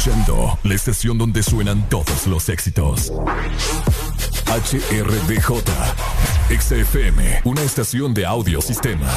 escuchando la estación donde suenan todos los éxitos. HRDJ, XFM, una estación de audio sistema.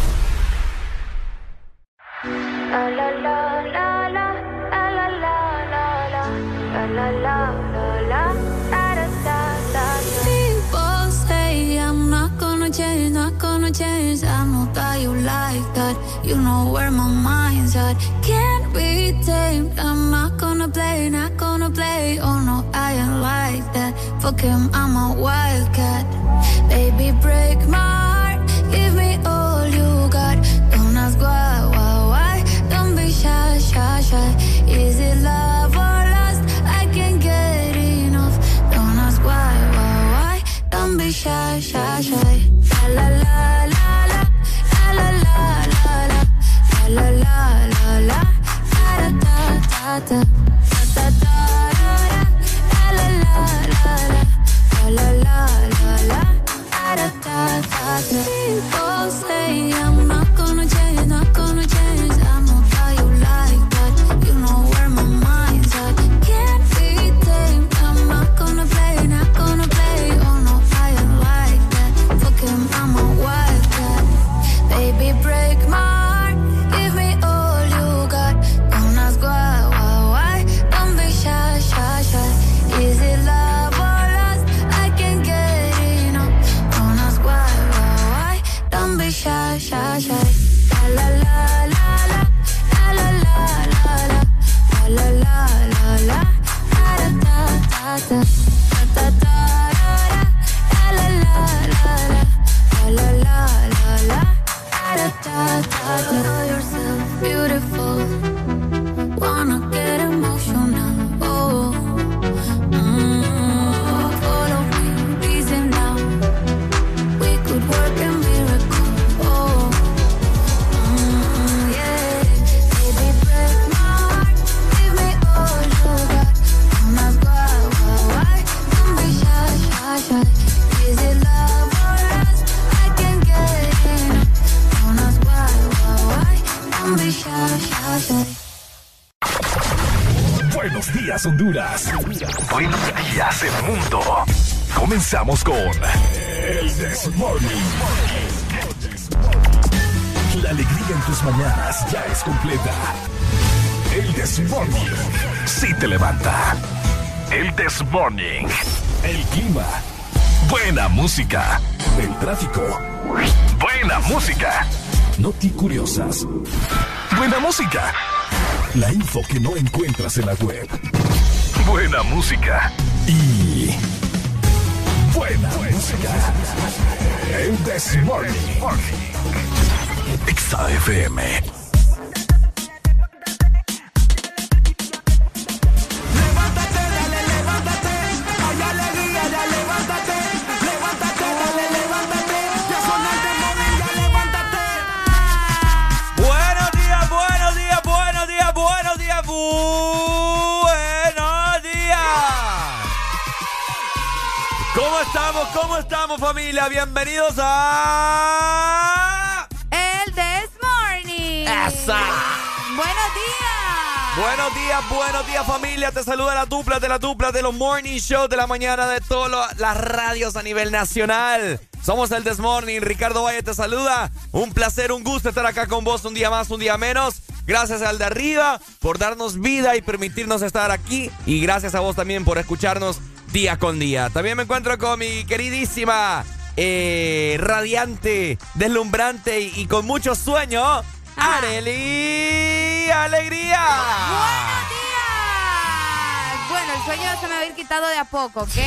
People say I'm not gonna change. I know that you like that. You know where my mind's at. Can't be tamed. I'm not gonna play. Oh no, I ain't like that. Fuck him, I'm a wildcat. Baby, break my heart. Give me all you got. Don't ask why. Don't be shy. Is it love or lust? I can't get enough. Don't ask why. Don't be shy. La la la la la. La la la la. La la la la. Da da da da. Da da da. La la la la. La la la la. Da da da. People say I'm not gonna change. I know how you like that. You know where my mind's at. Can't be tamed. I'm not gonna play. Oh no, I ain't like that. Fuck him, I'm a wildcat. Baby, break my heart. Give me all you got. Don't ask why. Don't be shy. Is it love or lust? I can't get enough. Don't ask why. Don't be shy. La la la la. La la la la. La la la la. Da da da da da. La la la la. La la la la. Da da da. Know yourself beautiful. Wanna get emotional. Oh. Follow me, reason now. We could work a miracle. Oh. Yeah. Baby, break my heart. Give me all you got. Don't ask why. Don't be shy. Is it love or lust? I can't get enough. Don't ask why. Don't be shy. Buenos días, Honduras. Buenos días, el mundo. Comenzamos con el This Morning. La alegría en tus mañanas ya es completa. El This Morning sí te levanta. El This Morning. El clima. Buena música. El tráfico. Buena música. Noti curiosas. Buena música. La info que no encuentras en la web. Buena música. Y buena música. El This Morning. XFM. ¿Cómo estamos, familia? Bienvenidos a... El This Morning. ¡Esa! Buenos días, familia. Te saluda la dupla de los morning shows de la mañana de todas las radios a nivel nacional. Somos el This Morning. Ricardo Valle te saluda. Un placer, un gusto estar acá con vos un día más, un día menos. Gracias al de arriba por darnos vida y permitirnos estar aquí. Y gracias a vos también por escucharnos día con día. También me encuentro con mi queridísima, radiante, deslumbrante y con mucho sueño, Arely Alegría. ¡Buenos días! Bueno, el sueño se me va a ir quitado de a poco, ¿ok?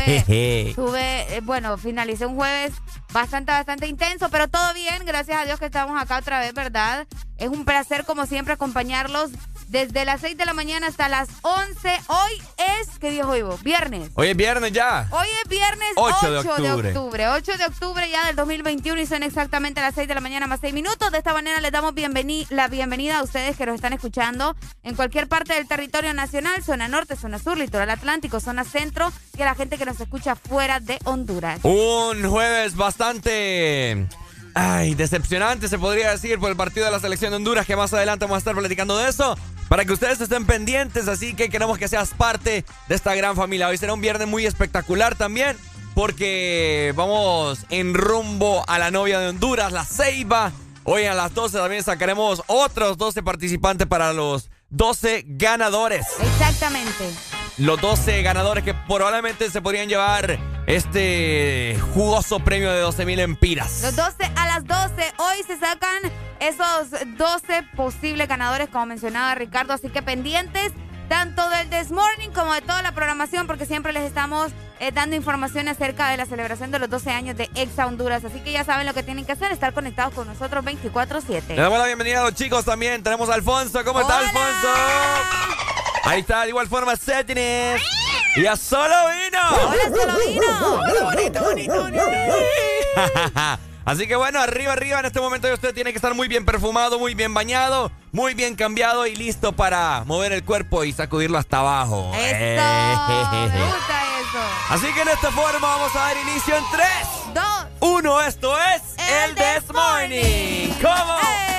Finalicé un jueves bastante intenso, pero todo bien, gracias a Dios que estamos acá otra vez, ¿verdad? Es un placer, como siempre, acompañarlos desde las 6 de la mañana hasta las 11. Hoy es, ¿qué día es hoy vos? Viernes. Hoy es viernes ya. Hoy es viernes 8 de octubre. 8 de octubre ya del 2021 y son exactamente las 6 de la mañana más 6 minutos. De esta manera les damos la bienvenida a ustedes que nos están escuchando en cualquier parte del territorio nacional, zona norte, zona sur, litoral atlántico, zona centro, y a la gente que nos escucha fuera de Honduras. Un jueves bastante... decepcionante se podría decir por el partido de la selección de Honduras, que más adelante vamos a estar platicando de eso. para que ustedes estén pendientes, así que queremos que seas parte de esta gran familia. Hoy será un viernes muy espectacular también, porque vamos en rumbo a la novia de Honduras, La Ceiba. Hoy a las 12 también sacaremos otros 12 participantes para los 12 ganadores. Exactamente. Los 12 ganadores que probablemente se podrían llevar este jugoso premio de 12,000 empiras. Los 12 a las 12. Hoy se sacan esos 12 posibles ganadores, como mencionaba Ricardo. Así que pendientes tanto del This Morning como de toda la programación, porque siempre les estamos dando información acerca de la celebración de los 12 años de Exa Honduras. Así que ya saben lo que tienen que hacer, estar conectados con nosotros 24/7. Le damos la bienvenida a los chicos también. Tenemos a Alfonso. ¿Cómo está, Alfonso? Ahí está, de igual forma, Setines. Y a Solo Vino. ¡Hola, Solo Vino! bonito. Así que bueno, arriba, en este momento ya usted tiene que estar muy bien perfumado, muy bien bañado, muy bien cambiado y listo para mover el cuerpo y sacudirlo hasta abajo. ¡Eso! Me gusta eso. Así que en esta forma vamos a dar inicio en 3, 2, 1. Esto es el This Morning. ¿Cómo?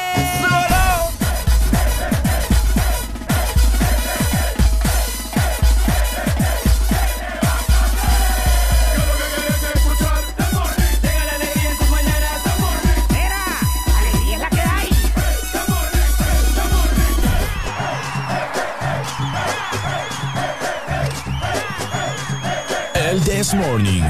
El This Morning.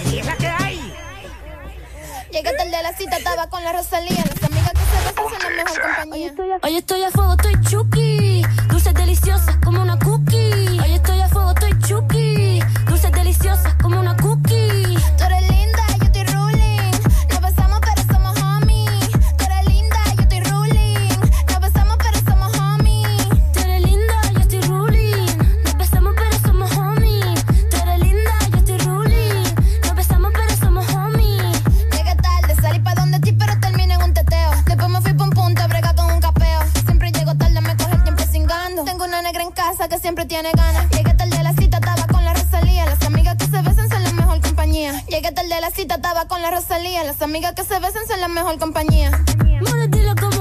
Llegué tarde a la cita, estaba con la Rosalía. Las amigas que se besan son la mejor compañía. Hoy estoy a fuego, estoy chuki. Dulces deliciosas como una cookie. Hoy estoy a fuego, estoy chuki. Dulces deliciosas como una cookie. Tú eres linda, yo estoy ruling. Nos besamos pero somos homies. Tú eres linda, yo estoy ruling. Nos besamos pero somos homies. Tú eres linda, yo estoy ruling. Nos besamos pero somos homies. Tú eres linda, yo estoy ruling. Nos besamos pero somos homies. Llegué tarde, salí pa' donde ti pero terminé en un teteo. Después me fui pa' un punto a bregar con un capeo. Siempre llego tarde, me coge el tiempo cingando. Tengo una negra en casa que siempre tiene ganas. Llegué tarde a la cita, estaba con la Rosalía. Las amigas que se besan son la mejor compañía. Llegué tarde a la cita, estaba con la Rosalía. Las amigas que se besan son la mejor compañía. Mora, dile cómo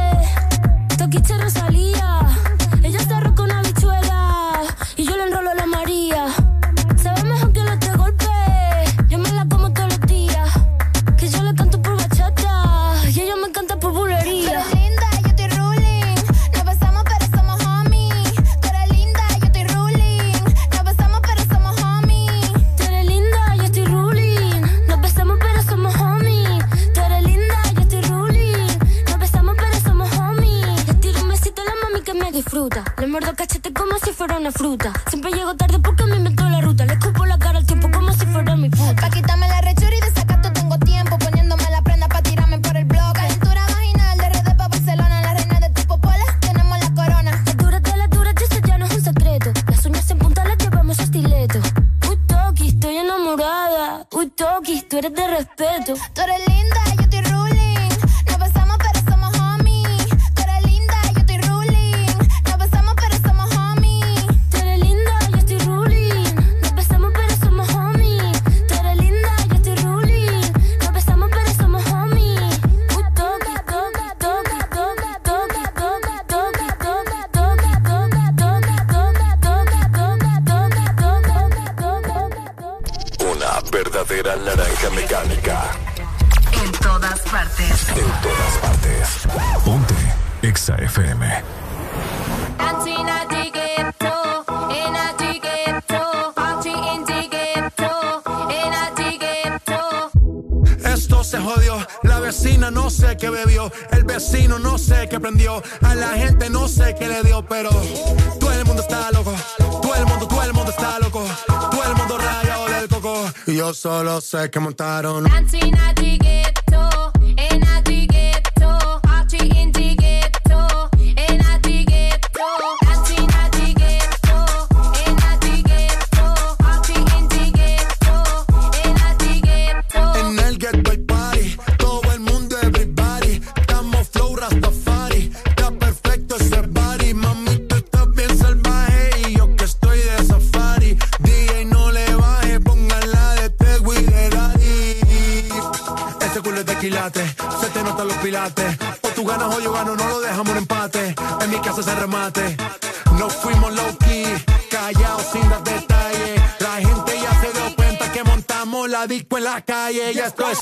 es. Toquiche Rosalía. Ella está arroz con habichuela y yo le enrolo a la María. Sabe mejor que los de golpe. Yo me la como todos los días. Que yo le canto por bachata y ella me canta por bulería. Tú eres linda, yo estoy ruling. Nos besamos pero somos homies. Tú eres linda, yo estoy ruling. Nos besamos pero somos homies. Tú eres linda, yo estoy ruling. Nos besamos pero somos homies. Tú eres linda, yo estoy ruling. Nos besamos pero somos homies. Le tiro un besito a la mami que me disfruta. Le muerdo el cachete como si fuera una fruta. Siempre llego tarde porque me inventó la ruta. Le escupo la cara al tiempo como si fuera mi puta. Pa' quitarme la rechura y de sacato tengo tiempo. Poniéndome la prenda pa' tirarme por el blog. Calentura vaginal de RD pa' Barcelona. La reina de tipo pola, tenemos la corona. La dura, eso ya no es un secreto. Las uñas en punta las llevamos a estileto. Uy, Toki, estoy enamorada. Uy, Toki, tú eres de respeto. Tú eres linda, yo estoy ruling. Nos besamos pero somos homies. Tú eres linda, yo estoy ruling. Nos besamos pero somos homies. Tú eres linda, yo estoy ruling. Nos besamos pero somos homies. Tú eres linda, yo estoy ruling. Nos besamos pero somos homies. Uy, Toki, Toki, Toki, Toki, Toki, Toki, Toki, Toki, Toki, Toki, Toki. Una verdadera naranja mecánica. En todas partes. En todas partes. Ponte Exa FM. Esto se jodió, la vecina no sé qué bebió, el vecino no sé qué prendió, a la gente no sé qué le dio, pero todo el mundo está loco, todo el mundo está loco, todo el mundo rayado del coco, y yo solo sé que montaron. En el ghetto hay party, todo el mundo everybody, estamos flow Rastafari, está perfecto ese body, mami tú estás bien salvaje y yo que estoy de safari, DJ no le baje, póngala de Tego y de Daddy. Ese culo es de quilate, se te notan los pilates. tú ganas o yo gano, no lo dejamos en empate. En mi casa se remate. No fuimos low-key, callados sin dar detalles. La gente ya se dio cuenta que montamos la disco en la calle. Ya esto es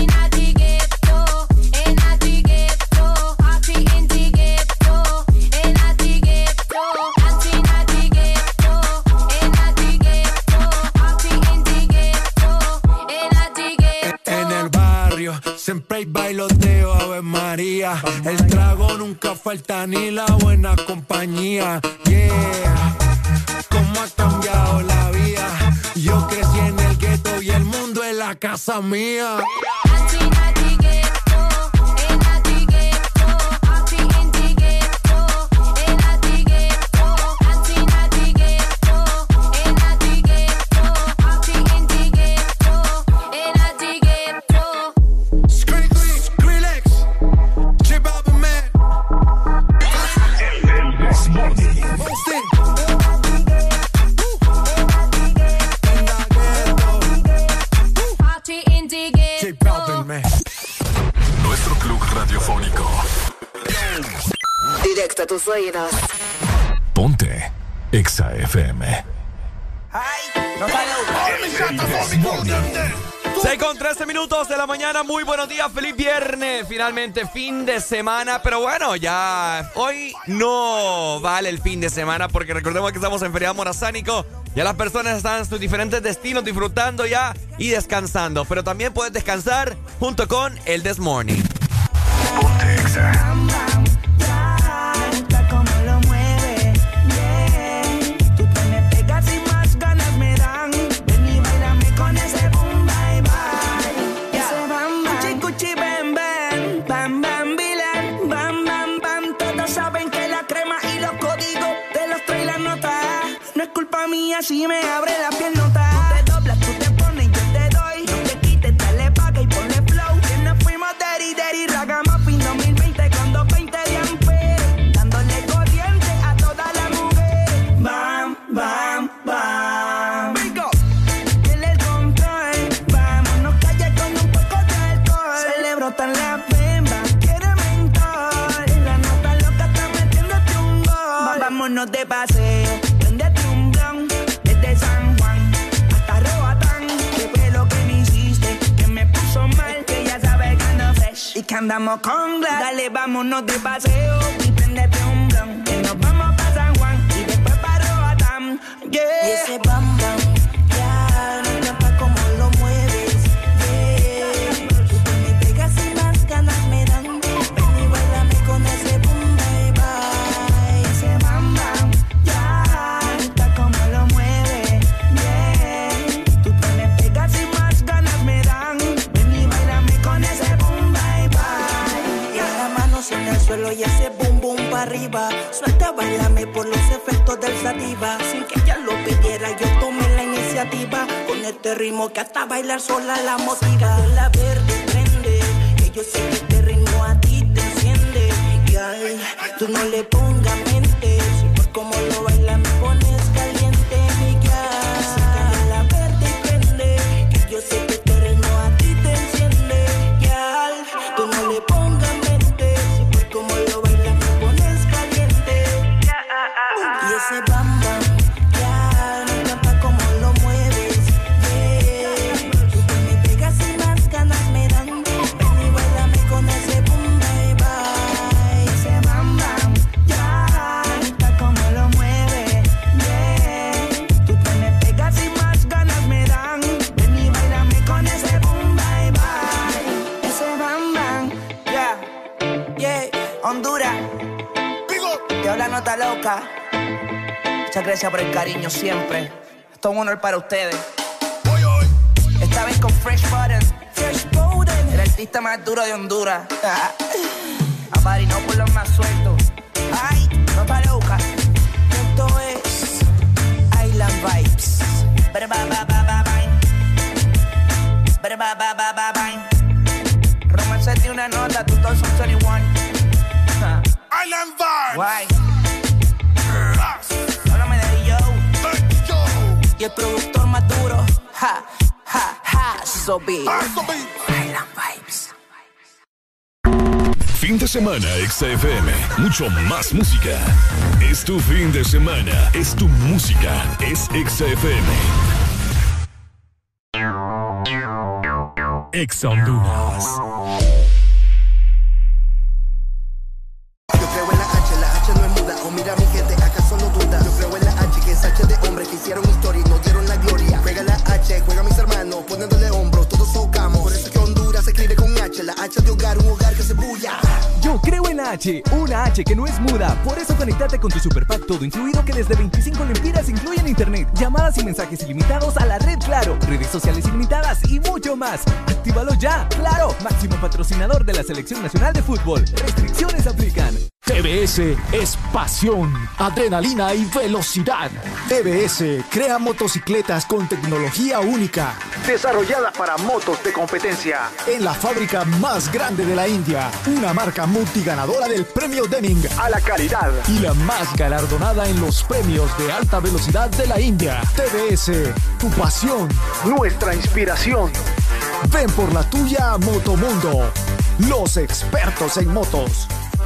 siempre hay bailoteo, Ave María. El trago nunca falta ni la buena compañía. Yeah, cómo ha cambiado la vida. Yo crecí en el gueto y el mundo es la casa mía. Nuestro club radiofónico. Directo a tus oídos. Ponte Exa FM. 6:13 minutos de la mañana, muy buenos días, feliz viernes, finalmente fin de semana, pero bueno, ya hoy no vale el fin de semana porque recordemos que estamos en feriado morazánico, ya las personas están en sus diferentes destinos disfrutando ya y descansando, pero también puedes descansar junto con el This Morning. Ponte Exa. Si me abre la piernota, tú te doblas, tú te pones y yo te doy. No te quites, dale paga y ponle flow. Que nos fuimos daddy, ragamuffin 2020 con 220 de ampere. Dándole corriente a toda la mujer. Bam, bam, bam. Bingo. Tiene el control. Vámonos calle con un poco de alcohol. Se le brotan las bembas, quiere mentor. La nota loca está metiéndote un gol. Vámonos de paseo. San Juan hasta Roatán, que fue lo que me hiciste, que me puso mal, que ya sabes que ando fresh y que andamos con glass. Dale, vámonos de paseo y prendete un blunt, que nos vamos pa' San Juan y después pa' Roatán, yeah. Y ese bam bam, ya, no encanta como lo mueves, yeah. Tú me pegas y más ganas me dan, ven y bailame con ese boom bye bye. Ese bam bam, ya, no está como lo mueves. En el suelo y ese boom boom para arriba. Suelta, bailame por los efectos del sativa. Sin que ella lo pidiera, yo tomé la iniciativa. Con este ritmo que hasta bailar sola la motiva. La verde prende, que yo sé que este ritmo a ti te enciende. Y ay, tú no le pongas mente, si por cómo lo baila me pones caliente, mi gal. Sácale la verde prende, que yo sé que este ritmo a ti te enciende. Y ay, tú no le pongas mente. Como lo bailas me pones caliente. Y ese bam bam, ya, no encanta como lo mueves, yeah. Tú me pegas y más ganas me dan. Ven y bailame con ese boom bye bye. Ese bam bam, ya, no encanta como lo mueves, yeah. Tú me pegas y más ganas me dan. Ven y bailame con ese boom bye bye. Ese bam bam, ya, yeah. Honduras, te habla Nota Loca. Muchas gracias por el cariño siempre. Esto es un honor para ustedes. Esta vez con Fresh Button, el artista más duro de Honduras. Aparinó por los más sueltos. Ay, Nota Loca. Esto es Island Vibes. Romance de una nota, tú todos son 21. Island Vibes. Guay. Háblame de yo. Y el productor más duro. Ha, ha, ha, so big. Island Vibes. Fin de semana, XFM. Mucho más música. Es tu fin de semana. Es tu música. Es XFM. Ex Honduras. Yo creo en la H no es muda. O mira mi gente, ¿acaso no duda? Yo creo en la H, que es H de hombre que hicieron historia y nos dieron la gloria. Juega la H, juega mis hermanos, poniéndole hombros, todos socamos. Por eso es que Honduras se escribe con H, la H de hogar, un hogar que se bulla. Yo creo en la H, una H que no es muda. Por eso conéctate con tu Superpack todo incluido, que desde 25 lempiras incluyen internet, llamadas y mensajes ilimitados a la red Claro, redes sociales ilimitadas y mucho más. ¡Actívalo ya! ¡Claro! Máximo patrocinador de la Selección Nacional de Fútbol. Restricciones aplican. TBS es pasión, adrenalina y velocidad. TBS crea motocicletas con tecnología única, desarrollada para motos de competencia. En la fábrica más grande de la India, una marca multiganadora del premio Deming a la calidad y la más galardonada en los premios de alta velocidad de la India. TBS, tu pasión, nuestra inspiración. Ven por la tuya a Motomundo, los expertos en motos.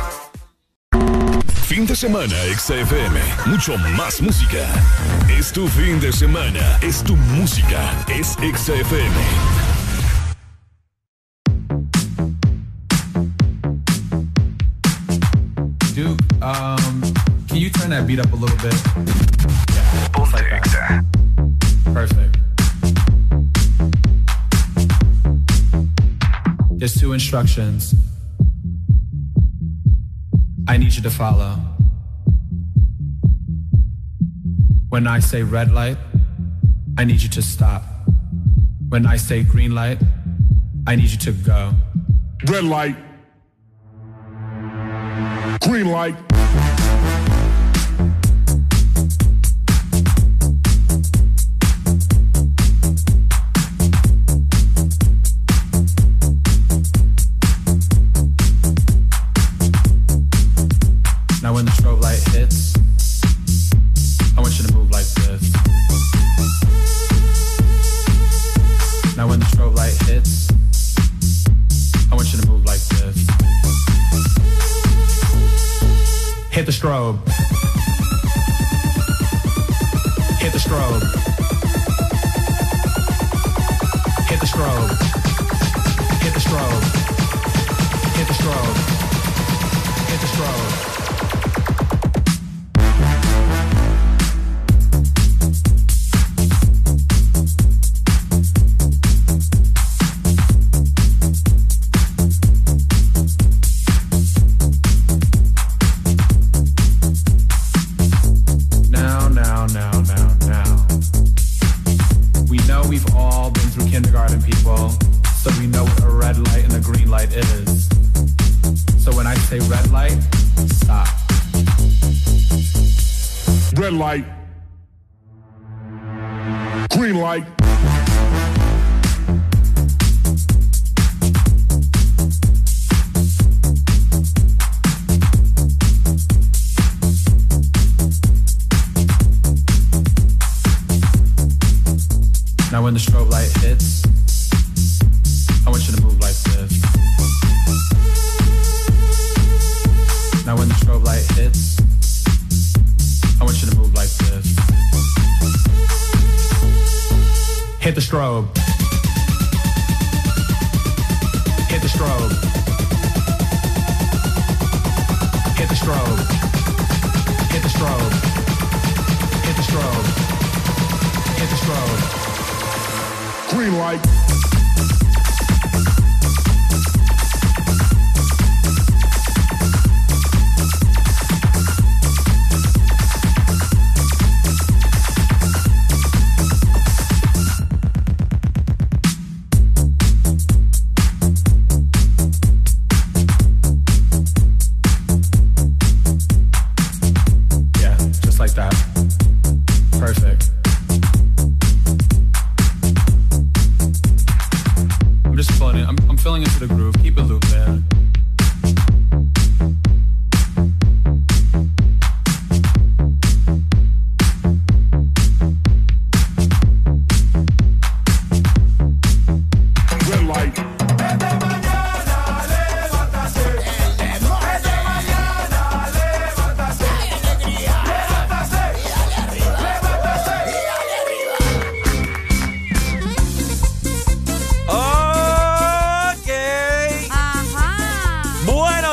Fin de semana, XFM. Mucho más música. Es tu fin de semana. Es tu música. Es XFM. Duke, can you turn that beat up a little bit? Yeah, like that. Perfect. There's 2 instructions I need you to follow. When I say red light, I need you to stop. When I say green light, I need you to go. Red light. Green light. Now when the strobe light hits, I want you to move like this. Now when the strobe light hits, I want you to move like this. Hit the strobe. Hit the strobe. Hit the strobe. Hit the strobe. Hit the strobe. Hit the strobe. Red light. Green light. Now when the strobe light hits, I want you to move like this. Now when the strobe light hits, I want you to move like this. Hit the strobe. Hit the strobe. Hit the strobe. Hit the strobe. Hit the strobe. Hit the strobe. Green light.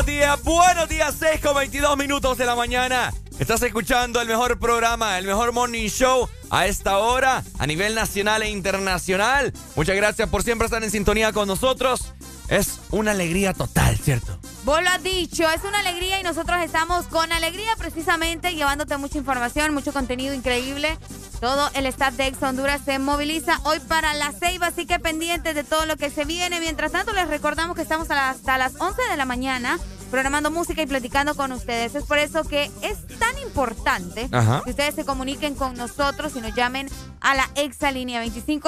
Buenos días, 6:22 minutos de la mañana. Estás escuchando el mejor programa, el mejor morning show a esta hora, a nivel nacional e internacional. Muchas gracias por siempre estar en sintonía con nosotros. Es una alegría total, ¿cierto? Vos lo has dicho, es una alegría y nosotros estamos con alegría precisamente llevándote mucha información, mucho contenido increíble. Todo el staff de Exa Honduras se moviliza hoy para La Ceiba, así que pendientes de todo lo que se viene. Mientras tanto, les recordamos que estamos hasta las 11 de la mañana programando música y platicando con ustedes. Es por eso que es tan importante que ustedes se comuniquen con nosotros y nos llamen a la Exa línea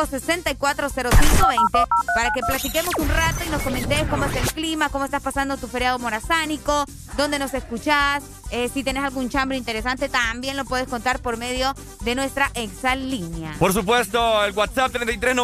25640520 para que platiquemos un rato y nos comentes cómo es el clima, cómo estás pasando tu feriado morazánico, dónde nos escuchás, si tenés algún chambre interesante también lo puedes contar por medio de nuestra Exa línea. Por supuesto, el WhatsApp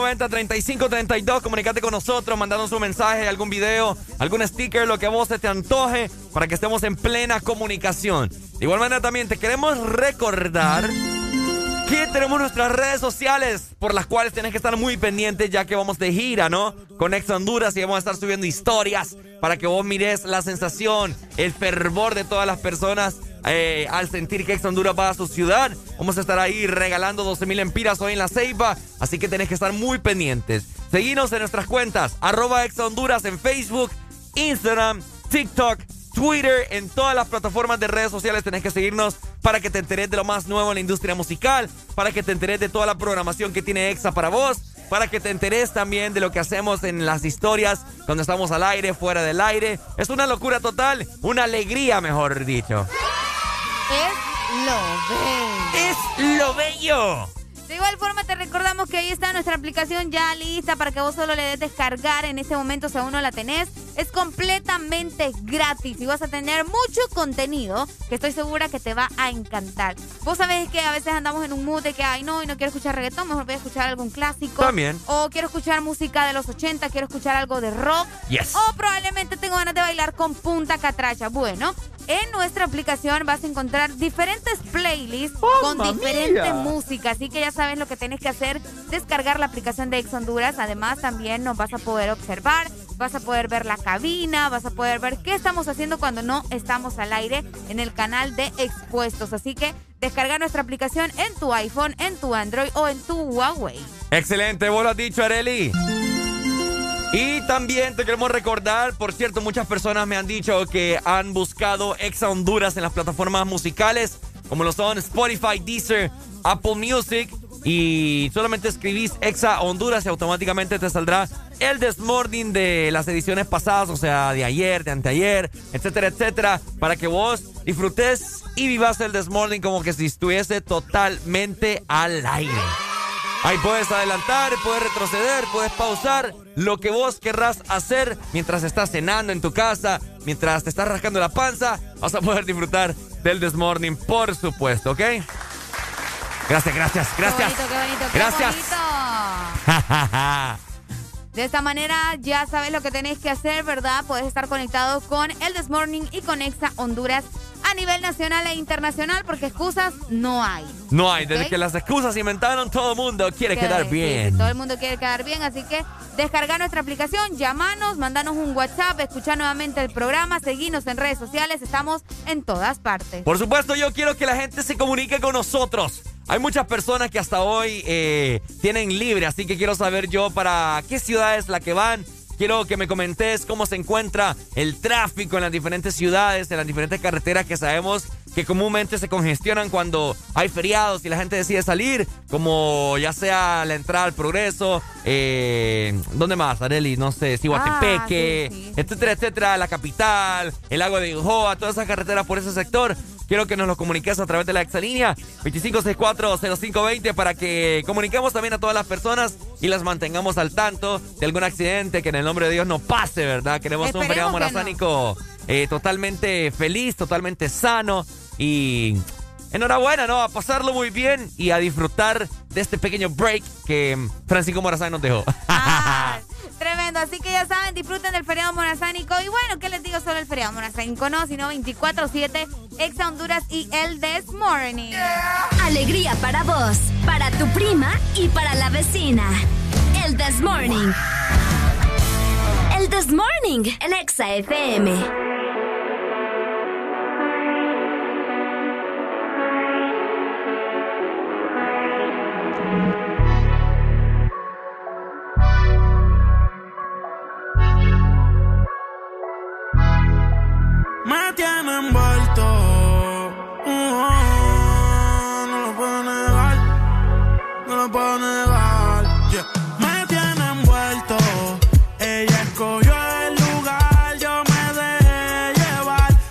3390-3532, comunicate con nosotros, mandándonos un mensaje, algún video, algún sticker, lo que a vos se te antoje, para que estemos en plena comunicación. De igual manera también te queremos recordar que tenemos nuestras redes sociales por las cuales tenés que estar muy pendientes ya que vamos de gira, ¿no? Con Exa Honduras y vamos a estar subiendo historias para que vos mires la sensación, el fervor de todas las personas al sentir que Exa Honduras va a su ciudad. Vamos a estar ahí regalando 12,000 empiras hoy en La Ceiba, así que tenés que estar muy pendientes. Seguinos en nuestras cuentas, @Exa Honduras en Facebook, Instagram, TikTok, Twitter, en todas las plataformas de redes sociales tenés que seguirnos para que te enteres de lo más nuevo en la industria musical, para que te enteres de toda la programación que tiene Exa para vos, para que te enteres también de lo que hacemos en las historias cuando estamos al aire, fuera del aire. Es una locura total, una alegría, mejor dicho. Es lo bello. Es lo bello. De igual forma te recordamos que ahí está nuestra aplicación ya lista para que vos solo le des descargar en este momento si aún no la tenés. Es completamente gratis y vas a tener mucho contenido que estoy segura que te va a encantar. Vos sabés que a veces andamos en un mood de que ay no, y no quiero escuchar reggaetón, mejor voy a escuchar algún clásico. También. O quiero escuchar música de los 80, quiero escuchar algo de rock. Yes. O probablemente tengo ganas de bailar con punta catracha. Bueno, en nuestra aplicación vas a encontrar diferentes playlists con diferentes músicas, así que ya sabes lo que tienes que hacer, descargar la aplicación de Exa Honduras. Además también nos vas a poder observar, vas a poder ver la cabina, vas a poder ver qué estamos haciendo cuando no estamos al aire en el canal de Expuestos, así que descarga nuestra aplicación en tu iPhone, en tu Android o en tu Huawei. Excelente, vos lo has dicho, Arely. Y también te queremos recordar, por cierto, muchas personas me han dicho que han buscado Exa Honduras en las plataformas musicales, como lo son Spotify, Deezer, Apple Music, y solamente escribís Exa Honduras y automáticamente te saldrá el This Morning de las ediciones pasadas, o sea, de ayer, de anteayer, etcétera, etcétera, para que vos disfrutes y vivas el This Morning como que si estuviese totalmente al aire. Ahí puedes adelantar, puedes retroceder, puedes pausar, lo que vos querrás hacer mientras estás cenando en tu casa, mientras te estás rascando la panza, vas a poder disfrutar del This Morning, por supuesto, ¿ok? Gracias. Qué bonito, Gracias. Qué bonito. De esta manera ya sabes lo que tenés que hacer, ¿verdad? Puedes estar conectado con el This Morning y con Exa Honduras a nivel nacional e internacional, porque excusas no hay. No hay, desde que las excusas se inventaron, todo el mundo quiere quedar bien. Sí, todo el mundo quiere quedar bien, así que descarga nuestra aplicación, llámanos, mandanos un WhatsApp, escucha nuevamente el programa, seguinos en redes sociales, estamos en todas partes. Por supuesto, yo quiero que la gente se comunique con nosotros. Hay muchas personas que hasta hoy tienen libre, así que quiero saber yo para qué ciudad es la que van. Quiero que me comentes cómo se encuentra el tráfico en las diferentes ciudades, en las diferentes carreteras que sabemos que comúnmente se congestionan cuando hay feriados y la gente decide salir, como ya sea la entrada al Progreso, ¿dónde más, Arely? No sé, Cihuatepeque, etcétera, etcétera, la capital, el lago de Ijoa, todas esas carreteras por ese sector. Quiero que nos lo comuniques a través de la exalínea 25640520 para que comuniquemos también a todas las personas y las mantengamos al tanto de algún accidente que en el nombre de Dios no pase, ¿verdad? Queremos un feriado morazánico totalmente feliz, totalmente sano y enhorabuena, ¿no? A pasarlo muy bien y a disfrutar de este pequeño break que Francisco Morazán nos dejó. Tremendo, así que ya saben, disfruten del feriado morazánico. Y bueno, ¿qué les digo solo el feriado morazánico? No, sino 24/7, Exa Honduras y el This Morning. Alegría para vos, para tu prima y para la vecina. El This Morning. El This Morning, el Exa FM.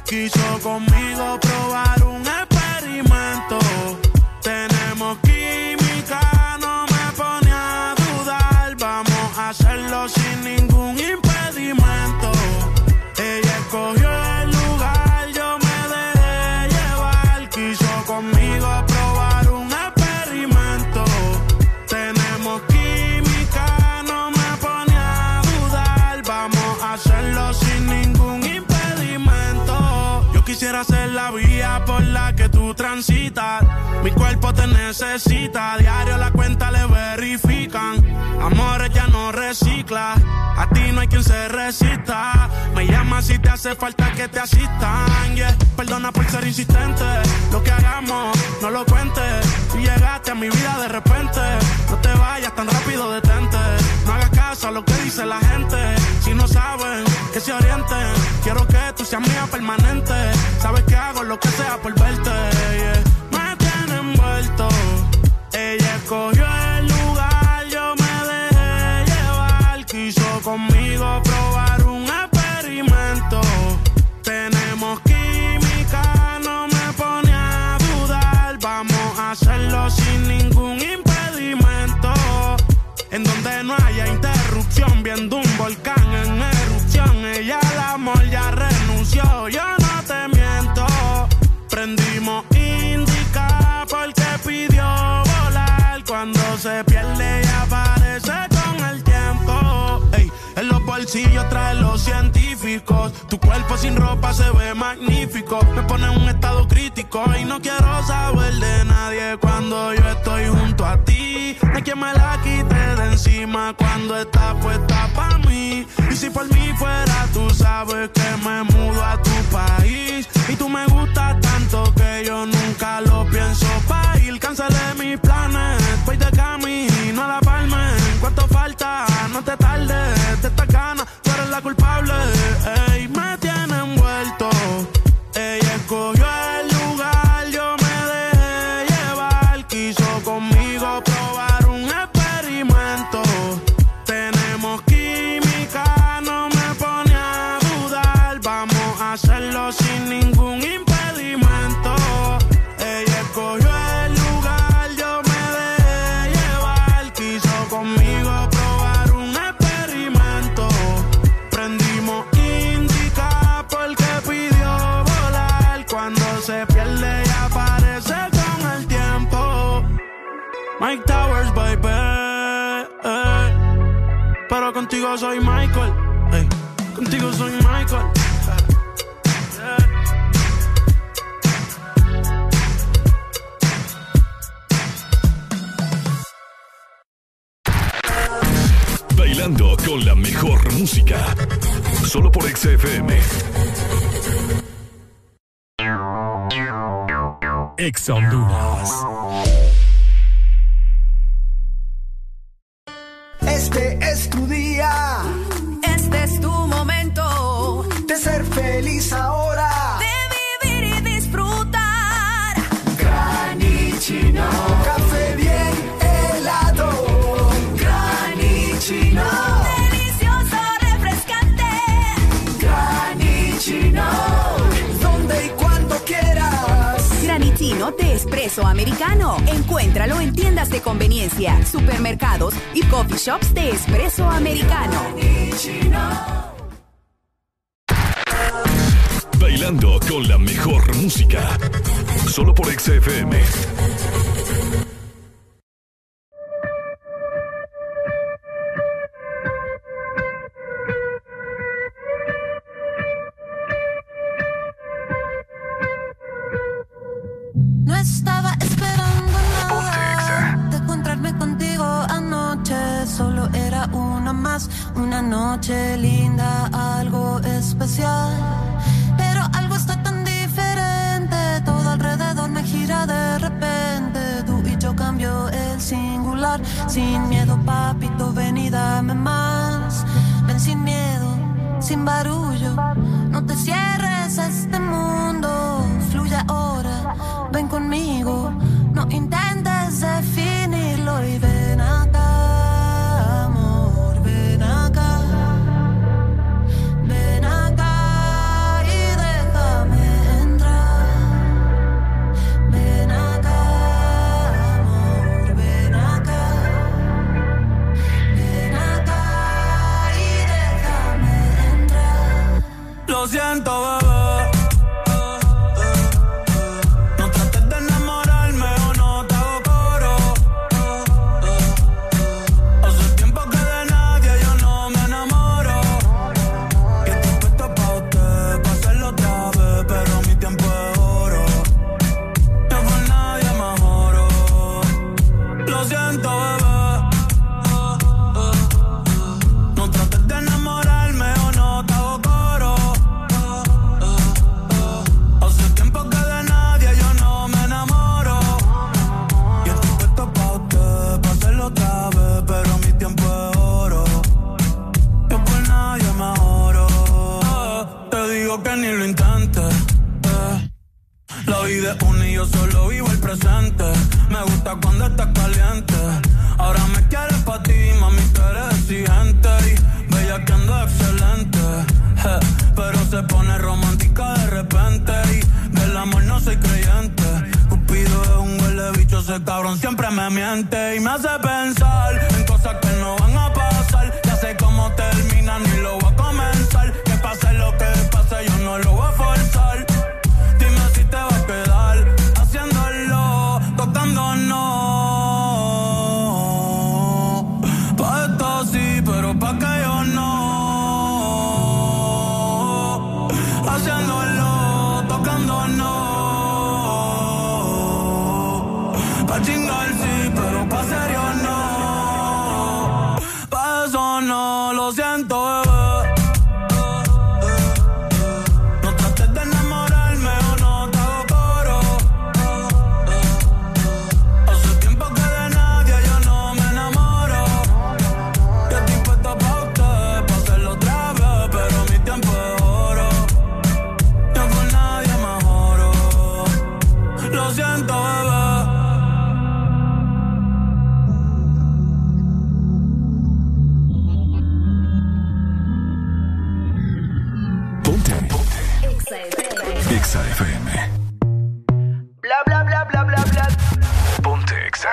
quiso conmigo probar un experimento. Tenemos química, no me pone a dudar. Vamos a hacerlo sin ningún impedimento. Ella escogió el lugar, yo me dejé llevar. Quiso conmigo probar un experimento. Tenemos química, no me pone a dudar. Vamos a hacerlo sin ningún impedimento. Yo quisiera ser la vía por la que tú transitas. Mi cuerpo te necesita. A diario la cuenta le verifican. Amores ya no recicla. A ti no hay quien se resista. Me llama si te hace falta que te asistan. Yeah. Perdona por ser insistente. Lo que hagamos, no lo cuentes. Tú llegaste a mi vida de repente. No te vayas tan rápido, detente. No hagas caso a lo que dice la gente. Si no saben, que se orienten. Quiero que tú seas mía permanente. Sabes que hago lo que sea por verte. Yeah. Me tiene envuelto. Ella escogió el lugar, yo me dejé llevar. Quiso conmigo probar un experimento. Tenemos química, no me pone a dudar. Vamos a hacerlo sin ningún impedimento. En donde no haya interrupción, viendo un volcán en erupción. Ella al amor ya renunció, yo no te miento. Prendimos indica porque pidió volar. Cuando se pierde y aparece con el tiempo. Ey, en los bolsillos trae los científicos. Tu cuerpo sin ropa se ve magnífico. Me pone en un estado crítico y no quiero saber de nadie cuando yo estoy junto a ti. No hay quien me la quite de encima cuando está puesta pa' mí. Y si por mí fuera, tú sabes que me mudo a tu país. Y tú me gustas tanto que yo nunca lo pienso pa' ir. Cancelé mis planes, voy de camino a La Palma. ¿Cuánto falta? No te tardes, de esta gana, tú eres la culpable. Ey, me tiene envuelto. Ella escogió el lugar, yo me dejé llevar. Quiso conmigo probar un experimento. Tenemos química, no me pone a dudar. Vamos a hacerlo sin ningún impedimento. Ella escogió el lugar, yo me dejé llevar. Quiso conmigo probar un experimento. Prendimos indica porque pidió volar. Cuando se pierde y aparece con el tiempo. Mike Towers, baby. Pero contigo soy Michael. Contigo soy Michael. Bailando con la mejor música. Solo por XFM. Ex Honduras. Este es tu día. Este es tu momento. De ser feliz ahora. De vivir y disfrutar. Granichino. Café bien helado. Granichino. Delicioso, refrescante. Granichino. Donde y cuando quieras. Granichino de espresso americano. Encuéntralo en tiendas de conveniencia, supermercados y coffee shops de espresso americano. Bailando con la mejor música. Solo por XFM. No estaba esperando nada de encontrarme contigo anoche. Solo era una más, una noche linda, algo especial. Pero algo está tan diferente, todo alrededor me gira de repente. Tú y yo cambio el singular. Sin miedo, papito, ven y dame más. Ven sin miedo, sin barullo. No te cierres a este mundo, fluye ahora. Ven conmigo, no intentes definirlo y ven acá, amor, ven acá y déjame La vida es una y yo solo vivo el presente. Me gusta cuando estás caliente. Ahora me quieres pa' ti, mami, tú eres exigente. Y bella que ando excelente. Pero se pone romántica de repente. Y del amor no soy creyente. Cupido es un huele bicho, ese cabrón siempre me miente. Y me hace pensar en cosas que no van a pasar. Ya sé cómo terminan y lo voy a comenzar. Que pase lo que pase, yo no lo voy a forzar. Dime si te va a quedar haciéndolo, tocándonos. Pa' esto sí, pero pa' que yo no. Haciéndolo, tocándonos. Pa' chingar sí, pero pa' serio no. Pa' eso no, lo siento, bebé. No trates de enamorarme o no te hago coro. Hace tiempo que de nadie yo no me enamoro. Yo estoy puesto pa' usted, pa' hacerlo otra vez, pero mi tiempo es oro. Yo con nadie mejoro. Lo siento, bebé. Exa FM. Bla bla bla bla bla bla. Ponte Exa.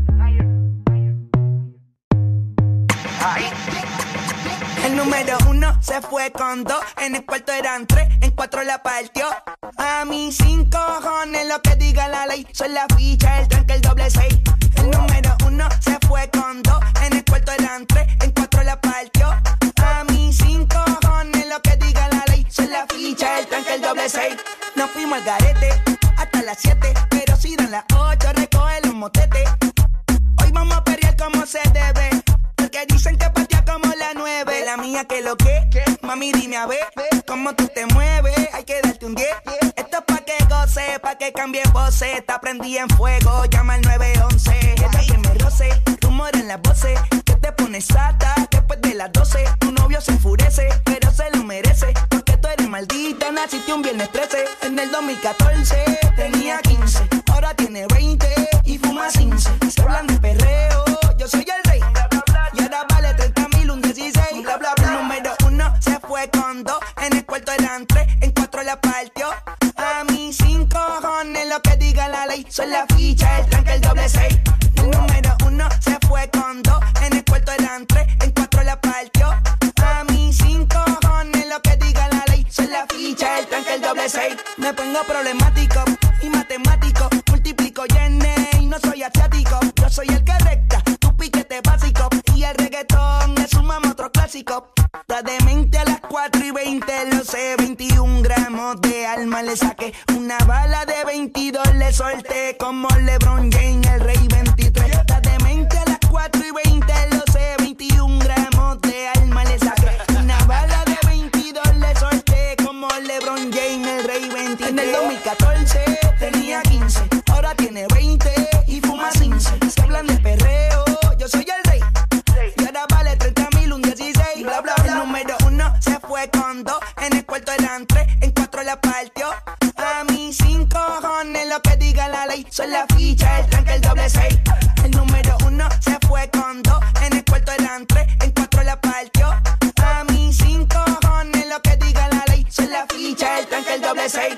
El número 1 se fue con 2, en el cuarto eran 3, en 4 la partió. A mí 5 cojones lo que diga la ley, soy la ficha, el tranque, el doble 6. El número 1 se fue con 2, en el cuarto eran 3, en 4 la partió. A mí 5 cojones lo que diga la ley, soy la ficha, el tranque, el doble 6. Nos fuimos al garete hasta las 7, pero si dan las 8 recoge los motetes. Hoy vamos a pelear como se debe, porque dicen que patea como la 9. La mía que lo que, mami dime a ver cómo tú te mueves, hay que darte un 10. Esto es pa' que goce, pa' que cambie voces. Te prendí en fuego, llama al 911. Ella que me roce, rumor en las voces, que te pones sata después de las 12. Tu novio se enfurece, pero se lo merece, porque tú eres maldita, naciste un viernes 13. En el 2014 tenía 15, ahora tiene 20 y fuma 15. Se hablan de perreo, yo soy el rey. Y ahora vale 30,000, un 16. Bla, bla, bla. El número 1 se fue con 2, en el cuarto eran 3, en 4 la partió. A mí 5 cojones lo que diga la ley, soy la ficha, el tranque, el doble 6. El número 1 se fue con 2, en el cuarto eran 3, en 4 la partió. A mí 5 cojones lo que diga la ley, soy la ficha, el tranque, el doble 6. Me pongo problemático y matemático, multiplico y no soy asiático. Yo soy el que recta, tu piquete básico, y el reggaetón es un mamo otro clásico. Está demente a las 4:20, lo sé, 21 gramos de alma le saqué. Una bala de 22 le solté, como LeBron James, el rey 23. Está demente a las 4:20, lo sé, 21 gramos de alma le saqué. Una bala de 22 le solté, como LeBron James, el rey 23. En el 2014 tenía 15, ahora tiene 20 y fuma 15. Se hablan de perreo, yo soy el rey. Y ahora vale 30,000, un 16. Bla, bla, bla. El número 1 se fue con 2, en el cuarto eran 3, en 4 la partió. A mí 5 cojones lo que diga la ley, soy la ficha, el tranque, el doble 6. El número 1 se fue con 2, en el cuarto eran 3, en 4 la partió. A mí 5 cojones lo que diga la ley, soy la ficha, el tranque, el doble 6.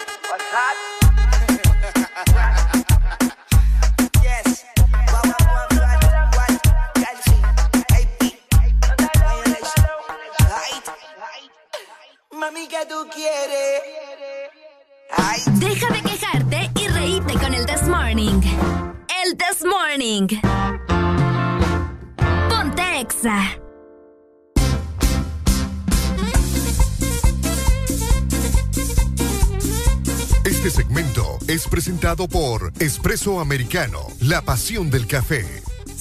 Mami, ¿qué tú quieres? Ay. Deja de quejarte y reíte con el This Morning. El This Morning. Ponte Exa. Este segmento es presentado por Espresso Americano, la pasión del café.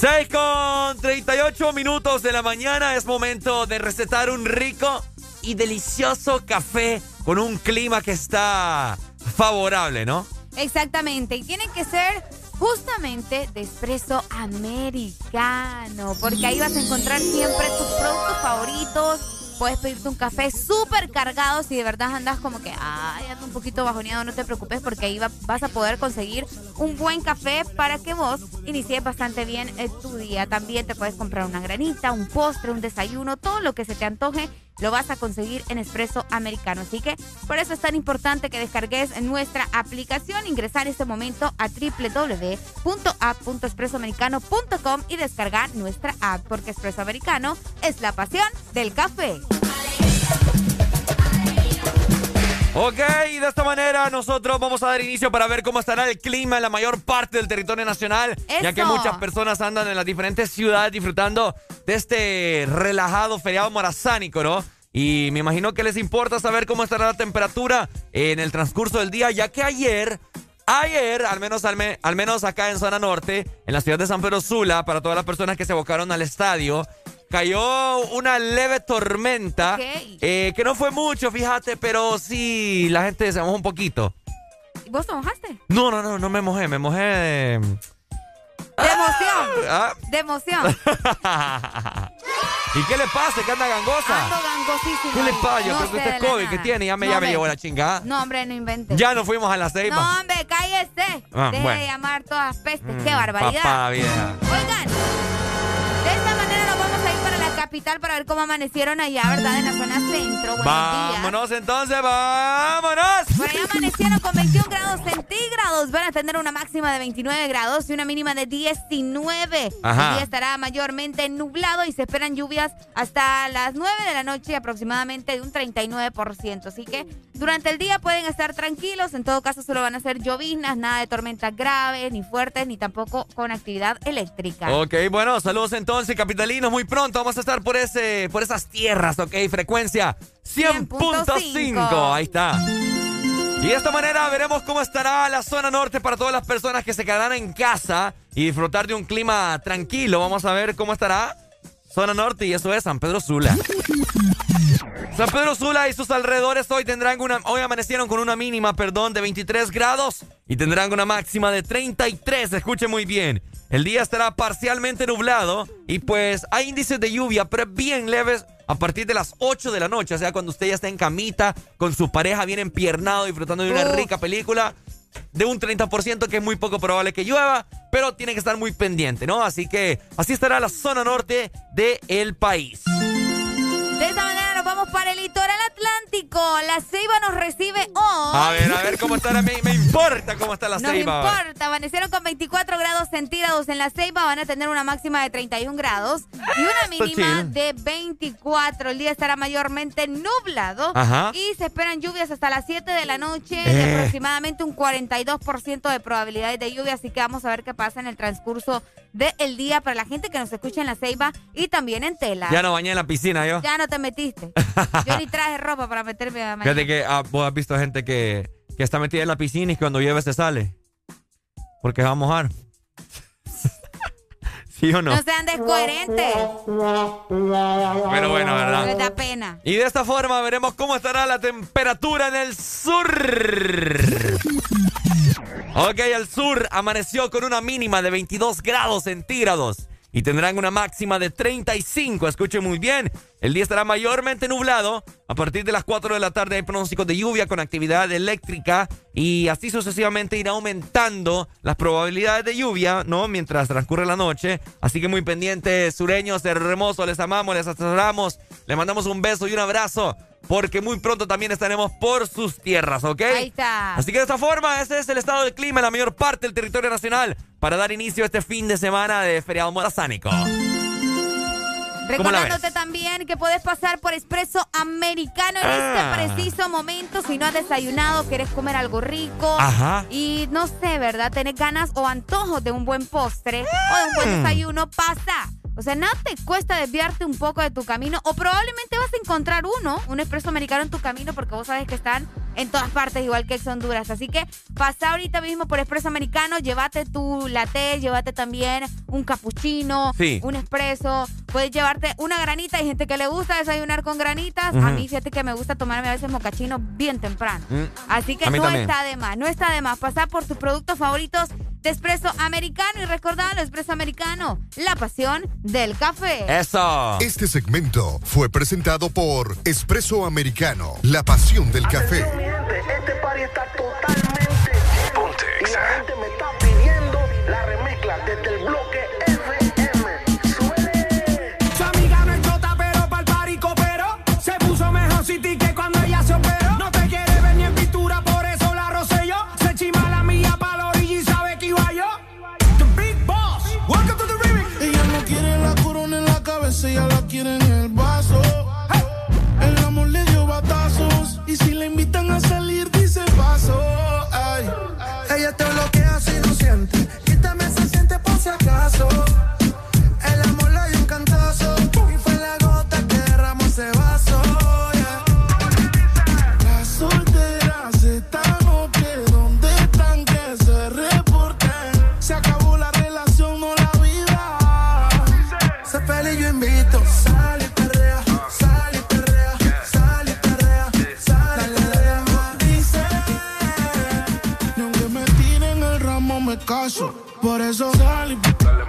6:38 de la mañana, es momento de recetar un rico y delicioso café con un clima que está favorable, ¿no? Exactamente, y tiene que ser justamente de espresso americano, porque ahí vas a encontrar siempre tus productos favoritos puedes pedirte un café súper cargado. Si de verdad andas como que, ando un poquito bajoneado, no te preocupes porque ahí vas a poder conseguir un buen café para que vos inicies bastante bien tu día. También te puedes comprar una granita, un postre, un desayuno, todo lo que se te antoje lo vas a conseguir en Espresso Americano. Así que por eso es tan importante que descargues nuestra aplicación, ingresar en este momento a www.app.espressoamericano.com y descargar nuestra app, porque Espresso Americano es la pasión del café. Ok, y de esta manera nosotros vamos a dar inicio para ver cómo estará el clima en la mayor parte del territorio nacional, ya que muchas personas andan en las diferentes ciudades disfrutando de este relajado feriado morazánico, ¿no? Y me imagino que les importa saber cómo estará la temperatura en el transcurso del día, ya que ayer, al menos acá en zona norte, en la ciudad de San Pedro Sula, para todas las personas que se abocaron al estadio, cayó una leve tormenta, que no fue mucho, fíjate, pero sí, la gente se mojó un poquito. ¿Y vos te mojaste? No me mojé, me mojé de... De emoción. De emoción. ¿Y qué le pasa? ¿Qué anda gangosa? Ando gangosísimo. ¿Qué le pasa? Yo creo que usted es COVID, ¿qué tiene? Ya me llevó la chingada. No, hombre, no inventes. Ya nos fuimos a la Ceiba. No, hombre, cállese. Deje de llamar todas pestes. ¡Qué barbaridad! Papá vieja. Oigan, de esta manera nos vamos a ir para la capital para ver cómo amanecieron allá, ¿verdad? En la zona centro. Vámonos entonces, vámonos. Por allá amanecieron con 21 grados centígrados. Van a tener una máxima de 29 grados y una mínima de 19. Ajá. El día estará mayormente nublado y se esperan lluvias hasta las 9 de la noche, aproximadamente de un 39%. Así que durante el día pueden estar tranquilos. En todo caso, solo van a ser lloviznas, nada de tormentas graves, ni fuertes, ni tampoco con actividad eléctrica. Ok, bueno, saludos entonces, capitalinos. Muy pronto vamos a estar por esas tierras, ok, frecuencia 100.5. Ahí está. Y de esta manera veremos cómo estará la zona norte para todas las personas que se quedarán en casa y disfrutar de un clima tranquilo. Vamos a ver cómo estará zona norte y eso es San Pedro Sula. San Pedro Sula y sus alrededores hoy amanecieron con una mínima, de 23 grados y tendrán una máxima de 33. Escuche muy bien. El día estará parcialmente nublado y pues hay índices de lluvia, pero bien leves a partir de las 8 de la noche. O sea, cuando usted ya está en camita con su pareja bien empiernado, disfrutando de una rica película, de un 30%, que es muy poco probable que llueva, pero tiene que estar muy pendiente, ¿no? Así que así estará la zona norte del país. De esta manera nos vamos para el litoral atlántico. La Ceiba nos recibe hoy. A ver cómo estará. Me importa cómo está la Ceiba. Nos importa. Amanecieron con 24 grados centígrados en la Ceiba. Van a tener una máxima de 31 grados y una mínima de 24. El día estará mayormente nublado. Ajá. Y se esperan lluvias hasta las 7 de la noche. De aproximadamente un 42% de probabilidades de lluvia. Así que vamos a ver qué pasa en el transcurso del día para la gente que nos escucha en la Ceiba y también en Tela. Ya no bañé en la piscina yo. Ya no te metiste. Yo ni traje ropa para meterme a bañar. Fíjate que vos has visto gente que está metida en la piscina y que cuando llueve se sale. Porque se va a mojar. ¿Sí o no? No sean descoherentes. Pero bueno, ¿verdad? Les da pena. Y de esta forma veremos cómo estará la temperatura en el sur. Ok, el sur amaneció con una mínima de 22 grados centígrados y tendrán una máxima de 35. Escuchen muy bien. El día estará mayormente nublado. A partir de las 4 de la tarde hay pronósticos de lluvia con actividad eléctrica y así sucesivamente irá aumentando las probabilidades de lluvia, ¿no? Mientras transcurre la noche. Así que muy pendientes, sureños, hermosos, les amamos, les asesoramos, les mandamos un beso y un abrazo, porque muy pronto también estaremos por sus tierras, ¿ok? Ahí está. Así que de esta forma, ese es el estado del clima en la mayor parte del territorio nacional para dar inicio a este fin de semana de feriado morazánico. Recordándote también que puedes pasar por Espresso Americano en este preciso momento. Si no has desayunado, quieres comer algo rico. Ajá. Y no sé, ¿verdad? Tenés ganas o antojos de un buen postre o de un buen desayuno, pasa. O sea, nada te cuesta desviarte un poco de tu camino o probablemente vas a encontrar un Espresso Americano en tu camino porque vos sabes que están en todas partes, igual que Ex Honduras. Así que pasa ahorita mismo por Espresso Americano, llévate tu latte, llévate también un cappuccino, un espresso. Puedes llevarte una granita. Hay gente que le gusta desayunar con granitas. A mí, fíjate que me gusta tomarme a veces mocachino bien temprano. Así que no está de más, no está de más. Pasar por tus productos favoritos de espresso americano. Y recordalo, espresso americano, la pasión del café. ¡Eso! Este segmento fue presentado por Espresso Americano, la pasión del café. Atención, mi gente, este party está totalmente lleno. Y la gente me está pidiendo la remezcla desde el bloque FM. ¡Suele! Su amiga no es chota, pero pa'l party cooperó. Se puso mejor City que cuando ella se operó. No te quiere ver ni en pintura, por eso la rocé yo. Se chima la mía pa' la orilla y sabe que iba yo. The Big Boss, welcome to the remix. Ella no quiere la corona en la cabeza, ella la quiere en el vaso. El amor le dio batazos y si le invitan a salir dice paso. Ay. Ella te bloquea si no siente, quítame se siente por si acaso. El amor le dio un cantazo y fue la gota que derramó ese vaso. Las solteras están o que ¿dónde están? Que se reporten. Se acabó la relación, no la vida. Sé feliz, yo invito. Sal y perrea, sal y perrea, sal y perrea, sal y perrea. Dice, y aunque me tiren el ramo me caso. Por eso sal y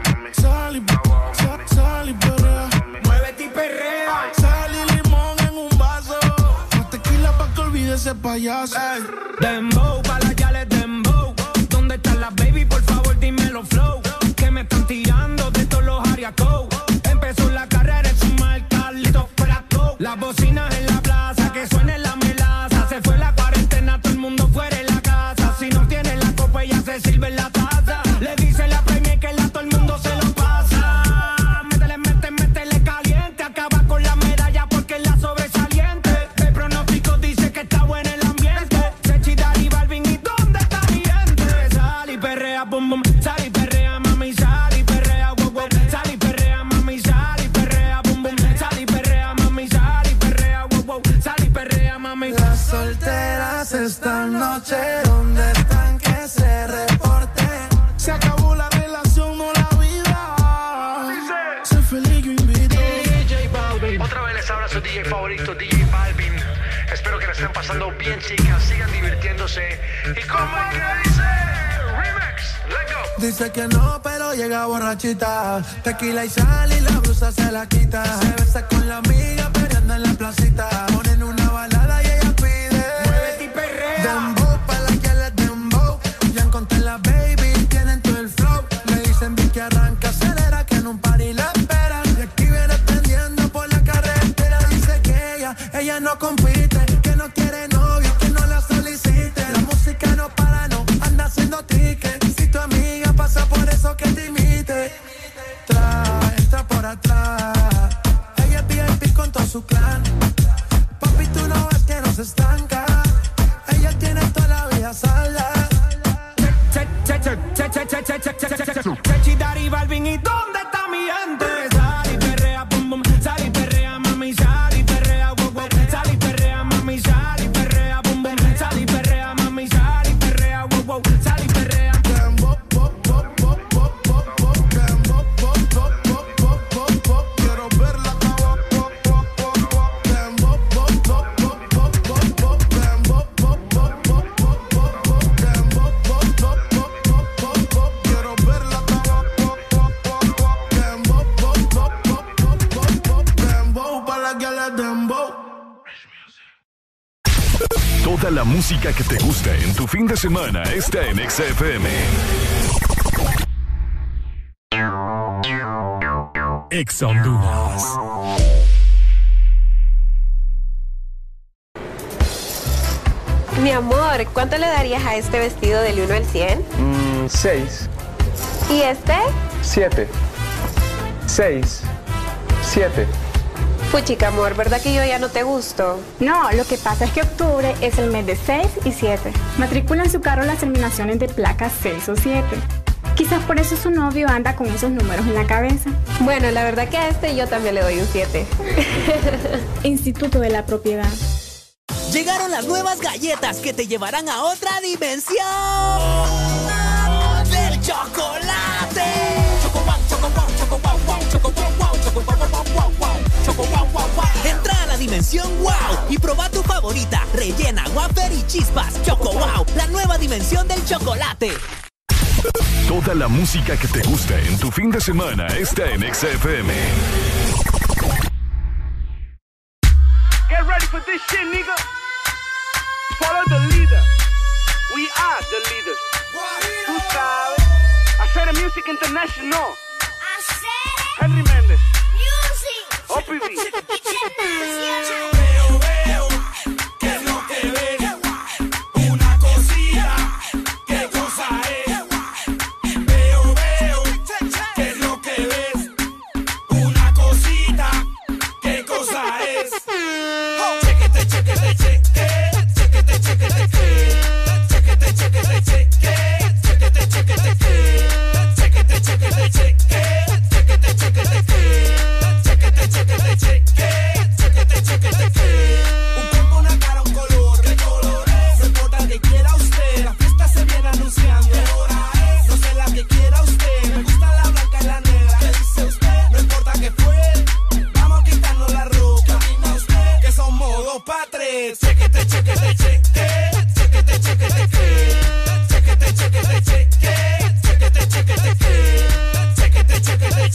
perrea. Muévete y perrea. Sal y limón en un vaso. Más tequila pa' que olvide ese payaso. Dembow, pa' la yales dembow. ¿Dónde están las baby? Por favor dímelo flow. Que me están tirando de todos los ariacos. Empezó la carrera en su marca, Lito Fraco. Las bocinas en la plaza, que suene la melaza. Se fue la cuarentena, todo el mundo fuera de la casa. Si no tiene la copa ella se sirve en la taza. Le dice la premia que la todo el mundo se lo pasa. Métele caliente. Acaba con la medalla porque es la sobresaliente. El pronóstico dice que está bueno el ambiente. Sechi, Dari, Balvin, ¿y dónde está mi gente? Sal y perrea, bum bum. Sal y perrea, mami, sal y perrea, wow wow. Sal y perrea, mami, sal y perrea, bum bum. Sal y perrea, mami, sal y perrea, wow wow. Sal y perrea, mami. Las solteras esta noche, ¿dónde están? Que se reporten. Se acabó la relación, no la vida. Sé feliz, yo invito. DJ Balvin. Otra vez les habla su DJ favorito, DJ Balvin. Espero que la estén pasando bien, chicas. Sigan divirtiéndose. Y como el que dice, remix, let's go. Dice que no, pero llega borrachita. Tequila y sal y la blusa se la quita. Se besa con la amiga, peleando en la placita. Ponen una balada y ella pide. Muévete y perrea. Dembow, pa' la que les dembow. Ya encontré la baby, tienen todo el flow. Me dicen vi que arranca, acelera, que en un party la esperan. Y aquí viene prendiendo por la carretera. Dice que ella no compite, que no quiere novio, que no la solicite. La música no para, no anda haciendo ticket. Si tu amiga pasa por eso que te imite. Entra por atrás. Ella es VIP con todo su clan. Papi, tú no ves que no se estanca. Ella tiene toda la vida salda. Sechi, Dari, Balvin, ¿y dónde está mi gente? Sal y perrea, bum bum. Sal y perrea, mami, sal y perrea, wow wow. Sal y perrea, mami, sal y perrea, bum bum. Sal y perrea, mami, sal y perrea, wow wow. Sal y perrea. Quiero verla Toda la música que te gusta en tu fin de semana está en XFM. Ex Honduras. Mi amor, ¿cuánto le darías a este vestido del 1 al 100? 6. ¿Y este? 7. 6. 7. Puchica, amor, ¿verdad que yo ya no te gusto? No, lo que pasa es que octubre es el mes de 6 y 7. Matricula en su carro las terminaciones de placas 6 o 7. Quizás por eso su novio anda con esos números en la cabeza. Bueno, la verdad que a este yo también le doy un 7. Instituto de la Propiedad. Llegaron las nuevas galletas que te llevarán a otra dimensión del chocolate. Entra a la dimensión wow y proba tu favorita, rellena, wafer y chispas. Choco Wow, la nueva dimensión del chocolate. Toda la música que te gusta en tu fin de semana está en XFM. Get ready for this shit, nigga. Follow the leader. We are the leaders. Tú sabes. Hacer Music International. Henry Méndez. OPV. Veo, ¿qué es lo que ves? Una cosita, ¿qué cosa es? Veo, ¿qué es lo que ves? Una cosita, ¿qué cosa es? Chequete, chequete, chequete, chequete, chequete, chequete, chequete, chequete, chequete, chequete, chequete, chequete, chequete. Un cuerpo, una cara, un color, de colores. No importa que quiera usted, la fiesta se viene anunciando. ¿Qué hora es? No sé la que quiera usted. Me gusta la blanca y la negra. ¿Qué dice usted? No importa que fue, vamos a quitarnos la ropa. ¿Qué opina usted? Que somos dos pa' tres. Chequete, chequete, chequete, chequete, chequete, chequete, chequete, chequete, chequete, chequete, chequete, chequete,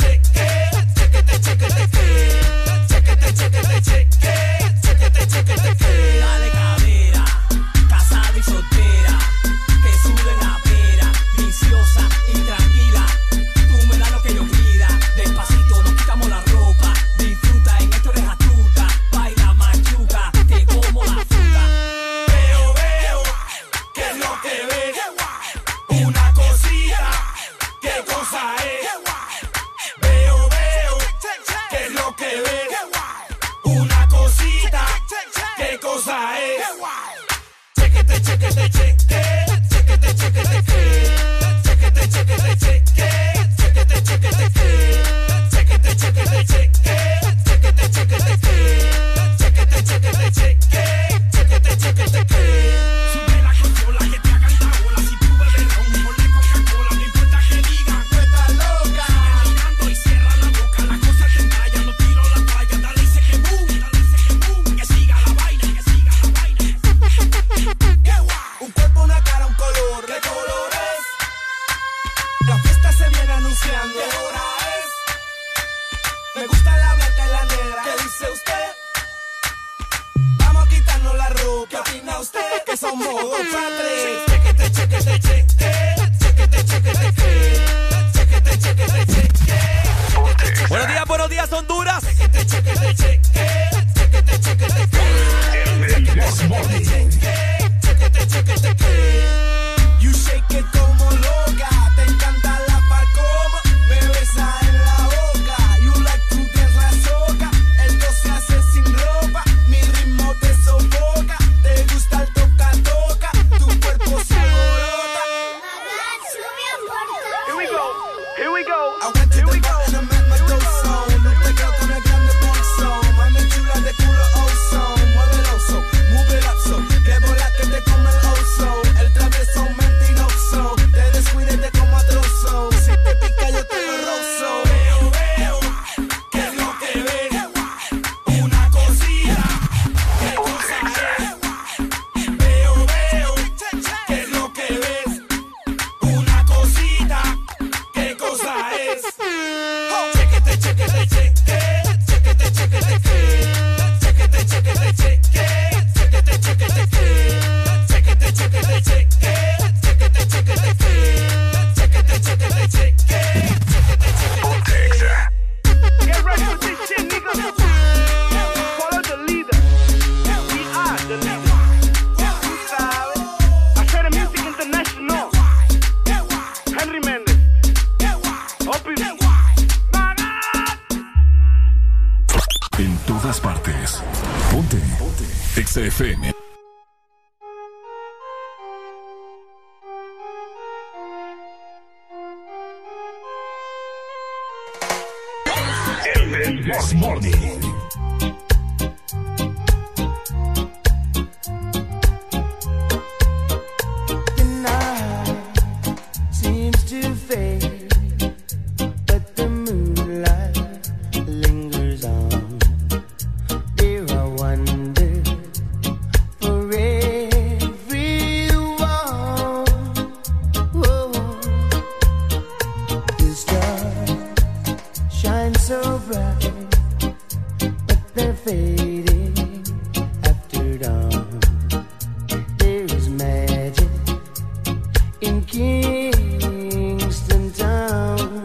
chequete. Dale cadera, casada y soltera, que sube la pera, viciosa y tranquila. Tú me das lo que yo pida, despacito nos quitamos la ropa. Disfruta, en esto eres astuta, baila machuca, te como la fruta. Veo, ¿qué es lo que ves? Una cosita, ¿qué cosa es? Veo, ¿qué es lo que ves? Una cosita, ¿qué cosa es? Chequete, chequete, chequete, chequete, chequete, chequete, chequete, chequete, chequete, chequete, chequete, chequete, chequete, chequete, chequete, chequete. Sube la consola que te hagan la bola. Si tú bebes ron, ponle Coca-Cola. No importa que digan, tú estás loca. Sigue mirando y cierra la boca. La cosa te entalla, no tiro la toalla. Dale y sé que boom, que siga la vaina, que siga la vaina. Un cuerpo, una cara, un color, de colores. La fiesta se viene anunciando. ¿Qué hora es? Me gusta la blanca y la negra. ¿Qué dice usted? Vamos a quitarnos la ropa. ¿Qué opina usted? Que somos dos pa' tres. Chequete, chequete, chequete, chequete, chequete, chequete, chequete, chequete. Buenos días, Honduras. Chequete, chequete, chequete, chequete, chequete, chequete. You shake it como loca. Te encanta la palcoma. Me besa en la boca. You like to dance la soca. Esto se hace sin ropa. Mi ritmo te sofoca. Te gusta el toca-toca. Tu cuerpo se alborota. Here we go. Here we go. I went to the bar and I met my dose on. No te quedo con el grande bolsón. Mami chula de culo oso. Mueve el oso, move it up so. Que bola que te come el oso. El travieso mentiroso. Te descuides de como a trozo. Si te pica yo te lo rozo. Veo, ¿qué es lo que ves? Una cosita, ¿qué cosa es? Veo, ¿qué es lo que ves? Una cosita, ¿qué cosa es? Chequete, chequete, chequete, chequete, chequete, chequete, chequete, chequete, chequete, chequete, chequete, chequete, chequete, chequete, chequete, chequete. Get ready for this shit, nigga. Follow the leader. We are the leader. Tú sabes. Hacer Music International. Henry Méndez. OPV. En todas partes. Ponte. XFM. El Desmorning. The night seems to fade, but the moonlight lingers on. Dear, I wonder for everyone. Oh, in Kingston Town.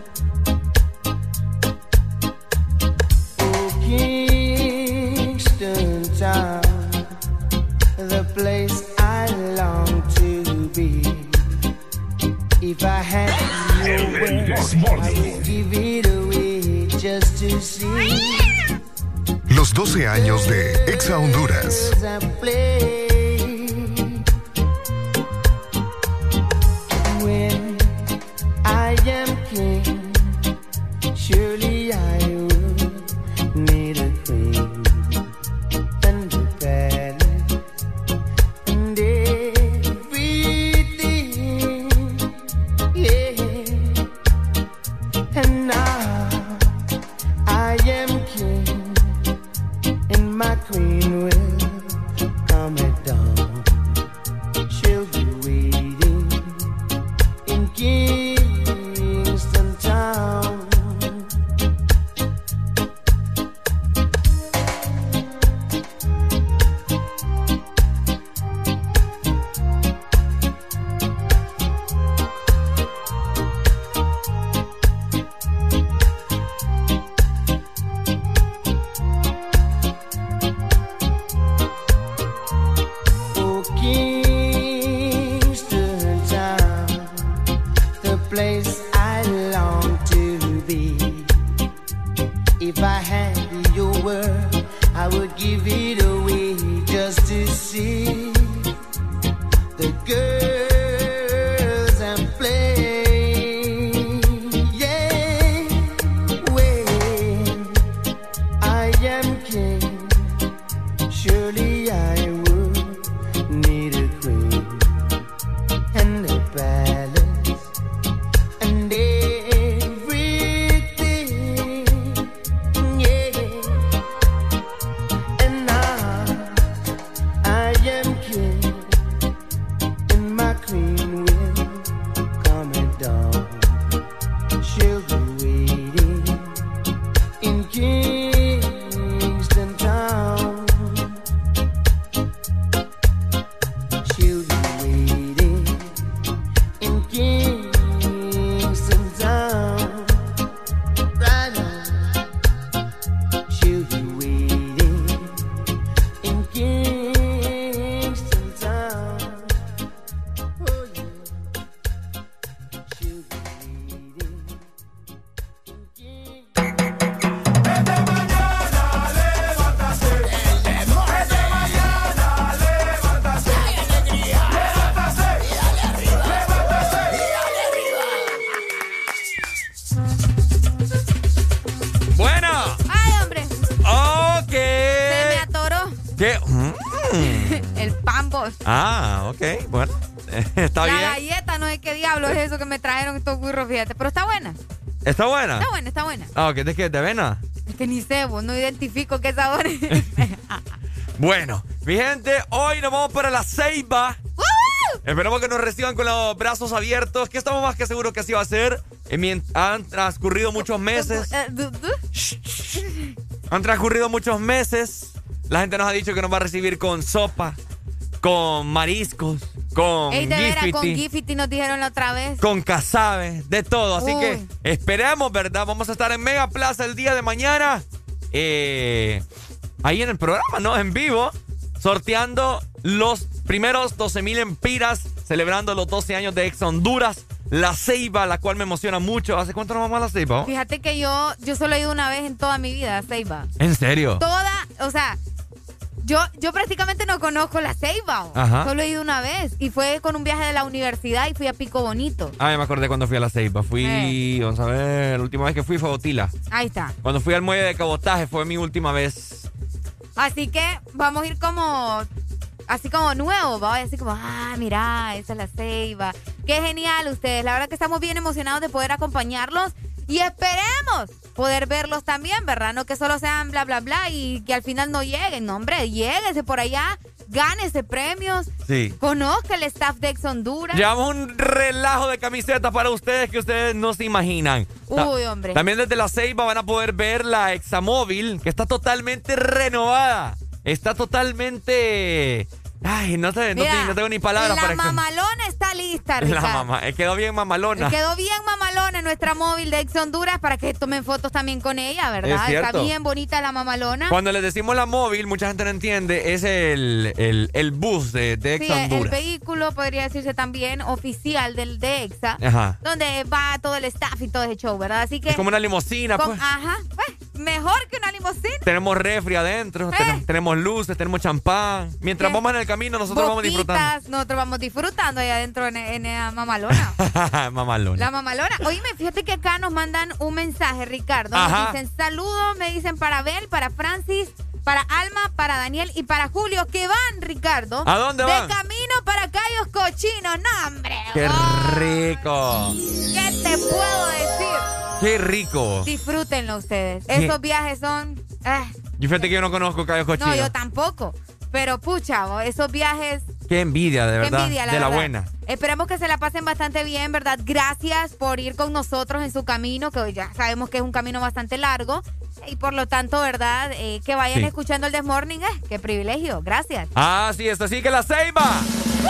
Oh, Kingston Town, the place I long to be. If I had your way, I would give it away just to see. Los 12 años de Exa Honduras. When I am king, surely I would need a queen and a palace and everything, yeah. And now I am king, and my queen will come at dawn. She'll be waiting in Kingston Town. Oh, Kingston Town, the place I long to be. If I had your word, I would give it away just to see the girls and play. Yeah, when I am king, surely I would need a queen and a palace and everything, yeah. And now I am king, and my queen will come at dawn. She'll be waiting in Kingston Town. She'll be waiting in Kingston Town. Right now, she'll be waiting in Kingston Town. Oh yeah, she'll be waiting in Bueno. Ay, hombre. Ok. Se me atoró ¿Qué? el pambos. Ah, ok. Bueno, está La bien. galleta, no sé qué diablo es eso que me trajeron estos burros, fíjate. Pero está buena. ¿Está buena? Está buena, está buena. Ah, ok. ¿De qué? ¿De avena? Es que ni sé, vos, no identifico qué sabor es. Bueno, mi gente, hoy nos vamos para la Ceiba. Esperamos que nos reciban con los brazos abiertos, que estamos más que seguros que así va a ser. Han transcurrido muchos meses. Han transcurrido muchos meses. La gente nos ha dicho que nos va a recibir con sopa, con mariscos, con Ey, de veras, con gifiti, Gifiti nos dijeron la otra vez. con casabe, de todo. Así Uy. que esperemos, ¿verdad? Vamos a estar en Mega Plaza el día de mañana. Ahí en el programa, ¿no? En vivo, sorteando los primeros 12,000 empiras, celebrando los 12 años de Exa Honduras. La Ceiba, la cual me emociona mucho. ¿Hace cuánto nos vamos a la Ceiba? Fíjate que yo solo he ido una vez en toda mi vida a Ceiba. ¿En serio? O sea, yo prácticamente no conozco la Ceiba. Ajá. Solo he ido una vez. Y fue con un viaje de la universidad y fui a Pico Bonito. Ah, ya me acordé cuando fui a la Ceiba. Vamos a ver, la última vez que fui fue a Botila. Ahí está. Cuando fui al muelle de cabotaje fue mi última vez. Así que vamos a ir como... Así como nuevo, ¿va? Así como, mira, esa es la Ceiba. Qué genial ustedes. La verdad que estamos bien emocionados de poder acompañarlos y esperemos poder verlos también, ¿verdad? No que solo sean bla, bla, bla y que al final no lleguen. No, hombre, lléguense por allá, gánense premios. Sí. Conozca el staff de Exa Honduras. Llevamos un relajo de camisetas para ustedes que ustedes no se imaginan. Uy, hombre. También desde la Ceiba van a poder ver la Examóvil, que está totalmente renovada. Está totalmente... Ay, no sé, Mira, no tengo ni palabras para la mamalona está lista. está, Ricardo. Quedó bien mamalona. Quedó bien mamalona en nuestra móvil de Ex Honduras para que tomen fotos también con ella, ¿verdad? Está bien bonita la mamalona. Cuando le decimos la móvil, mucha gente no entiende, es el bus de Ex Honduras. El vehículo, podría decirse también, oficial de Exa, donde va todo el staff y todo ese show, ¿verdad? Así que es como una limusina, pues. Ajá, pues, mejor que una limusina. Tenemos refri adentro, tenemos luces, tenemos champán. Mientras vamos en el camino, nosotros vamos disfrutando. Nosotros vamos disfrutando ahí adentro en la mamalona. Mamalona. La mamalona. Oíme, fíjate que acá nos mandan un mensaje, Ricardo. Nos dicen saludos, me dicen para Abel, para Francis, para Alma, para Daniel y para Julio, que van, Ricardo. ¿A dónde van? De camino para Cayos Cochinos. ¡No, hombre! ¡Qué rico! ¿Qué te puedo decir? ¡Qué rico! Disfrútenlo ustedes. Esos viajes son... Y fíjate que yo no conozco Cayos Cochinos. No, yo tampoco. Pero, pucha, esos viajes... Qué envidia, de verdad. Qué envidia, la verdad. Buena. Esperemos que se la pasen bastante bien, ¿verdad? Gracias por ir con nosotros en su camino, que ya sabemos que es un camino bastante largo. Y por lo tanto, ¿verdad? Que vayan escuchando el This Morning. ¡Qué privilegio! Gracias. Así es, así que la Ceiba.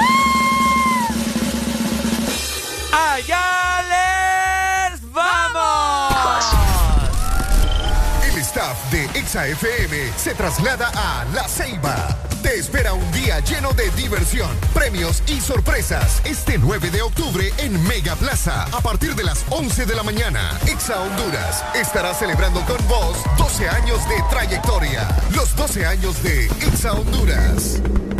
¡Allá les vamos! El staff de Exa FM se traslada a La Ceiba. Te espera un día lleno de diversión, premios y sorpresas. Este 9 de octubre en Mega Plaza, a partir de las 11 de la mañana. Exa Honduras estará celebrando con vos 12 años de trayectoria. Los 12 años de Exa Honduras.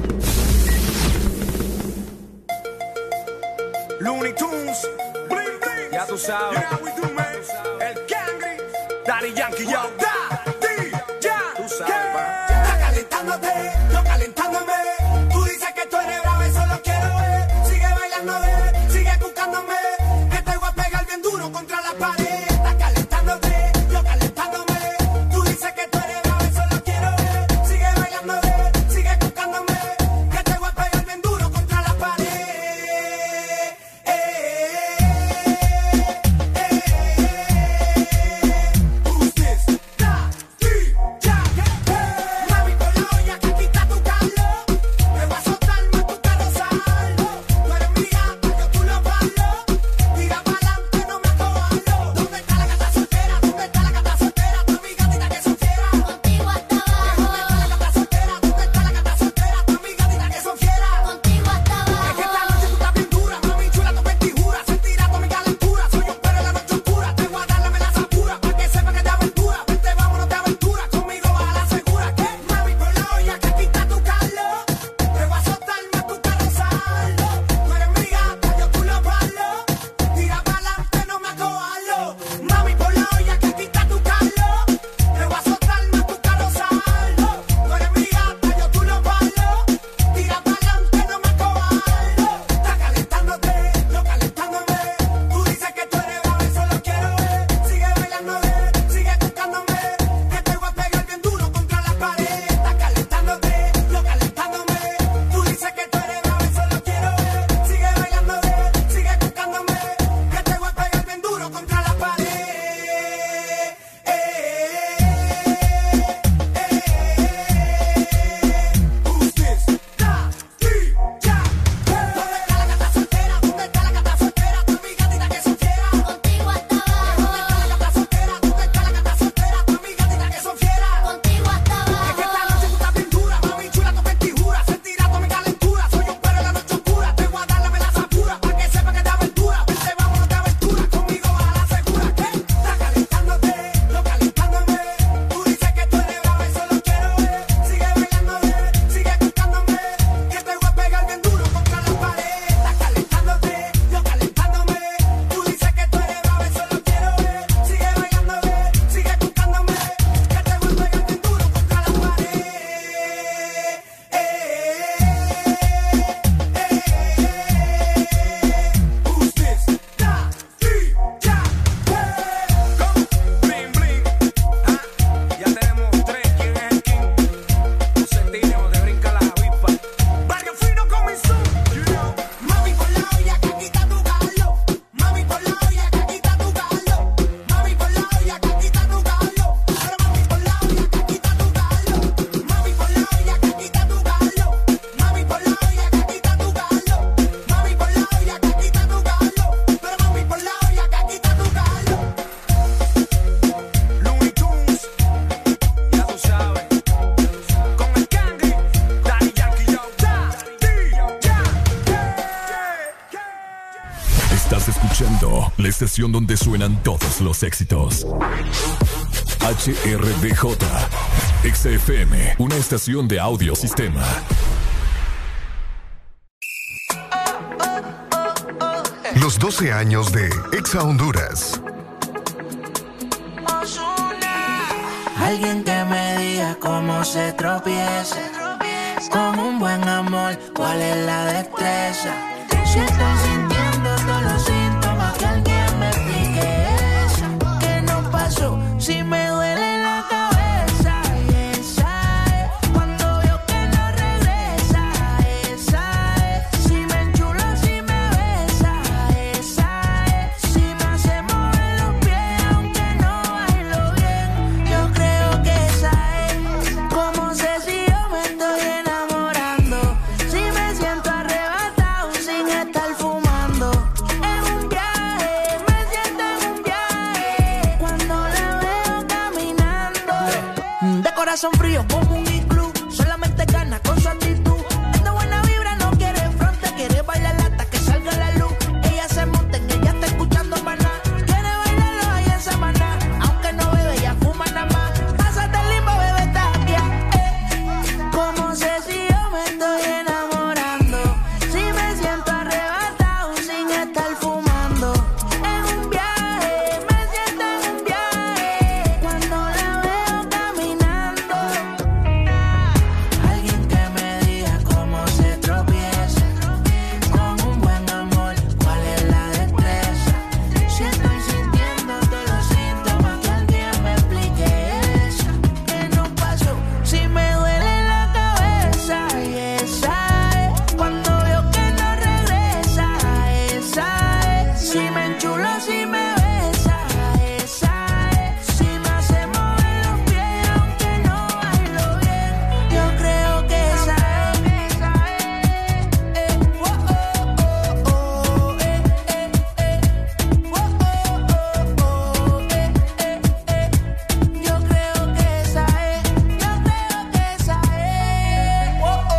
Looney Tunes, ya tú sabes. El Cangri, Daddy Yankee, yo. Tú sabes, pa. Está calentándote, yo calentándome. Tú dices que tú eres bravo, eso lo quiero ver. Sigue bailando, sigue buscándome. Que te voy a pegar bien duro contra la pared. Está calentándote, yo calentándome. Tú dices que tú eres bravo, eso lo quiero ver. Sigue bailando, sigue buscándome. Que te voy a pegar bien duro contra la pared. Who's this? Mami, con la olla que quita Estás escuchando la estación donde suenan todos los éxitos. HRDJ, XFM, una estación de audiosistema. Los 12 años de Exa Honduras. Alguien que me diga cómo se tropieza con un buen amor, cuál es la destreza. Si estoy sintiendo todos los síntomas, que alguien me explique eso. ¿Qué nos pasó? Si me duele la cabeza, esa es. Cuando veo que no regresa, esa es. Si me enchulo, si me besa, esa es. Si me hace mover los pies, aunque no bailo bien, yo creo que esa es. Como sé si yo me estoy enamorando, si me siento arrebatado sin estar fumando. En un viaje, me siento en un viaje, cuando la veo caminando. De corazón frío como un iglú, solamente gana con su actitud. Es de buena vibra, no quiere fronte, quiere bailar hasta que salga la luz. Ella se monta en ella, está escuchando maná. Quiere bailarlo ahí en Samaná, aunque no bebe, ella fuma nada más. Pásate el limbo, bebé, tapia, Como sé si yo me estoy enamorando, si me siento arrebatado sin estar fumando. En un viaje, me siento en un viaje, cuando la veo caminando. Alguien que me diga cómo se tropieza con un buen amor, cuál es la destreza. Si estoy sintiendo todos los síntomas, que alguien me explique eso. ¿Qué nos pasó? Si me duele la cabeza, y esa es. Cuando veo que no regresa, esa es. Si me enchulo, si me besa, esa es. Si me hace mover los pies, aunque no bailo bien, yo creo que esa es. Yo creo que esa es. Yo creo que esa es.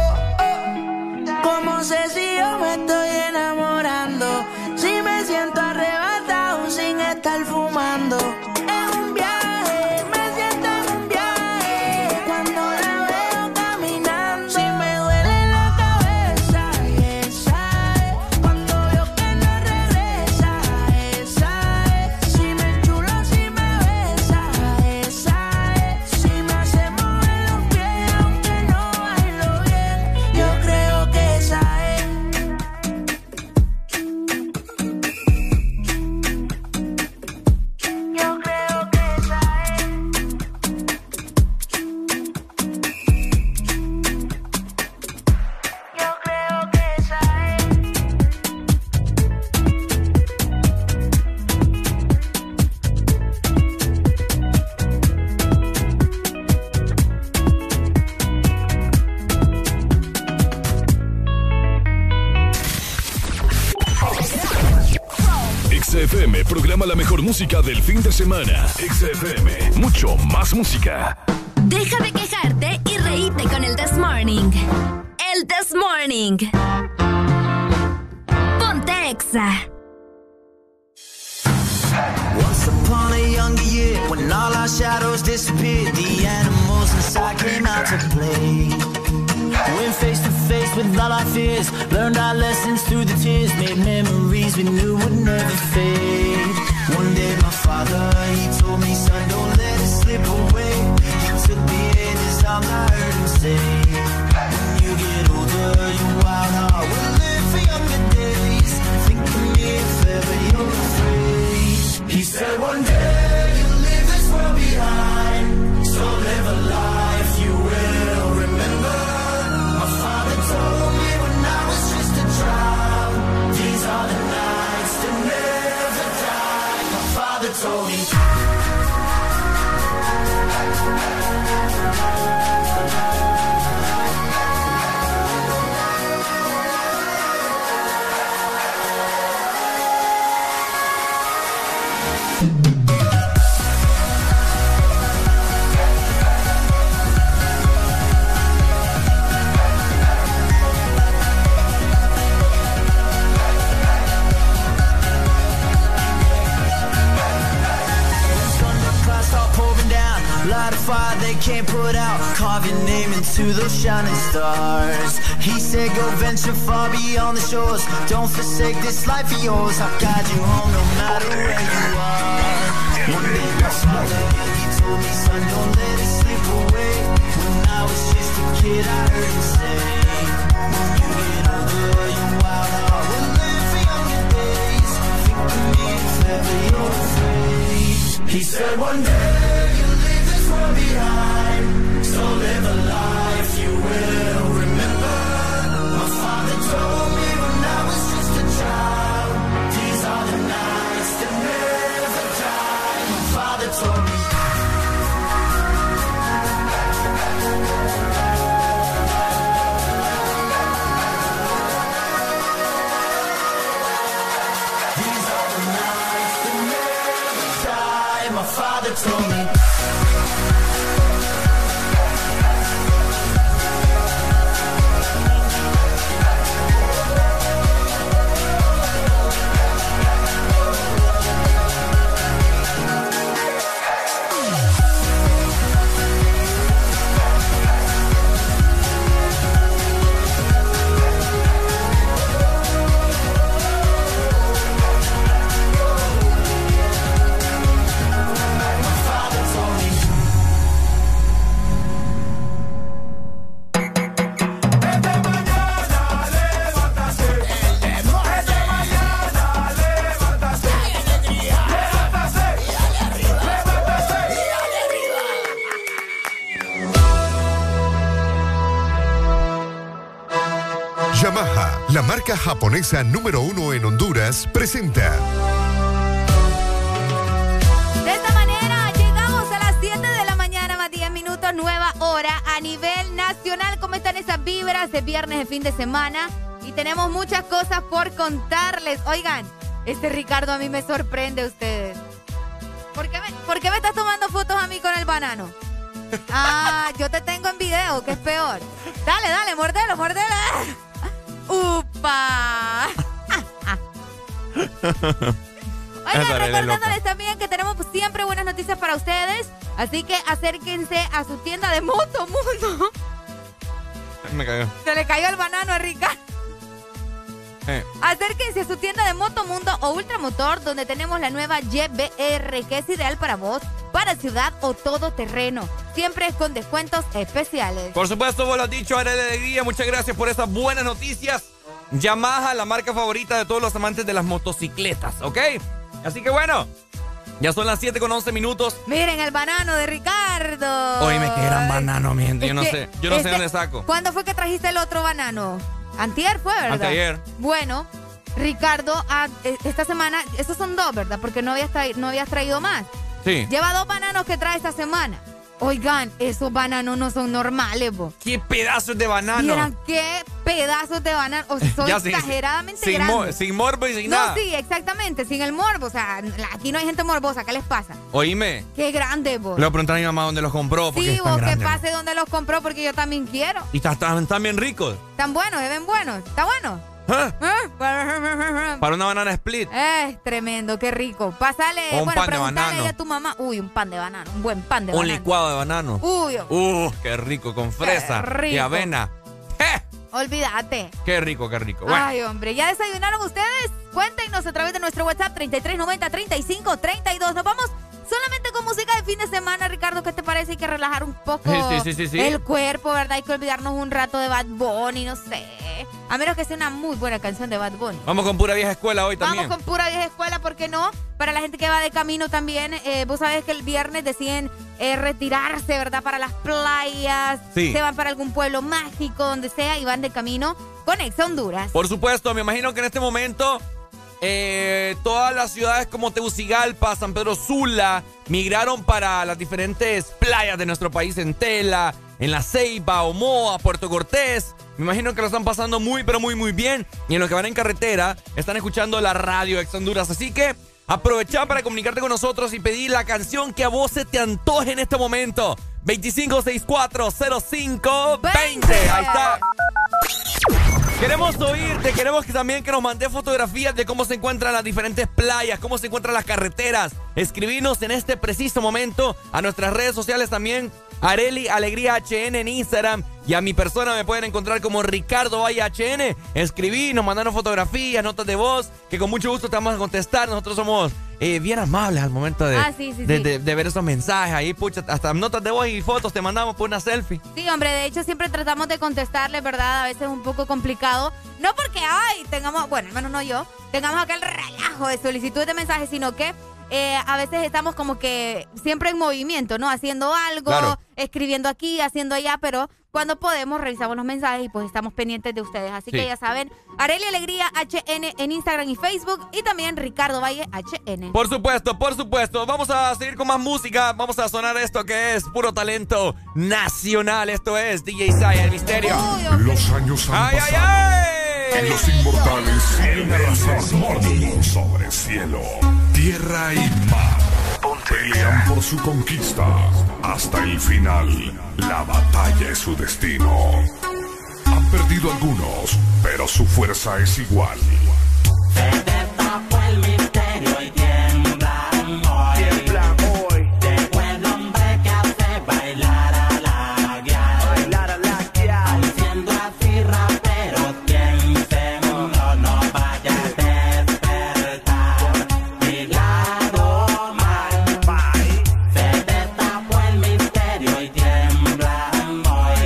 Como sé si yo me estoy enamorando, si me siento arrebatado sin estar fumando. En un viaje, me siento en un viaje, cuando la veo caminando. Si me duele la cabeza, y esa es. Cuando veo que no regresa, esa es. Si me enchulo, si me besa, esa es. Si me hace mover los pies, aunque no bailo bien, yo creo que esa es. Yo creo que esa es. Yo creo que esa es. XFM programa la mejor música del fin de semana. XFM, mucho más música. Deja de quejarte y reíte con el This Morning. El This Morning. Ponte Exa. Once upon a younger year, when all our shadows disappeared, the animals inside came out to play. Went face to face with all our fears, learned our lessons through the tears, made memories we knew would never fade. One day my father, he told me, son, don't let it slip away. He took me in his arms, I heard him say, when you get older, your wild heart will live for younger days. Think of me if ever you're afraid. He said one day you'll leave this world behind, so live a life you will remember. My father told me when I was just a child, these are the nights that never die. My father told me. God they can't put out. Carve your name into those shining stars. He said go venture far beyond the shores. Don't forsake this life of yours. I'll guide you home no matter where you are. One day my father, he told me, son, don't let it slip away. When I was just a kid, I heard him say, when you get older, your wild heart will live for younger days. Think of me if ever you're afraid. He said one day you'll leave this world behind, so live a life you will remember. My father told me when I was just a child, these are the nights that never die. My father told me. These are the nights that never die. My father told me. Yamaha, la marca japonesa número 1 en Honduras, presenta. De esta manera llegamos a las 7 de la mañana más 10 minutos, nueva hora a nivel nacional. ¿Cómo están esas vibras de viernes de fin de semana? Y tenemos muchas cosas por contarles. Oigan, este Ricardo a mí me sorprende a ustedes. ¿Por qué me estás tomando fotos a mí con el banano? Ah, yo te tengo en video, que es peor. Dale, dale, mordelo, mordelo. ¡Upa! Oigan, recordándoles también que tenemos siempre buenas noticias para ustedes. Así que acérquense a su tienda de Motomundo. Me cayó. Se le cayó el banano a Ricardo. Acérquense a su tienda de Motomundo o Ultramotor, donde tenemos la nueva YBR, que es ideal para vos, para ciudad o todoterreno. Siempre con descuentos especiales. Por supuesto, vos lo has dicho, Arely Alegría. Muchas gracias por esas buenas noticias. Yamaha, la marca favorita de todos los amantes de las motocicletas, ¿ok? Así que bueno, ya son las 7:11 minutos. Miren el banano de Ricardo. Oíme, que gran banano, mi gente. Yo no sé dónde saco. ¿Cuándo fue que trajiste el otro banano? Antier fue, ¿verdad? Anteayer. Bueno, Ricardo, esta semana, estos son dos, ¿verdad? Porque no habías traído más. Sí. Lleva 2 bananos que trae esta semana. Oigan, esos bananos no son normales, vos. ¡Qué pedazos de banano! Miren, qué pedazos de banano. O sea, son exageradamente grandes. Sin morbo y sin nada. No, sí, exactamente, sin el morbo. O sea, aquí no hay gente morbosa. ¿Qué les pasa? Oíme. Qué grande, vos. Le voy a preguntar a mi mamá dónde los compró. Sí, vos, que pase dónde los compró, porque yo también quiero. Y están bien ricos. Están buenos, se ven buenos. ¿Está bueno? Para una banana split. Es tremendo, qué rico. Pásale, o un pan de banano. A tu mamá. Uy, un pan de banano, un buen pan de banano. Un licuado de banano. Uy. Qué rico, con fresa y avena. Olvídate. Qué rico, qué rico. Bueno. Ay, hombre, ¿ya desayunaron ustedes? Cuéntenos a través de nuestro WhatsApp 3390-3532. Nos vamos solamente con música de fin de semana, Ricardo. ¿Qué te parece? Hay que relajar un poco sí. el cuerpo, ¿verdad? Hay que olvidarnos un rato de Bad Bunny, no sé. A menos que sea una muy buena canción de Bad Bunny. Vamos con pura vieja escuela hoy también. Vamos con pura vieja escuela, ¿por qué no? Para la gente que va de camino también. Vos sabés que el viernes deciden retirarse, ¿verdad? Para las playas. Sí. Se van para algún pueblo mágico, donde sea, y van de camino con Exa Honduras. Por supuesto, me imagino que en este momento todas las ciudades como Tegucigalpa, San Pedro Sula, migraron para las diferentes playas de nuestro país, en Tela, en La Ceiba, Omoa, Puerto Cortés. Me imagino que lo están pasando muy, pero muy, muy bien. Y en lo que van en carretera, están escuchando la radio Exa Honduras. Así que aprovecha para comunicarte con nosotros y pedir la canción que a vos se te antoje en este momento. 25640520. Ahí está. Queremos oírte, queremos que también que nos mandes fotografías de cómo se encuentran las diferentes playas, cómo se encuentran las carreteras. Escribinos en este preciso momento a nuestras redes sociales también Areli Alegría HN en Instagram. Y a mi persona me pueden encontrar como Ricardo Valle HN. Escribí, nos mandaron fotografías, notas de voz, que con mucho gusto te vamos a contestar. Nosotros somos bien amables al momento de ver esos mensajes. Ahí, pucha, hasta notas de voz y fotos te mandamos por una selfie. Sí, hombre, de hecho siempre tratamos de contestarles, ¿verdad? A veces es un poco complicado. No porque, tengamos, bueno, al menos no yo, tengamos aquel relajo de solicitudes de mensajes, sino que a veces estamos como que siempre en movimiento, ¿no? Haciendo algo, claro, escribiendo aquí, haciendo allá, pero cuando podemos revisamos los mensajes y pues estamos pendientes de ustedes. Así que ya saben, Areli Alegría HN en Instagram y Facebook y también Ricardo Valle HN. Por supuesto, por supuesto. Vamos a seguir con más música. Vamos a sonar esto que es puro talento nacional. Esto es DJ Saya, El Misterio. Los años han pasado. Y los inmortales siguen arrasando sobre cielo, tierra y mar. Pelean por su conquista hasta el final. La batalla es su destino. Han perdido algunos, pero su fuerza es igual. Se destapó el misterio y tiemblan hoy. Tiemblan hoy. Llegó el hombre que hace bailar a la guial. Bailar a la guial. Haciendo así rapero, quien seguro no vaya a despertar. Mi lado mal. Se destapó el misterio y tiemblan hoy.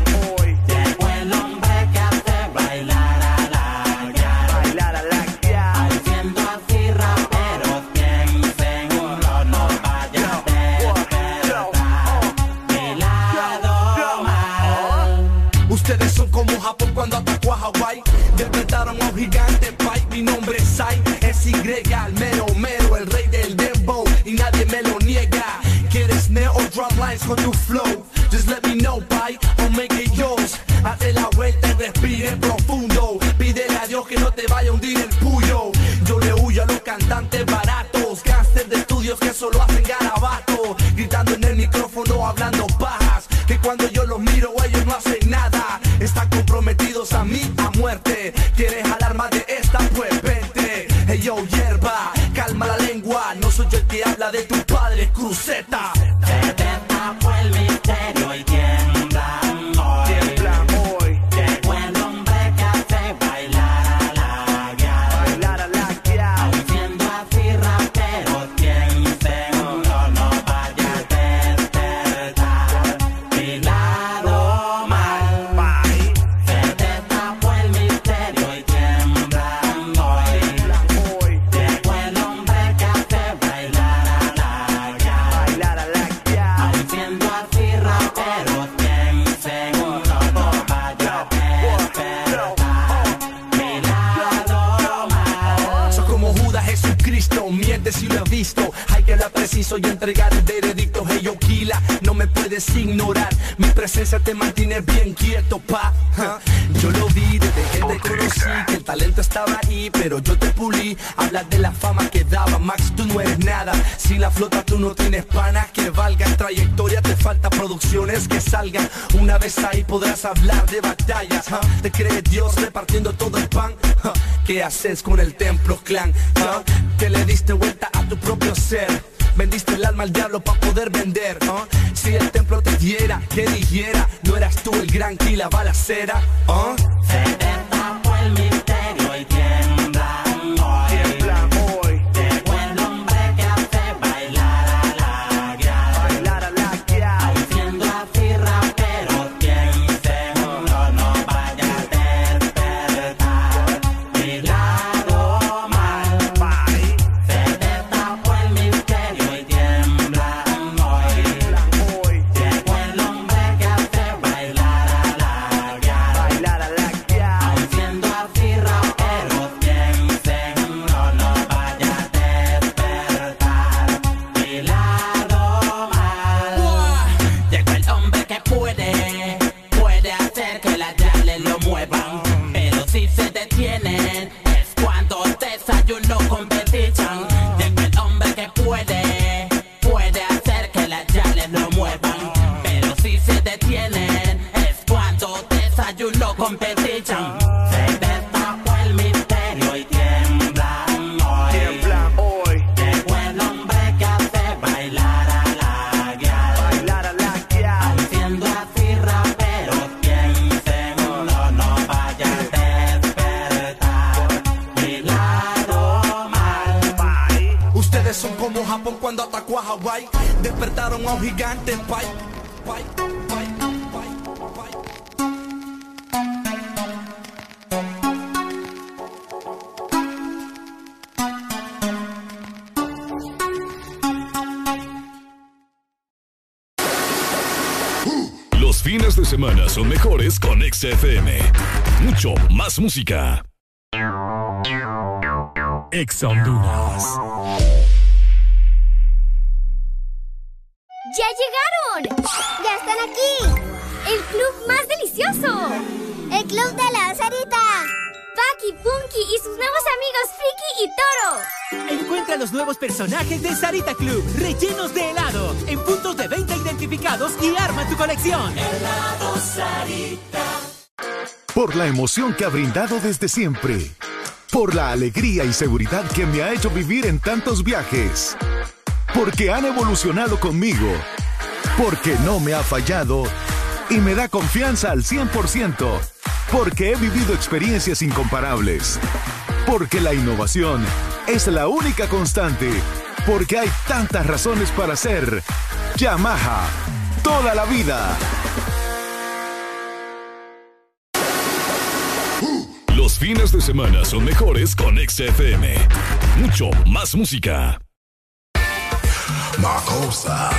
Llegó el hombre que hace bailar a la guial. Bailar a la guial. Haciendo así raperos, quien seguro no vaya a despertar. Mi lado mal. Ustedes son como Japón cuando atacó a Hawái. Despertaron a un gigante pai. Mi nombre es Sai, es Y, el mero mero, el rey del dembow y nadie me lo niega. ¿Quieres neo o drum lines con tu flow? Just let me know, pai, I'll make it yours. Hazte la vuelta y respire profundo. Pídele a Dios que no te vaya a hundir el puyo. Yo le huyo a los cantantes baratos, gángsters de estudios que solo hacen garabato, gritando en el micrófono, hablando pajas, que cuando yo los miro ellos no hacen nada. Están comprometidos a mí a muerte. ¿Quieres jalar más de esta? Pues vente. Hey yo, hierba, calma la lengua. No soy yo el que habla de tu padre, cruceta. Se destapó el misterio y tiemblan hoy. Tiemblan hoy. Llegó el hombre que hace bailar a la guial. Bailar a la guial. Haciendo así raperos, quien seguro no vaya a despertar. Mi lado mal. Se destapó el misterio y tiemblan hoy. Llegó el hombre que hace bailar a la guial. Bailar a la guial. Haciendo así raperos, quien seguro no vaya a despertar. Mi lado mal. Soy como Judas Jesucristo, mientes si lo he visto. Hay que hablar preciso y entregar el veredicto. Hey yo, Kila, no me puedes ignorar. Mi presencia te mantiene bien quieto, pa. Yo lo vi desde que te conocí, que el talento estaba ahí, pero yo te pulí. Hablas de la fama que daba, Max, tú no eres nada. Sin la flota tú no tienes panas que valgan. Trayectoria te falta, producciones que salgan. Una vez ahí podrás hablar de batallas. Te cree Dios repartiendo todo el pan. ¿Qué haces con el templo clan? Que le diste vuelta a tu propio ser. Vendiste el alma al diablo para poder vender. Si el templo te diera, que dijera, no eras tú el gran Kila balacera. Se destapó el misterio y tiemblan hoy. Tiemblan hoy. Llegó el hombre que hace bailar a la guial. Bailar a la guial. Haciendo así raperos, quien seguro no vaya a despertar. Mi lado mal. Se destapó el misterio y tiemblan hoy. Llegó el hombre que hace bailar a la guial. Bailar a la guial. Haciendo así raperos, quien seguro no vaya a despertar. Mi lado mal. Llegó el hombre que puede hacer que las yales lo muevan. Pero si se detienen, es cuando desayuno competition. Llegó el hombre que puede hacer que las yales lo muevan. Pero si se detienen, es cuando desayuno competition. Se destapó el misterio y tiemblan hoy. Tiemblan hoy. Llegó el hombre que hace bailar a la guial. Bailar a la guial. mujeres son como Japón cuando atacó a Hawái. Despertaron a un gigante, pay. Los fines de semana son mejores con XFM. Mucho más música. Ex Honduras. ¡Ya llegaron! ¡Ya están aquí! ¡El club más delicioso! ¡El club de la Sarita! Paki, Punky y sus nuevos amigos Friki y Toro. Encuentra los nuevos personajes de Sarita Club, rellenos de helado, en puntos de venta identificados y arma tu colección. Helado Sarita. Por la emoción que ha brindado desde siempre. Por la alegría y seguridad que me ha hecho vivir en tantos viajes. Porque han evolucionado conmigo. Porque no me ha fallado y me da confianza al 100%. Porque he vivido experiencias incomparables. Porque la innovación es la única constante. Porque hay tantas razones para ser Yamaha toda la vida. Los fines de semana son mejores con XFM. Mucho más música. Macosa.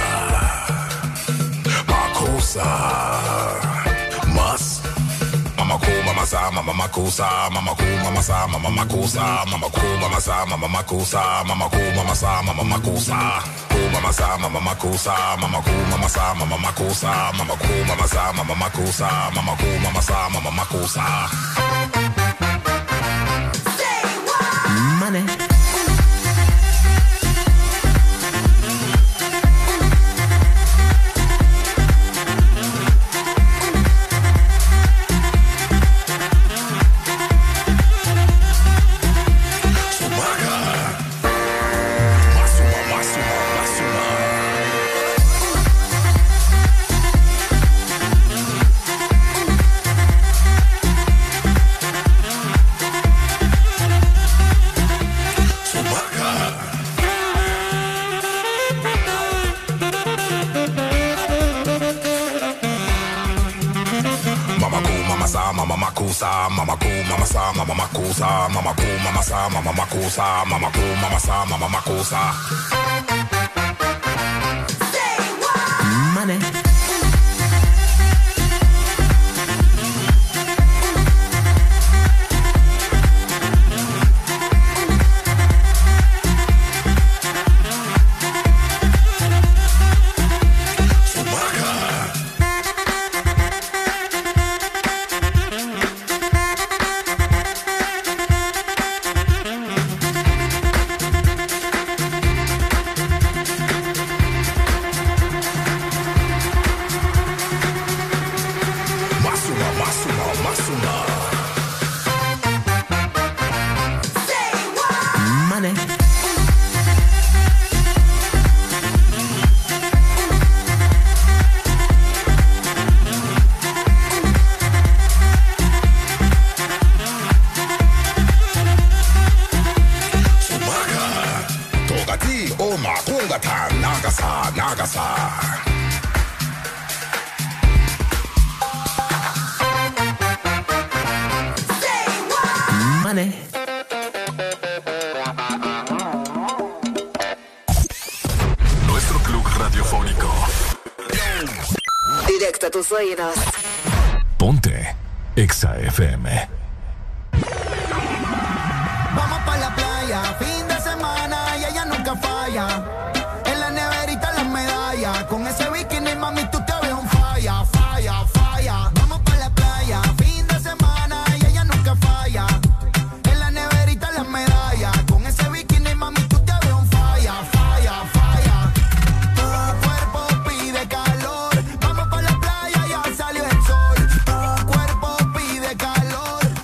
Más. Mamaku, mamasa, mamakusa, mamaku, mamasa, mamakusa, mamaku, mamasa, mamakusa, mamaku, mamasa, mamakusa, mamasa, mamakusa, mamaku, mamasa, mamakusa, mamaku, mamasa, mamakusa, mamaku, mamasa, mamakusa. Money. Mamakusa, mamaku, mamasa, mamakusa, mamaku, mamasa, mamakusa, mamaku, mamasa, mamakusa. Money. Nuestro club radiofónico. Directo a tus oídos. Ponte Exa FM. Vamos pa' la playa, fin de semana y ella nunca falla. En la neverita las medallas, con ese bikini mami tú te ves un falla, falla, falla. Vamos pa' la playa, fin de semana y ella nunca falla. En la neverita las medallas, con ese bikini mami tú te ves un falla, falla, falla. Tu cuerpo pide calor, vamos pa' la playa, ya salió el sol. Tu cuerpo pide calor,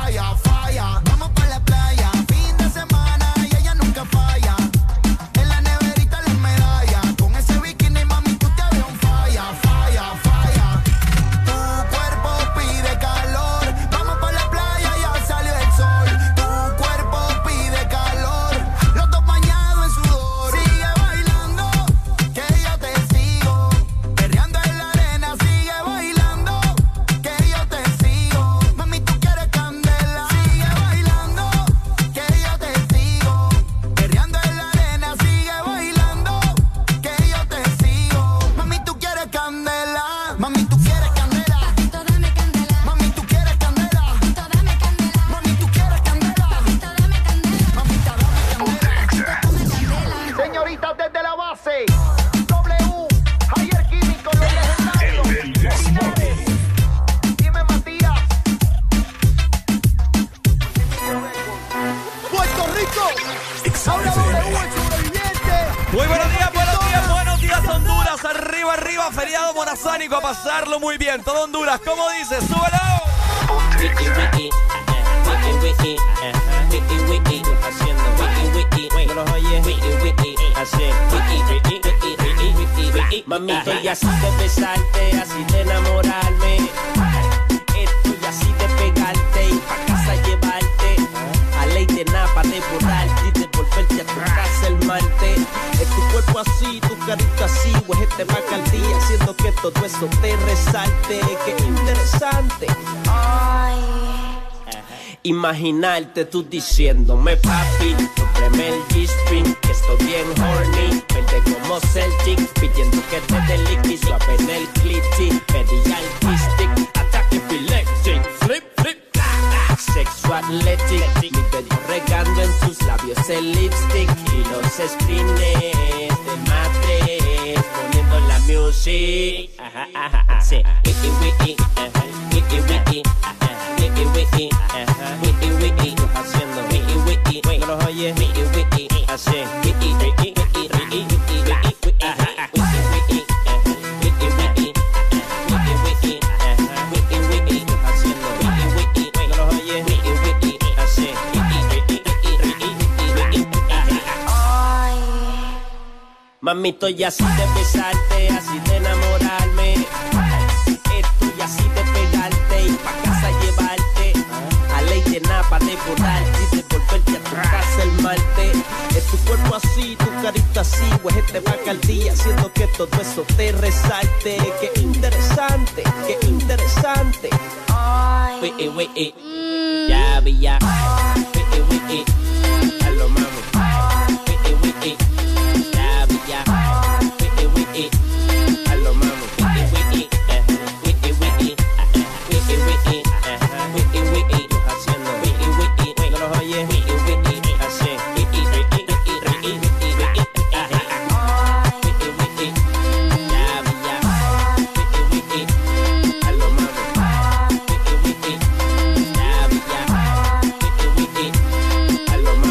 falla, falla. Vamos pa' la playa, fin de semana y ella nunca falla. En la neverita las medallas, con ese bikini mami tú te ves un falla, falla, falla. Tu cuerpo pide calor, vamos pa' la playa, ya salió el sol. Tu cuerpo pide calor, los dos bañados en sudor. Sigue bailando, que yo te sigo. Perreando en la arena, sigue bailando, que yo te sigo. Mami, tú quieres candela. Sigue bailando, que yo te sigo. Perreando en la arena, sigue bailando, que yo te sigo. Mami, tú quieres candela. Mami, tú quieres candela. Dame candela. Mami, tú quieres candela. Dame candela. Mami, tú quieres candela. Dame candela. Mamita, dame candela. Señoritas desde la base. W, Javier Químico, los legendarios. Dime Matías. Puerto Rico. Ahora W, el sobreviviente. Muy buenos días Honduras, arriba, arriba, feriado monazánico, a pasarlo muy bien, todo Honduras, ¿cómo dice? ¡Súbelo! Mamito, y así de besarte, así de enamorarme. Esto y así de pegarte y pa' casa llevarte. A ley de napa, de borrarte y de volverte a tu casa el martes. Es tu cuerpo así, tu carita así, huejete macaldía, haciendo que todo eso te resalte. Qué interesante. Ay. Imaginarte tú diciéndome papi, cómprame el G-String, que estoy bien horny. Vente como Celtic, pidiendo que te dé liqui, suave en el clitty. Pedí al kick, ataque epileptic, flip, flip, sexualetic. Mi dedo regando en tus labios el lipstick y los screens de matres, poniendo la music. Ajá, ajá, ajá. Sí. Wiki, wiki, ajá. Wiki, wiki, ajá. Wiki, wiki, ajá. Wiki, wiki, haciendo wiki, wiki. No los oyes. Wiki, wiki, así. Wiki, wiki, wiki, wiki, wiki, ajá. Wiki, wiki, ajá. Wiki, wiki, ajá. Wiki, wiki, ajá. Wiki, wiki, haciendo wiki, wiki. No los oyes. Wiki, wiki, así. Wiki, wiki, wiki, wiki, wiki, ajá. Ay. Mamito, y así de besarte, así de enamorarme. Esto y así de pegarte y pa' casa llevarte. A ley de napa, de borrarte y de volverte a tu casa el martes. Es tu cuerpo así, tu carita así, huejete macaldía, haciendo que todo eso te resalte. Qué interesante, qué interesante. Ay. Wiki, wiki, ya vi ya. Wiki, wiki, hello mami. Wiki, wiki, ya vi ya. Wiki, wiki, hello mami. Wiki, wiki, wiki, wiki, wiki, wiki, wiki, wiki, haciendo wiki, wiki, no los oyes. Wiki, wiki, así. Wiki, wiki, wiki, wiki, wiki, wiki, wiki, ya vi ya. Wiki, wiki, hello mami. Wiki, wiki, ya vi ya. Wiki, wiki, hello mami.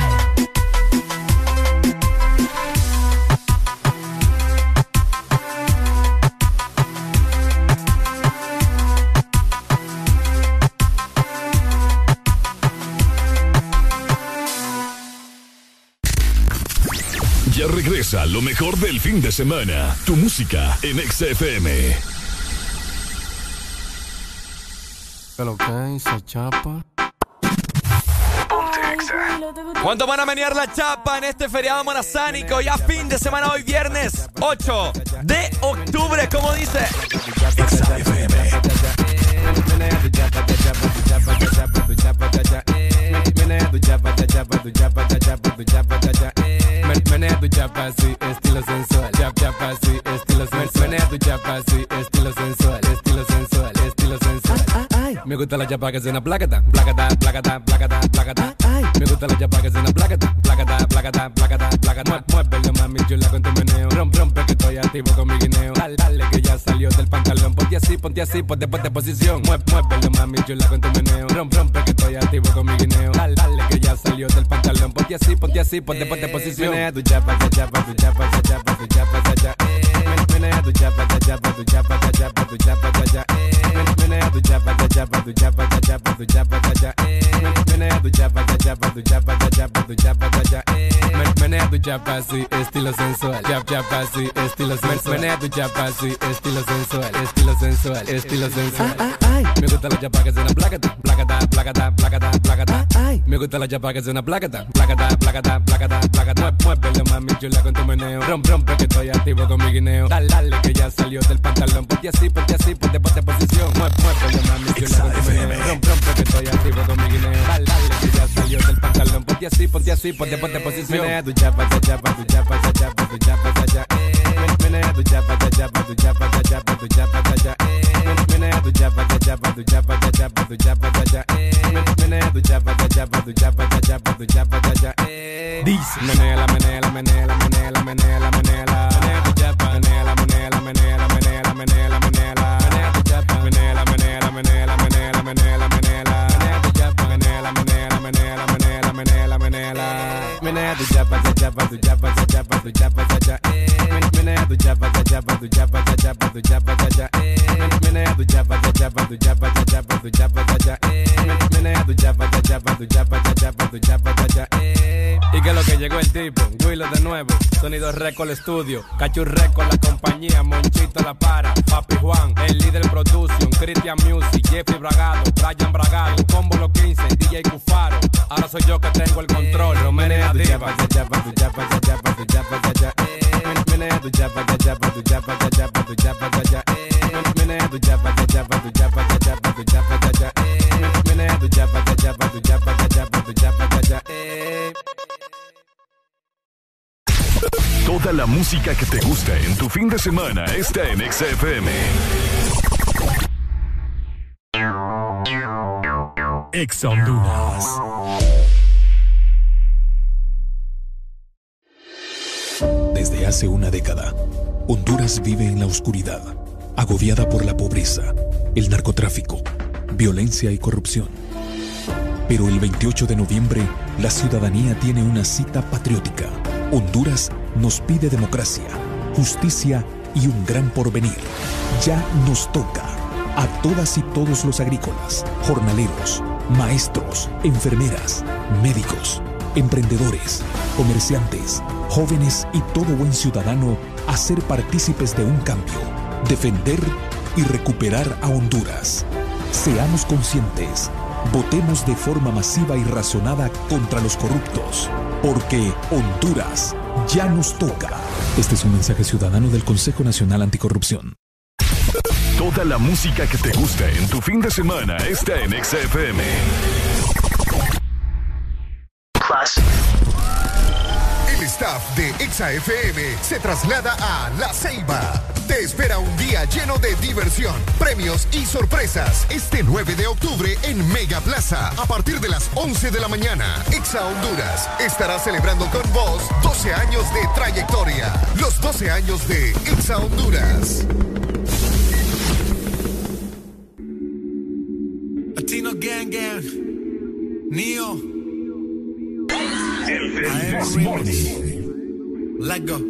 Ya regresa lo mejor del fin de semana. Tu música en XFM. Lo que hizo Chapa. ¿Cuánto van a menear la chapa en este feriado monazánico? Ya fin de semana, hoy viernes 8 de octubre, como dice XFM. Menea tu chapa así, estilo sensual. Chapa así, estilo sensual. Menea tu chapa así, estilo sensual. Estilo sensual, estilo sensual. Me gusta la chapa que suena placata, placata, placata, placata, placata. Me gusta la chapa que suena placata, placata, placata, placata, placata. Muévelo mami chula con tu meneo. Rompe que estoy activo con mi guineo. Dale que ya salió del pantalón. Ponte así, ponte posición. Muévelo mami chula con tu meneo. Rompe que estoy activo con mi guineo. Dale que ya salió del pantalón. Ponte así, ponte posición. Menea tu chapa, chapa, tu chapa, chapa, tu chapa, chapa. Menea tu chapa, chapa, tu chapa, chapa, tu chapa, chapa. Menea tu chapa, tu chapa, tu chapa, tu chapa, tu chapa, tu chapa, menea tu chapa, tu chapa, tu chapa, tu chapa, tu chapa, tu chapa, menea tu chapa así, estilo sensual, chapa así, estilo sensual, menea tu chapa así, estilo sensual, estilo sensual, estilo sensual. Ay, me gusta la chapa que suena placata, placata, placata, placata, placata. Ay, me gusta la chapa que suena placata, placata, placata, placata, placata. Muévelo mami chula con tu meneo, rompe que estoy activo con mi guineo. Dale que ya salió del pantalón, ponte así, ponte posición. Muévelo mami chula con tu meneo, rompe que estoy activo con mi guineo. Dale que ya salió del pantalón, ponte así, ponte posición. Menea tu chapa, tu chapa, tu chapa, tu chapa, tu chapa, tu chapa. Menea tu chapa, tu chapa, tu chapa, tu chapa, tu chapa, tu chapa. Menea tu chapa, tu chapa, tu chapa, tu chapa, tu chapa, tu chapa. Menea tu chapa, tu chapa, tu chapa, tu chapa, tu chapa, tu chapa. Dice menela, menela, menela, menela, menela, menela. Menea tu chapa, menela, menela, menela, menela, menela, menela. Menea tu chapa, menela, menela, menela, menela, menela, menela. Menea tu chapa, menela, menela, menela, menela, menela, menela. Menea tu chapa, tu chapa, tu chapa, tu chapa, tu chapa, tu chapa. Menea tu chapa, tu chapa, tu chapa, tu chapa, tu chapa, tu chapa. Menea tu chapa, tu chapa, tu chapa, tu chapa, tu chapa, tu chapa. Menea tu chapa, tu chapa, tu chapa, tu chapa, tu chapa, tu chapa. Y que lo que llegó el tipo, Willow de nuevo, Sonido Record Studio, Cachu Record, la compañía, Monchito la para, Papi Juan, el líder production, Christian Music, Jeffrey Bragado, Brian Bragado, Combo Los 15, DJ Cufaro, ahora soy yo que tengo el control, Menea tu chapa, tu chapa, tu chapa, tu chapa, tu chapa, tu chapa. Menea tu chapa, tu chapa, tu chapa, tu chapa, tu chapa, tu chapa. Menea tu chapa, tu chapa, tu chapa, tu chapa, tu chapa, tu chapa. Menea tu chapa, tu chapa, tu chapa, tu chapa, tu chapa, tu chapa. Toda la música que te gusta en tu fin de semana está en XFM. Ex Honduras. Desde hace una década, Honduras vive en la oscuridad, agobiada por la pobreza, el narcotráfico, violencia y corrupción. Pero el 28 de noviembre, la ciudadanía tiene una cita patriótica. Honduras nos pide democracia, justicia y un gran porvenir. Ya nos toca. A todas y todos los agrícolas, jornaleros, maestros, enfermeras, médicos, emprendedores, comerciantes, jóvenes y todo buen ciudadano a ser partícipes de un cambio, defender y recuperar a Honduras. Seamos conscientes, votemos de forma masiva y razonada contra los corruptos, porque Honduras ya nos toca. Este es un mensaje ciudadano del Consejo Nacional Anticorrupción. Toda la música que te gusta en tu fin de semana está en XFM. El staff de XFM se traslada a La Ceiba. Te espera un día lleno de diversión, premios y sorpresas este 9 de octubre en Mega Plaza. A partir de las 11 de la mañana, Exa Honduras estará celebrando con vos 12 años de trayectoria. Los 12 años de Exa Honduras. Latino Gang Gang, Neo, Let's go.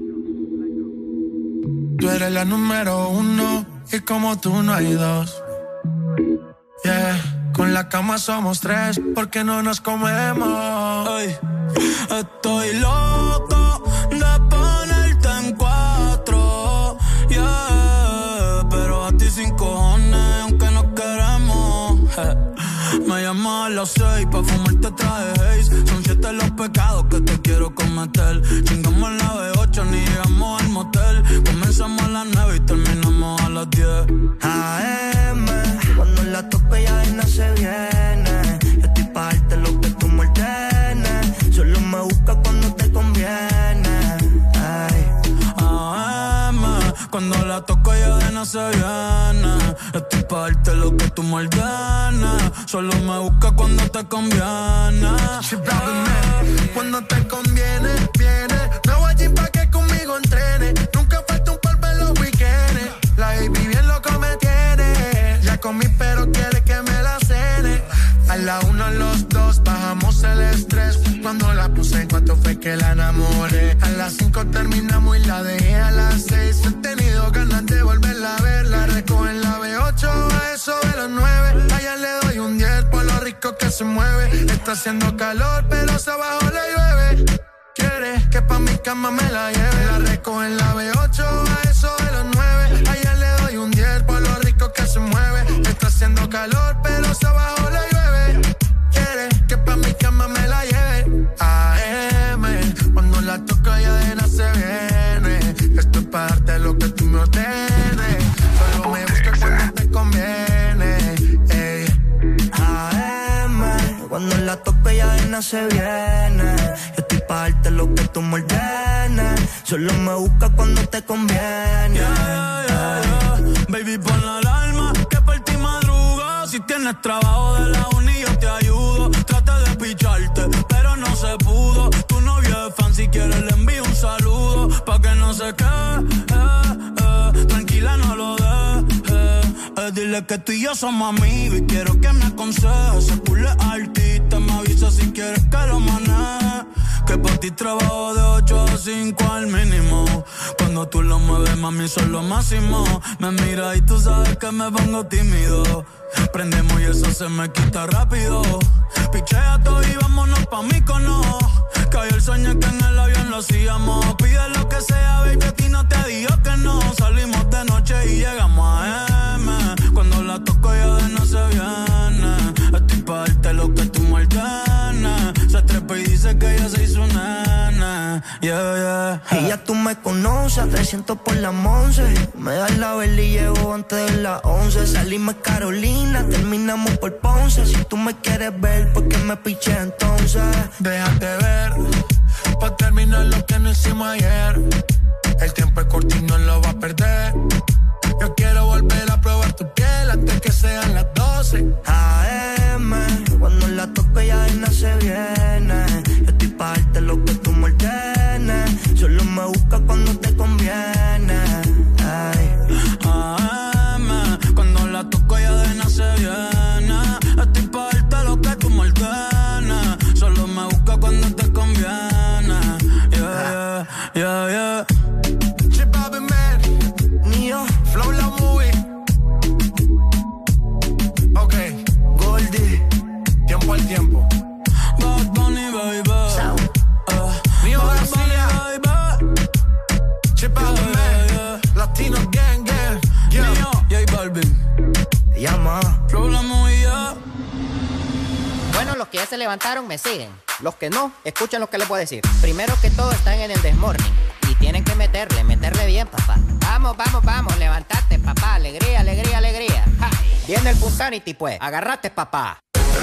Tú eres la número 1 y como tú no hay dos. Yeah, con la cama somos 3 porque no nos comemos. Ay, estoy loco de ponerte en 4. Yeah, pero a ti sin cojones aunque no queremos. Me llamas a las 6 pa' fumarte traje Haze. Son 7 los pecados que te quiero cometer. Chingamos la B8 ni llegamos al motel. Comenzamos a las 9 y terminamos a las 10 AM, cuando la tope ya no se viene. Yo estoy pa' darte lo que tú me ordenes. Solo me busca cuando te conviene. Ay. AM, cuando la toco ya de no se viene. Estoy pa' darte lo que tú me ordenes. Solo me busca cuando te conviene. Cuando te conviene, viene. Me voy allí pa' que conmigo entrene. Nunca falta un polvo en los weekends. La baby bien loco me tiene. Ya comí pero quiere que me la cene. A la 1, a los 2 bajamos el estrés. Cuando la No sé cuánto fue que la enamoré. A las 5 terminamos y la dejé a las 6. He tenido ganas de volverla a ver. La recojo en la B8 a eso de los 9. Allá le doy un 10 por lo rico que se mueve. Está haciendo calor pero se abajo le llueve. Quiere que pa' mi cama me la lleve. La recojo en la B8 a eso de los 9. Allá le doy un 10 por lo rico que se mueve. Está haciendo calor pero se abajo le llueve. Quiere que pa' mi cama me la lleve. AM, cuando la toco ya de nada se viene. Esto es para darte lo que tú me ordenes. Solo me buscas cuando te conviene. Ey. AM, cuando la toco ya de nada se viene. Yo estoy para darte lo que tú me ordenes. Solo me buscas cuando te conviene. Yeah, yeah, yeah. Baby, pon la alarma que por ti madruga. Si tienes trabajo de la uni yo te ayudo. Traté de picharte, pero no se pudo. Tu novio es fan, si quieres le envío un saludo. Pa' que no se quede, tranquila no lo dejes. Dile que tú y yo somos amigos y quiero que me aconsejes. Se pule artista, me avisa si quieres que lo maneje. Que pa' ti trabajo de 8 a 5 al mínimo. Cuando tú lo mueves, mami, son lo máximo. Me mira y tú sabes que me pongo tímido. Prendemos y eso se me quita rápido. Pichea todo y vámonos pa' Mykonos. Cayó el sueño que en el avión lo hacíamos. Pide lo que sea, baby, a ti no te digo que no. Salimos de noche y llegamos a M. Cuando la toco ya de no se viene. Estoy pa' darte lo que tú me ordenes. Se trepa y dice que ella se hizo nena. Yeah, yeah. Y ya tú me conoces, 300 por la Monse. Me das la vela y llego antes de las 11. Salimos Carolina, terminamos por Ponce. Si tú me quieres ver, ¿por qué me piché entonces? Déjate ver, pa' terminar lo que no hicimos ayer. El tiempo es corto y no lo va a perder. Yo quiero volver a probar tu piel antes que sean las 12. AM, cuando la toco ya de nada se viene. Yo estoy pa' darte lo que tú me ordenes. Solo me buscas cuando te conviene. Ay. AM, cuando la toco ya de nada se viene. Estoy pa' darte lo que tú me ordenes. Solo me buscas cuando te conviene. Yeah, yeah, yeah, yeah. Flow la movie. Ok, Goldie, tiempo al tiempo. Bad Bunny, baby. Nio García, Chip Out the Man, Latino Gang Gang. Nio, J Balvin. Llama. Flow la movie, yeah. Bueno, los que ya se levantaron me siguen. Los que no, escuchen lo que les voy a decir. Primero que todo están en el Desmorning. Y tienen que meterle bien, papá. Vamos, vamos, vamos, levantate, papá. Alegría, alegría, alegría. ¡Ja! Viene el Punsanity, pues. Agarrate, papá.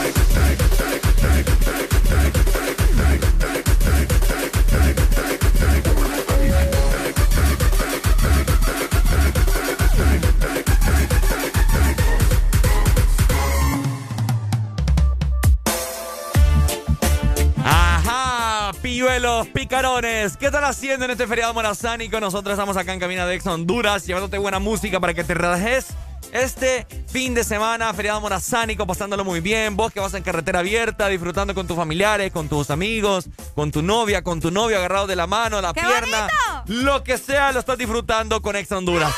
Pilluelos, picarones, ¿qué están haciendo en este feriado morazánico? Nosotros estamos acá en Cabina de Ex Honduras, llevándote buena música para que te relajes este fin de semana, feriado morazánico, pasándolo muy bien. Vos que vas en carretera abierta, disfrutando con tus familiares, con tus amigos, con tu novia, con tu novio, agarrado de la mano, la pierna, bonito. Lo que sea, lo estás disfrutando con Ex Honduras.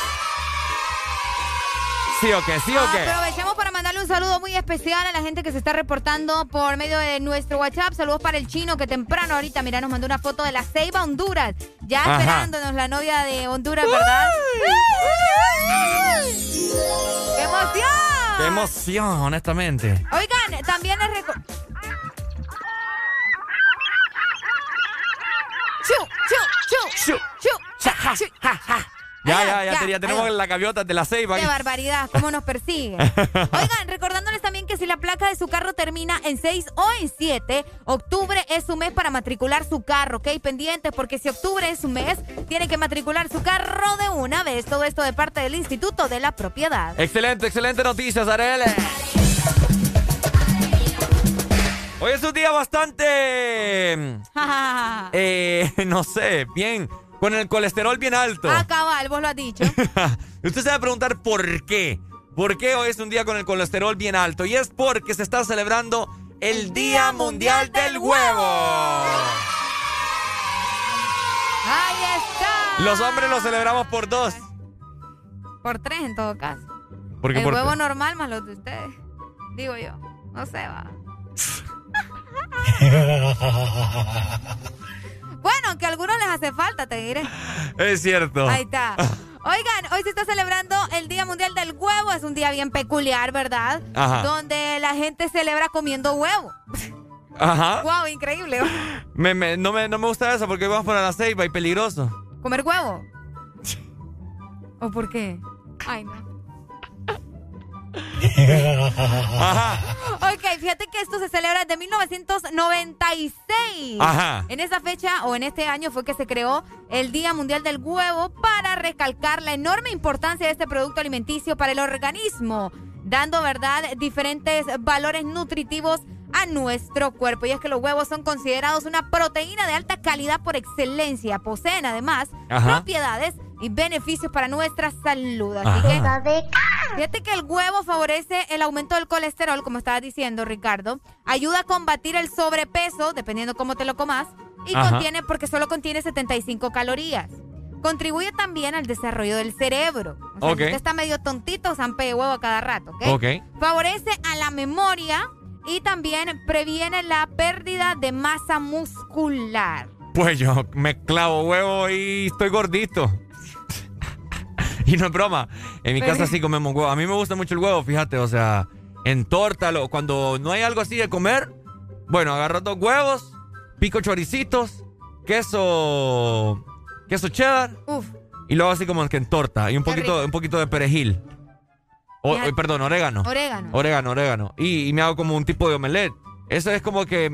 ¿Sí o qué? ¿Sí o qué? Aprovechamos para mandarle un saludo muy especial a la gente que se está reportando por medio de nuestro WhatsApp. Saludos para el Chino, que temprano ahorita, mira, nos mandó una foto de la Ceiba, Honduras. Ya esperándonos la novia de Honduras, ¿verdad? ¡Qué emoción! ¡Qué emoción, honestamente! Oigan, también es... Ya tenemos la gaviota de la Ceiba. ¡Qué barbaridad! ¿Cómo nos persigue? Oigan, recordándoles también que si la placa de su carro termina en 6 o en 7, octubre es su mes para matricular su carro, ¿ok? Pendientes, porque si octubre es su mes, tiene que matricular su carro de una vez. Todo esto de parte del Instituto de la Propiedad. Excelente noticias, Arele. Hoy es un día bastante... no sé, bien... Con el colesterol bien alto. Ah, cabal, vos lo has dicho. Usted se va a preguntar por qué. ¿Por qué hoy es un día con el colesterol bien alto? Y es porque se está celebrando el Día Mundial del Huevo. Ahí está. Los hombres lo celebramos por 2. Por 3 en todo caso. ¿Por qué el por huevo 3? normal más los de ustedes. Digo yo. No sé, va. Bueno, que a algunos les hace falta, te diré. Es cierto. Ahí está. Oigan, hoy se está celebrando el Día Mundial del Huevo. Es un día bien peculiar, ¿verdad? Ajá. Donde la gente celebra comiendo huevo. Ajá. Wow, increíble. No me gusta eso porque vamos para la ceiba y peligroso. ¿Comer huevo? ¿O por qué? Ay, no. Ajá. Ok, fíjate que esto se celebra desde 1996. Ajá. En esa fecha o en este año fue que se creó el Día Mundial del Huevo para recalcar la enorme importancia de este producto alimenticio para el organismo, dando, ¿verdad?, diferentes valores nutritivos a nuestro cuerpo. Y es que los huevos son considerados una proteína de alta calidad por excelencia. Poseen además propiedades y beneficios para nuestra salud. Así que fíjate que el huevo favorece el aumento del colesterol, como estaba diciendo Ricardo. Ayuda a combatir el sobrepeso, dependiendo cómo te lo comas. Y porque solo contiene 75 calorías. Contribuye también al desarrollo del cerebro. O sea, si usted está medio tontito, zampe de huevo a cada rato, ¿ok? Favorece a la memoria y también previene la pérdida de masa muscular. Pues yo me clavo huevo y estoy gordito. Y no es broma. En mi casa sí comemos huevo. A mí me gusta mucho el huevo, fíjate. O sea, en torta, cuando no hay algo así de comer, bueno, agarro 2 huevos, pico choricitos, queso cheddar. Y luego así como que en torta. Y un poquito de perejil. Perdón, orégano. Orégano. Y me hago como un tipo de omelette. Eso es como que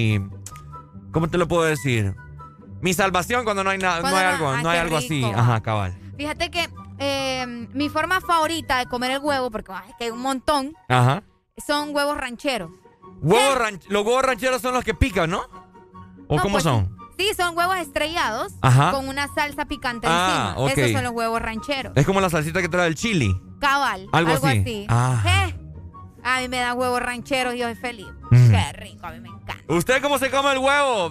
¿cómo te lo puedo decir? Mi salvación cuando no hay algo así. Ajá, cabal. Fíjate que mi forma favorita de comer el huevo, porque es que hay un montón, son huevos rancheros. Los huevos rancheros son los que pican, ¿no? ¿O cómo son? Sí, son huevos estrellados con una salsa picante encima. Esos son los huevos rancheros. Es como la salsita que trae el chili. Cabal, algo así. A mí me dan huevos rancheros y yo soy feliz. Qué rico, a mí me encanta. ¿Usted cómo se come el huevo?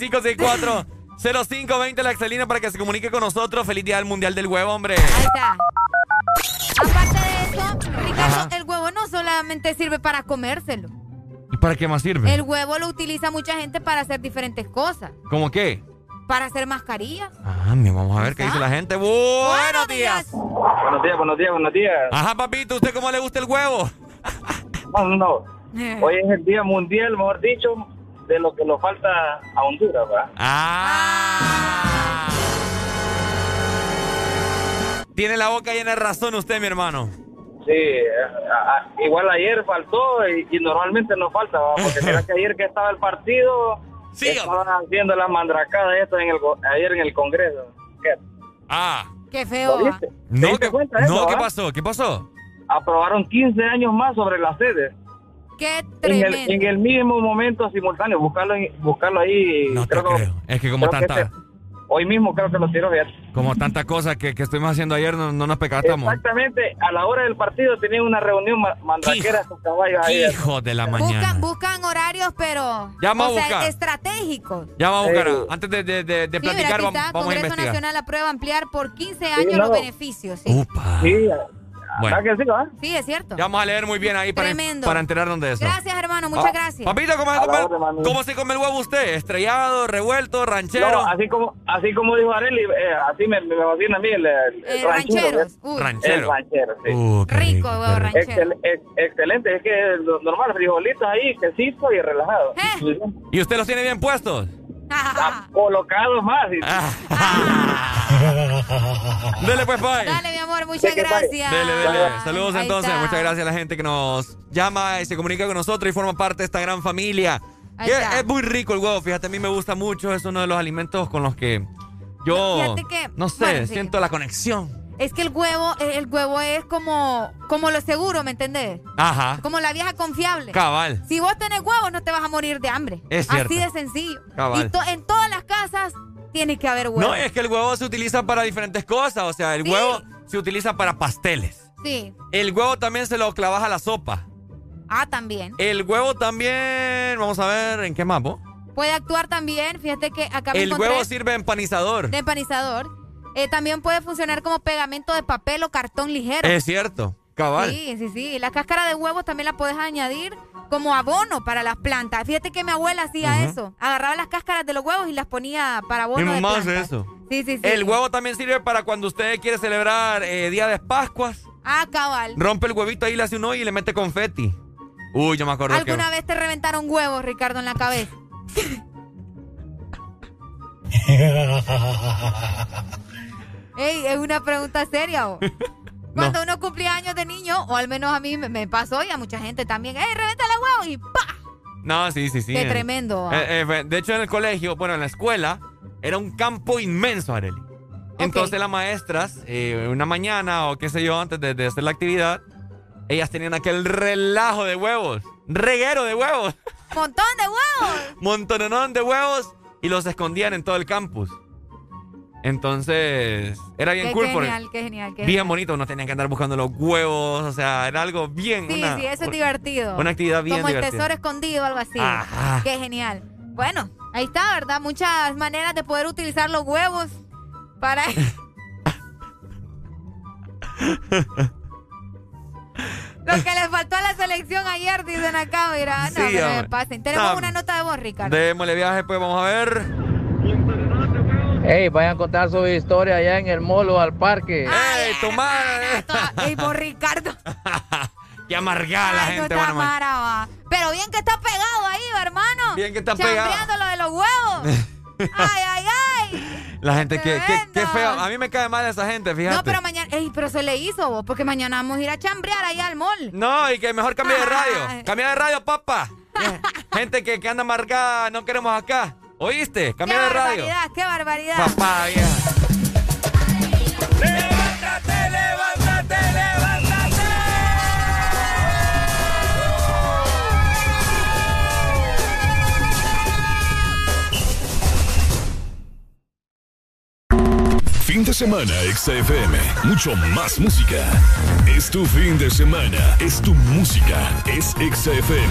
2564-0520 la Excelina para que se comunique con nosotros. Feliz Día del Mundial del Huevo, hombre. Ahí está. Aparte de eso, Ricardo, el huevo no solamente sirve para comérselo. ¿Y para qué más sirve? El huevo lo utiliza mucha gente para hacer diferentes cosas. ¿Cómo qué? Para hacer mascarillas. Vamos a ver qué dice la gente. ¡Buenos días! Buenos días. Ajá, papito, ¿usted cómo le gusta el huevo? No. Hoy es el Día Mundial, mejor dicho, de lo que nos falta a Honduras, ¿verdad? Tiene la boca llena de razón usted, mi hermano. Sí, igual ayer faltó y normalmente nos falta, ¿verdad? Porque mira que ayer que estaba el partido, estaban haciendo la mandracada ayer en el Congreso. Qué feo. ¿Qué pasó? ¿Qué pasó? Aprobaron 15 años más sobre las sedes. ¡Qué tremendo! En el mismo momento simultáneo, buscarlo ahí. No te creo. Es que como tanta... Hoy mismo creo que lo tiró, fíjate. Como tantas cosas que estuvimos haciendo ayer, no nos percatamos. Exactamente, a la hora del partido tenían una reunión mandraquera con caballos ahí. Hijo de la mañana. Buscan horarios, pero... Ya vamos a buscar. Estratégicos. Ya vamos a buscar. Antes de platicar, vamos a investigar. Congreso Nacional aprueba ampliar por 15 años los beneficios. Upa. Sí, bueno. Que sí, ¿verdad? Sí, es cierto. Ya vamos a leer muy bien ahí para enterarnos de eso. Gracias, hermano. Muchas gracias. Papito, ¿cómo se come el huevo usted? ¿Estrellado, revuelto, ranchero? No, así como dijo Arely, así me fascina a mí el ranchero. Ranchero. El ranchero, sí. Rico, huevo ranchero. Excelente. Es que normal, frijolitos ahí, quesito y relajado. ¿Y usted los tiene bien puestos? Colocados más. Dele pues, bye. Dale, mi amor, muchas gracias. Dele. Saludos entonces. Muchas gracias a la gente que nos llama y se comunica con nosotros y forma parte de esta gran familia. Es muy rico el huevo, fíjate, a mí me gusta mucho. Es uno de los alimentos con los que yo, siento la conexión. Es que el huevo es como lo seguro, ¿me entendés? Ajá. Como la vieja confiable. Cabal. Si vos tenés huevos, no te vas a morir de hambre. Es cierto. Así de sencillo. Cabal. Y en todas las casas tiene que haber huevos. No, es que el huevo se utiliza para diferentes cosas. O sea, el huevo se utiliza para pasteles. Sí. El huevo también se lo clavas a la sopa. Ah, también. El huevo también, vamos a ver, ¿en qué más, vos? Puede actuar también, fíjate que acá me El huevo sirve de empanizador. De empanizador. También puede funcionar como pegamento de papel o cartón ligero. Es cierto, cabal. Sí. La cáscara de huevo también la puedes añadir como abono para las plantas. Fíjate que mi abuela hacía eso. Agarraba las cáscaras de los huevos y las ponía para abono de plantas. Mi mamá hace eso. Sí. El huevo también sirve para cuando usted quiere celebrar Día de Pascuas. Ah, cabal. Rompe el huevito ahí, le hace un hoyo y le mete confeti. Uy, yo me acuerdo que... ¿Alguna vez te reventaron huevos, Ricardo, en la cabeza? Ey, es una pregunta seria, ¿o? Cuando uno cumplía años de niño, o al menos a mí me pasó y a mucha gente también, ¡ey, revéntale huevos! Y ¡pa! No, sí. Qué tremendo. De hecho, en el colegio, bueno, en la escuela, era un campo inmenso, Arely. Entonces las maestras, una mañana o qué sé yo, antes de hacer la actividad, ellas tenían aquel relajo de huevos. Reguero de huevos. ¡Montón de huevos! Montononón de huevos y los escondían en todo el campus. Entonces, era bien cool. Qué genial. Bien bonito, no tenían que andar buscando los huevos, o sea, era algo bien... Sí, eso es divertido. Una actividad bien divertida. Como el tesoro escondido, algo así. Ajá. Qué genial. Bueno, ahí está, ¿verdad? Muchas maneras de poder utilizar los huevos para... Lo que les faltó a la selección ayer, dicen acá, mira. No, sí, no me pasen. Tenemos una nota de voz, Ricardo. Démosle viaje, pues vamos a ver. Ey, vayan a contar su historia allá en el molo al parque. ¡Ey, tu madre! ¡Ey, por Ricardo! ¡Qué amargada la gente! No está maraba. Pero bien que está pegado ahí, hermano. Bien que está pegado. Chambreando lo de los huevos. ¡Ay! La gente, qué feo. A mí me cae mal esa gente, fíjate. No, pero mañana... Ey, pero se le hizo, vos, porque mañana vamos a ir a chambrear allá al mall. No, y que mejor cambie de radio. Cambia de radio, papá. Gente que anda amargada, no queremos acá. ¿Oíste? Cambia de radio. ¡Qué barbaridad! Papá, vieja. ¡Levántate, levántate, levántate! Fin de semana, XFM. Mucho más música. Es tu fin de semana. Es tu música. Es XFM.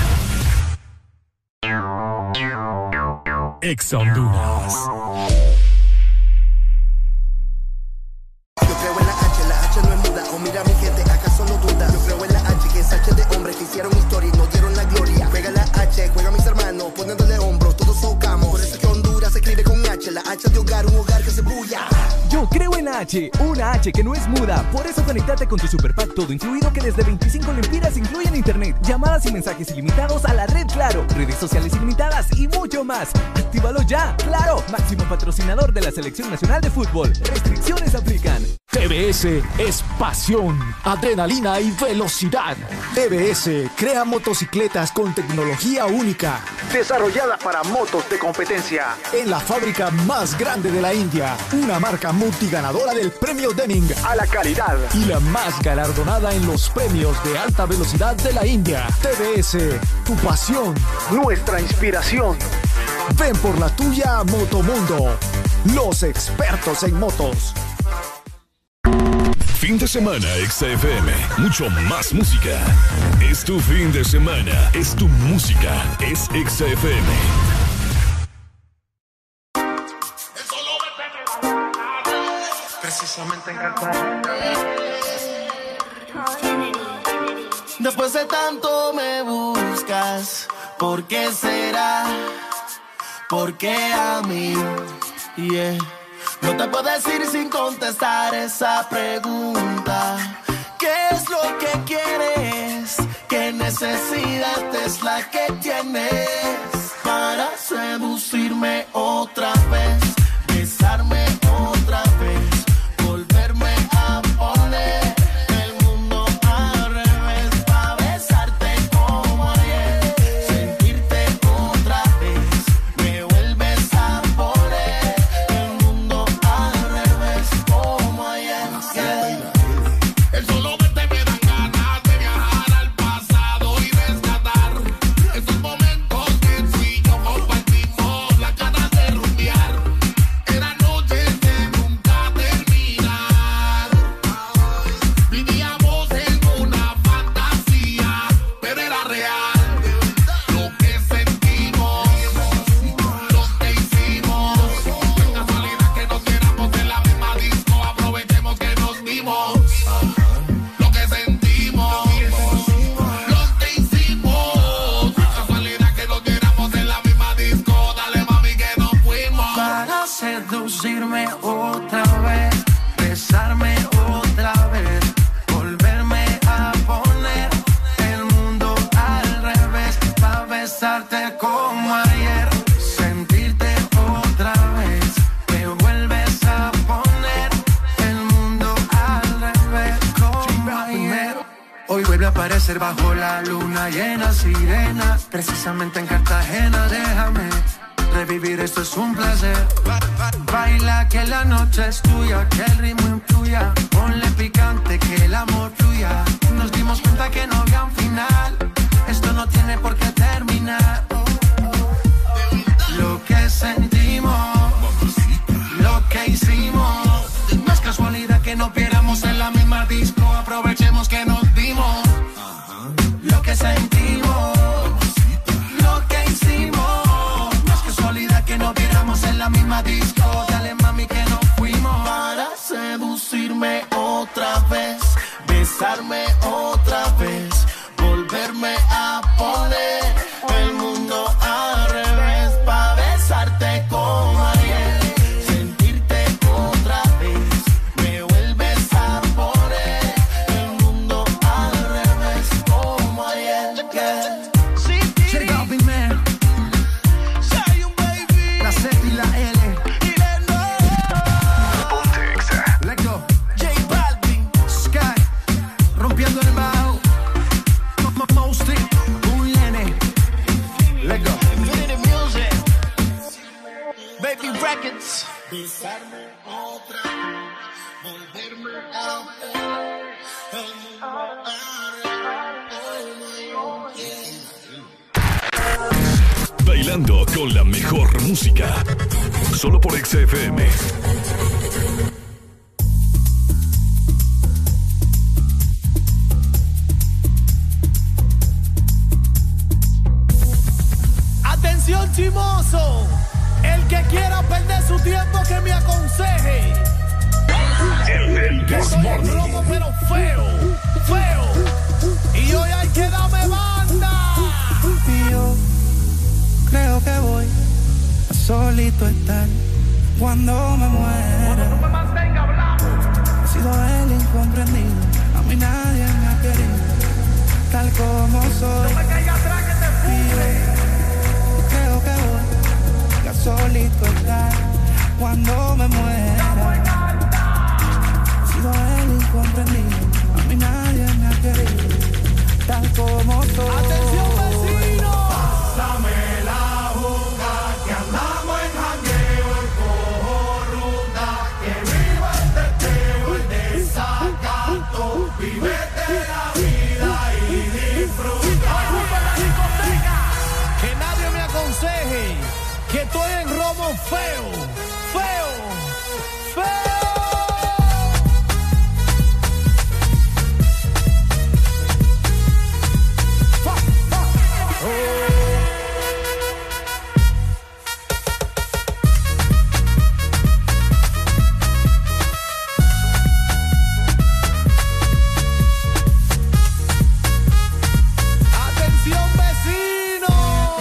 Ex Honduras. Yo creo en la H no es muda. O mira mi gente, ¿acaso no duda? Yo creo en la H, que es H de hombre que hicieron historia y nos dieron la gloria. Juega la H, juega mis hermanos, poniéndole hombros, todos socamos. Por eso es que Honduras se escribe con H, la H de hogar, un hogar que se bulla. Yo creo en la H, una H que no es muda. Por eso conectate con tu Superpack todo incluido, que desde 25 lempiras incluyen internet, llamadas y mensajes ilimitados a la red Claro, redes sociales ilimitadas y mucho más. ¡Actívalo ya! ¡Claro! Máximo patrocinador de la Selección Nacional de Fútbol. Restricciones aplican. TBS es pasión, adrenalina y velocidad. TBS crea motocicletas con tecnología única, desarrolladas para motos de competencia. En la fábrica más grande de la India, una marca multiganadora del premio Deming a la calidad y la más galardonada en los premios de alta velocidad de la India. TBS, tu pasión, nuestra inspiración. Ven por la tuya a Motomundo, los expertos en motos. Fin de semana, XFM. Mucho más música. Es tu fin de semana. Es tu música. Es XFM. Precisamente encantado. Después de tanto me buscas, ¿por qué será? ¿Por qué a mí? Yeah. No te puedo decir sin contestar esa pregunta. ¿Qué es lo que quieres? ¿Qué necesidad es la que tienes para seducirme otra vez? Besarme otra vez, volverme a poner el mundo al revés, para besarte como ayer, sentirte otra vez, me vuelves a poner el mundo al revés como ayer. El solo verte me dan ganas de viajar al pasado y rescatar esos momentos amanecer bajo la luna llena, sirena, precisamente en Cartagena. Déjame revivir, esto es un placer. Baila que la noche es tuya, que el ritmo influya. Ponle picante, que el amor fluya. Nos dimos cuenta que no había un final. Esto no tiene por qué terminar. Lo que sentimos, lo que hicimos. No es casualidad que nos viéramos en la misma disco. Aprovechemos que nos dimos. Lo que sentimos, lo que hicimos. No es casualidad que nos viéramos en la misma disco. Dale mami que nos fuimos. Para seducirme otra vez, besarme otra vez, volverme a poner el mundo al revés. Pa' besarte como ayer, sentirte otra vez, me vuelves a poner el mundo al revés como ayer. Check out, big man. Say you baby. La Z y la L. Let go. J Balvin, Sky, rompiendo el bajo. Mostly, un nene. Let go. Infinity Music, Baby Records. Besarme otra vez, volverme a ver el mundo Bailando con la mejor música. Solo por XFM. Atención chimoso, el que quiera perder su tiempo que me aconseje. Que soy el robo pero feo, feo. Y hoy hay que darme banda. Y yo creo que voy a solito estar cuando me muera. No me mantenga hablando. He sido el incomprendido, a mí nadie me ha querido, tal como soy. No me caiga atrás que te fume. Creo que voy a solito estar cuando me muera. He sido el incomprendido, a mí nadie me ha querido, tal como soy. Atención vecino, pásame la juga, que andamos en jangueo, el cojo ruta, que viva el teteo, el desacato, vívete la vida y disfruta. que nadie me aconseje que estoy en robo feo, feo, feo. Atención vecino.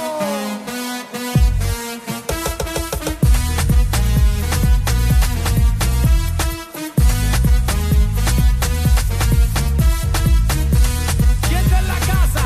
¿Quién está en la casa?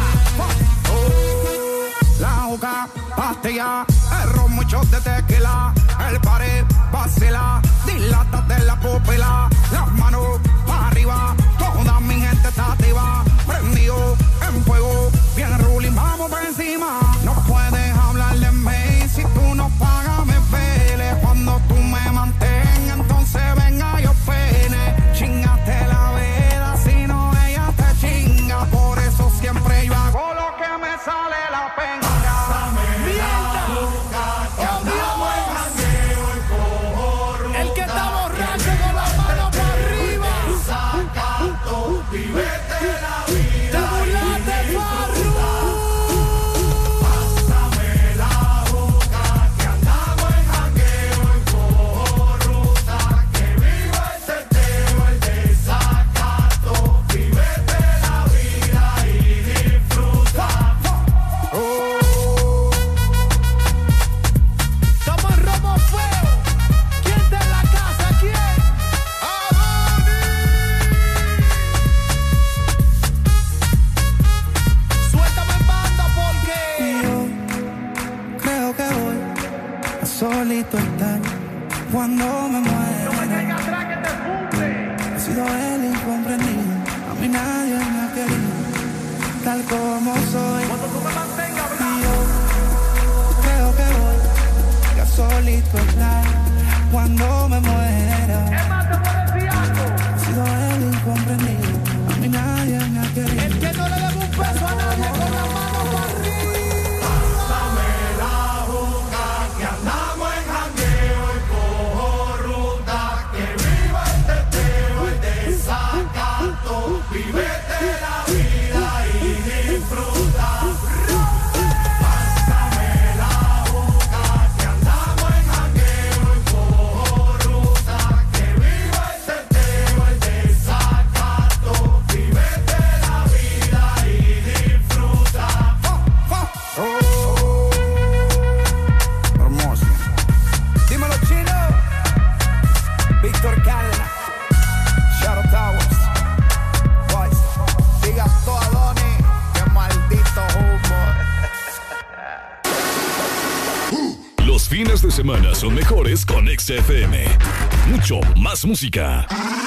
La juca, pastilla, el ron, muchos de tequila, el pared, vacila, dilata de la pupila, las manos para arriba, toda mi gente está activa, prendido en fuego, bien ruling, vamos por encima. No puedes hablar de mí si tú no pagas, me pele, cuando tú me mantengas, entonces venga yo pene, chingate la vida, si no ella te chinga, por eso siempre yo hago lo que me sale la pena. El que está borracho con la mano para arriba. Te burlaste, Farru. Pásame la boca, que andamos en jangueo, en cojo ruta, que viva el teteo, el desacato, vívete la vida y disfruta. Estamos en robo feo. ¿Quién está en la casa? ¿Quién? Suéltame en banda porque Yo creo que voy a solito estar cuando me muera. no me caiga atrás que te funde. He sido el incomprendido, a mí nadie me ha querido, tal como soy. Y yo creo que voy ya solito a estar cuando me muera. He sido el incomprendido, a mí nadie me ha querido. El que no le debe un peso a nadie con la mano para arriba. Pásame la boca que andamos en jangueo y cojo ruta. Que viva el teteo, el desacato. Vívete la vida y disfruta. Pásame la boca que andamos en jangueo y cojo ruta. Que viva el teteo, el desacato. Vívete la vida y disfruta. Hermoso. Dímelo, Chino. Víctor Cárdenas. Shadow Towers. Boys. Diga todo a Donnie. Qué maldito humo. Los fines de semana son mejores con XFM. Mucho más música.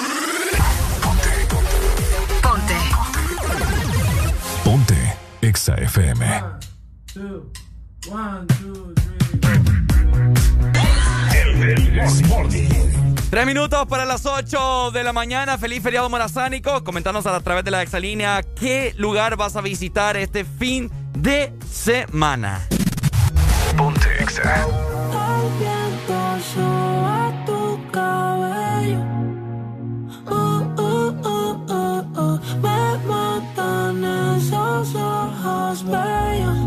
Ponte XFM. 3 minutos para las 8 de la mañana. Feliz feriado morazánico. Coméntanos a través de la exalínea qué lugar vas a visitar este fin de semana. Ponte Exa. El viento soba tu cabello. Me matan esos ojos bellos.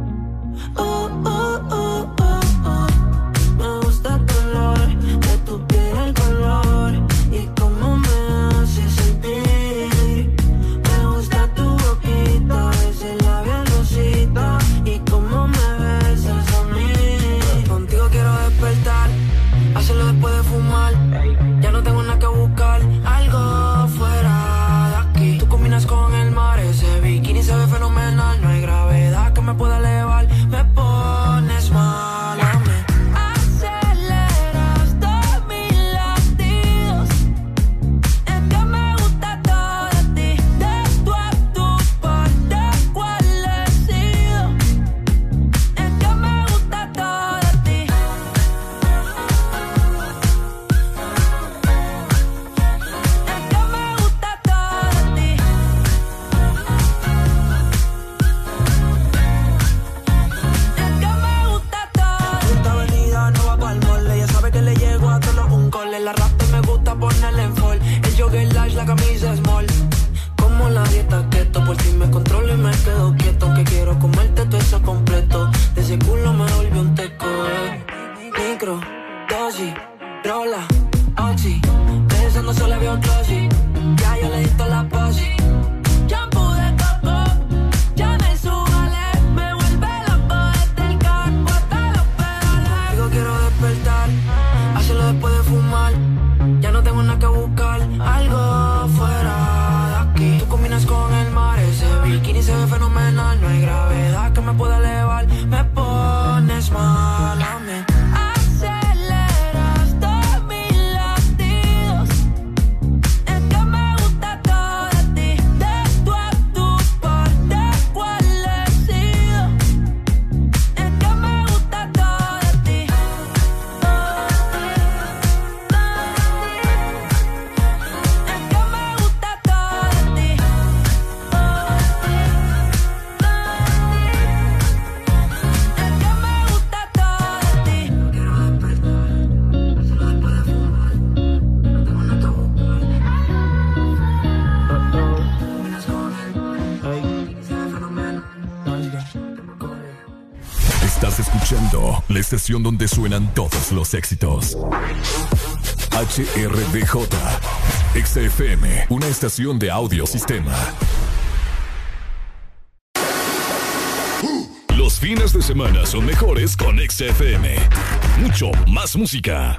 Me gusta tu olor, de tu piel el color y cómo me hace sentir. Me gusta tu boquita, ese labial rosita y cómo me besas a mí. Contigo quiero despertar, hacerlo después de fumar. Ya no tengo nada que buscar, algo fuera de aquí. Tú combinas con el mar, ese bikini se ve fenomenal. No hay gravedad que me pueda elevar, me pones mal a mí. Aceleras todos mis latidos, es que me gusta todo de ti. De tú a tu parte, ¿cuál he sido? Es que me gusta todo de ti. Es que me gusta todo de ti. Es que me gusta todo. Esta avenida no va pa'l mole, ella sabe que le llego a todos un cole. La rasta me gusta ponerle en fall, el jogger large, la camisa small. Como la dieta keto, por ti me controlo y me quedo quieto. Que quiero comerte todo eso completo, de ese culo me volvió un teco. Micro, dosis, rola, oxi, pensando solo veo glossy. Ya yo le di toda la posi. Shampoo de coco, ya me subale, me vuelve loco desde el carro hasta los pedales. Digo quiero despertar, hacerlo después de fumar. Ya no tengo nada que buscar, algo fuera de aquí. Tú combinas con el mar, ese bikini se ve fenomenal. No hay gravedad que me pueda elevar, me pones mal a mí. Aceleras todos mis latidos, es que me gusta todo de ti. De tú a tu parte, ¿cuál he sido? Es que me gusta todo de ti. Es que me gusta todo de ti. Es que me gusta todo de ti. Quiero despertar, hacerlo después de fumar. No tengo nada que buscar. Combinas con el mar, se ve fenomenal. Estás escuchando la estación donde suenan todos los éxitos. HRDJ XFM, una estación de audiosistema. Los fines de semana son mejores con XFM. Mucho más música.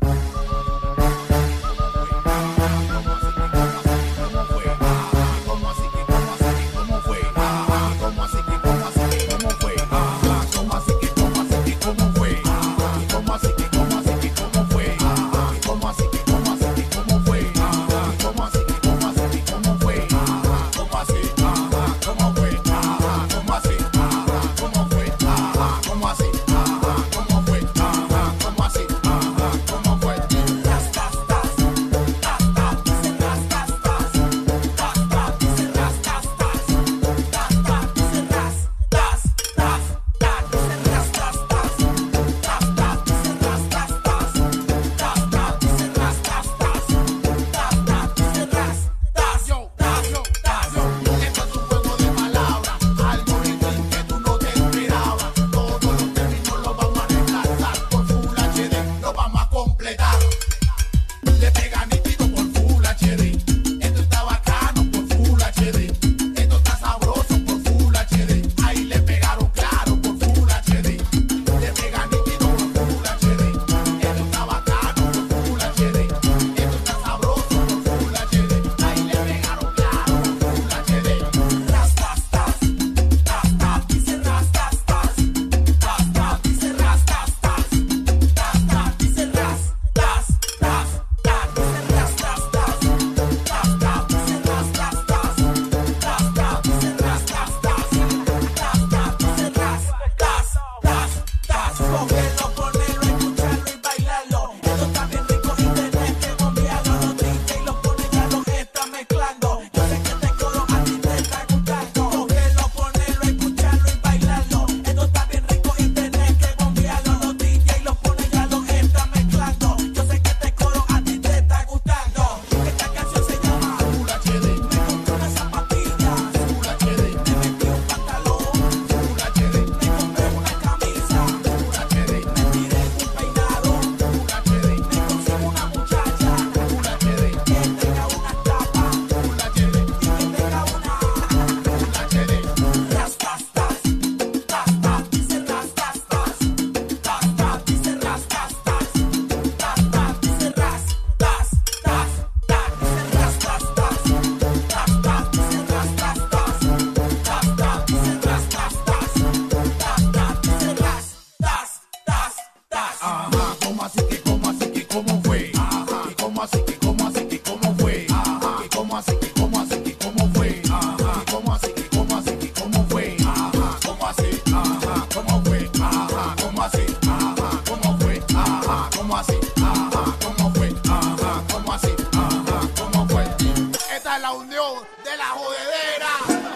Cógelo, ponelo, escucharlo y bailarlo. Esto está bien rico y tenés que bombearlo. Los DJs los ponen, ya los están mezclando. Yo sé que este coro a ti te está gustando. Cógelo, ponelo, escucharlo y bailarlo. Esto está bien rico y tenés que bombearlo. Los DJs los ponen, ya los están mezclando. Yo sé que este coro a ti te está gustando. Esta canción se llama Full HD. Me compré una zapatilla Full HD. Me metí un pantalón Full HD. Me compré una camisa Full HD. Me tiré un peinado Full HD. Me consigo una muchacha Full HD. Que tenga una tapa Full HD. Y que tenga una Full HD. Rastas, tas, tas, tas, dice rastas, tas, tas, tas, dice rastas, tas, tas, tas, dice ras, tas, tas, tas, dice rastas, tas, tas, tas, dice rastas, tas, tas, tas, dice rastas, tas, tas, tas, dice ras, tas, tas, tas. Ajá, ¿cómo así que cómo fue? Ajá, que cómo así que cómo fue? Ajá, que cómo así que cómo fue? Ajá, que cómo así que cómo fue? Ajá, cómo así, ajá, cómo fue? Ajá, cómo así, ajá, cómo fue? Ajá, cómo así, ajá, cómo fue? Ajá, cómo así, ajá, cómo fue? Esta es la unión de la jodedera.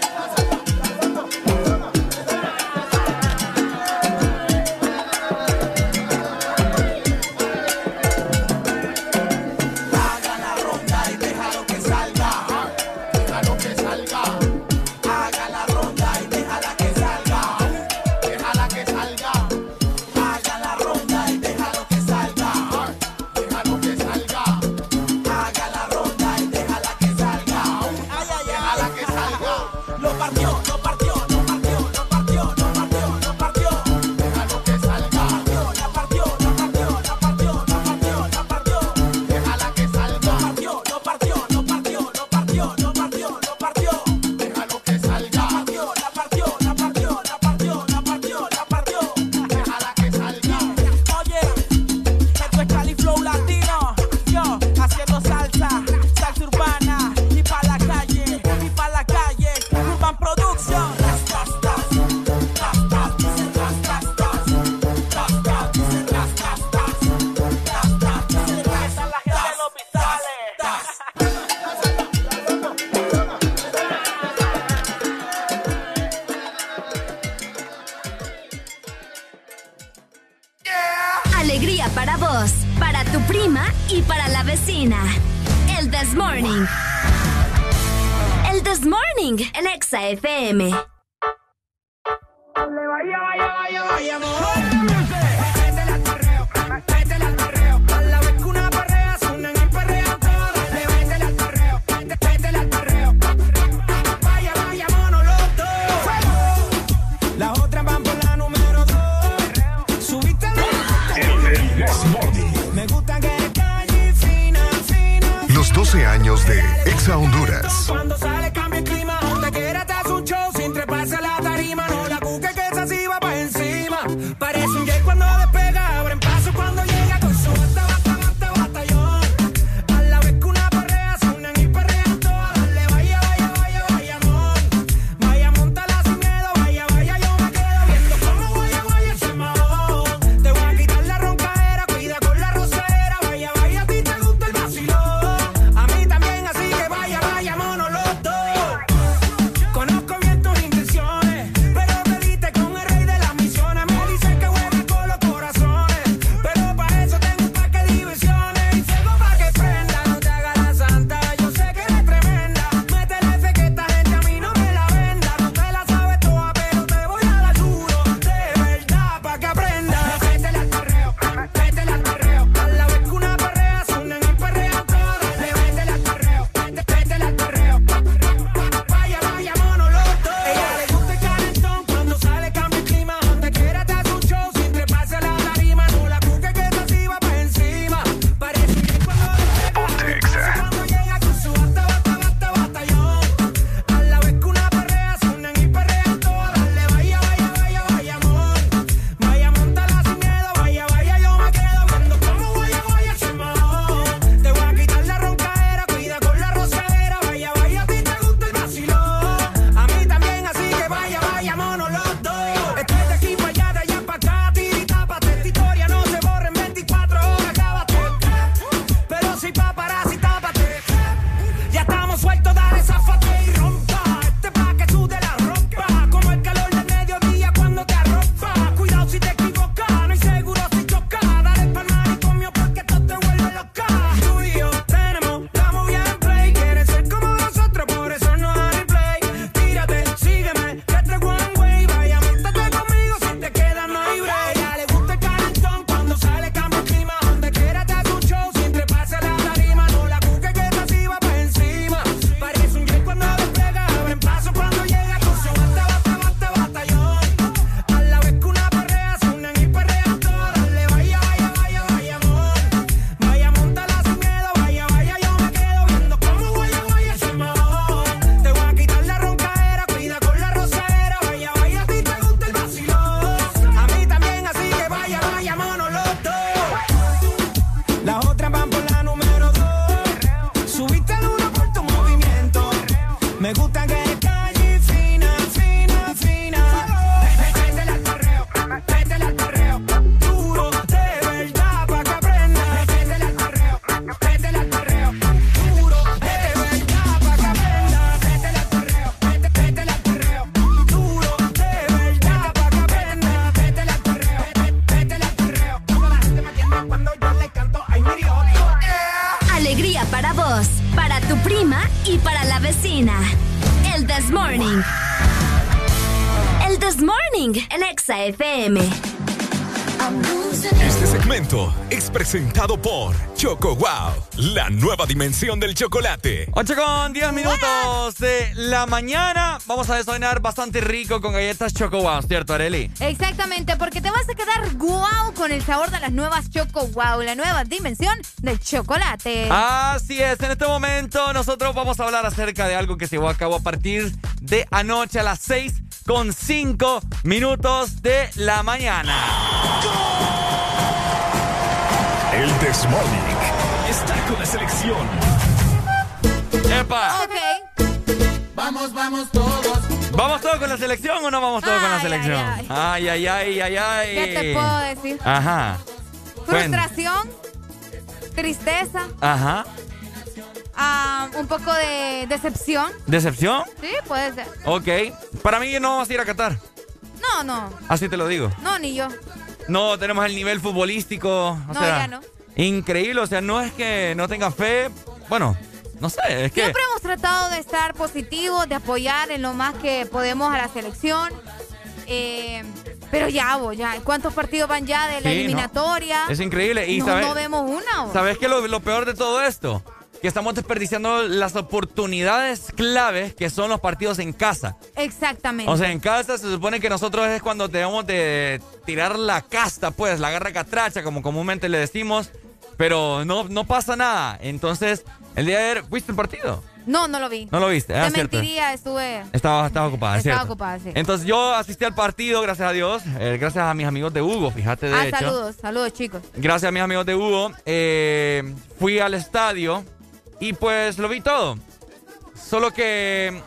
Haga la ronda y déjalo que salga. Déjalo que salga. Haga la ronda y déjala que salga. Déjala que salga. Haga la ronda y déjalo que salga. Déjalo que salga. Haga la ronda y déjala que salga. Déjala que salga. Lo partió, lo partió, lo partió, lo partió, lo partió, lo partió. Déjalo que salga. La partió, la partió, la partió, la partió, la partió. Déjala que salga. Lo partió, lo partió, lo partió, lo partió, lo partió. Déjalo que salga. La partió, la partió, la partió, la partió, la partió. Déjala que salga. Oye, esto es Cali Flow Latino. Yo haciendo salsa, salsa urbana y pa' la calle, Urban Production. Tas, tas, tas, tas, tas, dice tas, tas, tas, tas, tas, dice tas, tas, tas, tas, tas, dice tas. Esa es la gente de los vitales. Alegría para vos, para tu prima y para la vecina. El This Morning. El This Morning en Exa FM. Las otras van por la número 2. Subiste El Desmorning. me gusta que eres calle fina, fina. Los 12 años de Exa Honduras. Cuando sale cambia el clima. Donde quiera te hace un show sin treparse a la tarima. No la cuque que esa sí va pa' encima. Parece un jet cuando despega. Abren paso cuando llega con su batallón. A la vez que una perrea suenan y perrean todas. Dale, vaya, vaya, vaya, vaya, amor. Vaya, montala sin miedo. Vaya, vaya, yo me quedo viendo cómo vaya, vaya ese mahón. Te voy a quitar la roncadera. Cuida con la rosera. Vaya, vaya, a ti te gusta el vacilón. A mí también, así que vaya, vaya, mono los dos. prima y para la vecina. El This Morning. El This Morning en Exa FM. Este segmento es presentado por Choco Wow, la nueva dimensión del chocolate. 8:10 de la mañana. Vamos a desayunar bastante rico con galletas Choco Wow, ¿cierto, Arely? Exactamente, porque te vas a quedar guau con el sabor de las nuevas Choco Wow, la nueva dimensión del chocolate. Así es, en este momento nosotros vamos a hablar acerca de algo que se llevó a cabo a partir de anoche a las 6:05 de la mañana. El This Morning está con la selección. ¡Epa! Ok. Vamos todos. ¿Vamos todos con la selección o no vamos todos con la selección? Ay. ¿Qué te puedo decir? Ajá. Frustración, tristeza. Ajá. Un poco de decepción. ¿Decepción? Sí, puede ser. Ok. Para mí no vamos a ir a Qatar. No. Así te lo digo. No, ni yo. No tenemos el nivel futbolístico. O sea, ya no. Increíble. O sea, no es que no tenga fe. Bueno, no sé. Es que siempre hemos tratado de estar positivos, de apoyar en lo más que podemos a la selección. Pero ya. ¿Cuántos partidos van ya de la eliminatoria? No. Es increíble. Y no vemos una. ¿Sabes qué es lo peor de todo esto? Que estamos desperdiciando las oportunidades claves que son los partidos en casa. Exactamente. O sea, en casa se supone que nosotros es cuando debemos de tirar la casta, pues, la garra catracha, como comúnmente le decimos, pero no pasa nada. Entonces, el día de ayer, ¿viste el partido? No lo vi. ¿No lo viste? Te mentiría, estuve... Estaba ocupada, ¿cierto? Estaba ocupada, sí. Entonces, yo asistí al partido, gracias a Dios, gracias a mis amigos de Hugo, fíjate, de hecho. Saludos, chicos. Gracias a mis amigos de Hugo, fui al estadio. Y pues lo vi todo. Solo que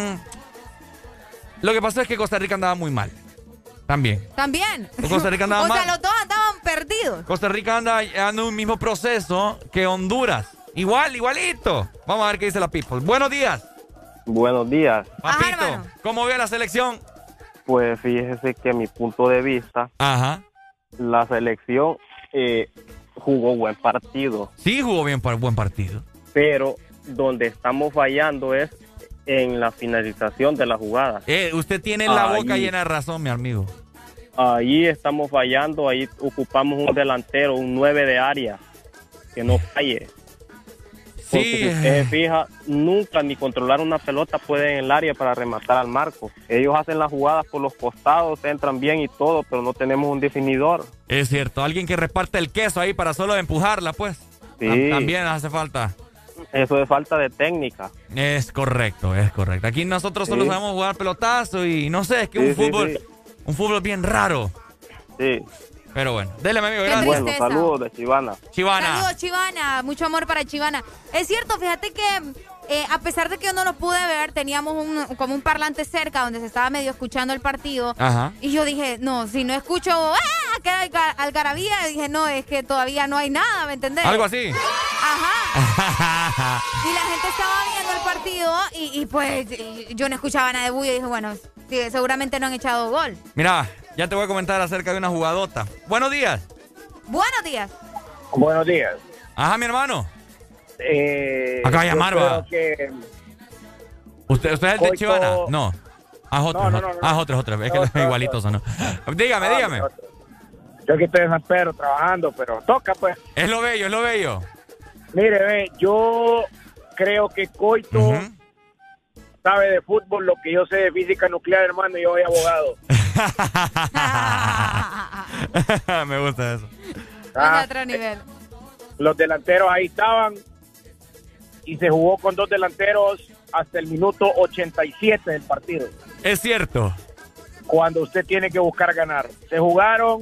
lo que pasó es que Costa Rica andaba muy mal. También. Costa Rica andaba mal. O sea, los dos andaban perdidos. Costa Rica anda en un mismo proceso que Honduras. Igualito. Vamos a ver qué dice la people. Buenos días. Buenos días. Papito, ajá, ¿cómo ve la selección? Pues fíjese que a mi punto de vista, la selección jugó buen partido. Sí, jugó buen partido. Pero donde estamos fallando es en la finalización de la jugada. Usted tiene la boca llena de razón, mi amigo. Ahí estamos fallando, ahí ocupamos un delantero, un 9 de área, que no falle. Porque si usted se fija, nunca ni controlar una pelota pueden en el área para rematar al marco. Ellos hacen las jugadas por los costados, entran bien y todo, pero no tenemos un definidor. Es cierto, alguien que reparte el queso ahí para solo empujarla, pues. Sí. También hace falta. Eso es falta de técnica. Es correcto. Aquí nosotros solo sabemos jugar pelotazo y no sé, es que un fútbol bien raro. Sí. Pero bueno, dele, mi amigo, gracias. Bueno, saludos de Chivana. Saludos, Chivana. Mucho amor para Chivana. Es cierto, fíjate que a pesar de que yo no lo pude ver, teníamos como un parlante cerca donde se estaba medio escuchando el partido. Ajá. Y yo dije, no, si no escucho que algarabía, dije, no, es que todavía no hay nada, ¿me entendés? Algo así. Ajá. Y la gente estaba viendo el partido y pues yo no escuchaba nada de bulla y dije, bueno, sí, seguramente no han echado gol. Mira, ya te voy a comentar acerca de una jugadota. Buenos días. Buenos días. Buenos días. Ajá, mi hermano. Acaba de llamar, va. ¿Usted es el de Chivana? No. Otro. Es que igualitos son. Dígame. Yo aquí estoy en San Pedro trabajando, pero toca, pues. Es lo bello. Mire, yo creo que Coito sabe de fútbol lo que yo sé de física nuclear, hermano, y yo soy abogado. Me gusta eso. Es otro nivel. Los delanteros ahí estaban y se jugó con dos delanteros hasta el minuto 87 del partido. Es cierto. Cuando usted tiene que buscar ganar. Se jugaron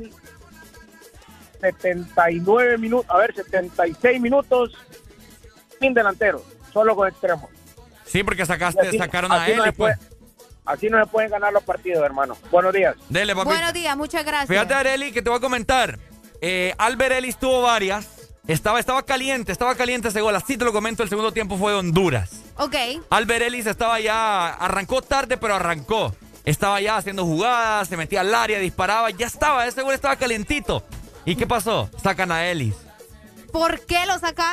76 minutos sin delanteros, solo con extremos. Sí, porque sacaron a él. Así no se pueden ganar los partidos, hermano. Buenos días. Dele, papito. Buenos días, muchas gracias. Fíjate, Arely, que te voy a comentar. Albert Ellis tuvo varias. Estaba caliente ese gol. Así te lo comento, el segundo tiempo fue de Honduras. Ok. Albert Ellis arrancó tarde, pero arrancó. Estaba ya haciendo jugadas, se metía al área, disparaba, ese gol estaba calientito. ¿Y qué pasó? Sacan a Ellis. ¿Por qué lo sacaron?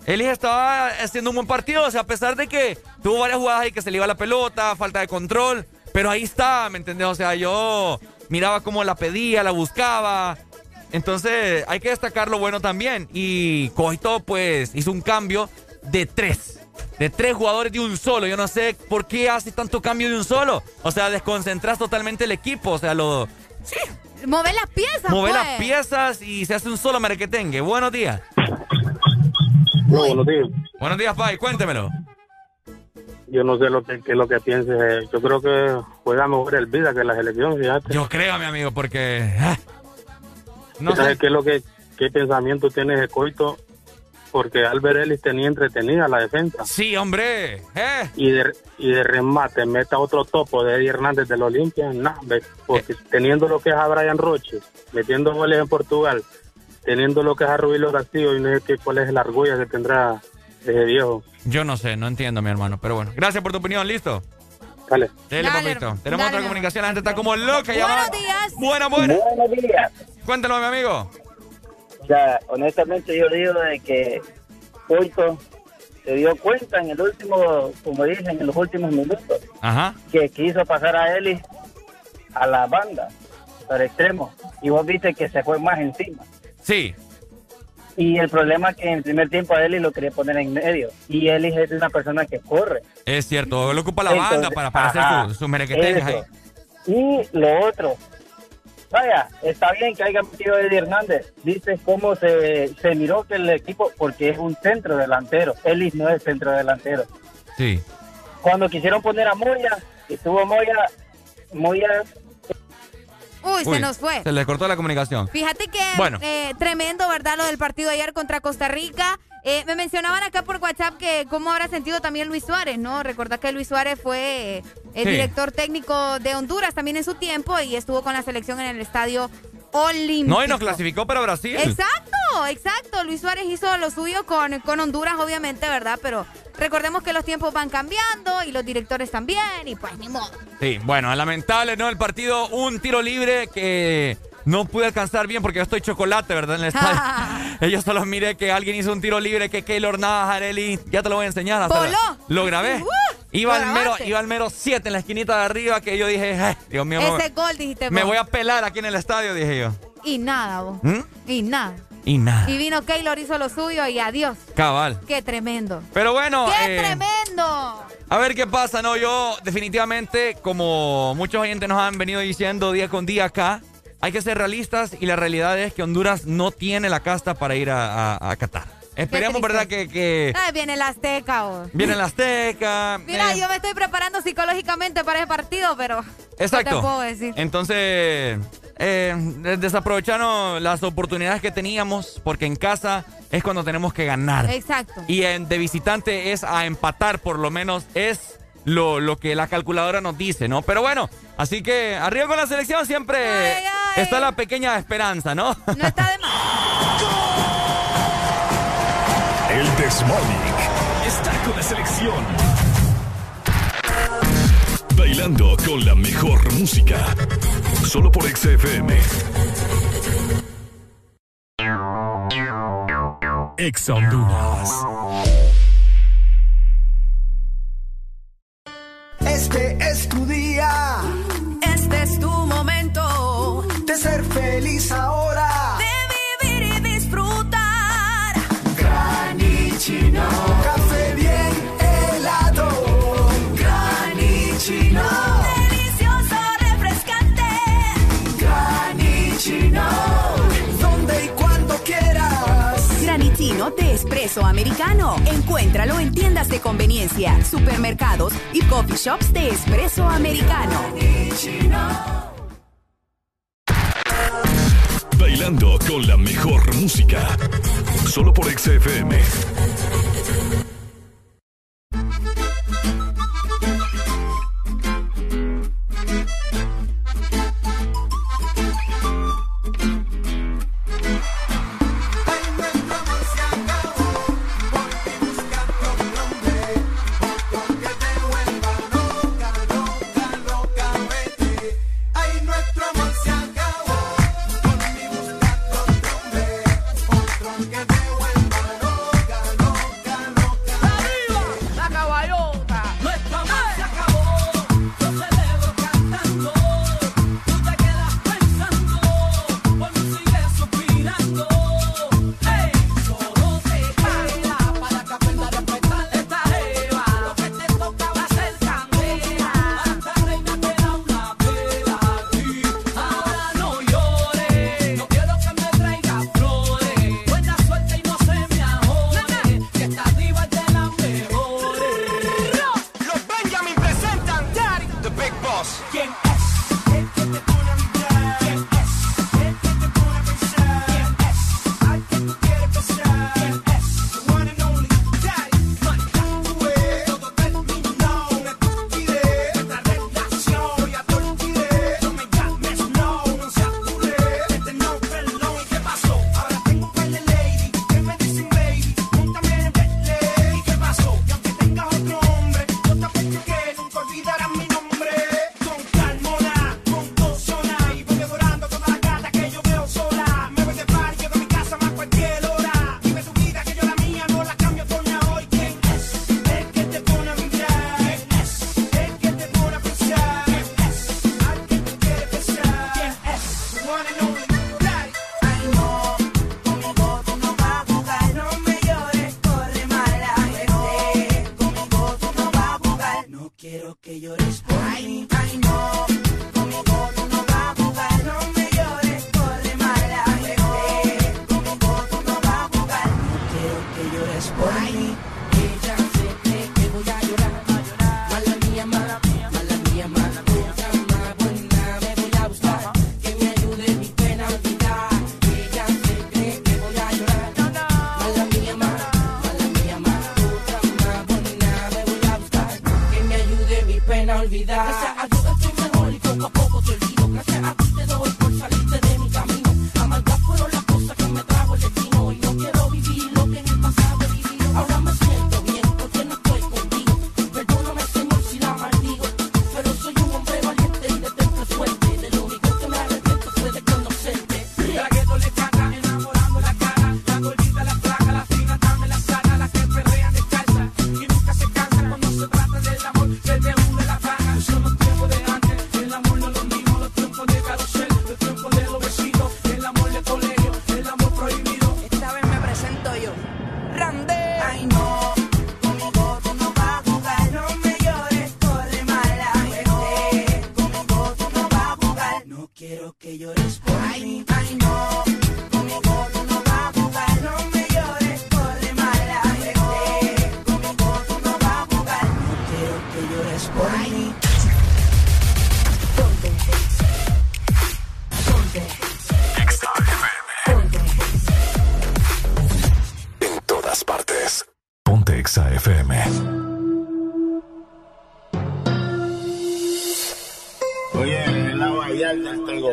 Ellis estaba haciendo un buen partido, o sea, a pesar de que tuvo varias jugadas ahí que se le iba la pelota, falta de control, pero ahí está, ¿me entendés? O sea, yo miraba cómo la pedía, la buscaba. Entonces, hay que destacar lo bueno también. Y Coito, pues, hizo un cambio de 3 jugadores de un solo. Yo no sé por qué hace tanto cambio de un solo. O sea, desconcentras totalmente el equipo. O sea, sí. Mover las piezas, Mover las piezas y se hace un solo merequetengue. Buenos días. Buenos días. Buenos días, Pai. Cuéntemelo. Yo no sé qué es lo que pienses. Yo creo que juega mejor el Vida que la selección, fíjate. Yo creo, mi amigo, porque... no sé qué pensamiento tiene de Coito, porque Albert Ellis tenía entretenida la defensa. Sí, hombre. Y de remate, meta otro topo de Eddie Hernández del Olimpia. Porque teniendo lo que es a Brian Roche, metiendo goles en Portugal, teniendo lo que es a Rubilo Castillo, y no sé cuál es la argolla que tendrá ese viejo. Yo no sé, no entiendo, mi hermano, pero bueno. Gracias por tu opinión, ¿listo? Dale. Dale, papito. Tenemos otra comunicación, la gente está como loca. Buenos días. Buenas. Buenos días. Cuéntalo, mi amigo. O sea, honestamente yo digo de que Coito se dio cuenta en el último, como dicen, en los últimos minutos, que quiso pasar a Ellis a la banda, al extremo, y vos viste que se fue más encima. Sí. Y el problema es que en el primer tiempo a Ellis lo quería poner en medio, y Ellis es una persona que corre. Es cierto, él ocupa la banda para hacer sus merequetengues ahí. Y lo otro, vaya, está bien que haya metido a Eddie Hernández. Viste cómo se miró que el equipo, porque es un centro delantero. Ellis no es centro delantero. Sí. Cuando quisieron poner a Moya, estuvo Moya. Uy, se nos fue. Se le cortó la comunicación. Fíjate que tremendo, ¿verdad? Lo del partido de ayer contra Costa Rica. Me mencionaban acá por WhatsApp que cómo habrá sentido también Luis Suárez, ¿no? Recordad que Luis Suárez fue el director técnico de Honduras también en su tiempo y estuvo con la selección en el Estadio Olímpico. No, y nos clasificó para Brasil. Exacto. Luis Suárez hizo lo suyo con Honduras, obviamente, ¿verdad? Pero recordemos que los tiempos van cambiando y los directores también y pues ni modo. Sí, bueno, lamentable, ¿no? El partido, un tiro libre que... no pude alcanzar bien porque yo estoy chocolate, ¿verdad? En el estadio. Yo solo miré que alguien hizo un tiro libre, que Keylor Navas, Arely, ya te lo voy a enseñar. Lo grabé. Iba al mero 7 en la esquinita de arriba que yo dije, Dios mío. Ese gol, dijiste vos. Me voy a pelar aquí en el estadio, dije yo. Y nada, vos. Y nada. Y vino Keylor, hizo lo suyo y adiós. Cabal. Qué tremendo. Pero bueno. ¡Qué tremendo! A ver qué pasa, ¿no? Yo definitivamente, como muchos oyentes nos han venido diciendo día con día acá, hay que ser realistas y la realidad es que Honduras no tiene la casta para ir a Qatar. Esperemos, ¿verdad? Que... viene el Azteca, vos. Viene el Azteca. Mira, yo me estoy preparando psicológicamente para ese partido, pero... Exacto. No te puedo decir. Entonces, desaprovecharnos las oportunidades que teníamos, porque en casa es cuando tenemos que ganar. Exacto. Y de visitante es a empatar, por lo menos es lo que la calculadora nos dice, ¿no? Pero bueno, así que arriba con la selección siempre está la pequeña esperanza, ¿no? No está de más. El Desmorning está con la selección. Bailando con la mejor música. Solo por XFM. Ex Honduras. Este es tu día. Este es tu momento. De ser feliz ahora. De vivir y disfrutar. Granichino. Café bien helado. Granichino. Delicioso, refrescante. Granichino. Donde y cuando quieras. Granichino de espresso americano. Encuéntralo en tiendas de conveniencia, supermercados y coffee shops de espresso americano. Bailando con la mejor música. Solo por XFM.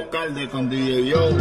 Calde con DJ Joe.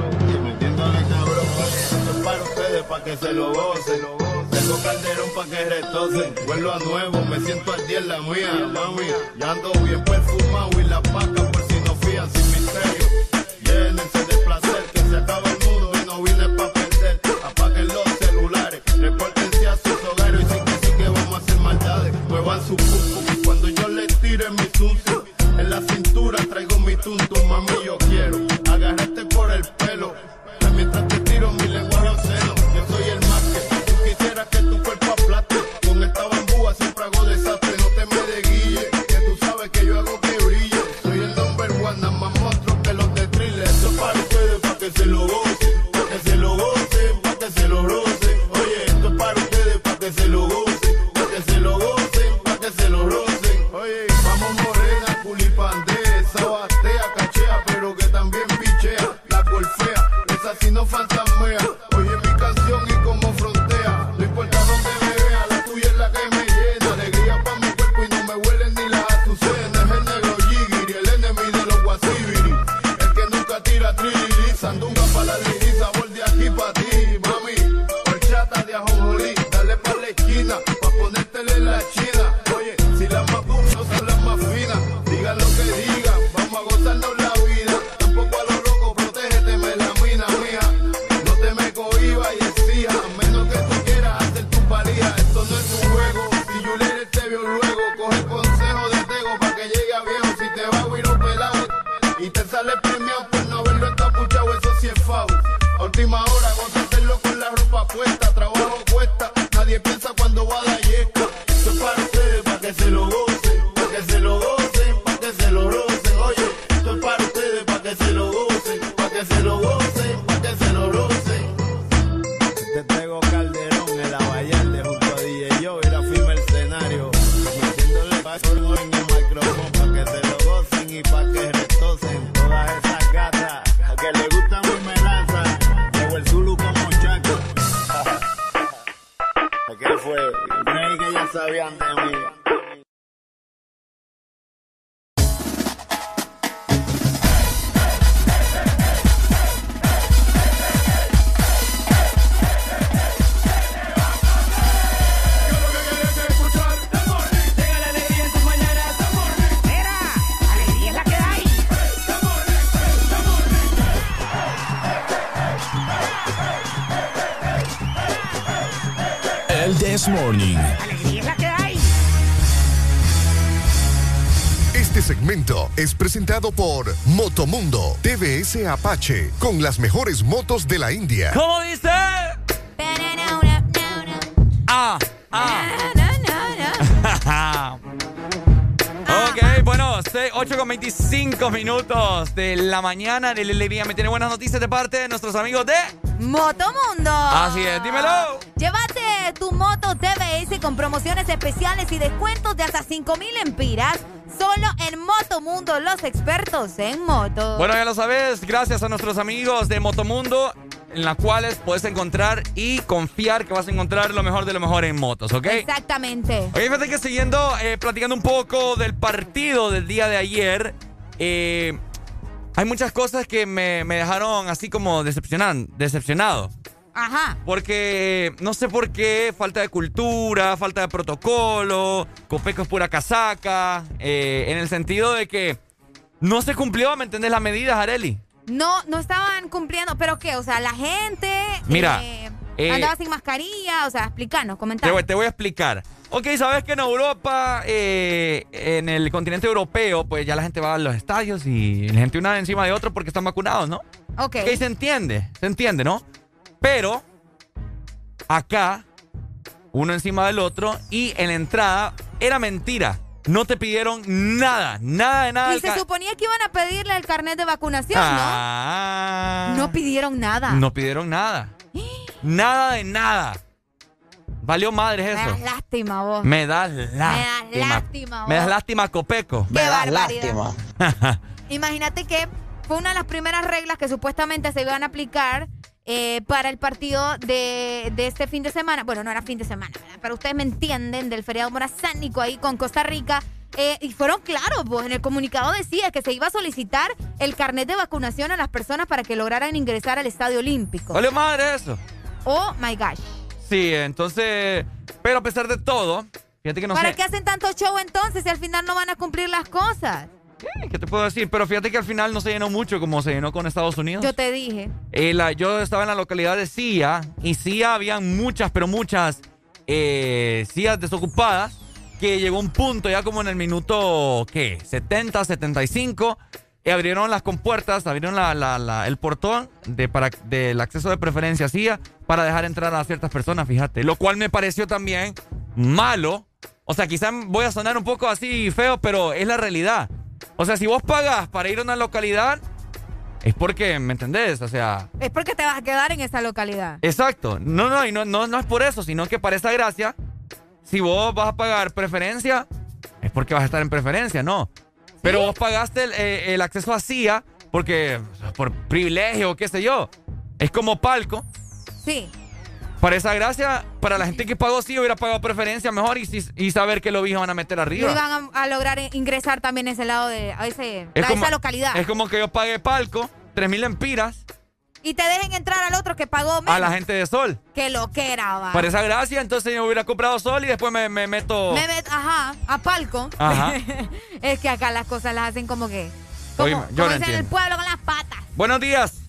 Y metiéndole cabrón, esto es para ustedes, para que se lo gocen. Tengo Calderón pa' que retocen. Vuelvo a nuevo, me siento al día en la mía, mami. Ya ando bien perfumado y la paca por si no fían sin misterio. Llénense de placer, que se acaba el mundo y no vine pa' perder. Apaguen los celulares, repórtense a sus hogares y sí que vamos a hacer maldades. Muevan su pum cuando yo les tire mi sucio. En la cintura traigo mi tuntum, mami, yo quiero agarrarte por el pelo. Mientras te tiro mi lenguaje obsceno, yo soy el más que tú quisieras que tu cuerpo aplaste. Con esta bambúa siempre hago desastre, no te me desguille, que tú sabes que yo hago que brille. Soy el number one, nada más monstruo que los de Thriller. Esto es para ustedes, para que se lo gocen, para que se lo gocen, para que se lo rocen. Oye, esto es para ustedes, para que se lo gocen, para que se lo gocen, para que se lo rocen. Oye, vamos morena, culipandesa, batea, cachea, pero que también pichea, la golfea. Si no fantasmea, oye mi canción y como frontea. No importa donde me vea, la tuya es la que me llena. Alegría pa' mi cuerpo y no me huelen ni las azucenas. Es el negro Jigiri, el enemigo de los guasibiri. El que nunca tira trilili. Sandunga pa' la liri, sabor de aquí pa' ti, mami. Horchata de ajonjolí, dale pa' la esquina, pa' ponértela en la china. Oye, si las más boom no son las más finas, digan lo que digan, vamos a gozarnos la vida. Tampoco a los locos, protégete, me la mina. No te me cohibas y exija, a menos que tú quieras hacer tu valía. Esto no es un juego, si Juliet te vio luego, coge consejo de Tego pa' que llegue a viejo. Si te va a huir un pelado y te sale premiado por no haberlo encapuchado, eso sí es foul. A última hora, gózatelo con la ropa puesta, trabajo cuesta, nadie piensa cuando va a dar yesca. Esto es para ustedes, pa' que se lo gocen, pa' que se lo gocen, pa' que se lo rocen. Oye, esto es para ustedes, pa' que se lo gocen, pa' que se lo gocen, pa' que se lo rocen. Te traigo Calderón en la Vallarde junto a DJ Joe, ir a firmar el escenario, metiéndole paso en el micrófono pa' que se lo gocen y pa' que retocen todas esas gatas a que le gusta mi melaza. Llevo el Zulu como Chaco. ¿Qué fue? Creí que ya sabían de mí. El This Morning. Alegría es la que hay. Este segmento es presentado por Motomundo TVS Apache, con las mejores motos de la India. ¿Cómo dice? Ok, bueno, 8:25 minutos de la mañana. De Alegría me tiene buenas noticias de parte de nuestros amigos de Motomundo. Así es, dímelo. Llévate tu moto TVS con promociones especiales y descuentos de hasta 5,000 empiras. Solo en Motomundo, los expertos en moto. Bueno, ya lo sabes, gracias a nuestros amigos de Motomundo, en las cuales puedes encontrar y confiar que vas a encontrar lo mejor de lo mejor en motos, ¿ok? Exactamente. Oye, fíjate que siguiendo, platicando un poco del partido del día de ayer, hay muchas cosas que me dejaron así como decepcionado. Ajá. Porque no sé por qué, falta de cultura, falta de protocolo, Copeco es pura casaca, en el sentido de que no se cumplió, ¿me entendés? Las medidas, Arely. No estaban cumpliendo, ¿pero qué? O sea, la gente mira, andaba sin mascarilla, o sea, explícanos, comentanos. Te voy a explicar. Ok, sabes que en Europa, en el continente europeo, pues ya la gente va a los estadios y la gente una encima de otro porque están vacunados, ¿no? Ok. Se entiende, ¿no? Pero acá, uno encima del otro, y en la entrada era mentira. No te pidieron nada de nada. Y se suponía que iban a pedirle el carnet de vacunación, ¿no? No pidieron nada. No pidieron nada. Nada de nada. Valió madres eso. Me das lástima, vos. Me das lástima. Me das lástima, Copeco. Me das lástima. Imagínate que fue una de las primeras reglas que supuestamente se iban a aplicar para el partido de este fin de semana. Bueno, no era fin de semana, ¿verdad? Pero ustedes me entienden, del feriado morazánico ahí con Costa Rica. y fueron claros, pues en el comunicado decía que se iba a solicitar el carnet de vacunación a las personas para que lograran ingresar al Estadio Olímpico. ¿Vale madre eso? Oh my gosh. Sí, entonces, pero a pesar de todo, fíjate que no ¿Para sé. qué hacen tanto show entonces si al final no van a cumplir las cosas? ¿Qué te puedo decir? Pero fíjate que al final no se llenó mucho como se llenó con Estados Unidos. Yo te dije. Yo estaba en la localidad de CIA y CIA habían muchas, pero muchas sillas desocupadas, que llegó un punto ya como en el minuto, 70, 75, y abrieron las compuertas, abrieron el portón del acceso de preferencia CIA para dejar entrar a ciertas personas, fíjate. Lo cual me pareció también malo. O sea, quizás voy a sonar un poco así feo, pero es la realidad. O sea, si vos pagas para ir a una localidad, es porque, ¿me entendés? O sea... Es porque te vas a quedar en esa localidad. Exacto. No es por eso, sino que para esa gracia, si vos vas a pagar preferencia, es porque vas a estar en preferencia, ¿no? Pero vos pagaste el acceso a CIA porque, por privilegio, qué sé yo. Es como palco. Sí. Para esa gracia, para la gente que pagó sí hubiera pagado preferencia mejor y saber que lo van a meter arriba. No iban a lograr ingresar también a ese lado esa localidad. Es como que yo pagué palco, 3,000 lempiras. Y te dejen entrar al otro que pagó menos. A la gente de Sol. Que lo que era, va. Para esa gracia, entonces yo hubiera comprado Sol y después me meto... Ajá, a palco. Ajá. Es que acá las cosas las hacen como que... Oye, yo como no dicen en el entiendo. pueblo con las patas. Buenos días.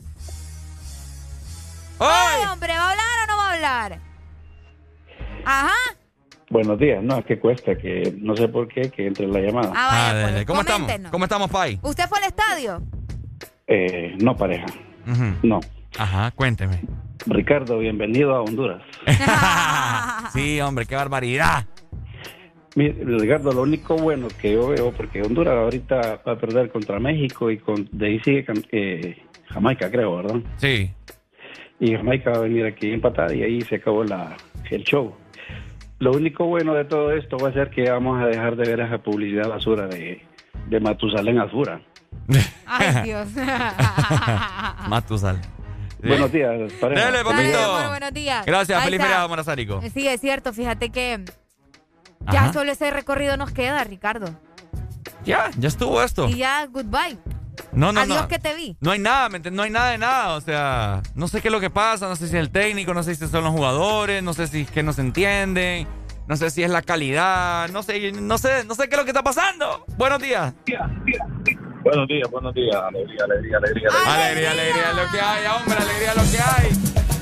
¡Ay, hombre! ¿Va a hablar o no va a hablar? Ajá. Buenos días, no, es que cuesta, que no sé por qué, que entre la llamada. Vaya, pues, ¿Cómo estamos? coméntenos. ¿Cómo estamos, Pai? ¿Usted fue al estadio? No, pareja. No. Ajá, cuénteme. Ricardo, bienvenido a Honduras. Sí, hombre, qué barbaridad. Mire, Ricardo, lo único bueno que yo veo, porque Honduras ahorita va a perder contra México y de ahí sigue Jamaica, creo, ¿verdad? Sí. Y Jamaica va a venir aquí empatada y ahí se acabó el show. Lo único bueno de todo esto va a ser que vamos a dejar de ver esa publicidad basura de Matusalén Azura. Ay, Dios. Matusalén. Buenos días, pareja. Dale, papito. Dale, buenos días. Gracias, Ahí feliz está. feriado, Morazárico. Sí, es cierto, fíjate que ya solo ese recorrido nos queda, Ricardo. Ya estuvo esto. Y ya, goodbye. No. Adiós, que te vi. No hay nada, no hay nada de nada. O sea, no sé qué es lo que pasa, no sé si es el técnico, no sé si son los jugadores, no sé si es que no se entienden, no sé si es la calidad, no sé qué es lo que está pasando. Buenos días. Buenos días. Alegría. Alegría, lo que hay, hombre, alegría, lo que hay.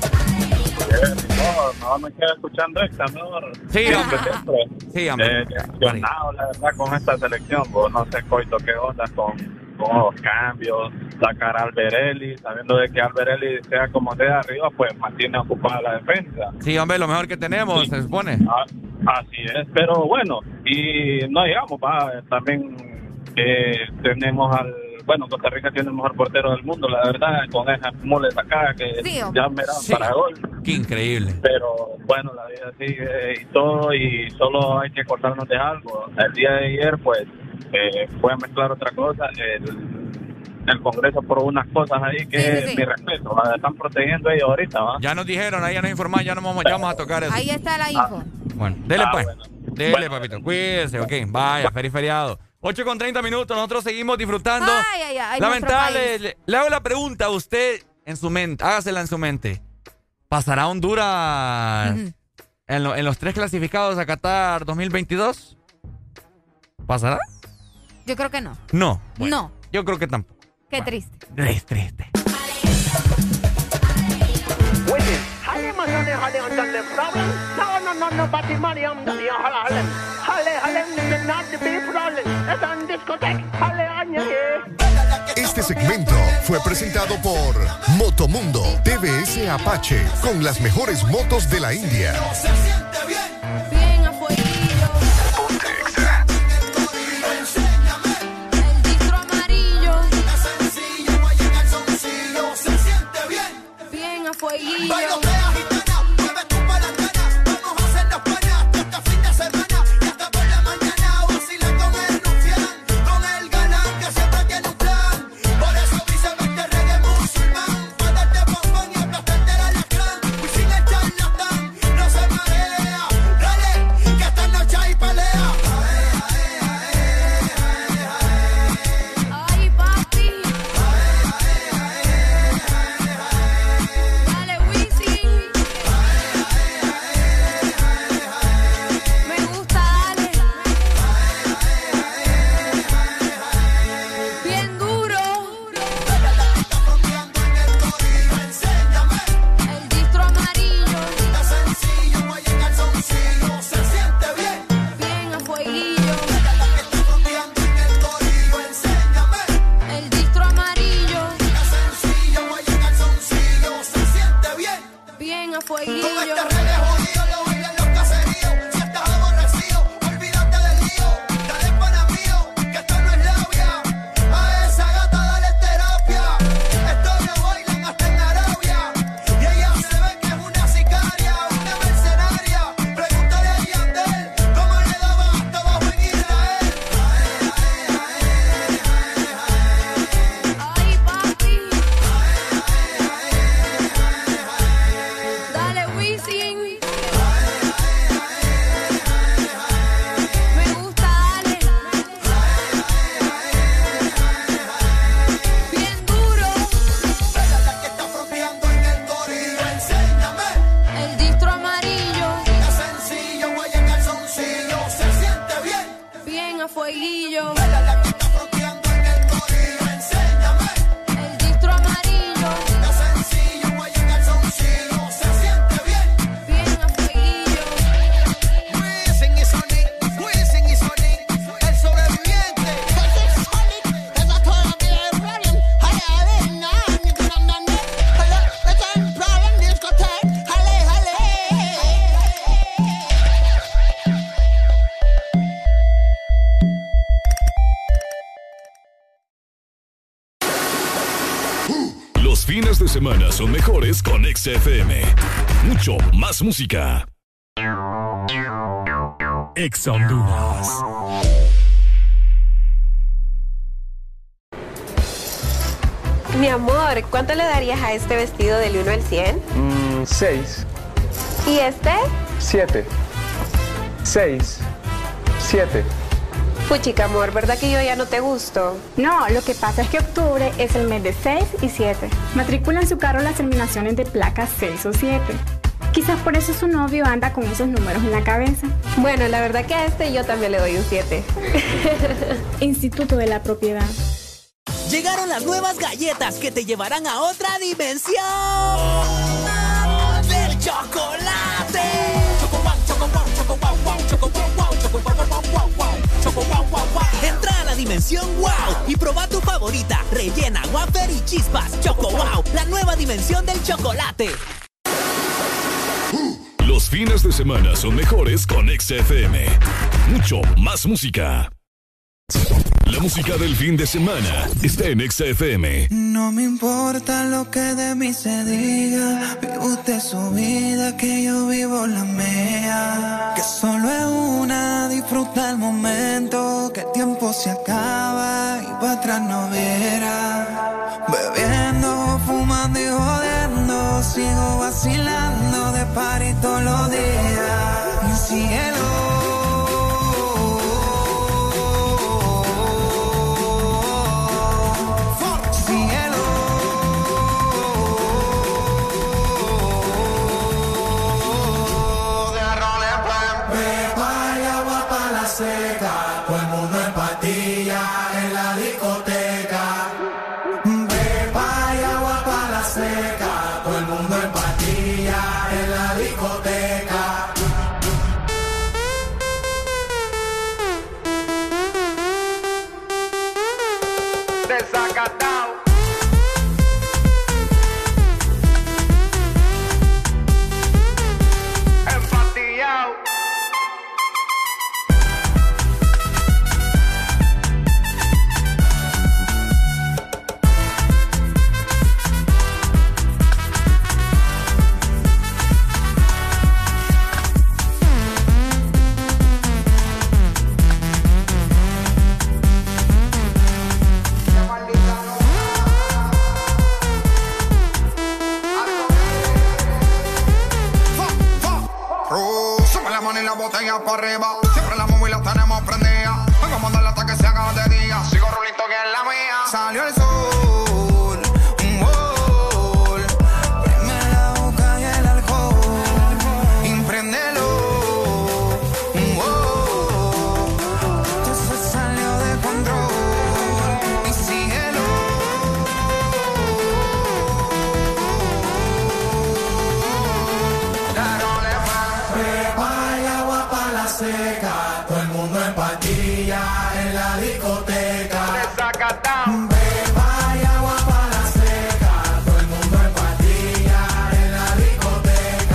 No me queda escuchando esta, mejor. Sí, hombre. Sí, hombre. Emocionado, la verdad, con esta selección. Vos no sé, Coito, qué onda con los cambios, sacar a Alberelli, sabiendo de que Alberelli sea como sea arriba, pues mantiene ocupada la defensa. Sí, hombre, lo mejor que tenemos, se supone. Así es, pero bueno, y no digamos, también tenemos Costa Rica tiene el mejor portero del mundo, la verdad, con esa mole sacada que sí, ya me dan para gol. Qué increíble. Pero bueno, la vida sigue y todo, y solo hay que acordarnos de algo. El día de ayer, pues, fue a mezclar otra cosa. El Congreso por unas cosas ahí que mi respeto, la están protegiendo ellos ahorita, ¿va? Ya nos dijeron, ahí ya nos informaron, ya vamos a tocar eso. Ahí está la info. Bueno, dele pues. Bueno. Dele, papito, cuídese, ok. Vaya, feliz feriado. 8:30 minutos, nosotros seguimos disfrutando. Ay, lamentable. Le hago la pregunta a usted en su mente, hágasela en su mente. ¿Pasará Honduras en los 3 clasificados a Qatar 2022? ¿Pasará? Yo creo que no. No. Bueno, No. Yo creo que tampoco. Qué triste. Es triste. Este segmento fue presentado por Motomundo TVS Apache, con las mejores motos de la India. Bien afueguillo. El distro amarillo. Bien afueguillo. bien a fueguillo. Con este reggae jodido lo bailan los caseríos. Si estás aborrecido, olvídate del lío. Dale pana mío, que esto no es labia. A esa gata dale terapia. Esto lo bailan hasta en Arabia. Y ella se ve que es una sicaria, una mercenaria. Pregúntale a Yandel cómo le daba hasta abajo en Israel. Ay, papi. Dale, Wisin. Me gusta, dale. Bien duro. Ella la que está fronteando en el corrido. Enséñame. El distro amarillo. Es sencillo, guaya en calzoncillo. Se siente bien. Bien a fueguillo. Ella la que está fronteando en el corrido. Enséñame. El distro amarillo. Es sencillo, guaya en calzoncillo. Se siente bien. Bien a fueguillo. Wisin y Sonic, Wisin y Sonic, el sobreviviente. Los fines de semana son mejores con XFM. Mucho más música. Ex Honduras. Mi amor, ¿cuánto le darías a este vestido del 1 al 100? 6, ¿Y este? 7, 6, 7. Puchica, amor, ¿verdad que yo ya no te gusto? No, lo que pasa es que octubre es el mes de 6 y 7. Matricula en su carro las terminaciones de placas 6 o 7. Quizás por eso su novio anda con esos números en la cabeza. Bueno, la verdad que a este yo también le doy un 7. Instituto de la Propiedad. Llegaron las nuevas galletas que te llevarán a otra dimensión del chocolate. Entra a la dimensión wow y proba tu favorita, rellena, wafer y chispas. Choco Wow, la nueva dimensión del chocolate. Los fines de semana son mejores con XFM. Mucho más música. La música del fin de semana está en XFM. No me importa lo que de mí se diga, vive usted su vida, que yo vivo la mía. Que solo es una, disfruta el momento, que el tiempo se acaba y para atrás no viera. Bebiendo, fumando y jodiendo, sigo vacilando de party todos los días. Mi cielo. Seca, todo el mundo en patilla en la discoteca. Beba y agua para la seca, todo el mundo en patilla en la discoteca. Desacatado. Empatillado. La botella para arriba, siempre la móvil la tenemos prendida. Vengo a mandarla hasta que se haga de día. Sigo rulito que es la mía. Salió el sol, un gol. Prime la boca y el alcohol. Impréndelo, un gol. Esto se salió de control. Y síguelo. Seca, todo el mundo en patilla en la discoteca. Beba y agua para la seca, todo el mundo en patilla en la discoteca.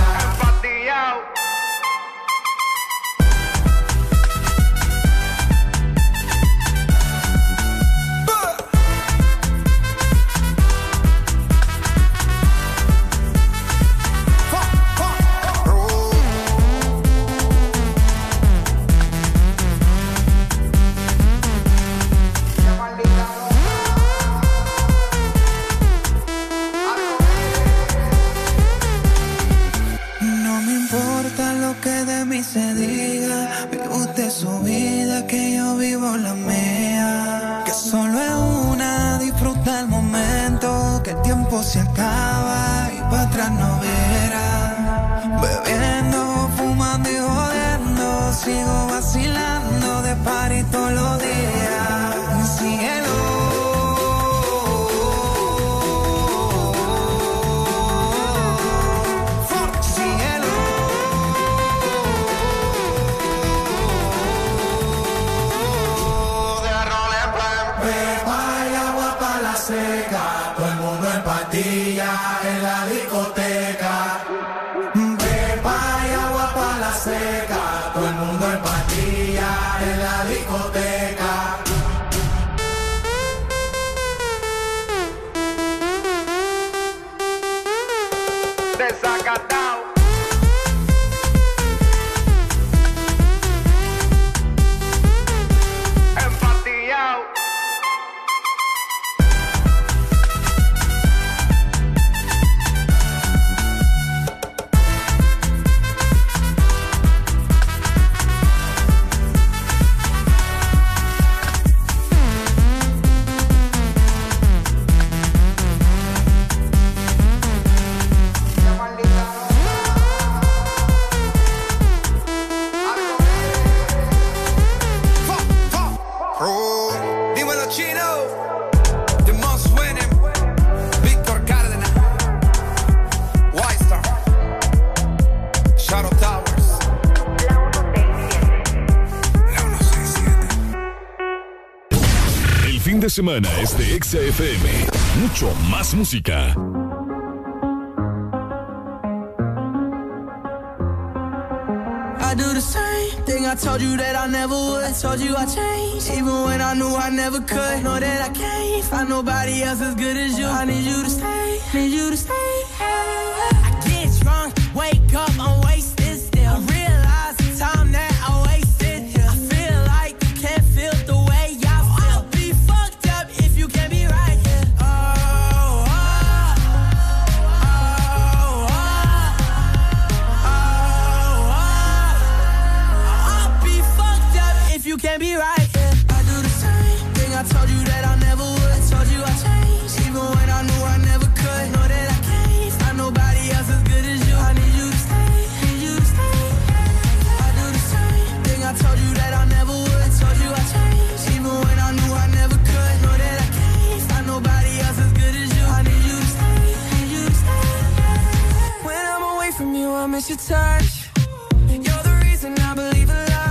tiempo se acaba y para atrás no verá. Bebiendo, fumando y jodiendo, sigo vacilando de party todos los días. Síguelo. En la discoteca, pepa y agua pa' la seca, todo el mundo en patilla en la discoteca. Desacatao. Empatillao. De semana es de Exa FM. Mucho más música. I do the same thing I told you that I never would. I told you I changed, even when I knew I never could. Know that I can't find nobody else as good as you. I need you to stay, need you to stay. I get drunk, wake up, I'm wasted still. I realize the time that I wasted here. I feel like you can't feel the way I feel. I'll be fucked up if you can't be right here. You can't be right, yeah. I do the same thing I told you that I never would. I told you I changed, even when I knew I never could. Know that I can't find nobody else as good as you. I need you to stay, need you to stay. I do the same thing I told you that I never would. I told you I changed, even when I knew I never could. Know that I can't find nobody else as good as you. I need you to stay, need you to stay. When I'm away from you, I miss your touch. You're the reason I believe in love.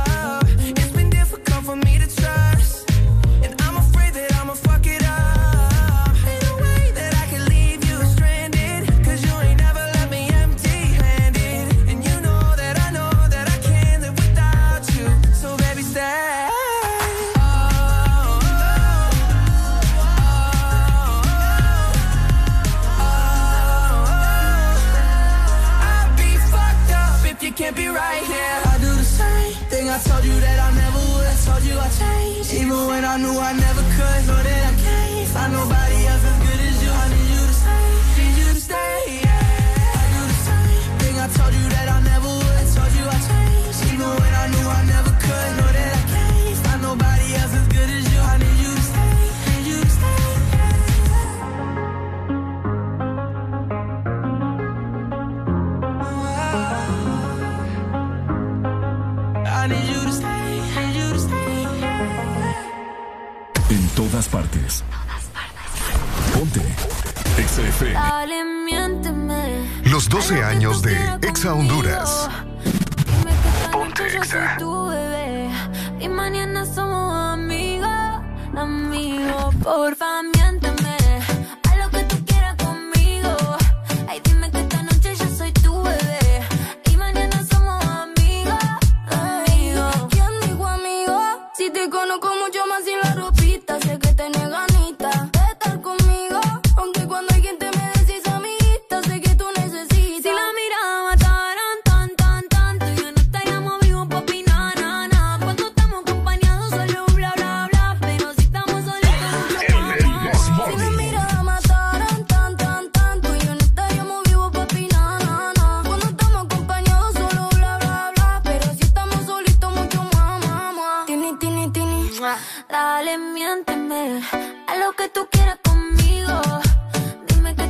For me to trust, and I'm afraid that I'ma fuck it up. Ain't no way that I can leave you stranded, cause you ain't never left me empty-handed. And you know that I can't live without you. So baby, stay. I'd be fucked up if you can't be right here. I do the same thing I told you that I never would. Told you I changed, even when I knew I never could. Know that I can't find nobody else as good as you. I need you to stay, need you to stay, yeah. I do the same thing I told you that I never would. Told you I changed, even when I knew I never could. Know that I can't find nobody else as good as you. I need you to stay, need you to stay. I need you to stay. En todas partes. Ponte Exa FM. Dale, miénteme. Los 12 años de Exa Honduras. Ponte Exa. Tu bebé y mañana somos amigos, amigos. Porfa, miénteme. Haz lo que tú quieras conmigo. Ay, dime que esta noche yo soy tu bebé y mañana somos amigos, amigos. ¿Quién dijo amigo? Si te conozco mucho más sin la ropita, sé que tenés ganita de estar conmigo, aunque cuando alguien te me decís amiguita, sé que tú necesitas. Si la mirada mataran tan, tan, tanto, ya no estaríamos vivos, papi, na, na, na. Cuando estamos acompañados solo bla, bla, bla, pero si estamos solitos mucho más. Si la mirada mataran tan, tan, tanto, ya no estaríamos vivos, papi, na, na, na. Cuando estamos acompañados solo bla, bla, bla, pero si estamos solitos mucho más, mamá. Tini, tini, tini. Dale, miénteme, haz lo que tú quieras conmigo. Dime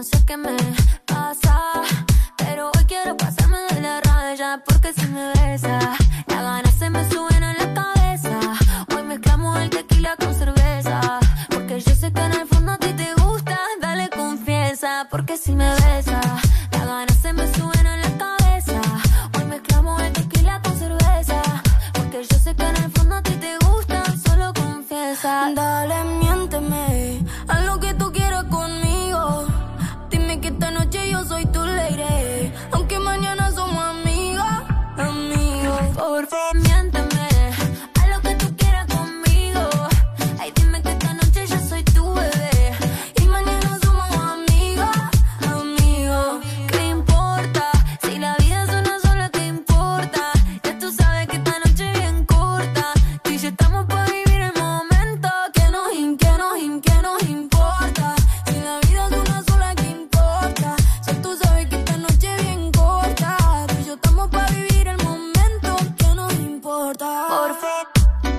sé qué me pasa, pero hoy quiero pasarme de la raya, porque si me besa, las ganas se me suben a la cabeza. Hoy mezclamos el tequila con cerveza, porque yo sé que en el fondo a ti te gusta. Dale confianza, porque si me besa, las ganas se me suben a la cabeza. Hoy mezclamos el tequila con cerveza, porque yo sé que en el fondo a ti te gusta. Solo confiesa. Dale, miénteme, haz lo que tú quieras conmigo. Dime que esta noche yo soy tu lady, aunque mañana somos amigos, amigos. Por favor, miénteme, haz lo que tú quieras conmigo. Ay, dime que esta noche yo soy tu bebé, y mañana somos amigos, amigos. ¿Qué importa? Si la vida es una sola, ¿qué importa? Ya tú sabes que esta noche es bien corta. Tú y yo estamos para vivir el momento. Que nos importa. Si la vida es una sola, ¿qué importa? Ya tú sabes que esta noche es bien corta. Tú y yo estamos para vivir el momento. Que nos importa. Por favor.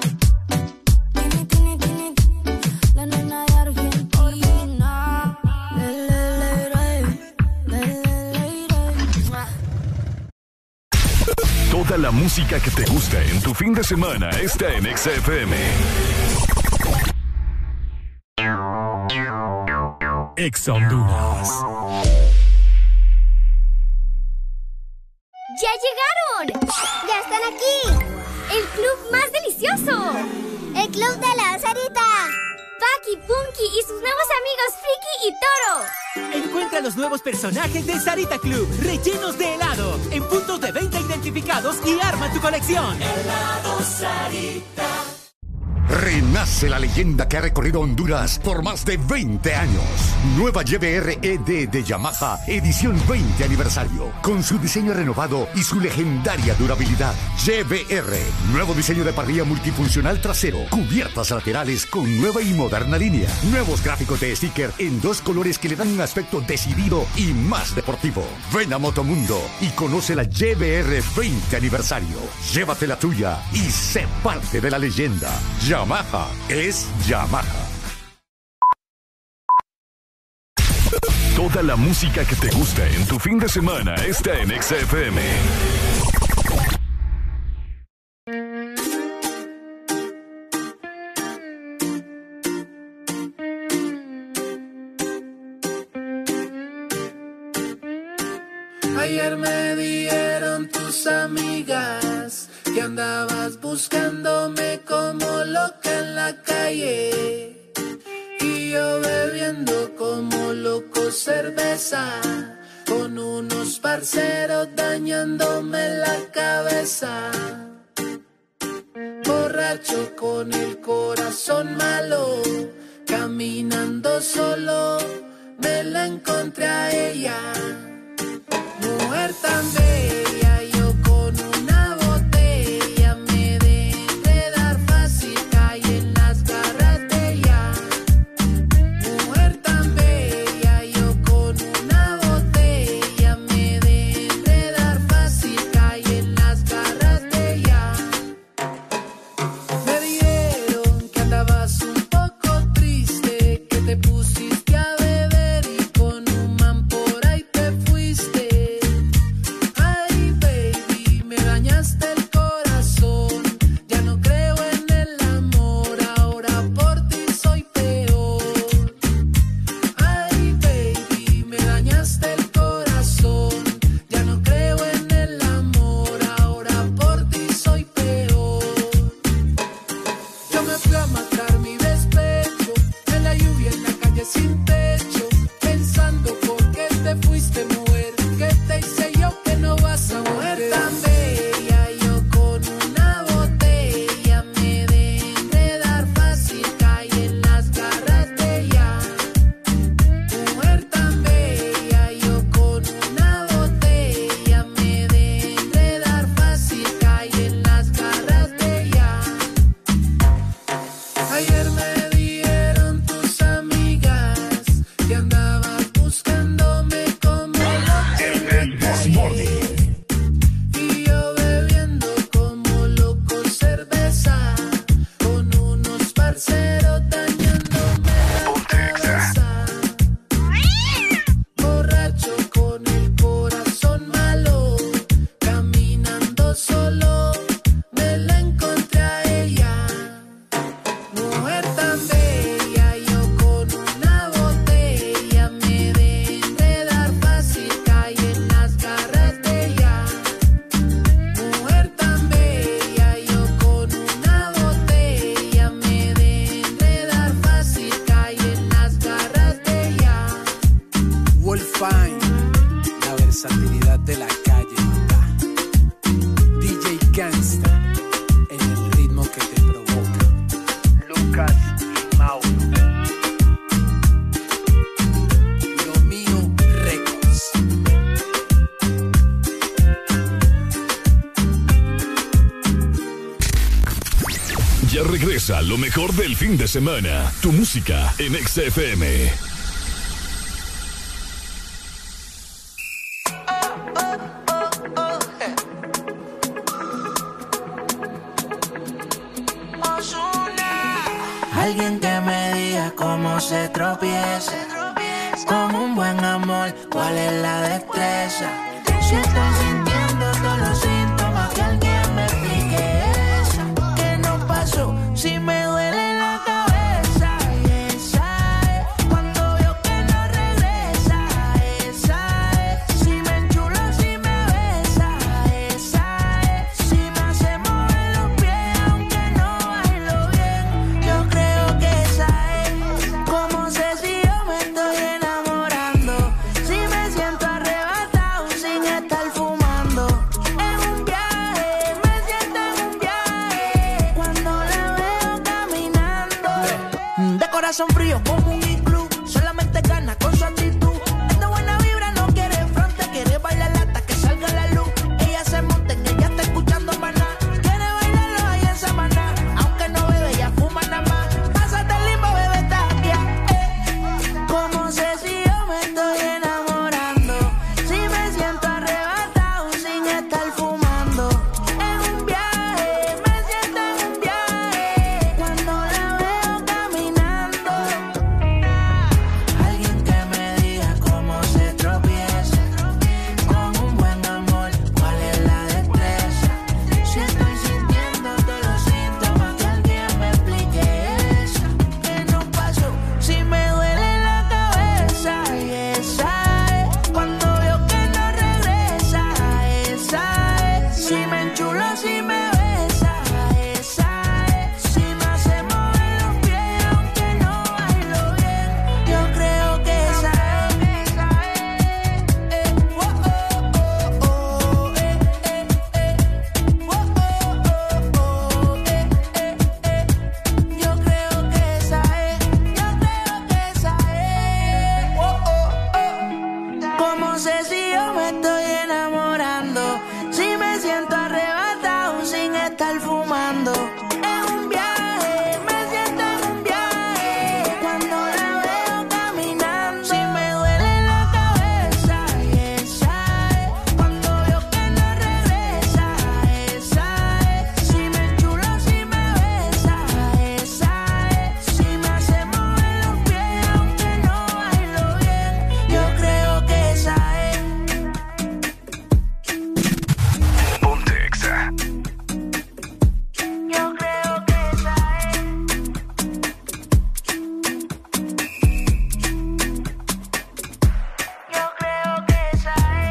La nena de Argentina. Toda la música que te gusta en tu fin de semana está en XFM. Ex Honduras. ¡Ya llegaron! ¡Ya están aquí! ¡El club más delicioso! ¡El club de la Sarita! Paki, Punky y sus nuevos amigos Friki y Toro. Encuentra los nuevos personajes de Sarita Club, rellenos de helado, en puntos de venta identificados y arma tu colección. Helado Sarita. Renace la leyenda que ha recorrido Honduras por más de 20 años. Nueva GBR ED de Yamaha, edición 20 aniversario. Con su diseño renovado y su legendaria durabilidad. GBR, nuevo diseño de parrilla multifuncional trasero. Cubiertas laterales con nueva y moderna línea. Nuevos gráficos de sticker en 2 colores que le dan un aspecto decidido y más deportivo. Ven a Motomundo y conoce la GBR 20 aniversario. Llévate la tuya y sé parte de la leyenda. Yamaha es Yamaha. Toda la música que te gusta en tu fin de semana está en XFM. Ayer me dieron tus amigas que andabas buscándome como loca en la calle, y yo bebiendo como loco cerveza con unos parceros dañándome la cabeza. Borracho con el corazón malo, caminando solo me la encontré a ella. Mujer tan bella, yo con una botella me dejé dar fácil, caí en las garras de ella. Mujer tan bella, yo con una botella me dejé dar fácil, caí en las garras de ella. Me dijeron que andabas un poco triste, que te pusiste a beber y con un man por ahí te fuiste. Ay, Exa, lo mejor del fin de semana. Tu música en Exa FM. Alguien que me diga cómo se tropieza con un buen amor, cuál es la destreza. Si estoy sintiendo todos los síntomas, que alguien me explique eso. ¿Qué nos pasó? Si me duele la cabeza, esa es. Cuando veo que no regresa, esa es. Si me enchulo, si me besa, esa es. Si me hace mover los pies, aunque no bailo bien, yo creo que esa es. ¿Cómo sé si yo me estoy enamorando? Si me siento arrebatado sin estar fumando. En un viaje, me siento en un viaje cuando la veo caminando. De corazón frío como un iglú, solamente gana con su actitud. Es de buena vibra, no quiere fronte, quiere bailar hasta que salga la luz. Ella se monta en ella, está escuchando maná. Quiere bailarlo ahí en Samaná, aunque no bebe, ella fuma nada más. Pásate el limbo, bebé, tapia, ¿Cómo sé si yo me estoy enamorando? Si me siento arrebatado sin estar fumando. En un viaje, me siento en un viaje cuando la veo caminando. Alguien que me diga cómo se tropieza con un buen amor, cuál es la destreza. Si estoy sintiendo todos los síntomas, que alguien me explique eso. ¿Qué nos pasó? Si me duele la cabeza, y esa es. Cuando veo que no regresa, esa es. Si me enchulo, si me besa, esa es. Si me hace mover los pies, aunque no bailo bien, yo creo que esa es. Yo creo que esa es. Yo creo que esa es. ¿Cómo sé si yo me estoy enamorando? Si me siento arrebatado sin estar fumando. En un viaje, me siento en un viaje cuando la veo caminando. Si me duele la cabeza, y esa es. Cuando veo que no regresa, esa es. Si me enchulo, si me besa, esa es. Si me hace mover los pies, aunque no bailo bien, yo creo que esa es. Ponte Exa. Yo creo que esa es. Yo creo que esa es.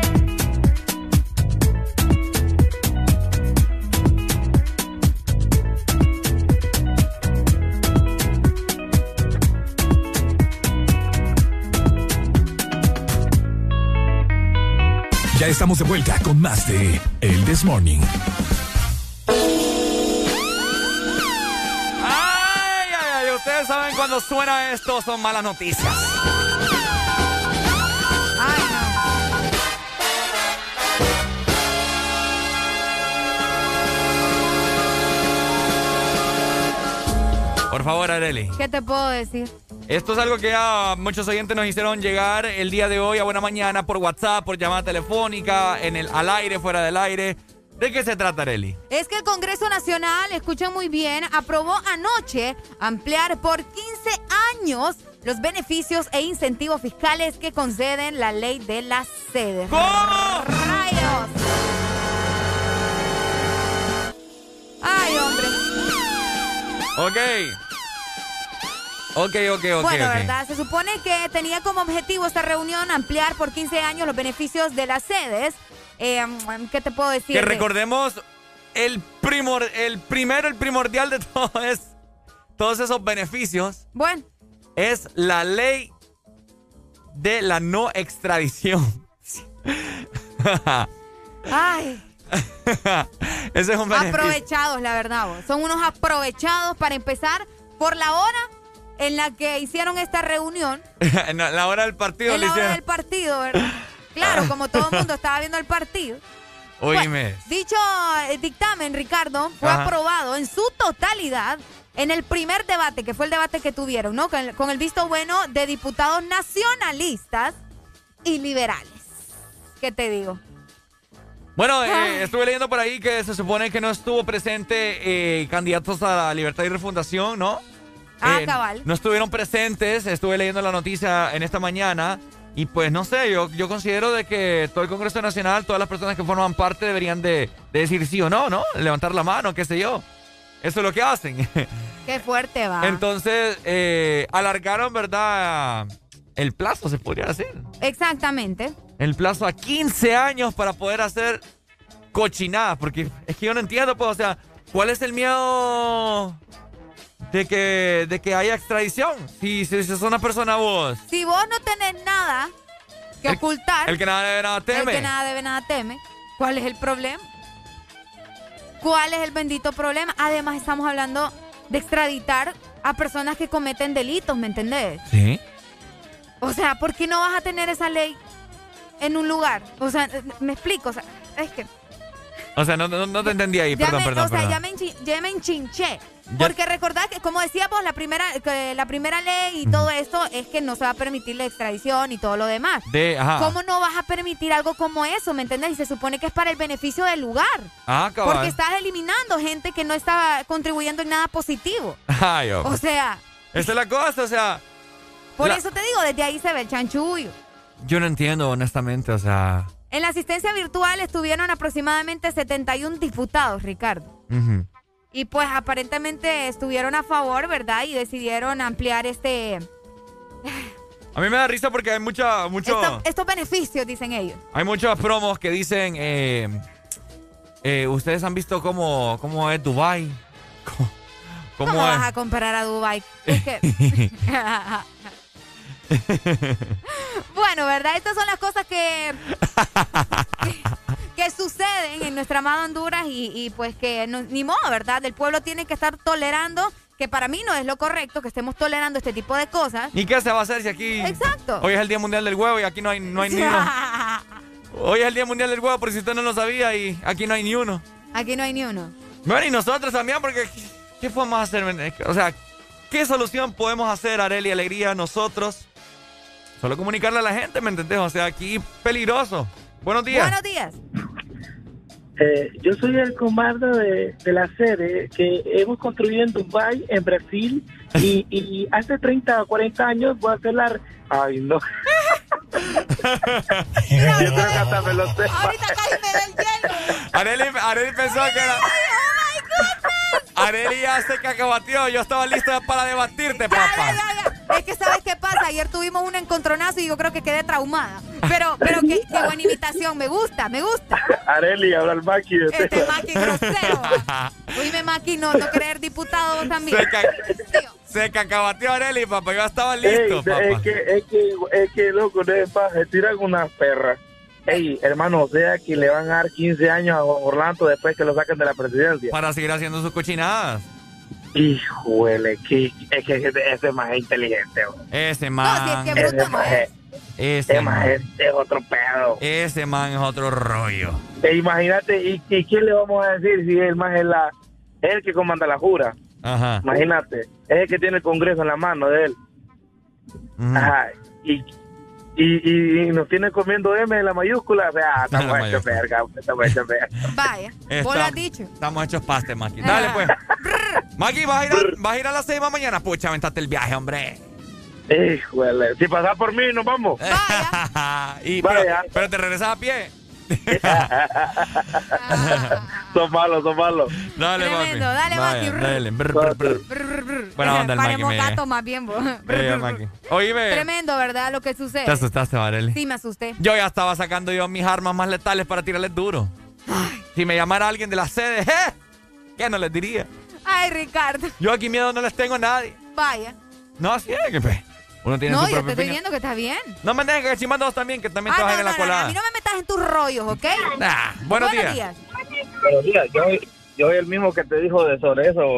Ya estamos de vuelta con más de El This Morning. Ay, ay, ay, ustedes saben cuando suena esto son malas noticias. Por favor, Arely. ¿Qué te puedo decir? Esto es algo que ya muchos oyentes nos hicieron llegar el día de hoy a Buena Mañana por WhatsApp, por llamada telefónica, al aire, fuera del aire. ¿De qué se trata, Arely? Es que el Congreso Nacional, escuchen muy bien, aprobó anoche ampliar por 15 años los beneficios e incentivos fiscales que conceden la ley de las sedes. ¿Cómo? ¡Rayos! ¡Ay, hombre! Ok. Bueno, ¿verdad? Se supone que tenía como objetivo esta reunión ampliar por 15 años los beneficios de las sedes. ¿Qué te puedo decir? Que recordemos, el primordial de todo es todos esos beneficios. Bueno. Es la ley de la no extradición. Ay. Ese es un beneficio. Aprovechados, la verdad. Son unos aprovechados para empezar por la hora en la que hicieron esta reunión. No, la hora del partido. En la hora del partido, ¿verdad? Claro, como todo el mundo estaba viendo el partido. Oíme. Pues, dicho dictamen, Ricardo, fue aprobado en su totalidad en el primer debate, que fue el debate que tuvieron, ¿no? Con el visto bueno de diputados nacionalistas y liberales. ¿Qué te digo? Bueno, estuve leyendo por ahí que se supone que no estuvo presente candidatos a la Libertad y Refundación, ¿no? Cabal. No estuvieron presentes, estuve leyendo la noticia en esta mañana y pues no sé, yo considero de que todo el Congreso Nacional, todas las personas que forman parte deberían de decir sí o no, ¿no? Levantar la mano, qué sé yo. Eso es lo que hacen. Qué fuerte va. Entonces, alargaron, ¿verdad? El plazo, se podría decir. Exactamente. El plazo a 15 años para poder hacer cochinadas, porque es que yo no entiendo, pues, o sea, ¿cuál es el miedo de que haya extradición? Si sos una persona vos. Si vos no tenés nada que ocultar. El que nada debe, nada teme. El que nada debe, nada teme. ¿Cuál es el problema? ¿Cuál es el bendito problema? Además, estamos hablando de extraditar a personas que cometen delitos, ¿me entendés? Sí. O sea, ¿por qué no vas a tener esa ley en un lugar? O sea, me explico, o sea, es que... O sea, no te entendí ahí, perdón. O sea, ya me enchinché. Porque recordad que, como decíamos, la primera ley y todo esto es que no se va a permitir la extradición y todo lo demás. ¿Cómo no vas a permitir algo como eso, me entiendes? Y se supone que es para el beneficio del lugar. Cabal. Porque estás eliminando gente que no estaba contribuyendo en nada positivo. O sea... Esa es la cosa, o sea... Por eso te digo, desde ahí se ve el chanchullo. Yo no entiendo, honestamente, o sea... En la asistencia virtual estuvieron aproximadamente 71 diputados, Ricardo. Y pues aparentemente estuvieron a favor, ¿verdad? Y decidieron ampliar A mí me da risa porque hay estos beneficios, dicen ellos. Hay muchos promos que dicen... ¿ustedes han visto cómo es Dubái? ¿Cómo vas a comparar a Dubái? Es que... Bueno, ¿verdad? Estas son las cosas que suceden en nuestra amada Honduras y pues que ni modo, ¿verdad? El pueblo tiene que estar tolerando, que para mí no es lo correcto que estemos tolerando este tipo de cosas. ¿Y qué se va a hacer si aquí... Exacto. Hoy es el Día Mundial del Huevo y aquí no hay ni uno. Hoy es el Día Mundial del Huevo, por si usted no lo sabía, y aquí no hay ni uno. Aquí no hay ni uno. Bueno, y nosotros también, porque ¿qué podemos hacer? O sea, ¿qué solución podemos hacer, Arely Alegría, nosotros? Solo comunicarle a la gente, ¿me entendés? O sea, aquí peligroso. Buenos días. Buenos días. Yo soy el comando de la sede que hemos construido en Dubái, en Brasil, y hace 30 o 40 años voy a hacer la... Ay, no. Yo creo que hasta me lo sé. Ahorita casi me da el hielo. Arely pensó que era... Arely ya se cacabateó. Yo estaba listo para debatirte, papá. Es que ¿sabes qué pasa? Ayer tuvimos un encontronazo y yo creo que quedé traumada. Pero qué buena imitación. Me gusta. Arely, habla el Maki. Este Maki grosero. Oíme, Maki, no querer diputado vos también. Se cacabateó Arely, papá. Yo estaba listo, papá. Es que, loco, se tiran unas perras. Ey, hermano, o sea que le van a dar 15 años a Orlando después que lo saquen de la presidencia. Para seguir haciendo sus cochinadas. Híjole, es que ese más es inteligente. Ese man. No, si es que bruto no es. Ese man es otro pedo. Ese man es otro rollo. Imagínate, ¿y quién le vamos a decir si el man es el que comanda la jura? Ajá. Imagínate, es el que tiene el Congreso en la mano de él. Ajá. Y nos tiene comiendo M en la mayúscula. O sea, estamos hechos verga. Vaya, vos lo has dicho. Estamos hechos paste, Maki. Dale, pues. Maki, ¿vas a ir a las 6 de la mañana? Pucha, aventate el viaje, hombre. Híjole, si pasás por mí, nos vamos. Vaya. Pero te regresas a pie. Son malos. Dale, tremendo, dale, Maki. Dale. Buena onda el Maki. Paremos gatos más bien, vos. Oíme. Tremendo, ¿verdad? Lo que sucede. ¿Te asustaste, Arely? Sí, me asusté. Yo ya estaba sacando mis armas más letales para tirarles duro. Si me llamara alguien de la sede, ¿qué no les diría? Ay, Ricardo. Yo aquí miedo no les tengo a nadie. Vaya. No, así es que uno tiene su propia yo te estoy viendo que estás bien. No me dejes cachimando vos también, que también trabajan en la colada. A mí no me metas en tus rollos, ¿ok? Buenos días. Buenos días. Yo soy el mismo que te dijo sobre eso,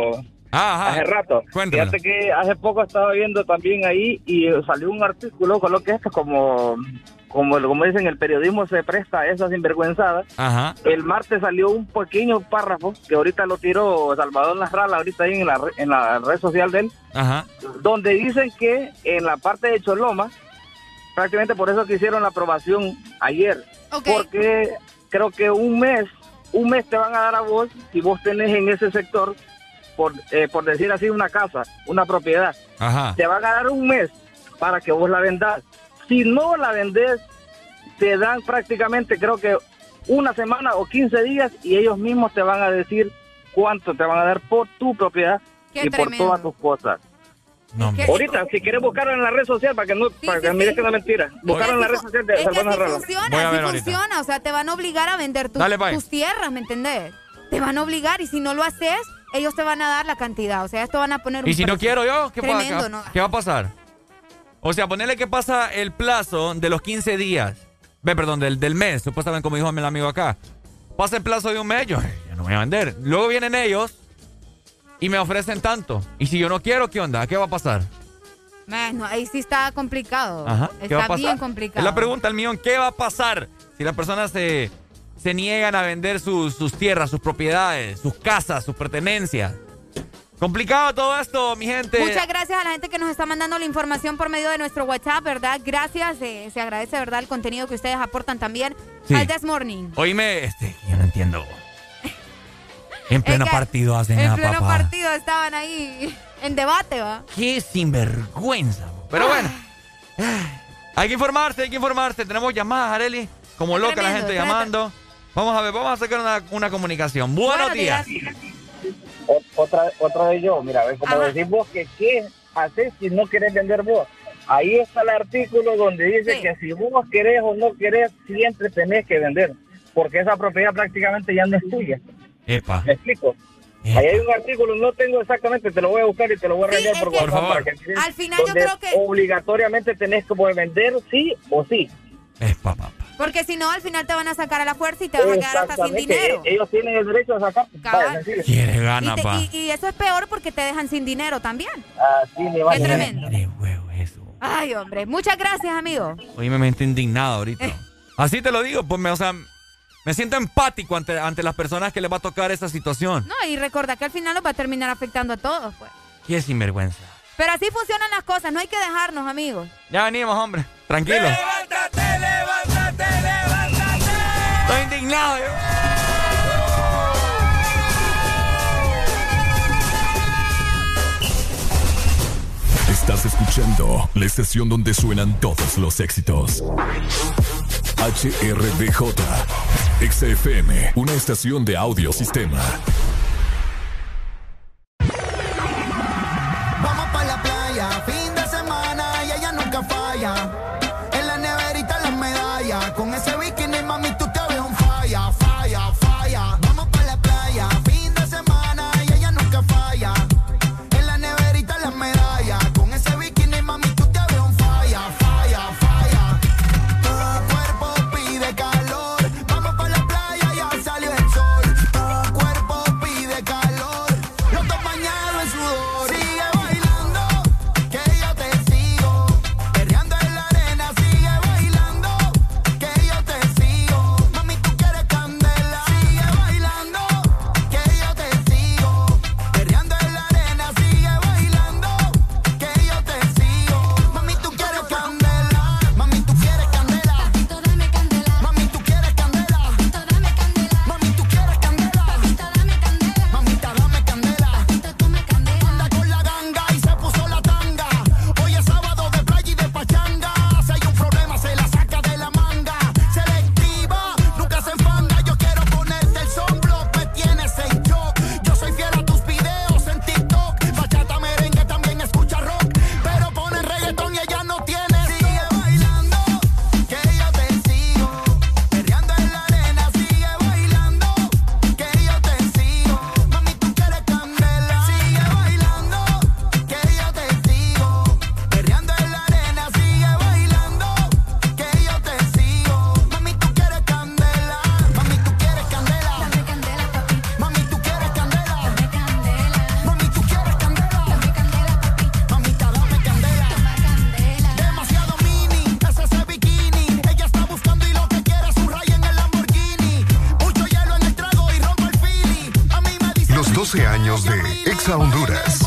Ajá. Hace rato. Cuéntamelo. Fíjate que hace poco estaba viendo también ahí y salió un artículo con lo que esto como dicen, el periodismo se presta a esas sinvergüenzadas. Ajá. El martes salió un pequeño párrafo que ahorita lo tiró Salvador Nasralla ahorita ahí en la red social de él. Ajá. Donde dicen que en la parte de Choloma, prácticamente por eso que hicieron la aprobación ayer. Okay. Porque creo que un mes te van a dar a vos si vos tenés en ese sector, por decir así, una casa, una propiedad. Ajá. Te van a dar un mes para que vos la vendás. Si no la vendés, te dan prácticamente, creo que una semana o 15 días y ellos mismos te van a decir cuánto te van a dar por tu propiedad. Qué y tremendo. por todas tus cosas. No, Ahorita, si quieres buscarlo en la red social, para que mires que no es mentira, buscarlo en la red social de Es que Salvador así Nasralla. funciona, Voy a ver así ahorita. funciona. O sea, te van a obligar a vender Dale, bye. tus tierras, ¿me entendés? Te van a obligar y si no lo haces, ellos te van a dar la cantidad. O sea, esto van a poner un ¿Y si no precio. quiero yo? ¿Qué Tremendo, ¿no? ¿Qué va a pasar? O sea, ponerle que pasa el plazo de los 15 días. Perdón, del mes, supuestamente como dijo el amigo acá. Pasa el plazo de un mes, yo no voy a vender. Luego vienen ellos y me ofrecen tanto. Y si yo no quiero, ¿qué onda? ¿Qué va a pasar? No, ahí sí está complicado. Ajá. ¿Qué va a Está pasar? bien complicado. Es la pregunta al millón. ¿Qué va a pasar si las personas se niegan a vender sus tierras, sus propiedades, sus casas, sus pertenencias? Complicado todo esto, mi gente. Muchas gracias a la gente que nos está mandando la información por medio de nuestro WhatsApp, ¿verdad? Gracias, se agradece, ¿verdad? El contenido que ustedes aportan también al This Morning. Oíme, yo no entiendo. En pleno partido hacen En a pleno papá. partido estaban ahí en debate, ¿va? Qué sinvergüenza. Pero bueno, hay que informarse. Tenemos llamadas, Arely. Como Qué loca la tremendo, gente llamando. Vamos a ver, vamos a sacar una comunicación. Buenos días. Otra vez yo, mira, como decís vos, que qué haces si no querés vender vos. Ahí está el artículo donde dice que si vos querés o no querés, siempre tenés que vender, porque esa propiedad prácticamente ya no es tuya. Epa. ¿Me explico? Ahí hay un artículo, no tengo exactamente, te lo voy a buscar y te lo voy a reenviar por WhatsApp para que mires, al final yo donde creo que obligatoriamente tenés que poder vender sí o sí. porque si no al final te van a sacar a la fuerza y te vas a quedar hasta sin dinero. Ellos tienen el derecho a sacar. Quiere gana, pa. Y eso es peor porque te dejan sin dinero también. Así me va. Qué tremendo. Ay, hombre, muchas gracias, amigo. Oye, me siento indignado ahorita. Así te lo digo, pues me siento empático ante las personas que les va a tocar esa situación. No, y recuerda que al final nos va a terminar afectando a todos, pues. Qué sinvergüenza. Pero así funcionan las cosas, no hay que dejarnos, amigos. Ya venimos, hombre. Tranquilo. ¡Levántate! Estoy indignado, yo. Estás escuchando la estación donde suenan todos los éxitos. HRDJ, XFM, una estación de audiosistema. Vamos pa' la playa, fin de semana y ella nunca falla. En la neverita las medallas, con ese bikini mami tú te ves un falla, falla, falla. Vamos pa' la playa, fin de semana y ella nunca falla. En la neverita las medallas, con ese bikini mami tú te ves un falla, falla, falla. Tu cuerpo pide calor, vamos pa' la playa, ya salió el sol. Tu cuerpo pide calor, los dos bañados en sudor. Sigue bailando, que yo te sigo, perreando en la arena. 12 años de Exa Honduras.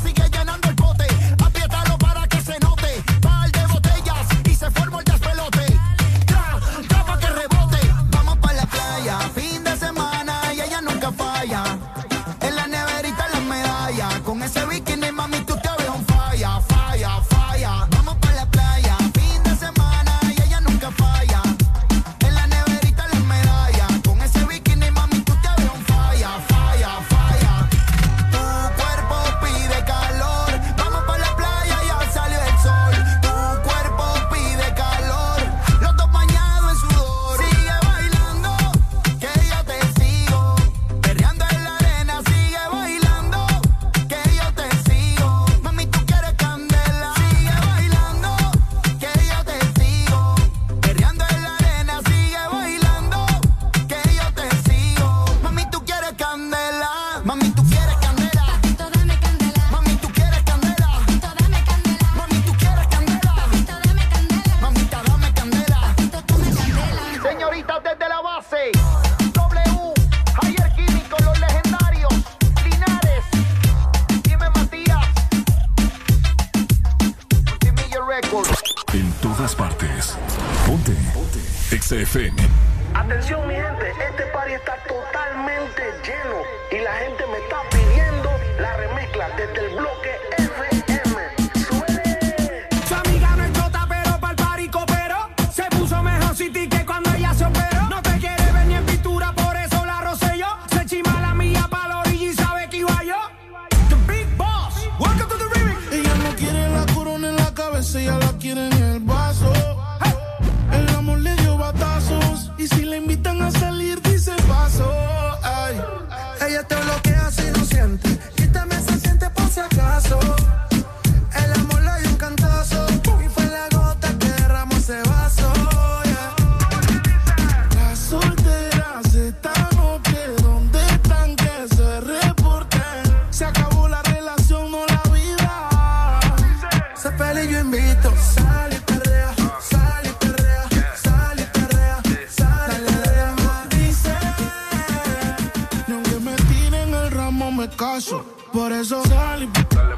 En todas partes. Ponte. Exa FM. Atención, mi gente, este party está totalmente lleno y la gente me está pidiendo la remezcla desde el bloque FM. ¡Suele! Su amiga no es chota, pero pa'l party cooperó. Se puso mejor City que cuando ella se operó. No te quiere ver ni en pintura, por eso la rocé yo. Se chima la mía pa' la orilla y sabe que iba yo. The Big Boss, welcome to the remix. Ella no quiere la corona en la cabeza, ella la quiere en el vaso. El amor le dio batazos y si le invitan a salir dice paso. Ay. Ella te bloquea si no siente, quítame se siente por si acaso. El amor le dio un cantazo y fue la gota que derramó ese vaso. Yeah. Las solteras están ok, ¿dónde están que se reporten? Se acabó la relación, no la vida. Sé feliz, yo invito. Sal y perrea, sal y perrea, sal y perrea, sal y perrea. Dice, y aunque me tiren el ramo me caso. Por eso sal y perrea,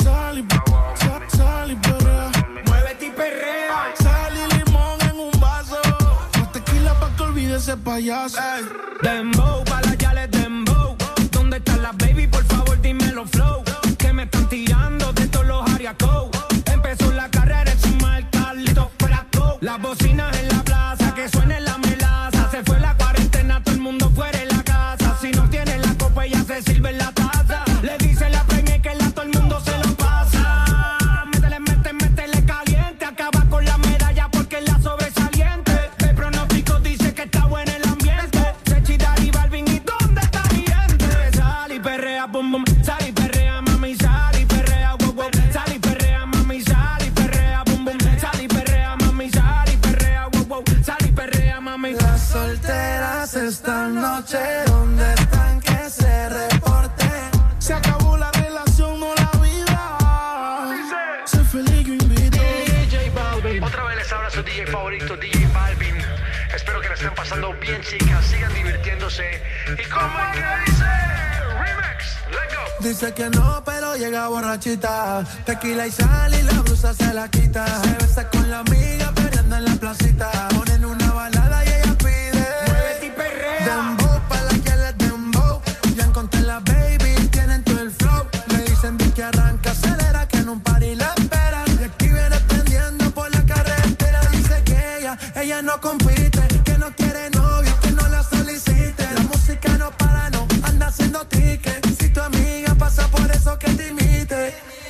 sal y perrea. Muévete y perrea. Sal y limón en un vaso. Más tequila pa' que olvide ese payaso. Dembow, pa' la yales dembow. ¿Dónde están las baby? Por favor, dímelo flow. Que me están tirando de todos los ariacos. Empezó la carrera encima del Carlito Prato. Las bocinas en la plaza, que suene la melaza. Se fue la cuarentena, todo el mundo fuera de la casa. Si no tiene la copa, ella se sirve en la taza. Le dice la premia que la todo el mundo se lo pasa. Métele caliente. Acaba con la medalla porque es la sobresaliente. El pronóstico dice que está bueno el ambiente. Sechi, Dari, Balvin, ¿y dónde está mi gente? Sal y perrea, bum bum. Sal y perrea, mami, sal y perrea, wow wow. Sal y perrea, mami, sal y perrea, bum bum. Sal y perrea, mami, sal y perrea, wow wow. Sal y perrea, mami. Las solteras esta noche, ¿dónde están que se reporten? Se acabó la relación, no la vida. Sé feliz, yo invito. DJ Balvin. Otra vez les habla su DJ favorito, DJ Balvin. Espero que la estén pasando bien, chicas. Sigan divirtiéndose. ¿Y cómo es que dice? Remix, let's go. Dice que no, pero llega borrachita. Tequila y sal y la blusa se la quita. Se besa con la amiga peleando en la placita. Ponen una balada y ella pide. Muévete y perrea. Dembow pa' la que les dembow. Ya encontré la baby, tienen todo el flow. Me dicen que arranca, acelera, que en un party la esperan. Y aquí viene prendiendo por la carretera. Dice que ella no compite, que no quiere novio, que no la solicite. La música no para, no anda haciendo ticket. Si tu amiga pasa por eso que te imite.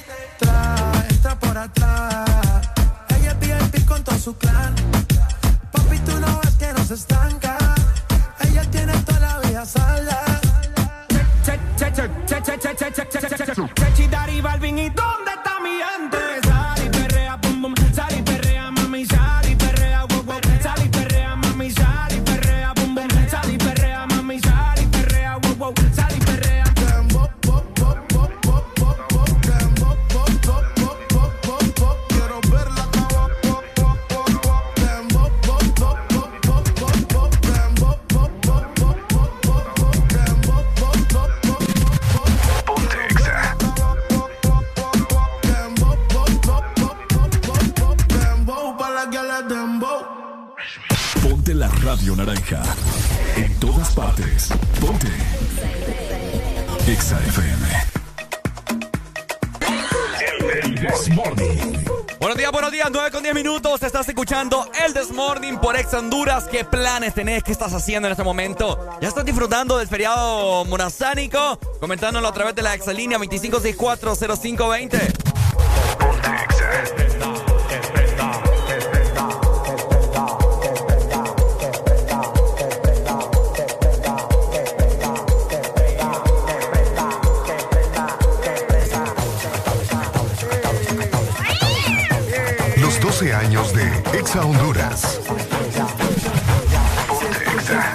Entra por atrás. Ella es VIP con todo su clan. Papi, tú no ves que no se estanca. Ella tiene toda la vida salda. Sechi, Dari, Balvin, ¿y dónde está mi gente? Sal y perrea, bum bum. Sal y perrea, mami, sal y perrea, wow wow. Sal y perrea, mami, sal y perrea, bum bum. Sal y perrea, mami, sal y perrea, wow wow. Sal y perrea. Quiero verla acá. las guiales dembow. Ponte la radio naranja. En todas partes. Ponte Exa FM. El This Morning. Buenos días, 9:10. Estás escuchando el This Morning por Exa Honduras. ¿Qué planes tenés? ¿Qué estás haciendo en este momento? ¿Ya estás disfrutando del feriado morazánico? Comentándolo a través de la Exalínea 25640520. Ponte Exa. Los 12 años de Exa Honduras. Ponte Exa.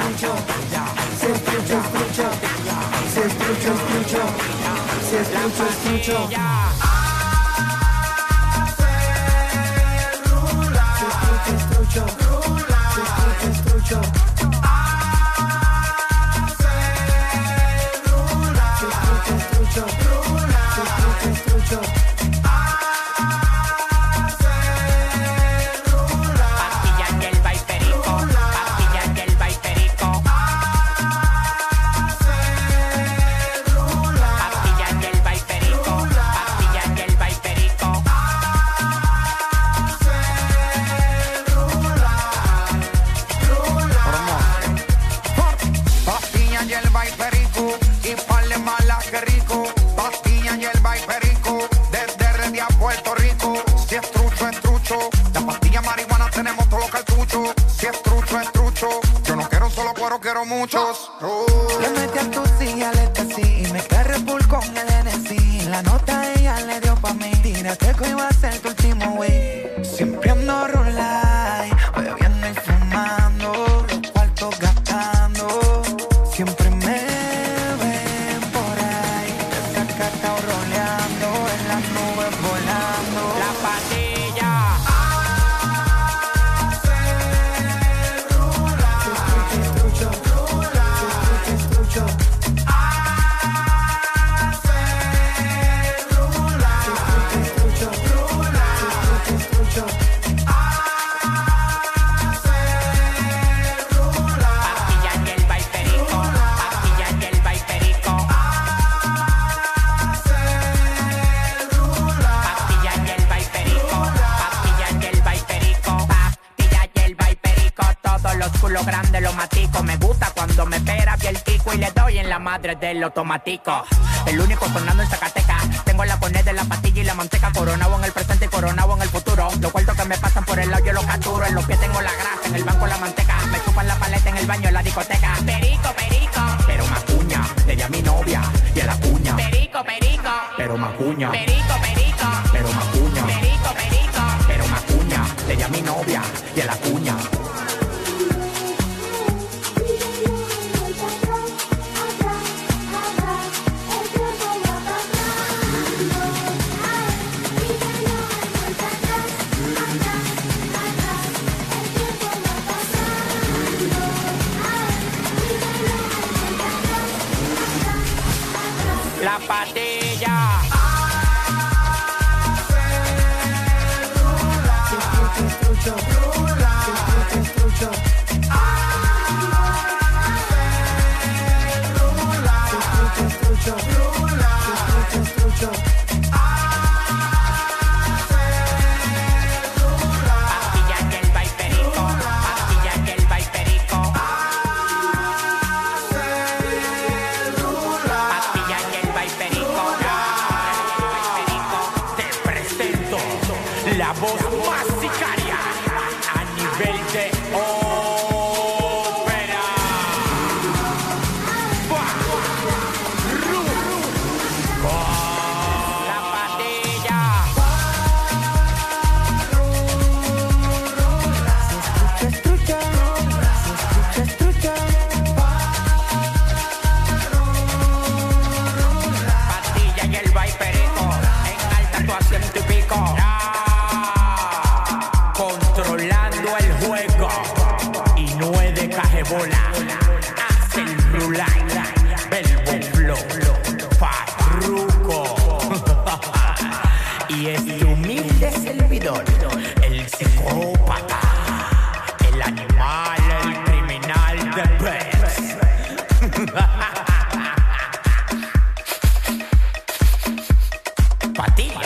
Quiero muchos. Le metí a tu silla, le así y me quedé Red Bull con el NSI. La nota ella le dio pa' mí. Tírate que iba a ser tu último wey. Siempre ando rulay, bebiendo y fumando, los cuartos gastando. Siempre me ven por ahí, desacatado roleando, en las nubes volando. La patilla. Lo grande, lo matico. Me gusta cuando me pera bien el pico y le doy en la madre del automático. El único sonando en Zacatecas. Tengo la poned de la pastilla y la manteca. Coronado en el presente y coronado en el futuro. Los cuartos que me pasan por el lado yo los capturo. En los pies tengo la grasa, en el banco la manteca. Me chupan la paleta en el baño en la discoteca. Perico, perico. Pero macuña, le di a mi novia y a la cuña. Perico, perico. Pero macuña. Perico, perico. Pero macuña. Perico, perico. Pero macuña, le di a mi novia y a la cuña. La patilla. La voz más sicaria a nivel de ópera. La patilla. Patilla y el vaiperico en alta actuación típico. Controlando el juego y no es de cajebola. Hace el rulay, Belbo Flow, Farruko y este humilde servidor, el psicópata, el animal, el criminal de pez. Patilla,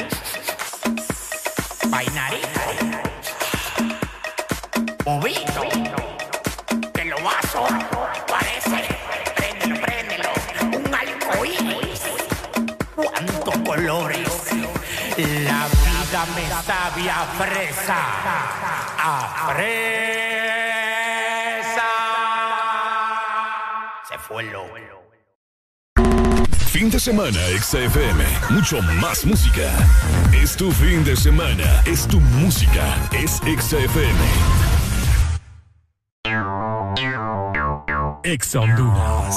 vainarito, bobito, que lo vaso parece, préndelo, un arcoíris. Cuántos colores, la vida me sabe a fresa, se fue el loco. Fin de semana, XFM. Mucho más música. Es tu fin de semana. Es tu música. Es XFM. Ex Honduras.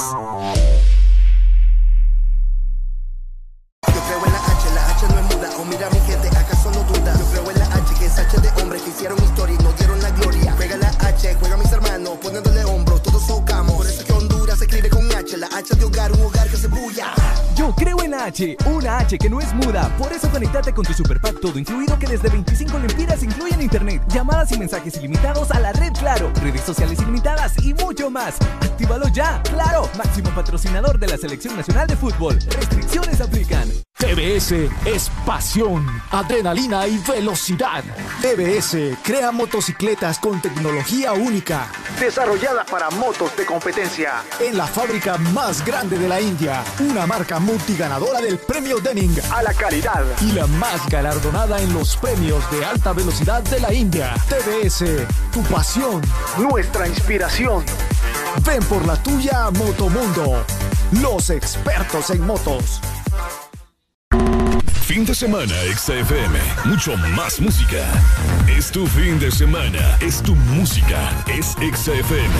Yo creo en la H no es muda. O mira mi gente, ¿acaso no duda? Yo creo en la H, que es H de hombres que hicieron historia y no dieron la gloria. Juega la H, juega mis hermanos, poniéndole hombros, todos socamos. Por eso es que Honduras se escribe con H. La H de hogar, un hogar que se bulla. Yo creo en la H, una H que no es muda. Por eso conectate con tu Super Pack todo incluido, que desde 25 lempiras incluyen internet, llamadas y mensajes ilimitados a la red Claro, redes sociales ilimitadas y mucho más. ¡Actívalo ya! ¡Claro! Máximo patrocinador de la Selección Nacional de Fútbol. Restricciones aplican. TBS es pasión, adrenalina y velocidad. TBS crea motocicletas con tecnología única, desarrollada para motos de competencia. En la fábrica más grande de la India, una marca multiganadora del premio Deming a la calidad y la más galardonada en los premios de alta velocidad de la India. TBS, tu pasión, nuestra inspiración. Ven por la tuya a Motomundo, los expertos en motos. Fin de semana, XFM. Mucho más música. Es tu fin de semana. Es tu música. Es XFM.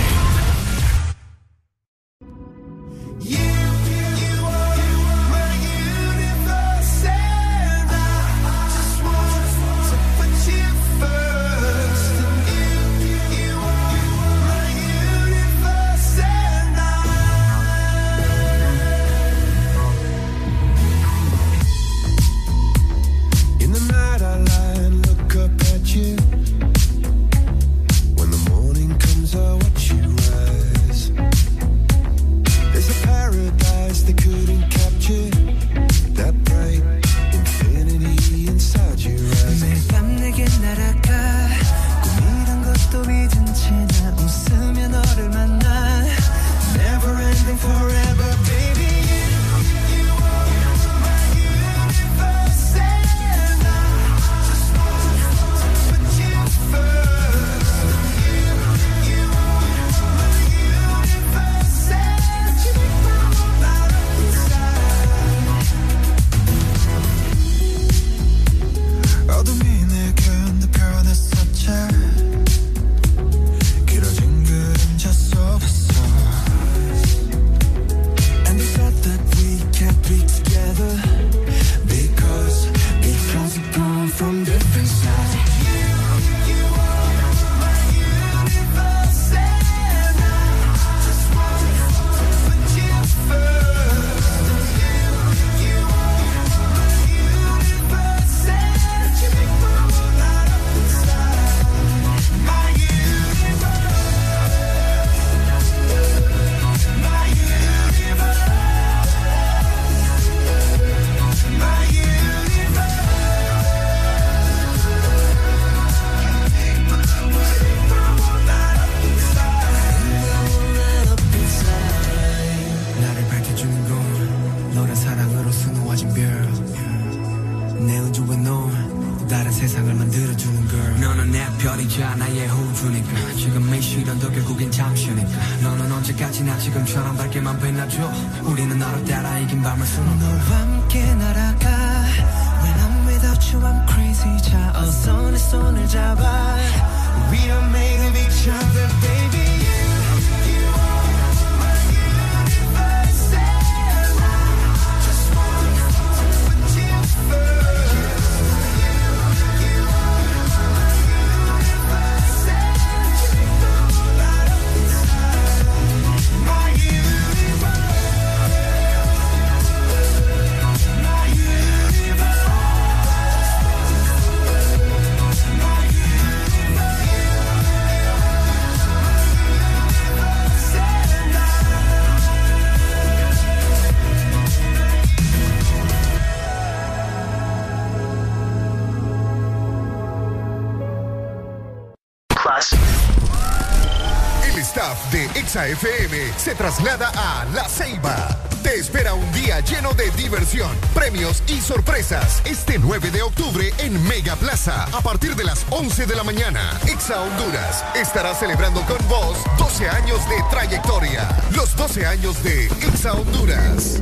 staff de Exa FM se traslada a La Ceiba. Te espera un día lleno de diversión, premios y sorpresas este 9 de octubre en Mega Plaza a partir de las 11 de la mañana. Exa Honduras estará celebrando con vos 12 años de trayectoria. Los 12 años de Exa Honduras.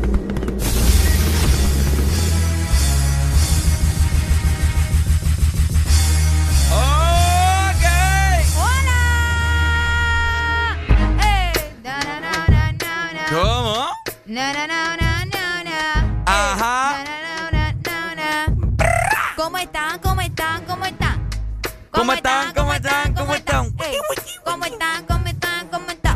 ¿Cómo? Ajá. ¿Cómo están? ¿Cómo están? ¿Cómo están? ¿Cómo están? ¿Cómo están? ¿Cómo están? ¿Cómo están? ¿Cómo están? ¿Cómo están?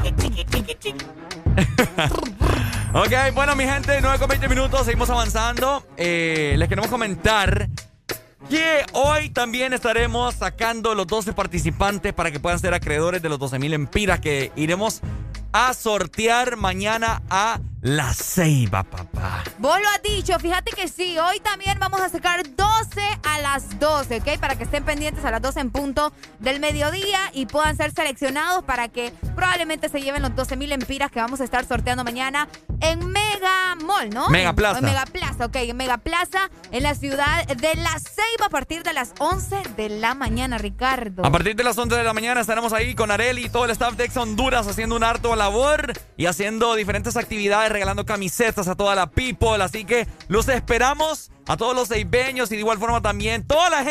Ok, bueno, mi gente, 9:20 minutos, seguimos avanzando. Les queremos comentar que hoy también estaremos sacando los 12 participantes para que puedan ser acreedores de los 12,000 empiras que iremos a sortear mañana a La Ceiba, papá. Vos lo has dicho, fíjate que sí, hoy también vamos a sacar 12 a las 12, ¿ok? Para que estén pendientes a las 12 en punto del mediodía y puedan ser seleccionados para que probablemente se lleven los 12,000 empiras que vamos a estar sorteando mañana en Mega Mall, ¿no? Mega Plaza. En Mega Plaza, ok, en Mega Plaza, en la ciudad de La Ceiba a partir de las 11 de la mañana, Ricardo. A partir de las 11 de la mañana estaremos ahí con Arely y todo el staff de Exa Honduras haciendo una ardua labor y haciendo diferentes actividades, regalando camisetas a toda la people, así que los esperamos a todos los ceibeños y de igual forma también toda la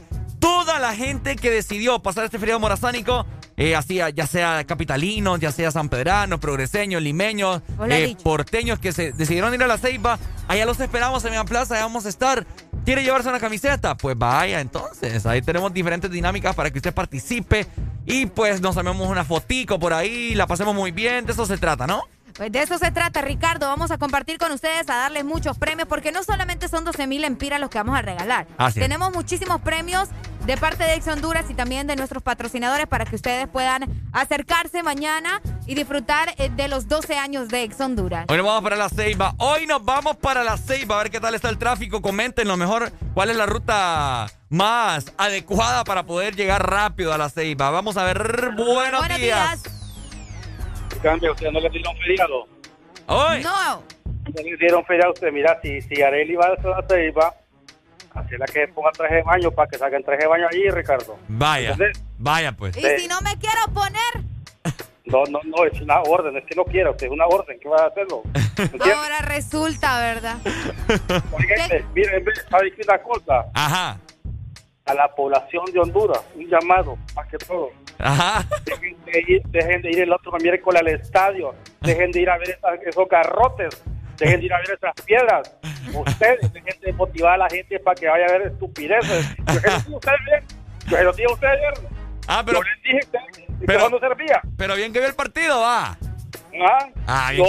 gente que decidió pasar este feriado morazánico, así ya sea capitalinos, ya sea sanpedranos, progreseños, limeños, porteños que se decidieron ir a La Ceiba. Allá los esperamos en Mega Plaza, allá vamos a estar. ¿Quiere llevarse una camiseta? Pues vaya, entonces. Ahí tenemos diferentes dinámicas para que usted participe y pues nos tomemos una fotico por ahí, la pasemos muy bien. De eso se trata, ¿no? Pues de eso se trata, Ricardo. Vamos a compartir con ustedes, a darles muchos premios, porque no solamente son 12,000 empiras los que vamos a regalar. Tenemos muchísimos premios de parte de Exa Honduras y también de nuestros patrocinadores para que ustedes puedan acercarse mañana y disfrutar de los 12 años de Exa Honduras. Hoy nos vamos para La Ceiba. Hoy nos vamos para La Ceiba. A ver qué tal está el tráfico. Coméntenos mejor cuál es la ruta más adecuada para poder llegar rápido a La Ceiba. Vamos a ver. Buenos días. Cambio, ¿usted no le dieron feriado? ¡Hoy! No. No le dieron feriado a usted. Mira, si Arely va a La Ceiba, así es la que ponga traje de baño para que saquen traje de baño allí, Ricardo. Vaya, ¿entendés? vaya pues. ¿Y si no me quiero poner? No, es una orden, es que no quiero, es una orden, ¿qué vas a hacerlo? Ahora resulta, ¿verdad? Oigan, miren, ¿sabes qué es una cosa? Ajá. A la población de Honduras, un llamado, más que todo. Ajá. Dejen de ir el otro miércoles al estadio, dejen de ir a ver esos garrotes, dejen de ir a ver esas piedras. Ustedes, dejen de motivar a la gente para que vaya a ver estupideces. Yo se lo dije a ustedes ayer. Pero yo les dije que no servía. Pero bien que vio el partido, va. No,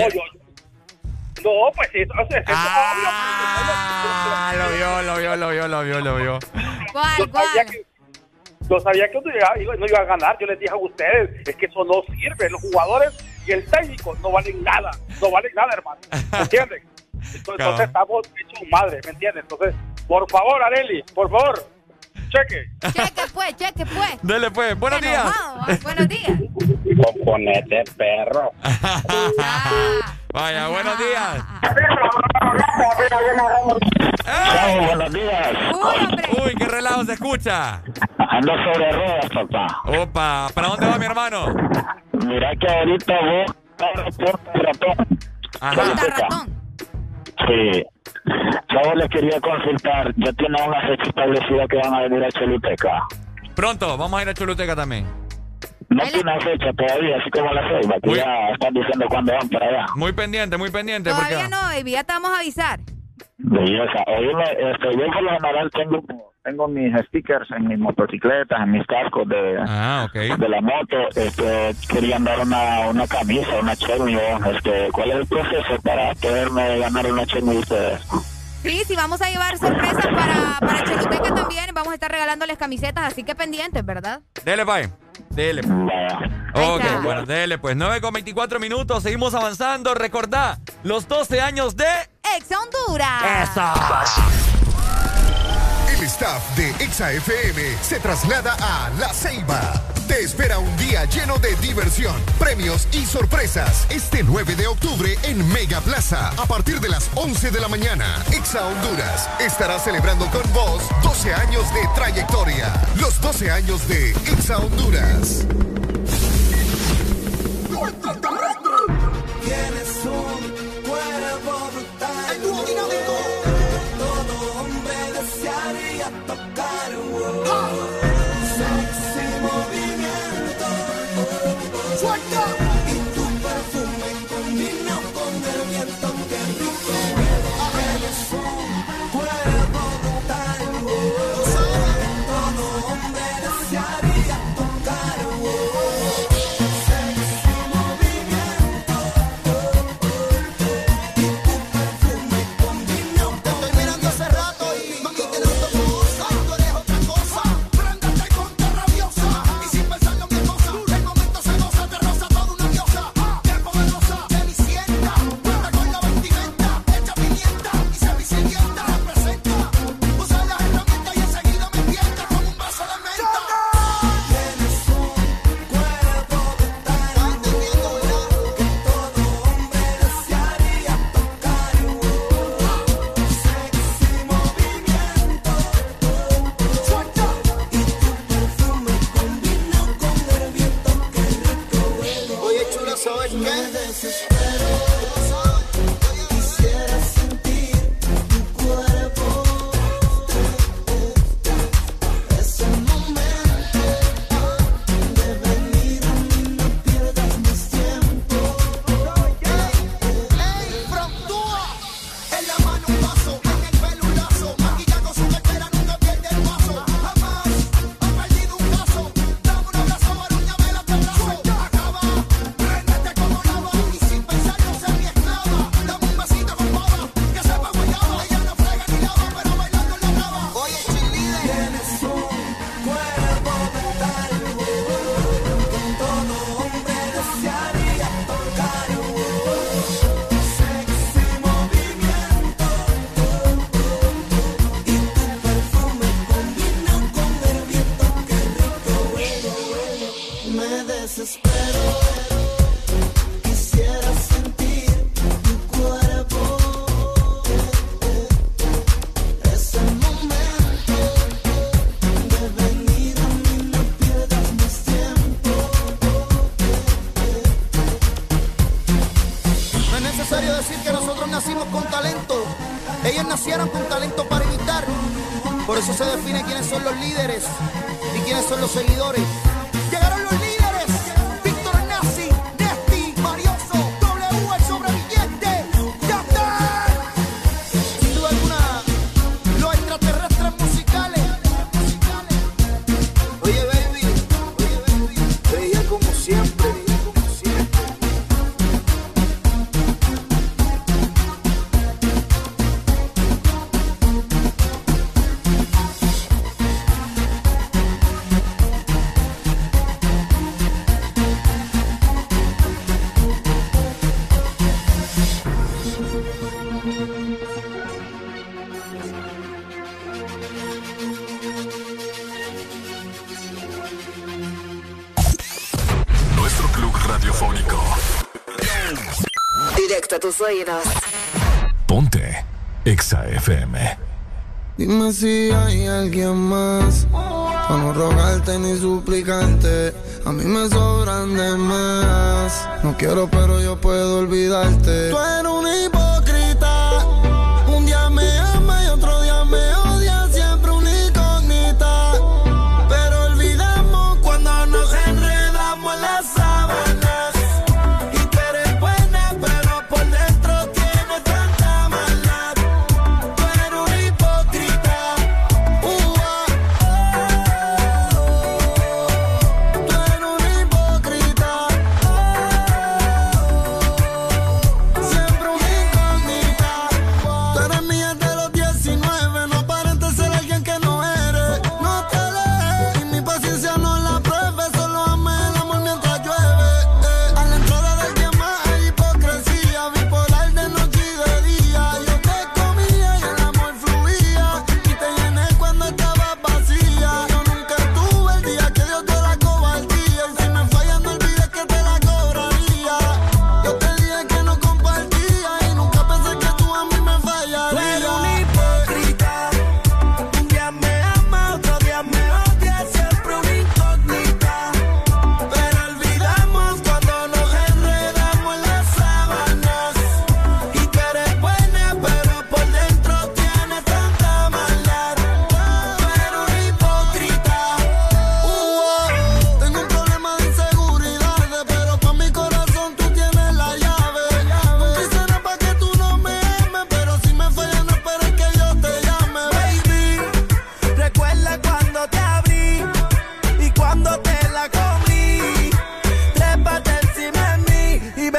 no, pues eso es lo vio. ¿Cuál? Yo sabía que no iba a ganar. Yo les dije a ustedes, es que eso no sirve. Los jugadores y el técnico no valen nada, hermano. ¿Me entienden? Entonces estamos hechos madre, ¿me entienden? Entonces, por favor, Arely, por favor, cheque pues. Dele pues, buenos días. Buenos días. Componete, perro. Vaya, buenos días. ¡Hey! Buenos días. Uy, qué relajo se escucha. Ando sobre ruedas, papá. Opa, ¿para dónde va mi hermano? Mira que ahorita vos Punta Ratón. Ajá. Punta Ratón. Sí. Solo les quería consultar, ya tienen una fecha establecida que van a venir a Choluteca. Pronto, vamos a ir a Choluteca también. No tiene fecha todavía, así como La Ceiba, que ya están diciendo cuándo van para allá. Muy pendiente. Todavía porque... no, baby, ya te vamos a avisar. Belleza. Oíme, yo por lo general tengo mis stickers en mis motocicletas, en mis cascos de la moto. Querían dar una camisa, una Chermy. ¿Cuál es el proceso para poderme ganar una Chermy de ustedes? Sí, vamos a llevar sorpresas para Choluteca también. Vamos a estar regalándoles camisetas, así que pendientes, ¿verdad? Dele, bye. Dele. Ok, bueno, dele pues. 9:24 minutos, seguimos avanzando. Recordá, los 12 años de Exa Honduras. ¡Eso! El staff de Exa FM se traslada a La Ceiba. Te espera un día lleno de diversión, premios y sorpresas. Este 9 de octubre en Mega Plaza, a partir de las 11 de la mañana. Exa Honduras estará celebrando con vos 12 años de trayectoria. Los 12 años de Exa Honduras. Tienes un cuerpo brutal. El dúo dinámico. Todo hombre desearía tocar. Sexy movimiento. Suelta. Y tu perfume combina con el viento. Qué rico. Tienes un cuerpo brutal. Todo hombre desearía tocar. Oídos. Ponte Exa FM. Dime si hay alguien más, para no rogarte ni suplicarte. A mí me sobran de más. No quiero, pero yo puedo olvidarte. Tú eres un hipócrita. Un día me ama y otro día me odia. Siempre una incógnita. Pero olvidamos cuando nos enredamos en las sábanas. Siempre un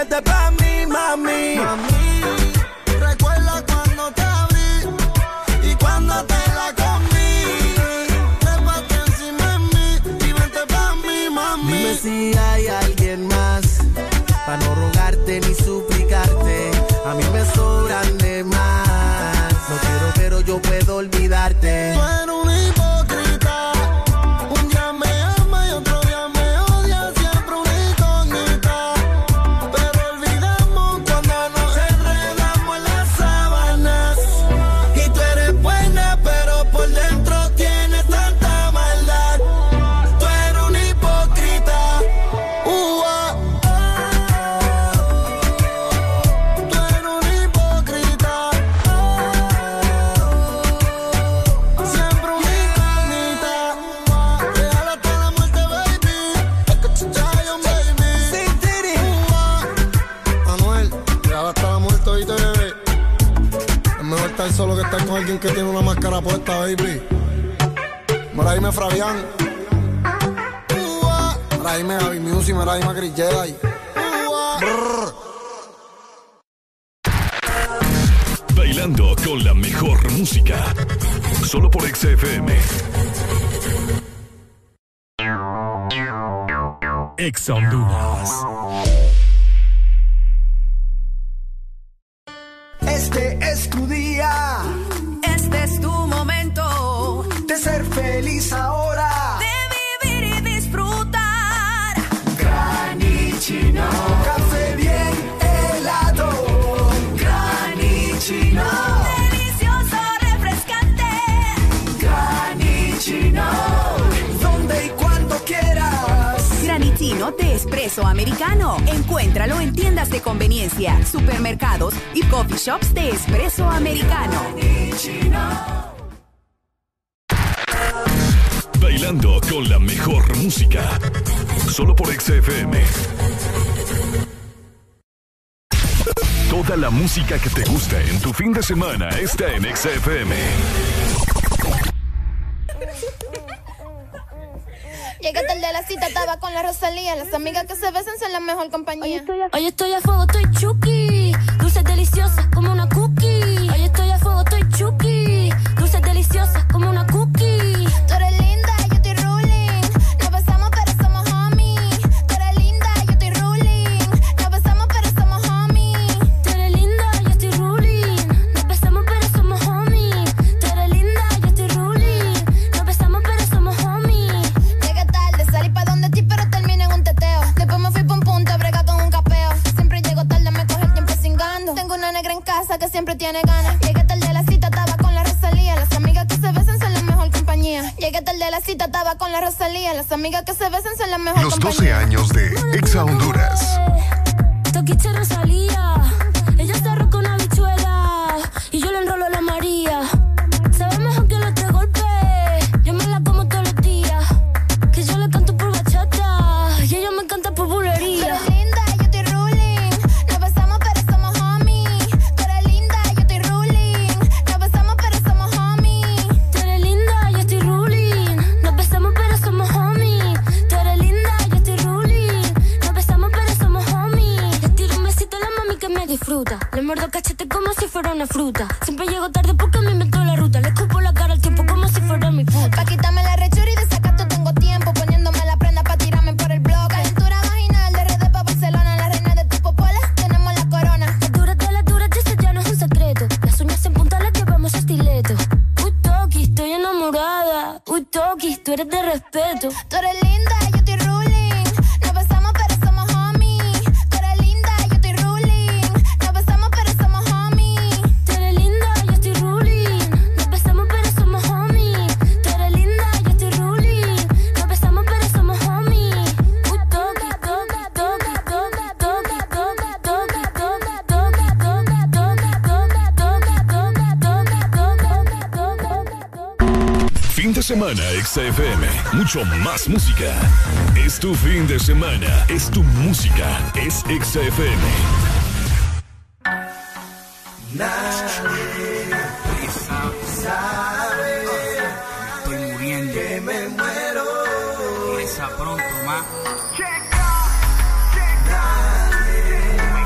vete pa' mí, mami. Mami, recuerda cuando te abrí y cuando te la comí. Trépate encima de mí y vete pa' mí, mami. Dime si hay alguien más, pa' no rogarte ni suplicarte. A mí me sobran de más. No quiero, pero yo puedo olvidarte. Tú eres un hipócrita. Un día me ama y otro día me odia. Siempre una incógnita. Pero olvidamos cuando nos enredamos en las sábanas. Y tú eres buena, pero por dentro tienes tanta maldad. Tú eres un hipócrita. Tú eres un hipócrita. Siempre una incógnita. Real hasta la muerte, baby. Zion, baby. Anuel, real hasta la muerte, oíste, bebé. Es mejor estar solo que estar con alguien que tiene una máscara puesta, baby. Mira, dime Fabián. Mira, dime Javi Music, mira, dime Chris Jedi. Bailando con la mejor música. Solo por XFM. Ex Honduras. Este es tu día, Este es tu momento de ser feliz ahora. de vivir y disfrutar. Granichino, café bien helado. Granichino, Delicioso, refrescante. Granichino, donde y cuando quieras. Granitino de espresso americano. Encuéntralo en tiendas de conveniencia, supermercados y coffee shops de espresso americano. Bailando con la mejor música. Solo por XFM. Toda la música que te gusta en tu fin de semana está en XFM. Llegué tarde a la cita, estaba con la Rosalía. Las amigas que se besan son la mejor compañía. Hoy estoy a fuego, estoy chuki. Dulces deliciosas como una cookie. Hoy estoy a fuego, estoy chuki. Dulces deliciosas como una cookie. Tú eres linda, yo estoy ruling. Nos besamos pero somos homies. Tú eres linda, yo estoy ruling. Nos besamos pero somos homies. Tú eres linda, yo estoy ruling. Nos besamos pero somos homies. Tú eres linda, yo estoy ruling. Nos besamos pero somos homies. Llegué tarde, salí pa' donde ti pero terminé en un teteo. Después me fui pa' un punto, brega con un capeo. Siempre llego tarde, me coge el tiempo cingando. Tengo una negra en casa que siempre tiene ganas. Llegué tarde a la cita, estaba con la Rosalía. Las amigas que se besan son la mejor compañía. Llegué tarde a la cita, estaba con la Rosalía. Las amigas que se besan son la mejor Los compañía. 12 años de Exa Honduras. Toquiche Rosalía. Ella está roca una bichuela. Y yo le enrolo a la María. Sabe mejor que los 3 golpes. Yo me la como todos los días. Que yo le canto por bachata. Y ella me canta por Tú bulería. eres linda, yo estoy ruling. Nos besamos pero somos homies. Tú eres linda, yo estoy ruling. Nos besamos pero somos homies. Tú eres linda, yo estoy ruling. Nos besamos pero somos homies. Tú eres linda, yo estoy ruling. Nos besamos pero somos homies. Le tiro un besito a la mami que me disfruta. Le muerdo cachete como si fuera una fruta. Siempre llego tarde porque me inventó la ruta. Le escupo la cara al tiempo como si fuera mi puta. Pa' quitarme la rechura y de sacato tengo tiempo. Poniéndome la prenda pa' tirarme por el blog. Calentura vaginal de RD pa' Barcelona. La reina de tu popola, tenemos la corona. Las duras de ese ya no es un secreto. Las uñas en punta las llevamos a estileto. Uy, Toki, estoy enamorada. Uy, Toki, tú eres de respeto. Tú eres linda, yo estoy ruling. Nos besamos pero somos homies. Tú eres linda, yo estoy ruling. Nos besamos pero somos homies. Tú eres linda, yo estoy ruling. Nos besamos pero somos homies. Tú eres linda, yo estoy ruling. Nos besamos pero somos homies. Uy, Toki, Toki, Toki, Toki, Toki, Toki, Toki, Toki, Toki, Fin de semana XFM. Mucho más música. Es tu fin de semana. Es tu música. Es XFM. Nadie sabe, estoy muriendo, que me muero. Esa pronto más. Nadie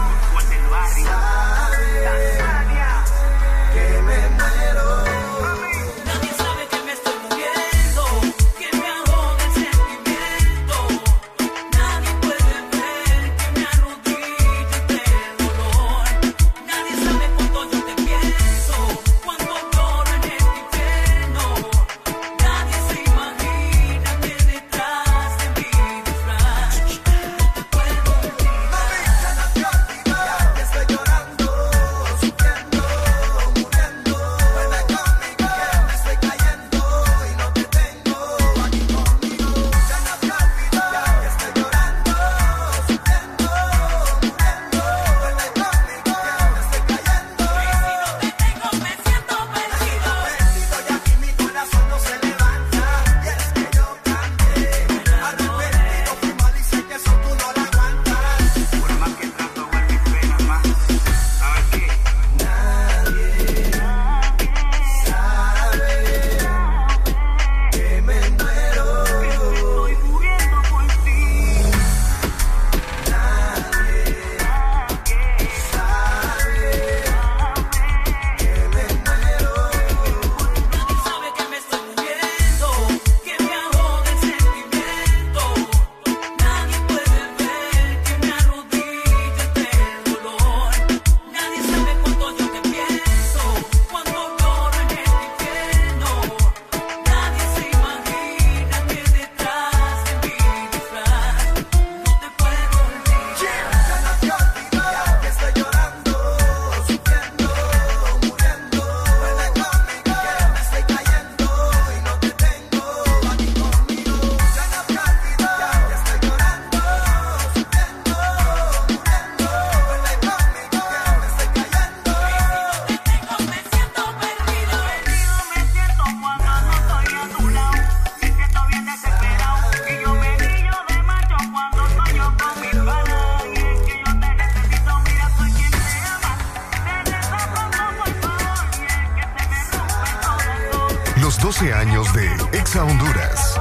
Exa Honduras.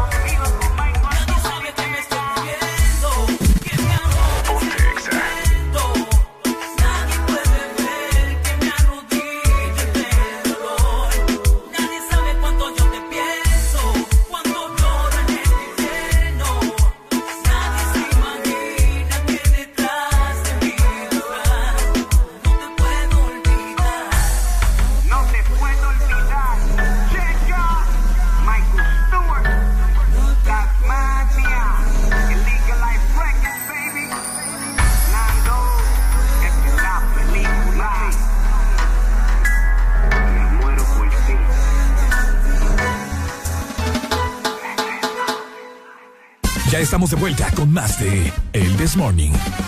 Ya estamos de vuelta con más de El This Morning.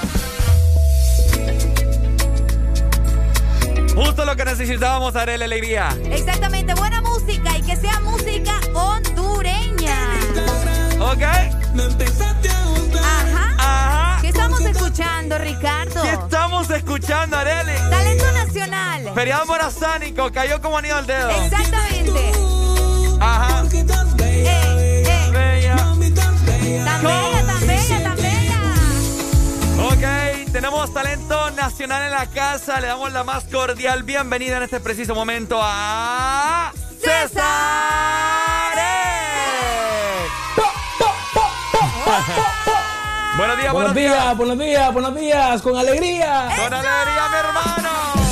Justo lo que necesitábamos, Arely Alegría. Exactamente, buena música y que sea música hondureña. ¿Ok? Ajá. ¿Qué estamos escuchando, Ricardo? ¿Qué estamos escuchando, Arely? Talento nacional. Feriado morazánico, cayó como anillo al dedo. Exactamente. Ajá. Bella. Tan bella, tan bella, tan bella. Ok, tenemos talento nacional en la casa. Le damos la más cordial bienvenida en este preciso momento a César. Buenos días, buenos días. Buenos días, buenos días, con alegría. Con alegría, mi hermano.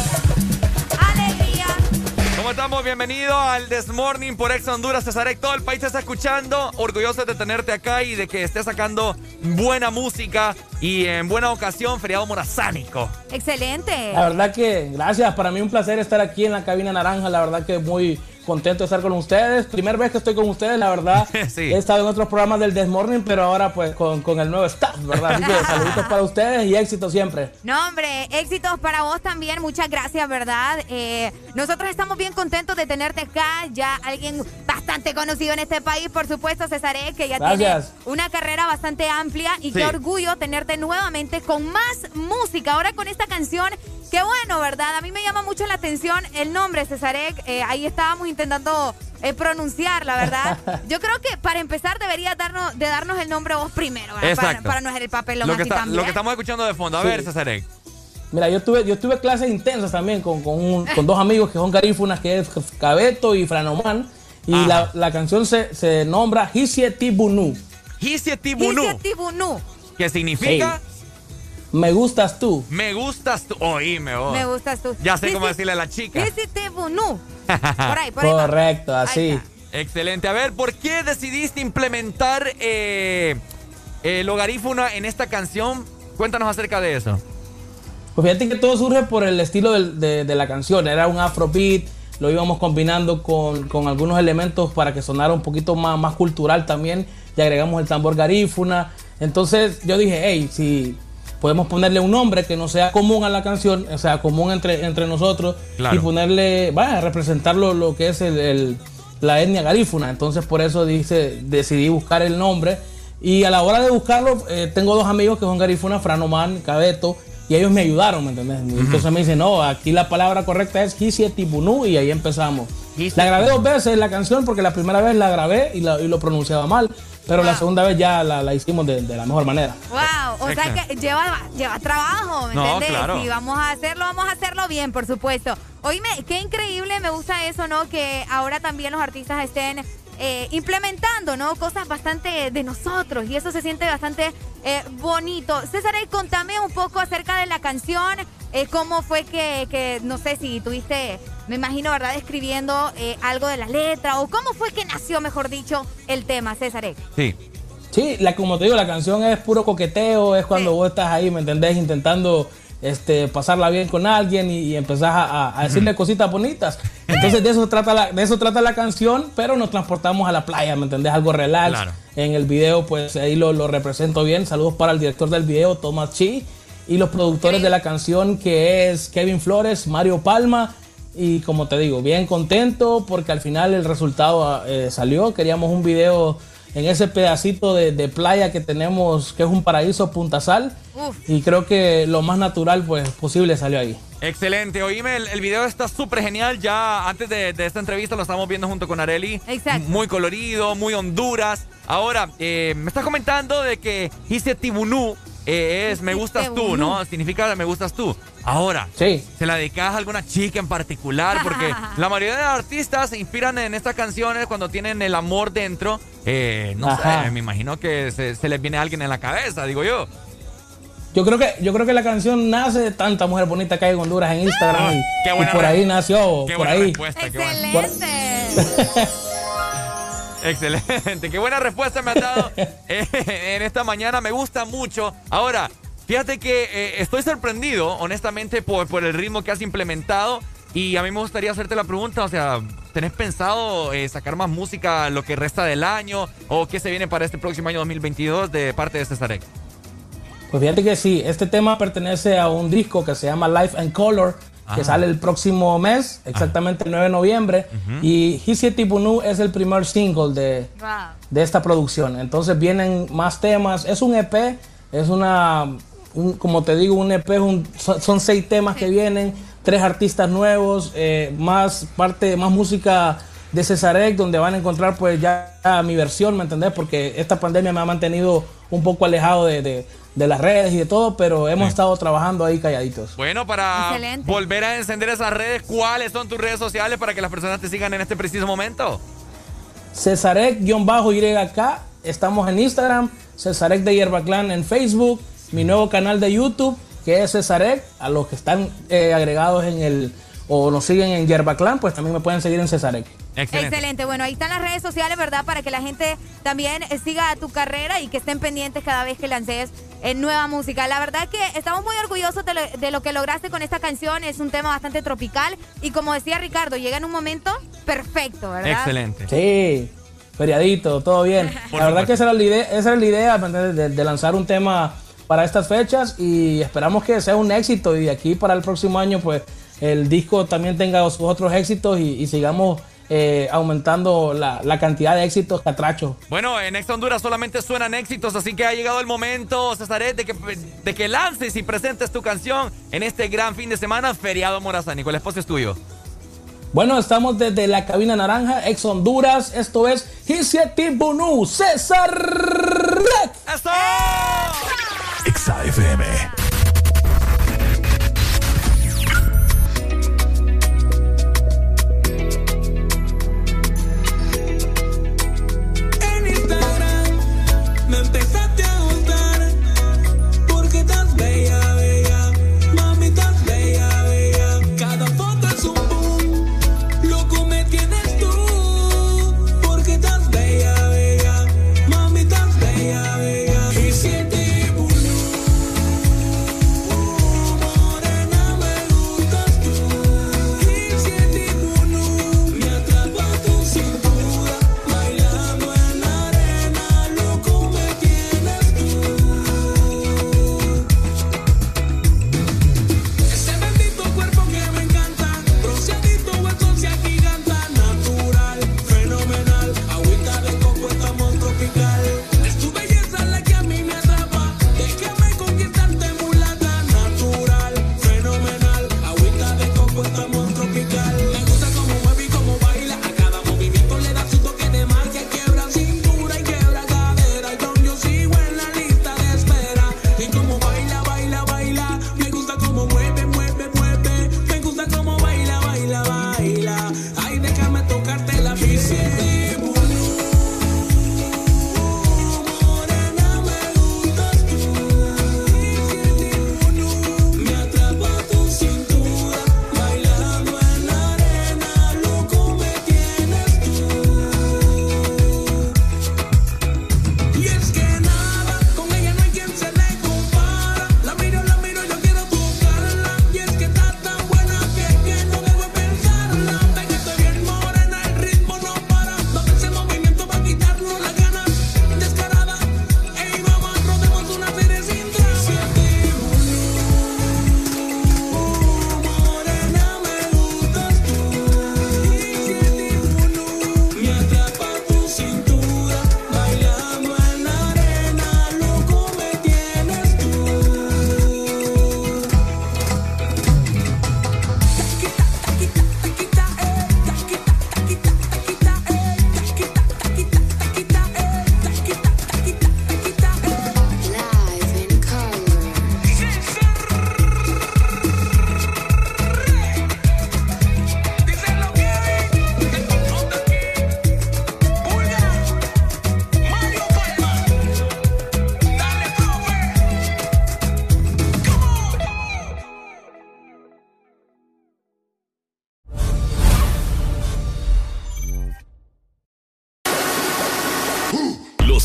¿Cómo estamos? Bienvenido al This Morning por Exa Honduras. Cesarek, todo el país te está escuchando. Orgulloso de tenerte acá y de que estés sacando buena música y en buena ocasión, feriado morazánico. Excelente. La verdad que, gracias. Para mí un placer estar aquí en la cabina naranja. La verdad que muy contento de estar con ustedes. Primera vez que estoy con ustedes, la verdad. Sí. He estado en otros programas del This Morning, pero ahora pues con el nuevo staff, ¿verdad? Así que saluditos para ustedes y éxito siempre. No, hombre, éxitos para vos también. Muchas gracias, ¿verdad? Nosotros estamos bien contentos de tenerte acá. Ya alguien bastante conocido en este país, por supuesto, Cesarek, que ya gracias. Tiene una carrera bastante amplia y qué orgullo tenerte nuevamente con más música. Ahora con esta canción. Qué bueno, ¿verdad? A mí me llama mucho la atención el nombre, Cesarek. Ahí estábamos intentando pronunciar, la verdad. Yo creo que para empezar deberías darnos el nombre vos primero, ¿verdad? Para no hacer el papelón así también. Lo que estamos escuchando de fondo. A ver, Cesarek. Mira, yo tuve clases intensas también con dos amigos que son garífunas, que es Cabeto y Franoman. Y la canción se nombra Hisietibunu. Hisietibunu. ¿Qué significa? Hey. Me gustas tú. Me gustas tú. Oíme vos. Me gustas tú. Ya sé cómo decirle a la chica. Hisietibunu. Por ahí. Correcto, así. Excelente. A ver, ¿por qué decidiste implementar lo garífuna en esta canción? Cuéntanos acerca de eso. Pues fíjate que todo surge por el estilo de la canción. Era un afrobeat, lo íbamos combinando con algunos elementos para que sonara un poquito más cultural también. Y agregamos el tambor garífuna. Entonces yo dije, hey, si podemos ponerle un nombre que no sea común a la canción, o sea, común entre nosotros, claro. Y ponerle, representar lo que es la etnia garífuna. Entonces por eso decidí buscar el nombre. Y a la hora de buscarlo, tengo dos amigos que son garífunas, Franoman, Cabeto, y ellos me ayudaron, ¿me entendés? Entonces me dicen, no, aquí la palabra correcta es Hisietibunu, y ahí empezamos. La grabé 2 veces la canción, porque la primera vez la grabé y lo pronunciaba mal, pero la segunda vez ya la hicimos de la mejor manera. Wow, o sea que lleva trabajo, ¿me entendés? Claro. Sí, vamos a hacerlo bien, por supuesto. Oíme, qué increíble, me gusta eso, ¿no? Que ahora también los artistas estén implementando, ¿no? Cosas bastante de nosotros, y eso se siente bastante bonito. César, contame un poco acerca de la canción, cómo fue que no sé si tuviste, me imagino, ¿verdad?, escribiendo algo de la letra, o cómo fue que nació, mejor dicho, el tema, César. Sí, como te digo, la canción es puro coqueteo, es cuando vos estás ahí, ¿me entendés?, intentando pasarla bien con alguien y empezás a decirle cositas bonitas. Entonces de eso trata la canción, pero nos transportamos a la playa, ¿me entendés? Algo relax. Claro. En el video, pues ahí lo represento bien. Saludos para el director del video, Tomás Chi, y los productores de la canción, que es Kevin Flores, Mario Palma. Y como te digo, bien contento porque al final el resultado salió. Queríamos un video en ese pedacito de playa que tenemos, que es un paraíso, Punta Sal. Uf. Y creo que lo más natural pues posible salió ahí. Excelente. Oíme, el video está súper genial. Ya antes de esta entrevista lo estamos viendo junto con Arely. Exacto. Muy colorido, muy Honduras. Ahora, me estás comentando de que Hice Tibunú es me gustas tú, ¿no? Significa me gustas tú. Ahora, sí. ¿se la dedicas a alguna chica en particular? Porque la mayoría de los artistas se inspiran en estas canciones cuando tienen el amor dentro. No sé, me imagino que se les viene a alguien en la cabeza, digo yo. Yo creo que la canción nace de tanta mujer bonita que hay en Honduras en Instagram y por ahí nació. Qué por buena ahí. Respuesta, ¡Excelente! Excelente, qué buena respuesta me has dado en esta mañana, me gusta mucho. Ahora, fíjate que estoy sorprendido, honestamente, por el ritmo que has implementado. Y a mí me gustaría hacerte la pregunta, o sea, ¿tenés pensado sacar más música lo que resta del año? ¿O qué se viene para este próximo año 2022 de parte de Cesarec? Pues fíjate que sí, este tema pertenece a un disco que se llama Life and Color, que sale el próximo mes, exactamente el 9 de noviembre. Y Hice Tibunú es el primer single de esta producción. Entonces vienen más temas. Es un EP, es como te digo, un EP, son 6 temas que vienen, 3 artistas nuevos, más música de Cesarec, donde van a encontrar pues ya mi versión, ¿me entendés? Porque esta pandemia me ha mantenido un poco alejado de las redes y de todo, pero hemos estado trabajando ahí calladitos. Bueno, para volver a encender esas redes, ¿cuáles son tus redes sociales para que las personas te sigan en este preciso momento? Cesarec_YK, estamos en Instagram, Cesarec de Yerba Clan en Facebook, mi nuevo canal de YouTube, que es Cesarec, a los que están agregados o nos siguen en Yerba Clan, pues también me pueden seguir en Cesarec. Excelente. Bueno, ahí están las redes sociales, ¿verdad? Para que la gente también siga tu carrera y que estén pendientes cada vez que lances nueva música. La verdad que estamos muy orgullosos de lo que lograste con esta canción. Es un tema bastante tropical y como decía Ricardo, llega en un momento perfecto, ¿verdad? Excelente. Sí, feriadito, todo bien. La verdad que esa era la idea de lanzar un tema para estas fechas y esperamos que sea un éxito y aquí para el próximo año pues el disco también tenga sus otros éxitos y sigamos aumentando la cantidad de éxitos catrachos. Bueno, en Exa Honduras solamente suenan éxitos, así que ha llegado el momento, Cesarec, de que lances y presentes tu canción en este gran fin de semana, feriado morazánico. El espacio es tuyo. Bueno, estamos desde la cabina naranja, Exa Honduras. Esto es Hice Tibunú, Cesarec. ¡Eso! Exa FM. Me empezaste a gustar porque estás bella, bella, mami, estás bella, bella. Cada foto es un boom, loco me tienes tú porque estás bella, bella, mami, estás bella, bella. Hice Tibunú,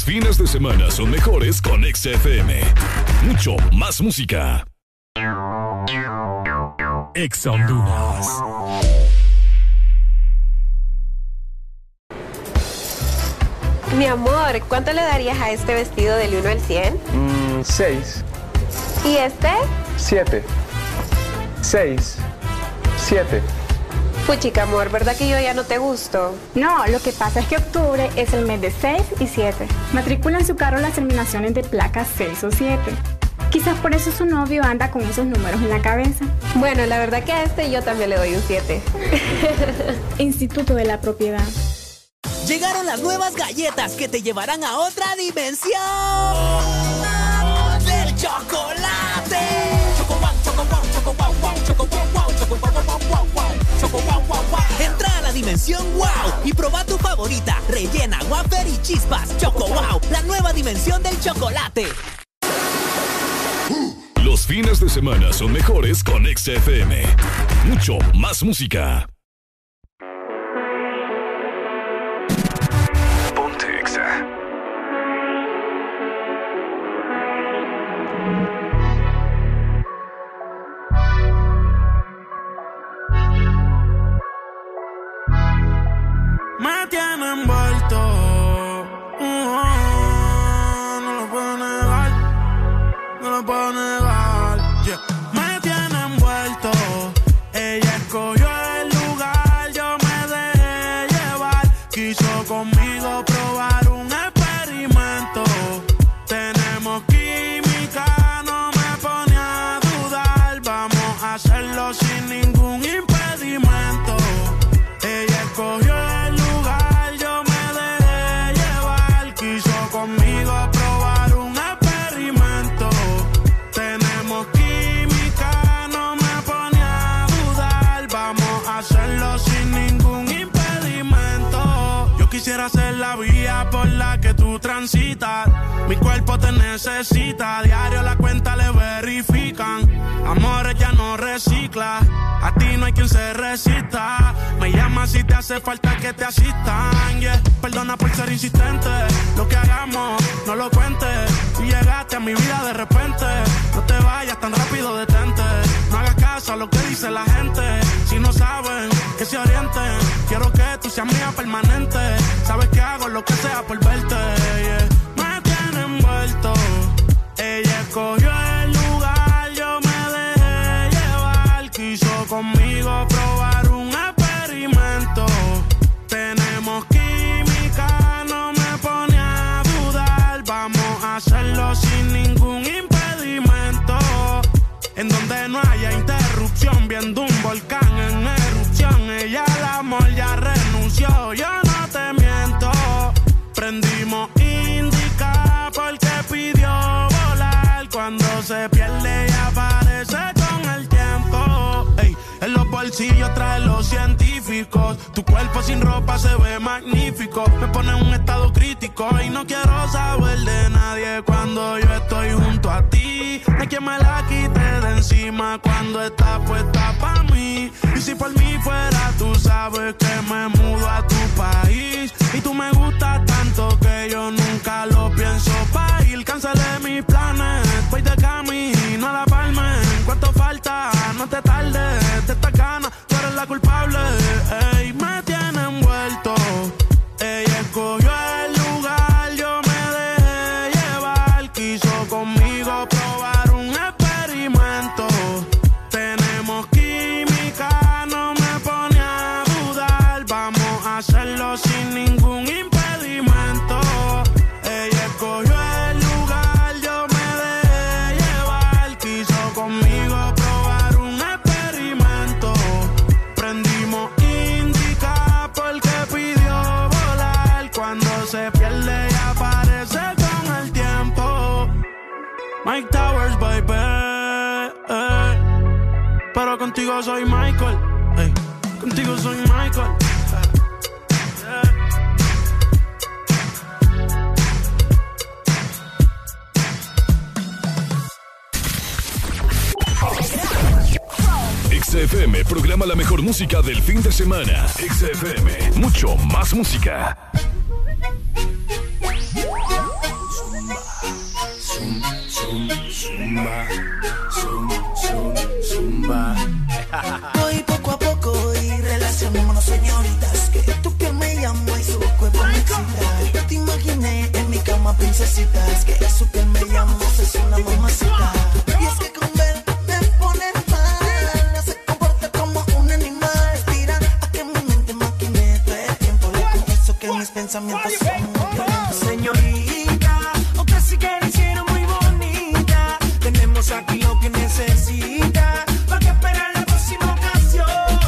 fines de semana son mejores con XFM. Mucho más música. Ex Honduras. Mi amor, ¿cuánto le darías a este vestido del 1 al 100? 6. ¿Y este? 7. 6. 7. Puchica, amor, ¿verdad que yo ya no te gusto? No, lo que pasa es que octubre es el mes de 6 y 7. Matricula en su carro las terminaciones de placas 6 o 7. Quizás por eso su novio anda con esos números en la cabeza. Bueno, la verdad que a este yo también le doy un 7. Instituto de la Propiedad. Llegaron las nuevas galletas que te llevarán a otra dimensión del chocolate. Entra a la dimensión wow y proba tu favorita, rellena, wafer y chispas. Choco Wow, la nueva dimensión del chocolate. Los fines de semana son mejores con XFM. Mucho más música. Ponte Exa. Me tiene envuelto, no lo puedo negar, no lo puedo negar, yeah. Me tiene envuelto, ella escogió el lugar, yo me dejé llevar, quiso conmigo probar un experimento, tenemos química, no me pone a dudar, vamos a hacerlo sin ningún impedimento, ella escogió el lugar, yo me dejé llevar, quiso conmigo probar un experimento, tenemos química, no me pone a dudar, vamos a hacerlo sin ningún impedimento, yo quisiera ser la vía por la que tú transitas, mi cuerpo te necesita, a diario la cuenta le verifican, amores ya no recicla, a ti no hay quien se resista, me llama si te hace falta que te asistan, yeah. Perdona por ser insistente, lo que hagamos no lo cuentes, tú llegaste a mi vida de repente, no te vayas tan rápido, detente, no hagas caso a lo que dice la gente, si no saben que se orienten, quiero que tú seas mía permanente, sabes que hago lo que sea por verte, yeah. Me tiene envuelto, ella escogió el lugar, yo me dejé llevar, quiso conmigo probar un experimento, tenemos química, no me pone a dudar, vamos a hacerlo sin ningún impedimento, en donde no haya interrupción, viendo un volcán en erupción, ella al amor ya renunció, yo no te miento, prendimos indica porque pidió volar, cuando se pierde y aparece con el tiempo, ey, en los bolsillos trae los científicos, tu cuerpo sin ropa se ve magnífico, me pone en un estado crítico y no quiero saber de nadie cuando yo estoy junto a ti, no hay quien me la quite de encima cuando está puesta pa' mí, y si por mí fuera tú sabes que me mudo a tu país, y tú me gustas tanto que yo nunca lo pienso pa' ir, cancelé mis planes, voy de camino a La Palma, ¿cuánto falta? No te tardes, de esta gana, tú eres la culpable, ey, me tiene envuelto, ella escogió el lugar, yo me dejé llevar, quiso conmigo probar un experimento, tenemos química, no me pone a dudar, vamos a hacerlo sin ningún impedimento, ella escogió el lugar, yo me dejé llevar, quiso conmigo probar un experimento, prendimos indica porque pidió volar, cuando se pierde y aparece con el tiempo, Mike Towers, baby, pero contigo soy Michael, contigo soy Michael. XFM programa la mejor música del fin de semana. XFM, mucho más música. zumba. Voy poco a poco y relacionémonos, señoritas. Que tu piel me llama y su cuerpo me excita. Te imaginé en mi cama, princesitas. Que su piel me llama, es una mamacita. Y es que con ver me pone mal. No se comporta como un animal. Respira a que mi mente maquine todo el tiempo. Le confieso que mis pensamientos son muy violentos. Señorita, otra sí que la hicieron muy bonita. Tenemos aquí lo que necesita. ¿Para qué esperar la próxima ocasión?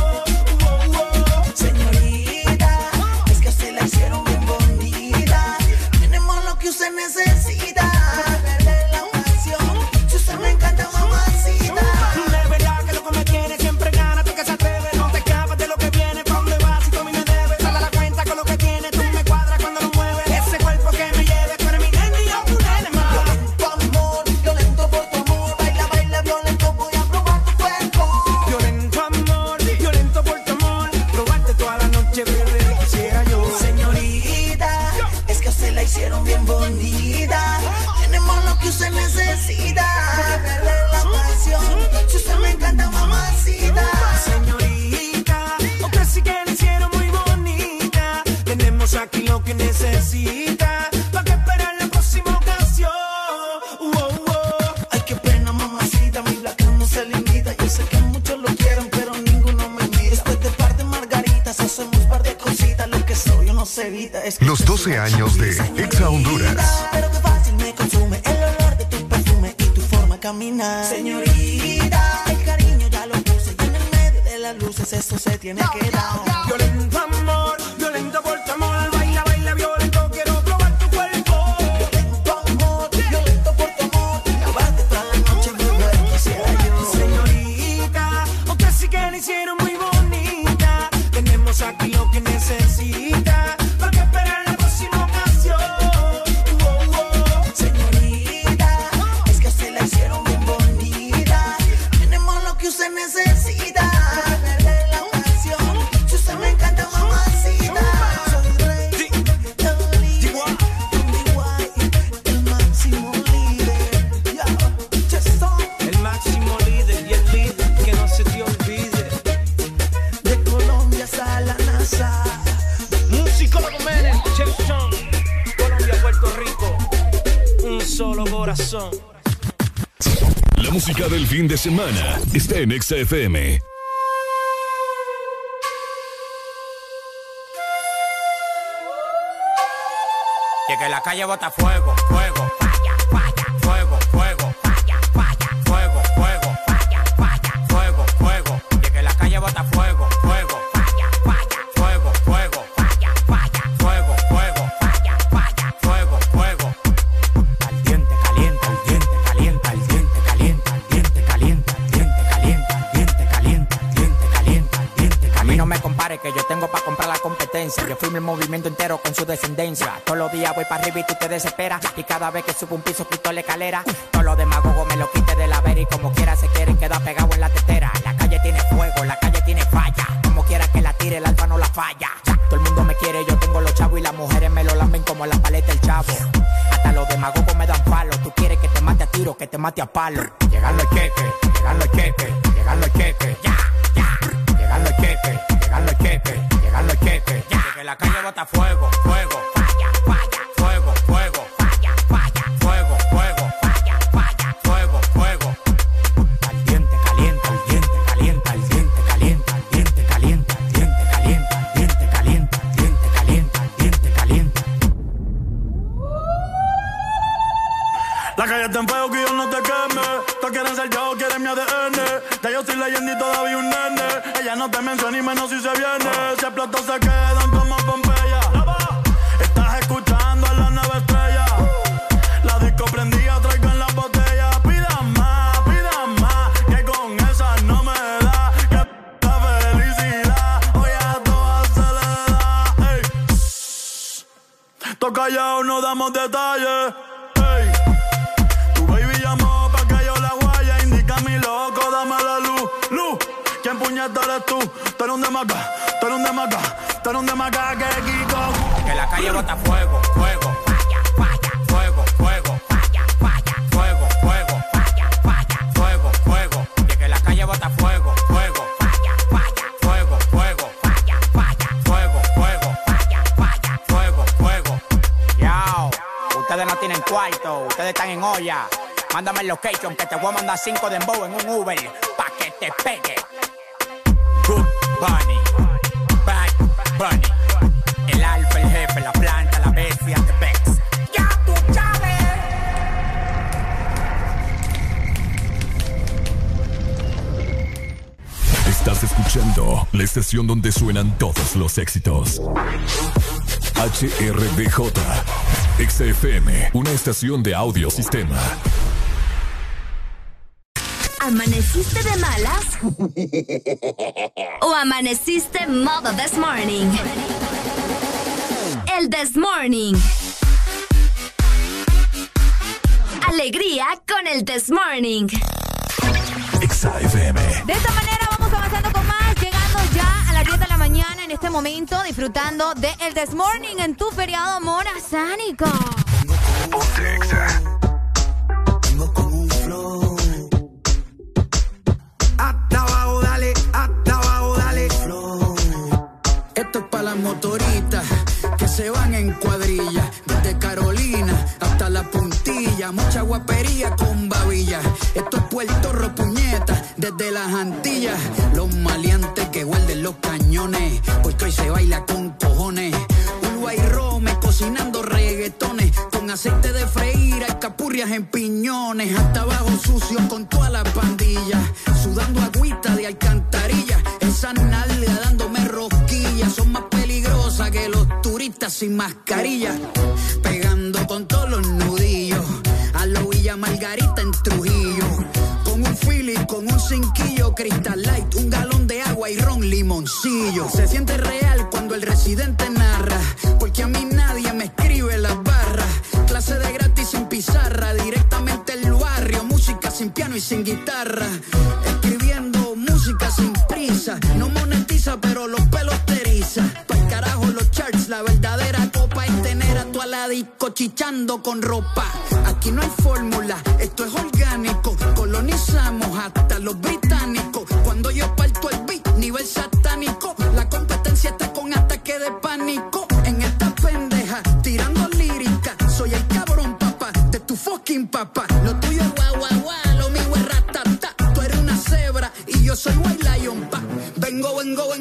Señorita, es que se la hicieron bien bonita. Tenemos lo que usted necesita. Perder la ocasión. Si usted me encanta, mamacita. De verdad que lo que me tiene siempre gana. Tú que se atreve, no te escapas de lo que viene. ¿Pa' dónde vas si tú a mí me debes? Sal a la cuenta con lo que tienes. Tú me cuadras cuando lo mueves. Ese cuerpo que me lleve. Tú eres mi nene y yo tu nene más. Violento amor, violento por tu amor. Baila, baila, violento, voy a probar tu cuerpo. Violento amor, violento por tu amor. Probarte toda la noche, bebé, quisiera yo. Señorita, es que a usted la hicieron bien bonita. Tenemos lo que usted necesita. Perder la pasión. Si usted me encanta, mamacita. Señorita, otra sí que la hicieron muy bonita. Tenemos aquí lo que necesita. ¿Para qué esperar la próxima ocasión? Ay, qué pena, mamacita. Mi blanca no se limita. Yo sé que muchos lo quieren, pero ninguno me mira. Después de par de margaritas, hacemos par de cositas. Lo que soy yo no se evita. Es que Los 12 años de Exa Honduras. pero qué fácil me consume el olor de tu perfume y tu forma de caminar. Señorita, el cariño ya lo puse y en el medio de las luces eso se tiene que dar. Violento amor, violento por tu amor. Baila, baila, violento, quiero probar tu cuerpo. Violento amor, violento por tu amor. Probarte toda la noche, bebé, quisiera yo. Señorita, otra sí que la hicieron muy bonita. Tenemos aquí lo que necesita. ¿Para qué esperar la próxima ocasión? Señorita, es que se la hicieron bien bonita. Tenemos lo que usted necesita. Perder la ocasión. Si usted me encanta, mamacita. Soy rey, el máximo líder. El máximo líder y el líder que no se te olvide. De Colombia hasta la NASA. Musicólogo Menes, Chefson. Colombia, Puerto Rico. Un solo corazón. La música del fin de semana está en Exa FM. Y que la calle bota fuego, fuego, falla, falla, fuego, fuego, falla, falla, fuego, fuego, falla, falla, fuego, fuego. Y que la calle bota fuego, fuego, falla, falla, fuego, fuego, falla, falla, fuego, fuego, falla, falla, fuego, fuego. Al diente calienta, al diente calienta, al diente calienta, al diente calienta, al diente calienta, al diente calienta, al diente calienta, al diente calienta. A mí no me compare que yo tengo para comprar la competencia. Yo firmo el movimiento entero con su descendencia. Todos los días voy para arriba y tú te desesperas. Y cada vez que subo un piso quito la escalera. Todos los demagogos me lo quite de la vera. Y como quiera se quieren quedar pegados en la tetera. La calle tiene fuego, la calle tiene falla. Como quiera que la tire, el alfa no la falla. Todo el mundo me quiere, yo tengo los chavos. Y las mujeres me lo lamben como la paleta del chavo. Hasta los demagogos me dan palo. Tú quieres que te mate a tiro, que te mate a palo. Llegando el cheque, llegando el cheque, llegando el cheque. Ya, ya. Llegando el cheque, llegando el cheque, llegando el cheque. Ya. Que la calle bota fuego, fuego, falla, falla, fuego, fuego, falla, falla, fuego, fuego, falla, falla, fuego, fuego. Al diente calienta, al diente calienta, al diente calienta, al diente calienta, al diente calienta, al diente calienta, al diente calienta, al diente calienta. La calle está en fuego, que yo no te queme. Todos quieren ser yo, quieren mi ADN. Ya yo soy leyenda y todavía un nene. Ella no te menciona ni menos si se viene. Si explotó se quedan como Pompeya. Estás escuchando a la nueva estrella. La disco prendida, traigo en la botella. Pidan más, que con esa no me da. Que la felicidad, hoy a todas se le da. Ey. Todos callados, no damos detalles. Ey. Tu baby llamó pa' que yo la guaya. Indica mi loco, dame la luz. ¿Quién puñeta eres tú? Tú eres un demacá, tú eres un demacá, tú eres un demacá que Kiko. Que la calle bota fuego, fuego, falla, falla, fuego, fuego, falla, falla, fuego, fuego. en olla. Mándame el location que te voy a mandar 5 dembow en un Uber pa' que te pegue. Good Bunny, Bad Bunny, el alfa, el jefe, la planta, la bestia, the Bex. ¡Ya tú sabes! Estás escuchando la estación donde suenan todos los éxitos. HRDJ, XFM, una estación de audiosistema. ¿Amaneciste de malas? ¿O amaneciste modo This Morning? El This Morning. Alegría con el This Morning. XFM. De esta manera vamos avanzando con más, llegando ya a las 10 de la mañana en este momento, disfrutando de el This Morning en tu feriado morazánico. Ponte Exa. Tengo como un flow. Hasta abajo, dale, flow. Esto es para las motoritas que se van en cuadrilla, desde Carolina hasta la puntilla, mucha guapería con babilla. Esto es Puerto Rico, puñeta, desde las Antillas. Los maleantes que guarden los cañones, porque hoy se baila con cojones. Uruguay Rome cocinando reggaetones, con aceite de freír, alcapurrias en piñones. Hasta abajo sucio con toda la pandilla, sudando agüita de alcantarilla. Esa nalga dándome rosquillas, son más peligrosas que los turistas sin mascarilla. Pegando con todos los nudillos, a lo Villa Margarita en Trujillo. Con un Philly, con un cinquillo, Crystal Light, un galón de agua y ron limoncillo. Se siente real cuando el residente narra, porque a mí nadie me escribe las barras. Clase de gratis sin pizarra, directamente el barrio. Música sin piano y sin guitarra. Escribiendo música sin prisa. No monetiza, pero los pelos te eriza. Pa'l carajo los charts, la verdadera copa es tener a tu aladico chichando con ropa. Aquí no hay fórmula, esto es orgánico. Colonizamos hasta los británicos. Cuando yo parto el beat, nivel satánico. La competencia está con ataque de pánico. En esta pendeja, tirando lírica. Soy el cabrón, papá, de tu fucking papá. Lo tuyo es guau, guau, guau, lo mío es ratata. Tú eres una cebra y yo soy White Lion, pa. Vengo.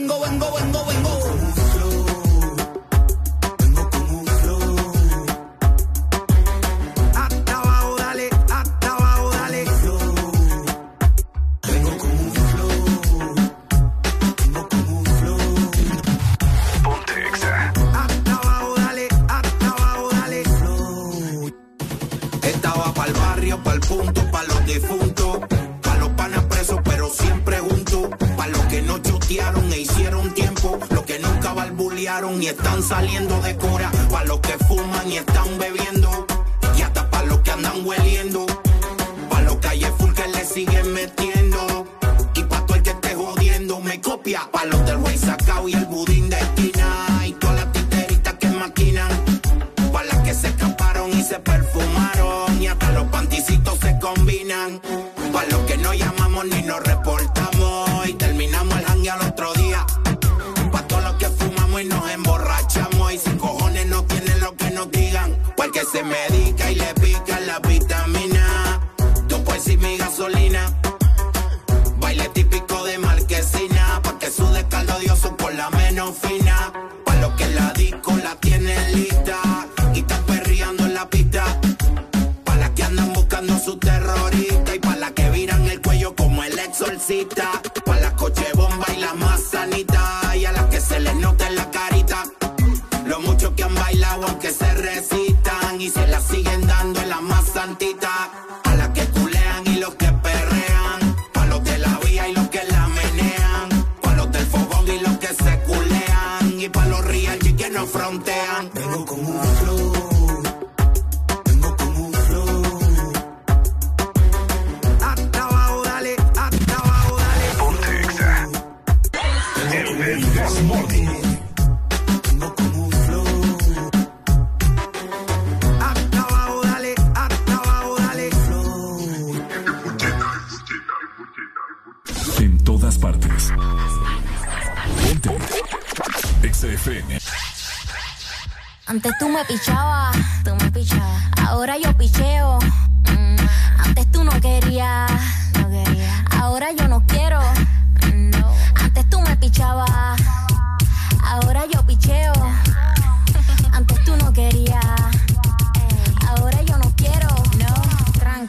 Pa'l punto, pa' los difuntos, pa' los panas presos pero siempre juntos, pa' los que no chotearon e hicieron tiempo, los que nunca balbulearon y están saliendo de cora, pa' los que fuman y están bebiendo, y hasta pa' los que andan hueliendo, pa' los calles full que le siguen metiendo, y pa' todo el que esté jodiendo me copia, pa' los del güey sacao y el budín de esquina, y todas las titeritas que maquinan, pa' las que se escaparon y se perfumaron, y hasta los panticitos se combinan, pa' los que no llamamos ni nos reportamos, y terminamos el jangue al otro día, pa' todos los que fumamos y nos emborrachamos, y sin cojones no tienen lo que nos digan, porque se medica y le pican la vitamina, tú puedes ir mi gasolina, baile típico de Marquesina, pa' que sude caldo dioso por la menos fina, pa' los que la disco la tienen lista, y están perreando en la pista, pa' las que andan buscando su terrorista, y pa' las que viran el cuello como el exorcista, pa' las coche bomba y las más sanitas, y a las que se les nota en la carita, lo mucho que han bailado aunque se resistan, y se la siguen dando en la más santita, a las que culean y los que perrean, pa' los de la vía y los que la menean, pa' los del fogón y los que se culean, y pa' los real y que no frontean. Vengo con un flow. En todas partes. Ponte XFM. Antes tú me pichabas, ahora yo picheo.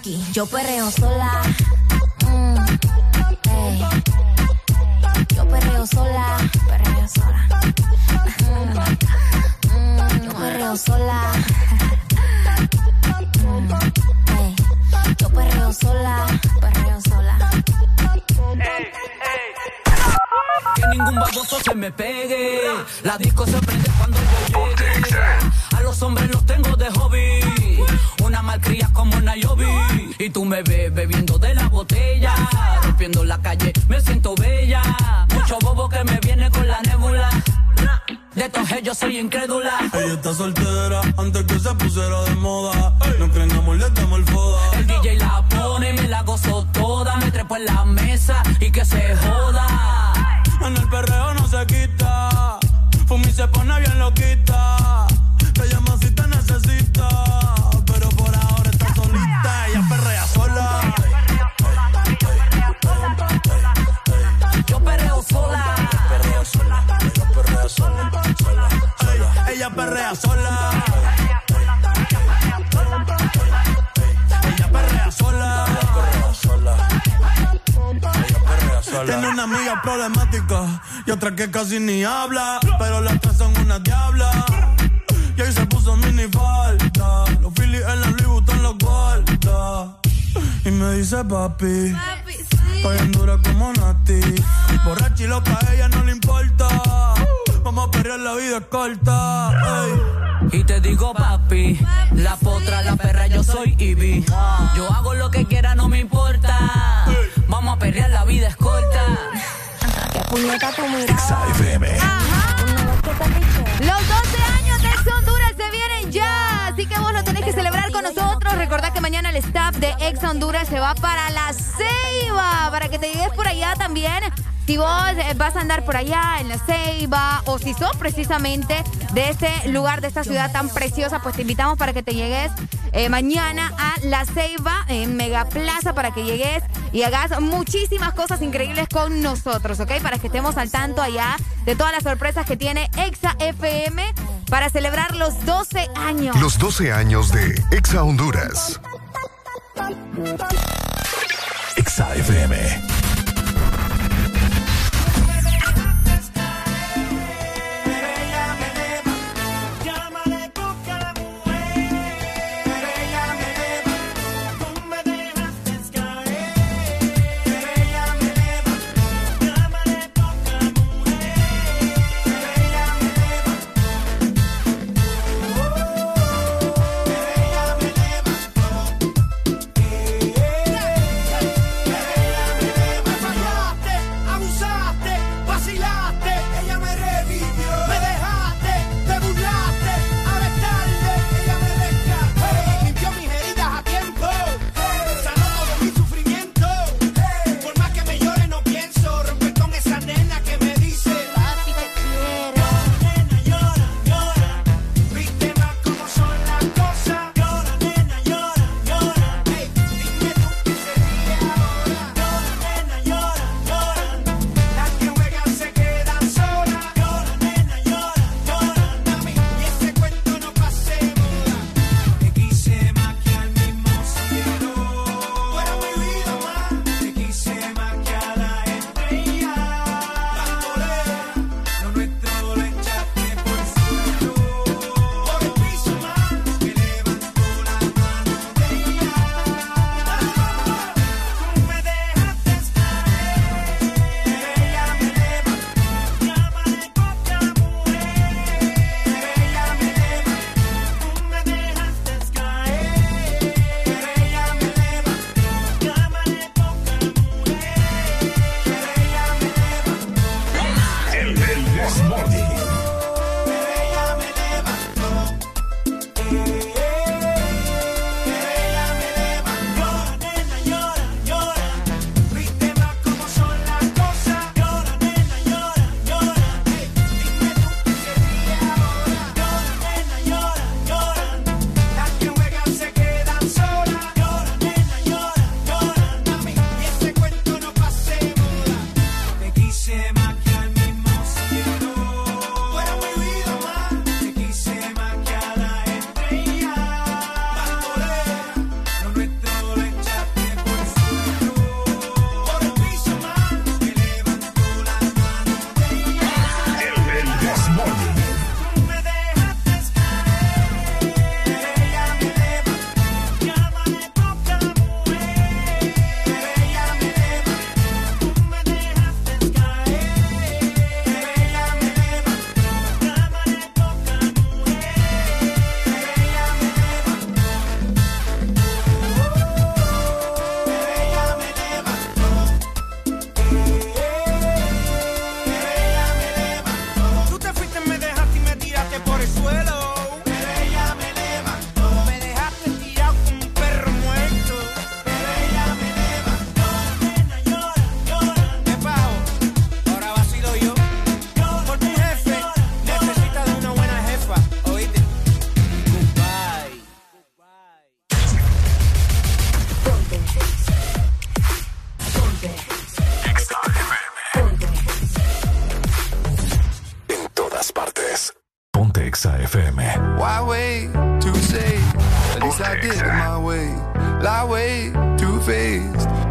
Yankee. Yo perreo sola. Ey. Yo perreo sola. Perreo sola. Yo perreo sola. Ey. Yo perreo sola. Perreo sola. Que ningún baboso se me pegue. La disco se prende cuando yo llegue. A los hombres los tengo de hobby. Una malcria como Nayobi. Y tú me ves bebiendo de la botella. Rompiendo la calle, me siento bella. Mucho bobo que me viene con la nébula. De estos yo soy incrédula. Ella está soltera antes que se pusiera de moda. No creen amor, le damos el foda. El DJ la pone y me la gozo toda. Me trepo en la mesa y que se joda. En el perreo no se quita. Fumi se pone bien loquita. Te llama si te necesita. Pero por ahora está solita. Ella perrea sola. Yo perreo sola. Perreo sola. Ella perrea sola. Ella perrea sola. Ella perrea sola. Tiene una amiga problemática y otra que casi ni habla, pero las tres son una diabla. Y ahí se puso mini falta. Los Phillies en la Louis Vuitton los guarda. Y me dice papi, estoy en dura como Nati. Borracha y loca, a ella no le importa. Vamos a perrear, la vida es corta. Ey. Y te digo papi, la potra, la perra, yo soy Ivy. Yo hago lo que quiera, no me importa. Vamos a perrear, la vida es corta. ¿Qué puñeta tu mirada? XAFM. Los 12 años de Ex Honduras se vienen ya, así que vos lo tenés que celebrar con nosotros. Recordá que mañana el staff de Ex Honduras se va para La Ceiba, para que te llegues por allá también. Si vos vas a andar por allá en La Ceiba o si sos precisamente de este lugar, de esta ciudad tan preciosa, pues te invitamos para que te llegues mañana a La Ceiba en Mega Plaza, para que llegues y hagas muchísimas cosas increíbles con nosotros, ¿ok? Para que estemos al tanto allá de todas las sorpresas que tiene Exa FM para celebrar los 12 años. Los 12 años de Exa Honduras. XAFM.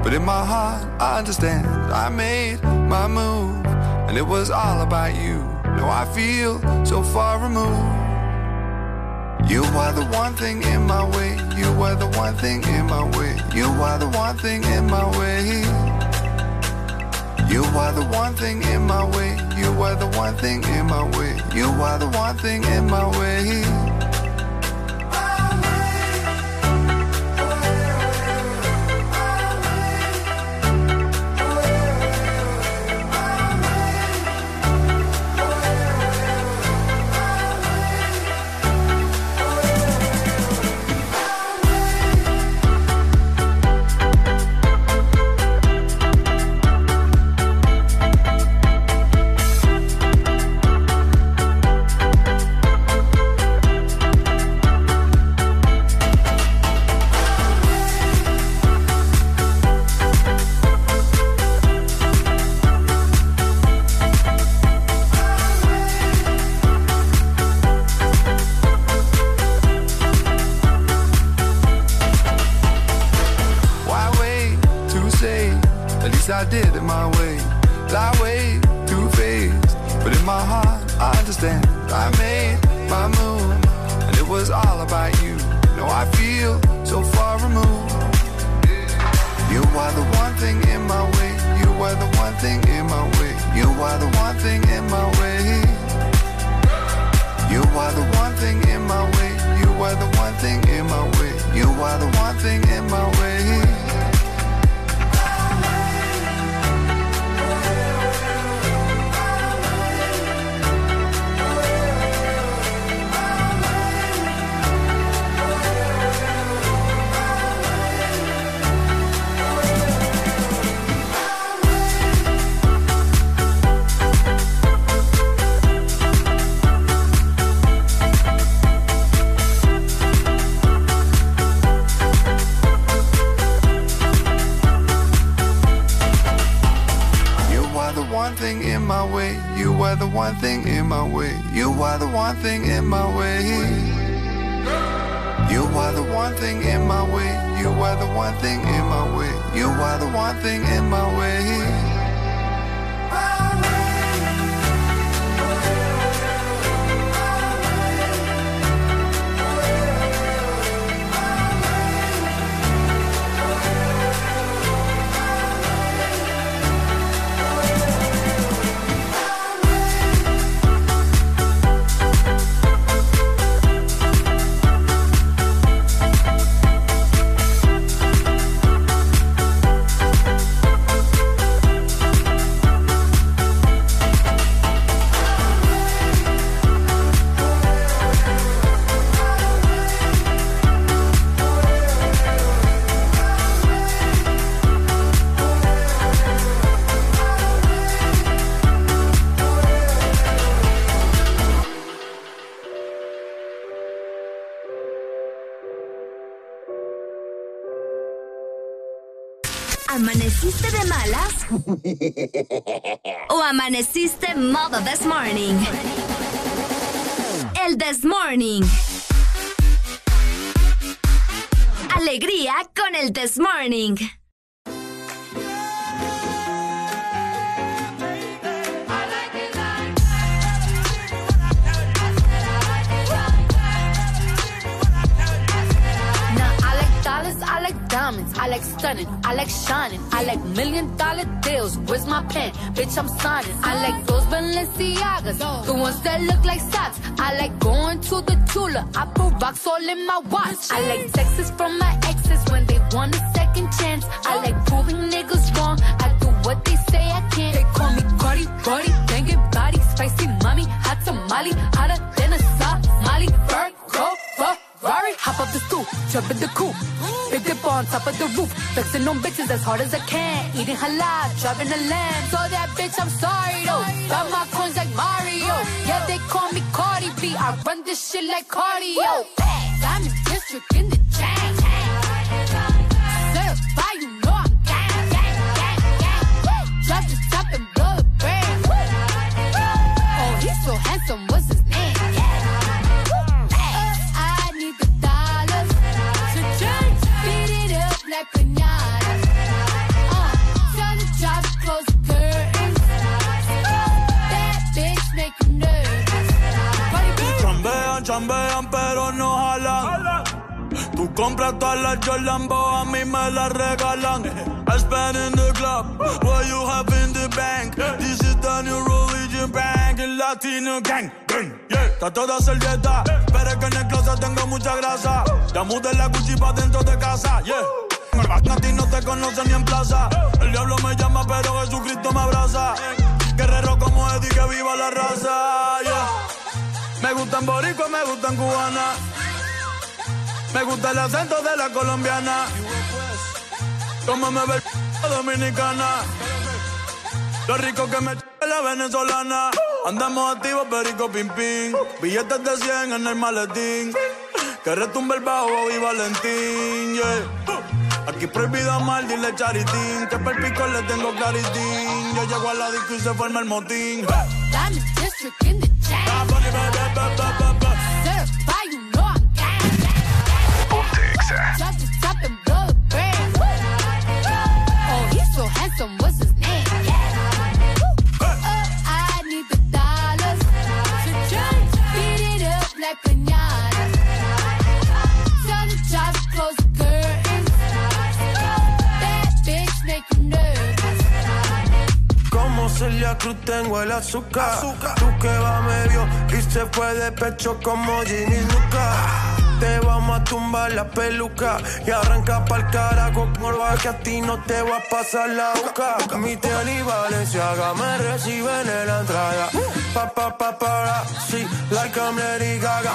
but in my heart I understand. I made my move, and it was all about you. Now I feel so far removed. You are the one thing in my way. You are the one thing in my way. You are the one thing in my way. You are the one thing in my way. You are the one thing in my way. You are the one thing in my way. I did it my way. That way, two-faced, but in my heart I understand. I made my move, and it was all about you. Now I feel so far removed. You are the one thing in my way. You are the one thing in my way. You are the one thing in my way. You are the one thing in my way. You are the one thing in my way. You are the one thing in my way. In my way, you are the one thing in my way. You are the one thing in my way. You are the one thing in my way. You are the one thing in my way. You are the one thing in my way. ¿Amaneciste de malas? ¿O amaneciste modo This Morning? El This Morning. Alegría con el This Morning. I like diamonds, I like stunning, I like shining, I like $1 million deals. Where's my pen? Bitch, I'm signing. I like those Balenciagas, the ones that look like socks. I like going to the Tula, I put rocks all in my watch. I like texts from my exes when they want a second chance. I like proving niggas wrong, I do what they say I can't. They call me Cardi, Cardi, banging body, spicy mommy, hot tamale, hotter than a Somali. Virgo, Ferrari, hop up the stoop, jump in the coupe. Big dip on top of the roof, flexing on bitches as hard as I can. Eating halal, driving a lamb. So that bitch, I'm sorry though. Got my coins like Mario. Yeah, they call me Cardi B. I run this shit like cardio. I'm in district in the chain. Certified, you know I'm gang, gang, gang, gang. Drop the top and blow the brand. Oh, he's so handsome, what's his name? I need the dollars to change. Beat it up like piñata. chambean pero no jalan. Tú compras todas las Jordan, a mí me las regalan. I spend in the club, what you have in the bank. This is the new religion bank, el Latino gang. Yeah, trato de hacer dieta, pero es que en el closet tengo mucha grasa. Ya mudé la Gucci pa' dentro de casa, yeah. A ti no te conocen ni en plaza. El diablo me llama, pero Jesucristo me abraza. Guerrero como Eddie, que viva la raza, yeah. Me gustan boricua, me gustan cubana. Me gusta el acento de la colombiana. Como me ve dominicana. Lo rico que me la venezolana. Andamos activos, perico, pim, pim. Billetes de 100 en el maletín. Que retumbe el bajo y Valentín, yeah. Aquí prohibido amar, dile charitín. Que per pico le tengo claritín. Yo llego a la disco y se forma el motín. Diamond District in the chain. Certified, you know I'm gang. Drop the top and blow the brand. Oh, he's so handsome, what's his name? I need the dollars. So just beat it up like piñata. Tell the job to close the curtains. That bitch make you nervous. Como Celia Cruz tengo el azúcar. Tú que va medio y se fue de pecho como Ginny Luca. Te vamos a tumbar la peluca y arranca pa'l carajo con que a ti no te va a pasar la boca. Mi tele y Valenciaga me reciben en la entrada. Para, sí, like I'm Lady Gaga.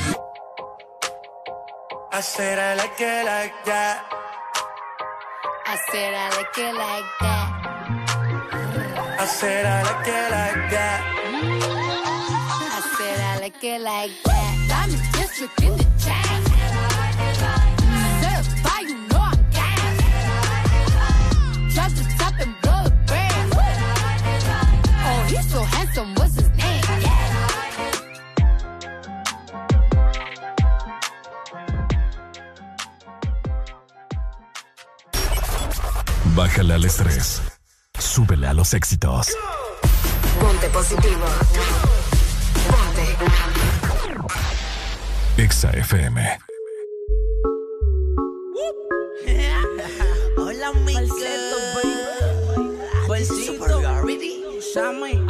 I said I like it like that. I said I like it like that. I said I like it like that. I said I like it like that. Diamond District in the chain. Certified, you know I'm gang. Drop the top and blow the brand. Oh, he's so handsome, what's his name? Bájale al estrés. Súbele a los éxitos. Ponte positivo. Ponte. Exa FM. Hola, mi Bolsito, Sammy,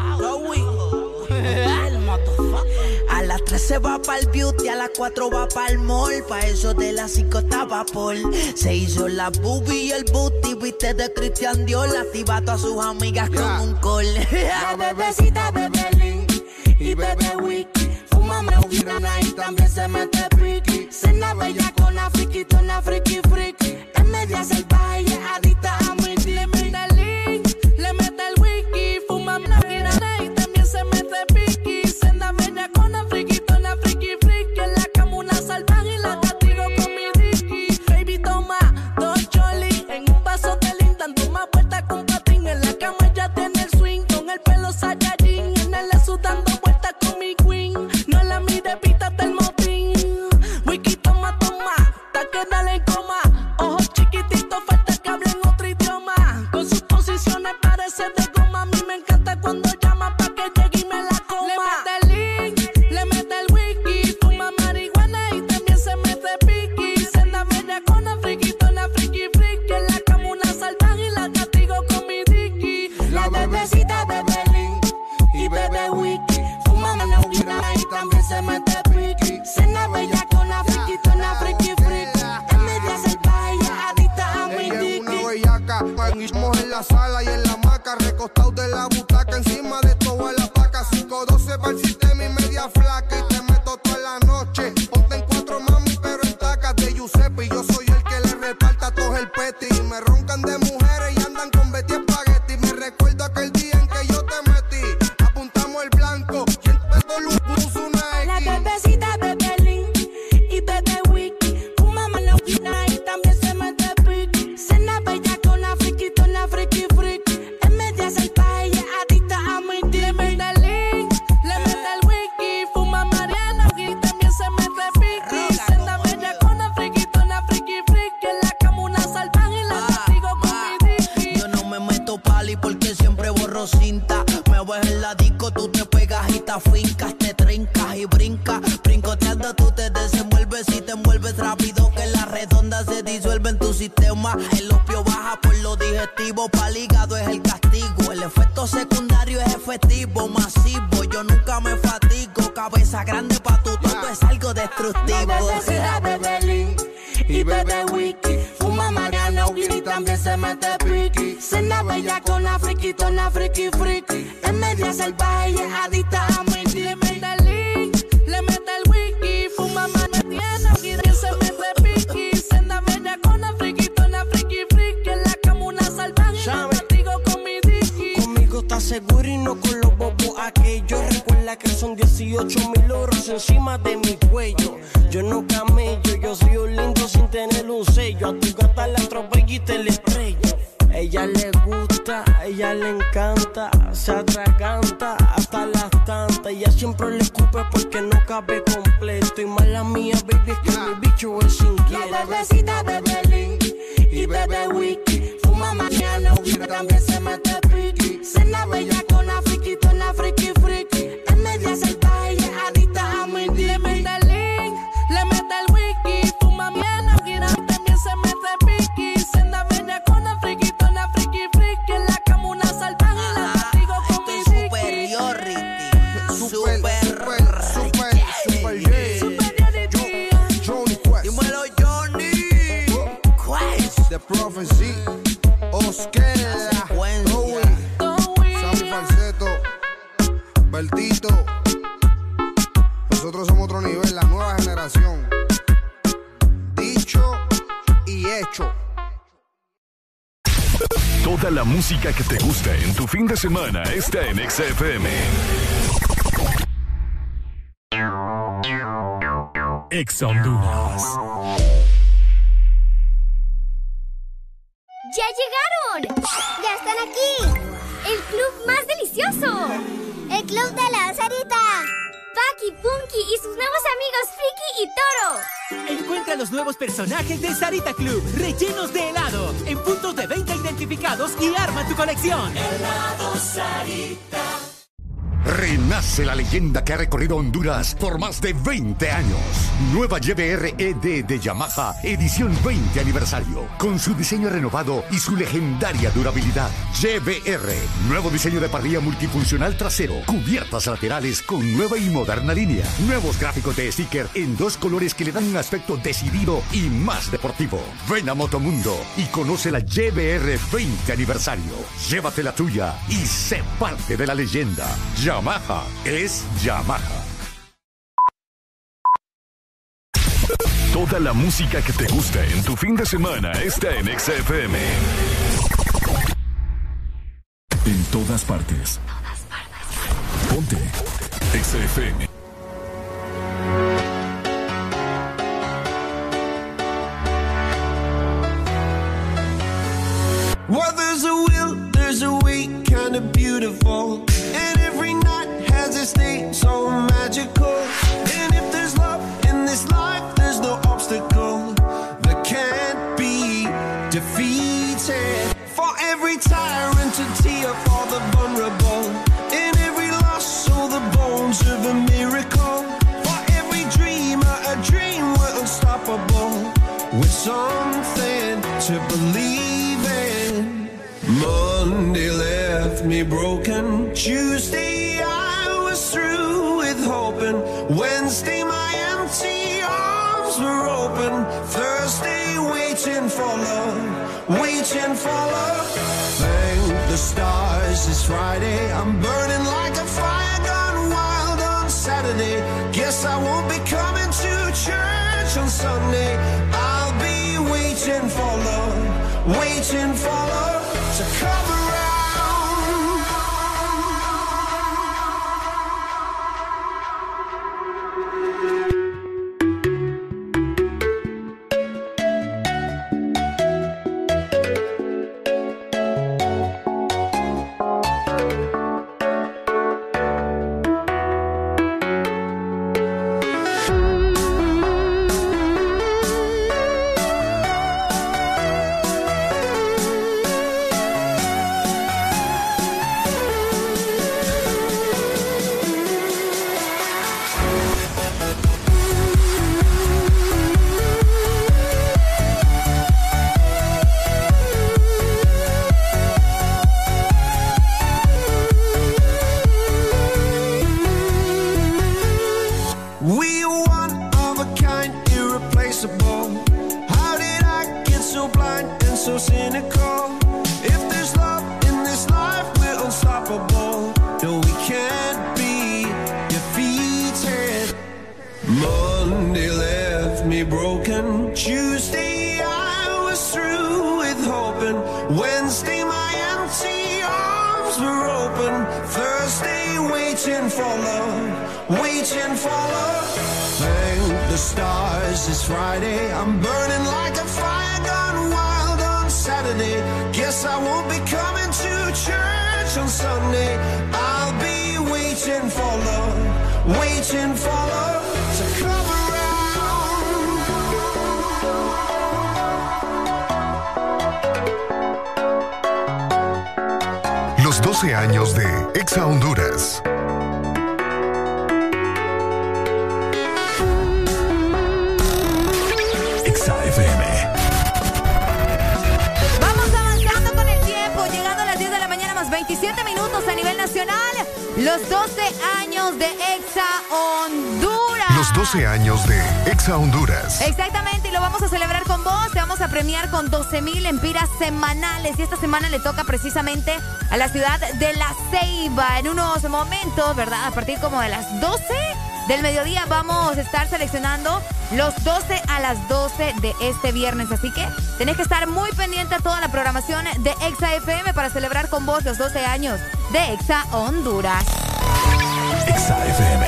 el motherfucker. A las 3 se va pa'l beauty, a las 4 va pa'l mall. Pa' eso de las 5 estaba Paul. Se hizo la boobie y el booty, viste de Christian Dior. Activa a todas sus amigas con un call. La bebecita bebe Link y bebe Wiki. Fúmame un guirana y también se mete piqui. Cena bella con la friquitona, friki friki. En media salvaje y es adicta a mi Timmy. Le mete el wiki, fuma una guirana y también se mete piqui. Senda bella con la friquitona, friki friki. En la cama una salvaje y la castigo con mi dicky. Baby toma dos choli, en un paso te lindan, toma vuelta con patín. En la cama ya tiene el swing, con el pelo Saiyajin. En el eso dando vuelta con mi queen. No la mire, pítate el motín. Wiki toma, ta que dale en coma. Ojos chiquititos, falta que hablen otro idioma. Con sus posiciones parece de goma. A mí me encanta cuando llama pa' que llegue y me la coma. Le mete el link, le mete el wiki. Fuma marihuana y también se mete piqui. Senda bella con la friquitona, friki friki. En la cama una salvaje y la castigo con mi dicky. La bebecita bebe Link y bebe Wiki. Fuma una guirana y también se mete piqui. Cena bella con la friquitona, friki friki. En media salvaje y es adicta a mi dicky. Una bellaca, estamos en la sala y en la hamaca, recostado de la butaca, encima de toda la placa, 512 para el sistema y media flaca, y te meto toda la noche, ponte en 4 mami, pero en tacas de Giuseppe, y yo soy el que le reparta todo el petri, y me roncan de mujeres y andan con Betty Spaghetti, me recuerdo aquel día en que yo te metí, apuntamos el blanco, y en todo luz puso una X. La bebecita bebe Link y bebe Wiki. Fumamos la guina y también se mete piqui. Cena bella con la friquitona, friki friki. En media salvaje y es adicta a mi Timmy. Le mete el Link, le mete el Wiki. Fuma Mariana y también se mete piqui. Cena bella con la friquitona, friki friki. En la cama una salvaje y la castigo con mi dicky. Yo no me meto pali porque siempre borro cinta. Me ves en la disco, tú te pegas y te fincas, te trincas y brincas. Brincoteando activa. El opio baja por lo digestivo, pa'l hígado es el castigo. El efecto secundario es efectivo, masivo. Yo nunca me fatigo, cabeza grande pa' tu todo es algo destructivo. La necesidad bebe lean y bebe wiki. Fuma mariana y también se mete piqui. Cena bella con la friquitona friki friki. Es media salvaje y es adicta a mi le mete el lean, le mete el wiki. Fuma mariana y también se mete piqui. Cena bella con la friquitona friki friki. En la cama una salvaje y contigo con mi dicky. Conmigo estás seguro y no con los bobos aquellos. Recuerda que son 18,000 euros encima de mi cuello. Yo no camello, yo soy un lindo sin tener un sello. A tu gata la atropello y te la estrello. Ella le gusta, ella le encanta, se atraganta hasta las tantas. Ella siempre le escupe porque no cabe completo. Y mala mía, baby, es que mi bicho es inquieto. La bebecita bebe lean y bebe wiki. Fuma mañana y también se mete piqui. Cena bella con la friquitona friki friki. Es media salvaje y es adicta a mi dicky. Le mete el link, le mete el wiki. Fuma mañana y también se mete piqui. Cena bella con la friquitona friki friki. En la cama una salvaje y la castigo con mi dicky. Johnny Quest. Dímelo, Johnny. Quest. The Prophecy. Osquela. Bowie. Sammy Falsetto. Bertito. Nosotros somos otro nivel, la nueva generación. Dicho y hecho. Toda la música que te gusta en tu fin de semana está en XFM. Ex Honduras. ¡Ya llegaron! ¡Ya están aquí! ¡El club más delicioso! ¡El club de la Sarita! Paki, Punky y sus nuevos amigos Friki y Toro. Encuentra los nuevos personajes de Sarita Club, rellenos de helado, en puntos de venta identificados y arma tu colección. Helado Sarita. Renace la leyenda que ha recorrido Honduras por más de 20 años. Nueva YBR ED de Yamaha, edición 20 aniversario. Con su diseño renovado y su legendaria durabilidad. YBR, nuevo diseño de parrilla multifuncional trasero. Cubiertas laterales con nueva y moderna línea. Nuevos gráficos de sticker en 2 colores que le dan un aspecto decidido y más deportivo. Ven a Motomundo y conoce la YBR 20 aniversario. Llévate la tuya y sé parte de la leyenda. Yamaha es Yamaha. Toda la música que te gusta en tu fin de semana está en XFM. En todas partes. Ponte XFM. Well, there's a will, there's a way, kind of beautiful. And every night has its day so magical. And if there's love in this life, there's no obstacle that can't be defeated. For every tyrant to tear for the vulnerable. In every loss, so the bones of a miracle. For every dreamer, a dream we're unstoppable. With something to believe in. Monday left me broken. Tuesday I was through with hoping. Wednesday my empty arms were open. Thursday waiting for love, waiting for love. Thank the stars it's Friday. I'm burning like a fire gone wild on Saturday. Guess I won't be coming to church on Sunday. I'll be waiting for love, waiting for love to come around. cynical. If there's love in this life, we're unstoppable. No, we can't be defeated. Monday left me broken. Tuesday I was through with hoping. Wednesday my empty arms were open. Thursday waiting for love, waiting for love. Thank the stars it's Friday. I'm burning like a fire gone wild on Saturday. Guess I won't be coming to church on Sunday. I'll be waiting for love, waiting for love to come around. Los 12 años de Exa Honduras. Exa FM. Vamos avanzando con el tiempo, llegando a las 10 de la mañana más 27 minutos a nivel nacional. Los 12 años de Exa Honduras. Los 12 años de Exa Honduras. Exactamente, y lo vamos a celebrar con vos. Te vamos a premiar con 12,000 lempiras semanales. Y esta semana le toca precisamente a la ciudad de La Ceiba. En unos momentos, ¿verdad? A partir como de las 12 del mediodía vamos a estar seleccionando los 12 a las 12 de este viernes. Así que tenés que estar muy pendiente a toda la programación de Exa FM para celebrar con vos los 12 años de Exa Honduras. Exa FM.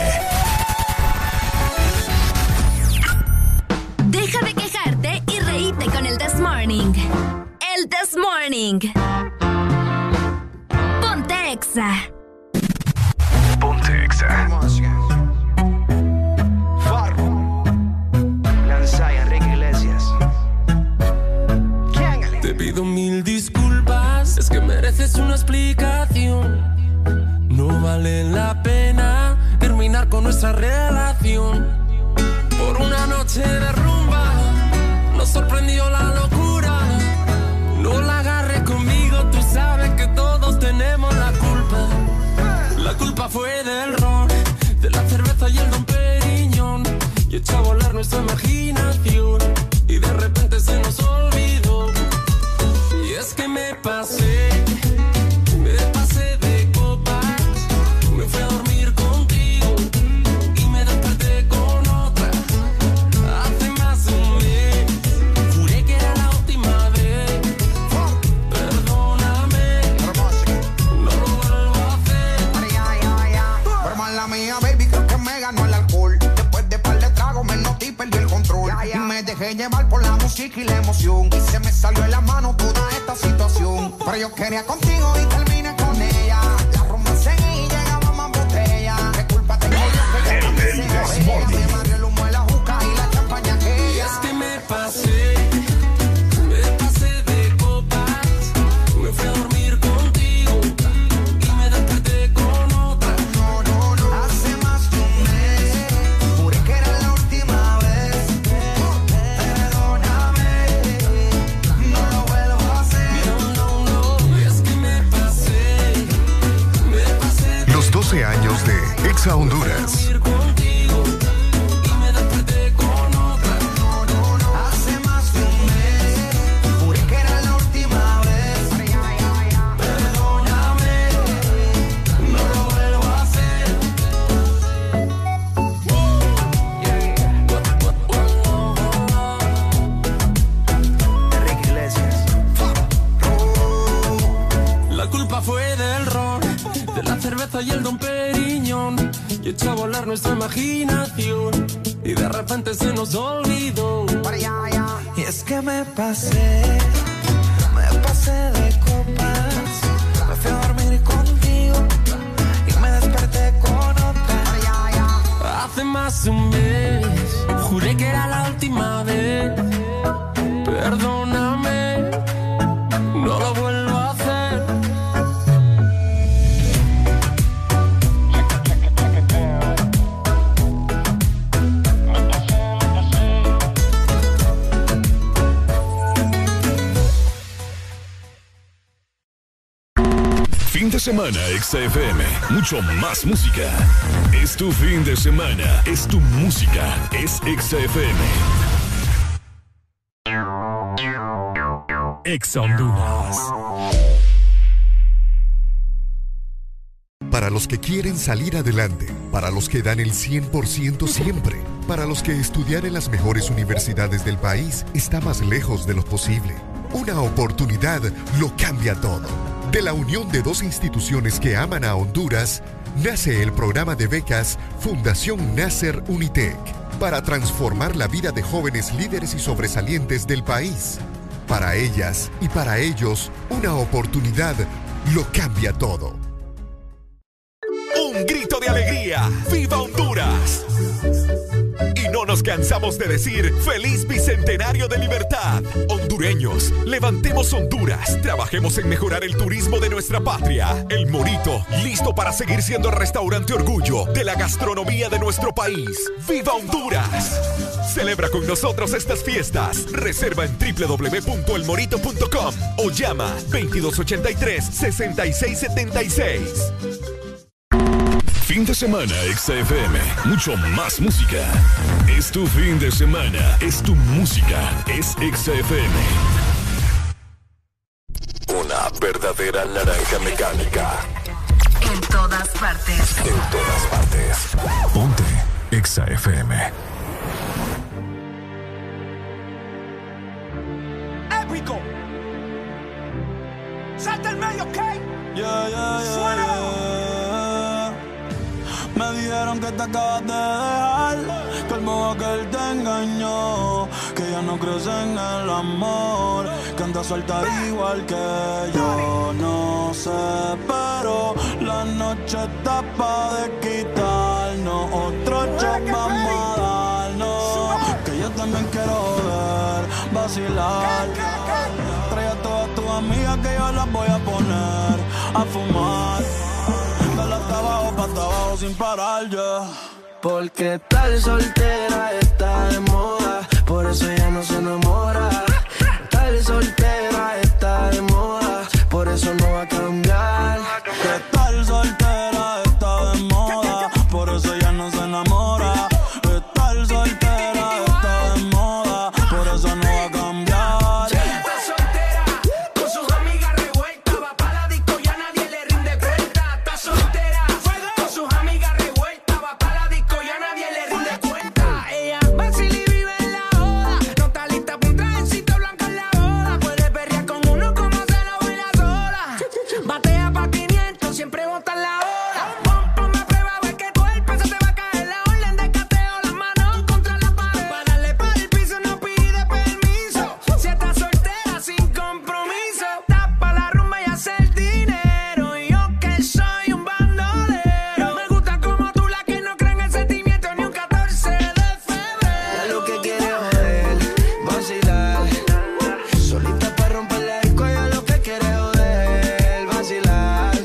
Deja de quejarte y reíte con el This Morning. El This Morning. Ponte Exa. Ponte Exa. Te pido mil disculpas, es que mereces una explicación. No vale la pena terminar con nuestra relación. Por una noche de rumba nos sorprendió la locura. No la agarres conmigo, tú sabes que todos tenemos la culpa. La culpa fue del ron, de la cerveza y el Don Periñón. Y echó a volar nuestra imaginación y de repente se nos olvidó. Y es que me pasé de copas. Me fui a dormir contigo y me desperté con otra. Hace más de un mes juré que era la última vez. Perdóname, no lo vuelvo a hacer. Pero mala mía, baby, creo que me ganó el alcohol. Después de par de tragos me noté y perdí el control. Y me dejé llevar por la música y la emoción. Y se me salió en la mano toda esta situación. Pero yo quería contigo y terminé con ella. La romance y llegaba más botella. ¿Qué culpa tengo yo que ya no me sé? Me barrió el humo de la juca y la champaña que Y es que me pasé de copas. Me fui a dormir contigo y me desperté con otra. No, hace más de un mes juré que era la última vez. Perdóname, no lo vuelvo a hacer. No, y es que me pasé Los 12 años de Exa Honduras. contigo y me desperté con otra. Hace más de un mes juré que era la última vez. Perdóname, no lo vuelvo a hacer. Enrique Iglesias. La culpa fue del ron, de la cerveza y el Don Periñón. Y echó a volar nuestra imaginación y de repente se nos olvidó. Y es que me pasé de copas. Me fui a dormir contigo y me desperté con otra. Hace más de un mes juré que era la última vez. Perdóname, no lo vuelvo a hacer. Fin de semana, Exa FM. Mucho más música. Es tu fin de semana. Es tu música. Es Exa FM. Exa Honduras. Para los que quieren salir adelante, para los que dan el 100% siempre, para los que estudiar en las mejores universidades del país está más lejos de lo posible. Una oportunidad lo cambia todo. De la unión de dos instituciones que aman a Honduras, nace el programa de becas Fundación Nasser Unitec para transformar la vida de jóvenes líderes y sobresalientes del país. Para ellas y para ellos, una oportunidad lo cambia todo. Un grito de alegría. ¡Viva Honduras! Y no nos cansamos de decir ¡Feliz Bicentenario de Libertad! Hondureños, levantemos Honduras. Trabajemos en mejorar el turismo de nuestra patria. El Morito, listo para seguir siendo el restaurante orgullo de la gastronomía de nuestro país. ¡Viva Honduras! Celebra con nosotros estas fiestas. Reserva en www.elmorito.com o llama 2283-6676. Fin de semana, Exa FM. Mucho más música. Es tu fin de semana. Es tu música. Es Exa FM. Una verdadera naranja mecánica. En todas partes. En todas partes. Ponte Exa FM. Épico. Salta el medio, ¿ok? Suena. Me dijeron que te acabas de dejar, que el modo aquel te engañó, que ya no crees en el amor, que andas suelta igual que yo. No sé, pero la noche está pa' de quitarnos, otro shot vamos a darnos, que yo también quiero ver, vacilar. Trae a todas tus amigas que yo las voy a poner a fumar. Hasta abajo, pa' hasta abajo sin parar ya. Porque estar soltera está de moda, por eso ella no se enamora. Estar soltera está de moda, por eso no va a cambiar. Que estar soltera está de moda, por eso ella no se enamora. Estar soltera está de moda, por eso no va a cambiar. Está soltera, con sus amigas revueltas, va pa' la disco y a nadie le rinde cuenta. Está soltera, con sus amigas revueltas, va pa' la disco y a nadie le rinde cuenta. Ella vacila y vive en la joda, no está lista pa' un trajecito blanco en la boda. Puede perrear con uno como se lo baila sola. Batea pa' 500, siempre bota en la hora. Ponme a prueba, a ver que tu cuerpo se te va a caer. La orden de cateo, las manos contra la pared. Para darle pa' el piso no pide permiso. Si está soltera sin compromiso, tapa la rumba y hace el dinero. Y yo que soy un bandolero, me gusta como tú, la que no cree en el sentimiento ni un 14 de febrero. Ya lo que quiere joder, vacilar. Solita para romper la disco, ya lo que quiere joder, vacilar.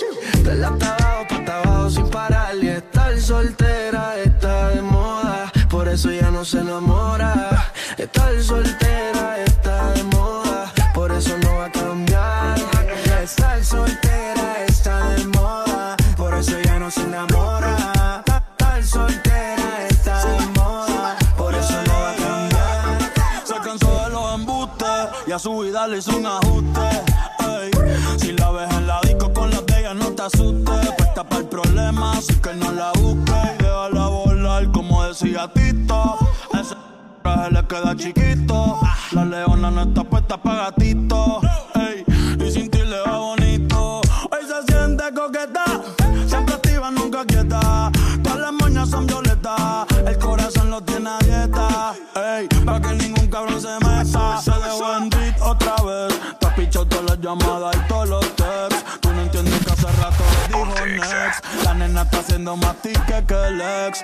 De la hasta abajo, pa' hasta abajo sin parar. Y estar soltera está de moda, por eso ya no se enamora. Estar soltera está de moda, por eso no va a cambiar. Estar soltera está de moda, por eso ya no se enamora. Estar soltera está de moda, por eso no va a cambiar. Se cansó de los embustes y a su vida le hizo un ajuste. Ey, si la ves en la disco con las de ella no te asustes. Puesta para el problema, así que no la busques y déjala volar como decía Tito. Ese traje le queda chiquito. La leona no está puesta para gatito. Ey, y sin ti le va bonito. Hoy se siente coqueta, siempre activa, nunca quieta. Todas las moñas son violetas, el corazón lo tiene a dieta. Ey, para que ningún cabrón se meta. Se dejó en beat otra vez. Te has pichado todas las llamadas y todos los texts. Tú no entiendes que hace rato dijo next. La nena está haciendo más tique que el ex.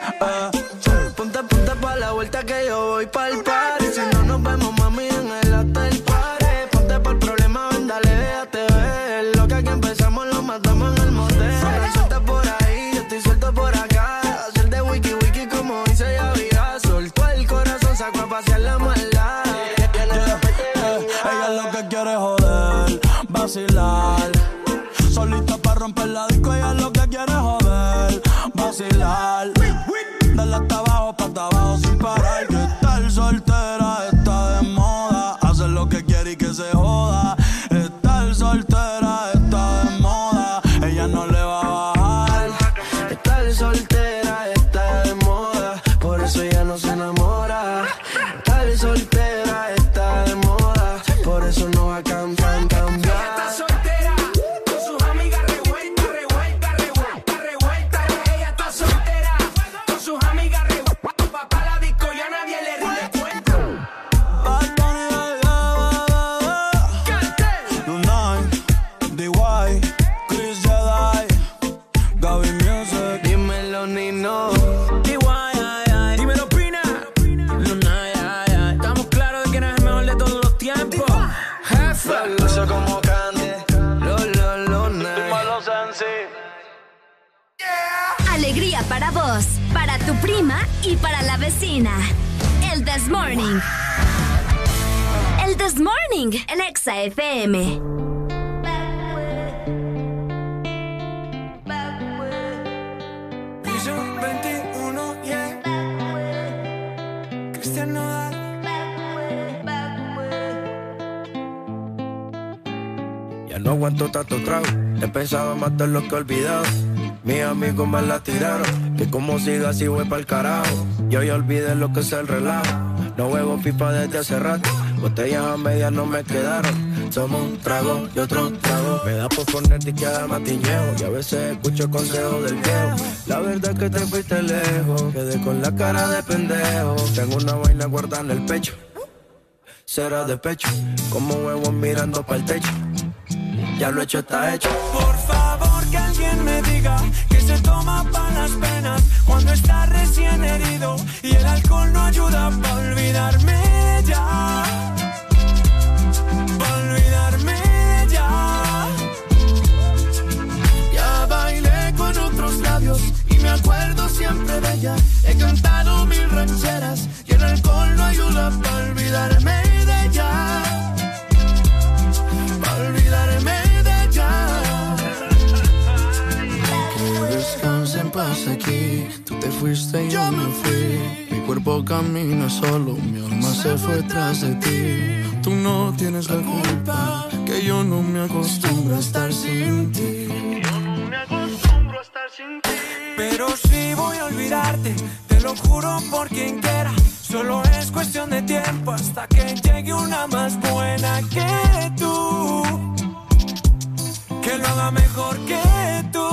Ponte pa' la vuelta que yo voy pa'l party. Si no nos vemos, mami, en el hotel party. Ponte pa'l problema, ven, dale, déjate ver. Lo que aquí empezamos lo matamos en el motel. Suelta por ahí, yo estoy suelto por acá. Hacer de wiki wiki como dice Yavira. Soltó el corazón, sacó a pasear la maldad. Ella es lo que quiere joder, vacilar. Solita para romper la disco, ella es lo que quiere joder, vacilar. Dale hasta abajo, pa' hasta abajo sin parar. Que estar soltera está de moda, hacer lo que quiere y que se joda. para vos, para tu prima y para la vecina. El This Morning. El This Morning en Exa FM. No aguanto tanto trago, he pensado matar lo que he olvidado. Mis amigos me la tiraron, que como siga así voy pa'l carajo. Yo ya olvidé lo que es el relajo, no huevo pipa desde hace rato. Botellas a medias no me quedaron, somos un trago y otro trago. Me da por ponerte y quedar matiñeo, y a veces escucho consejos del viejo. La verdad es que te fuiste lejos, quedé con la cara de pendejo. Tengo una vaina guardada en el pecho, será de pecho, como huevos mirando pa'l techo. Ya lo hecho está hecho. Por favor que alguien me diga que se toma pa' las penas cuando está recién herido y el alcohol no ayuda pa' olvidarme de ya. Pa' olvidarme de ya. Ya bailé con otros labios y me acuerdo siempre de ella. He cantado 1000 rancheras y el alcohol no ayuda pa' olvidarme de ella. Pa' olvidarme. Que descanse en paz aquí. Tú te fuiste y yo me fui. Mi cuerpo camina solo, mi alma se fue tras de ti. Tú no tienes la culpa, que yo no me acostumbro a estar sin ti. Pero sí voy a olvidarte, te lo juro por quien quiera. Solo es cuestión de tiempo hasta que llegue una más buena que tú, que lo haga mejor que tú.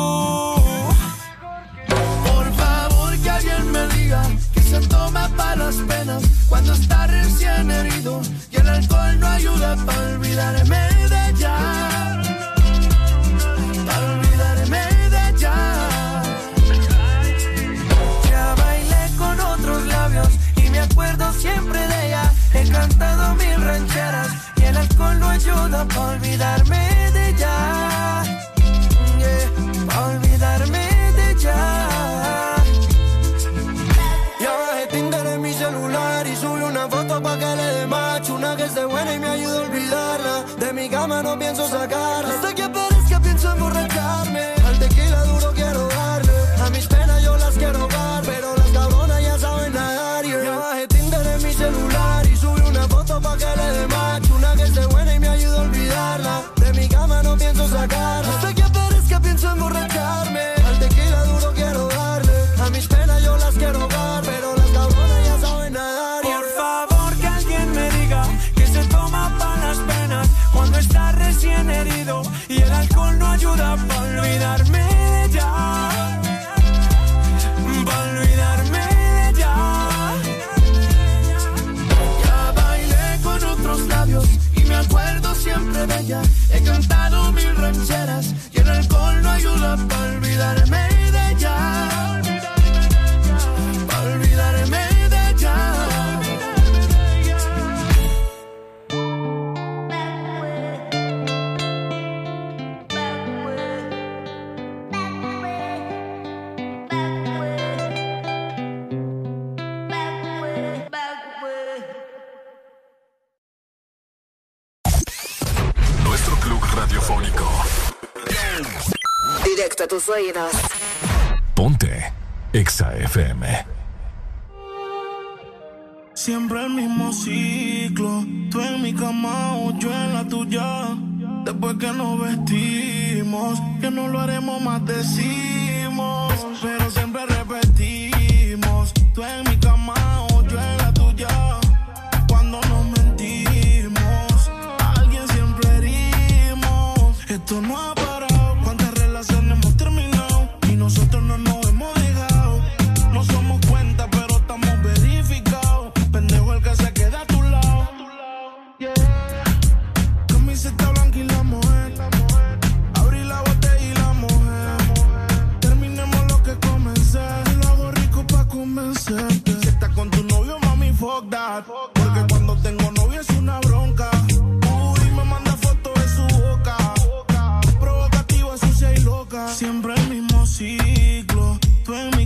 Por favor que alguien me diga que se toma pa' las penas cuando está recién herido y el alcohol no ayuda pa' olvidarme de ella. Pa' olvidarme de ella. Ya bailé con otros labios y me acuerdo siempre de ella. He cantado 1000 rancheras y el alcohol no ayuda pa' olvidarme de ella. Yeah, pa' olvidarme de ella. Ya bajé Tinder en mi celular y subí una foto pa' que le dé match. Una que esté buena y me ayude a olvidarla. De mi cama no pienso sacarla. Hasta que aparezca pienso emborracharme. Al tequila duro quiero darle. A mis penas yo las quiero ahogar, pero las cabronas ya saben nadar. Yeah. Ya bajé Tinder en mi celular y subí una foto pa' que le dé match. Una que esté buena y me ayude a olvidarla. De mi cama no pienso sacarla. Hasta que aparezca pienso emborracharme. Al tequila duro quiero darle. A mis penas yo las quiero ahogar, pero las cabronas ya saben nadar. Por favor que alguien me diga que se toma pa' las penas cuando está recién herido y el alcohol no ayuda pa' olvidarme de ella. Pa' olvidarme de ella. Ya bailé con otros labios y me acuerdo siempre de ella. He cantado 1000 rancheras y el alcohol no ayuda pa' olvidarme de ella. Pa' olvidarme de ella. Nuestro club radiofónico. Directo a tus oídos. Ponte Exa FM. Siempre el mismo ciclo, tú en mi cama o yo en la tuya. Después que nos vestimos, que no lo haremos más decimos, pero siempre repetimos. Tú en mi cama o yo en la tuya. Cuando nos mentimos, a alguien siempre herimos. Esto no ha parado, cuántas relaciones hemos terminado y nosotros no nos hemos dejado. No somos cuentas, pero estamos verificados. Pendejo el que se queda a tu lado. Yeah. Camiseta blanca y la mujer. Abrí la botella y la mujer. Terminemos lo que comencé. Lo hago rico pa' convencerte. Si estás con tu novio, mami, fuck that. Porque cuando tengo novio es una bronca. Uy, me manda fotos de su boca. Provocativa, sucia y loca. Siempre el mismo ciclo. Tú en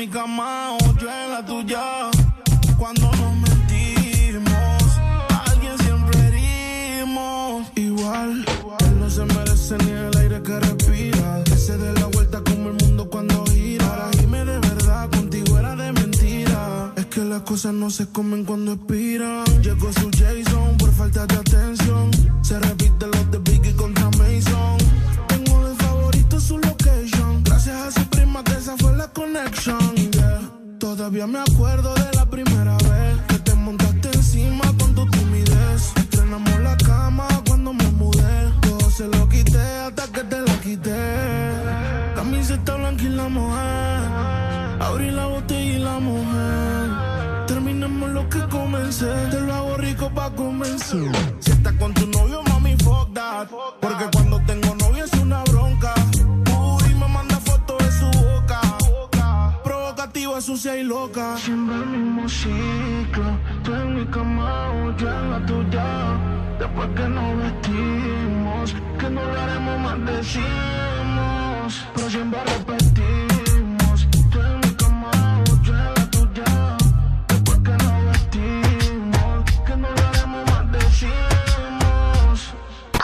mi cama o yo en la tuya. Cuando nos mentimos, a alguien siempre herimos. Igual, él no se merece ni el aire que respira. Que se dé la vuelta como el mundo cuando gira. Para irme de verdad, contigo era de mentira. Es que las cosas no se comen cuando expiran. Llegó su Jason por falta de atención. Se repite los de Biggie contra Mason. Tengo de favorito su location. Gracias a su prima que esa fue la connection, yeah. Todavía me acuerdo de la primera vez que te montaste encima con tu timidez. Estrenamos la cama cuando me mudé. Todo se lo quité hasta que te la quité. Camiseta blanca y la mujer. Abrí la botella y la mujer. Terminemos lo que comencé. Te lo hago rico pa' convencer. Si estás con tu novio, mami, fuck that. Porque cuando tengo novio es una bronca. Uy, me manda fotos de su boca. Provocativa, sucia y loca. Siempre el mismo ciclo. Tú en mi cama o yo en la tuya. Después que nos vestimos, que no lo haremos más decimos. Pero siempre repetimos. Tú en mi cama o yo en la tuya. Después que nos vestimos, que no lo haremos más decimos.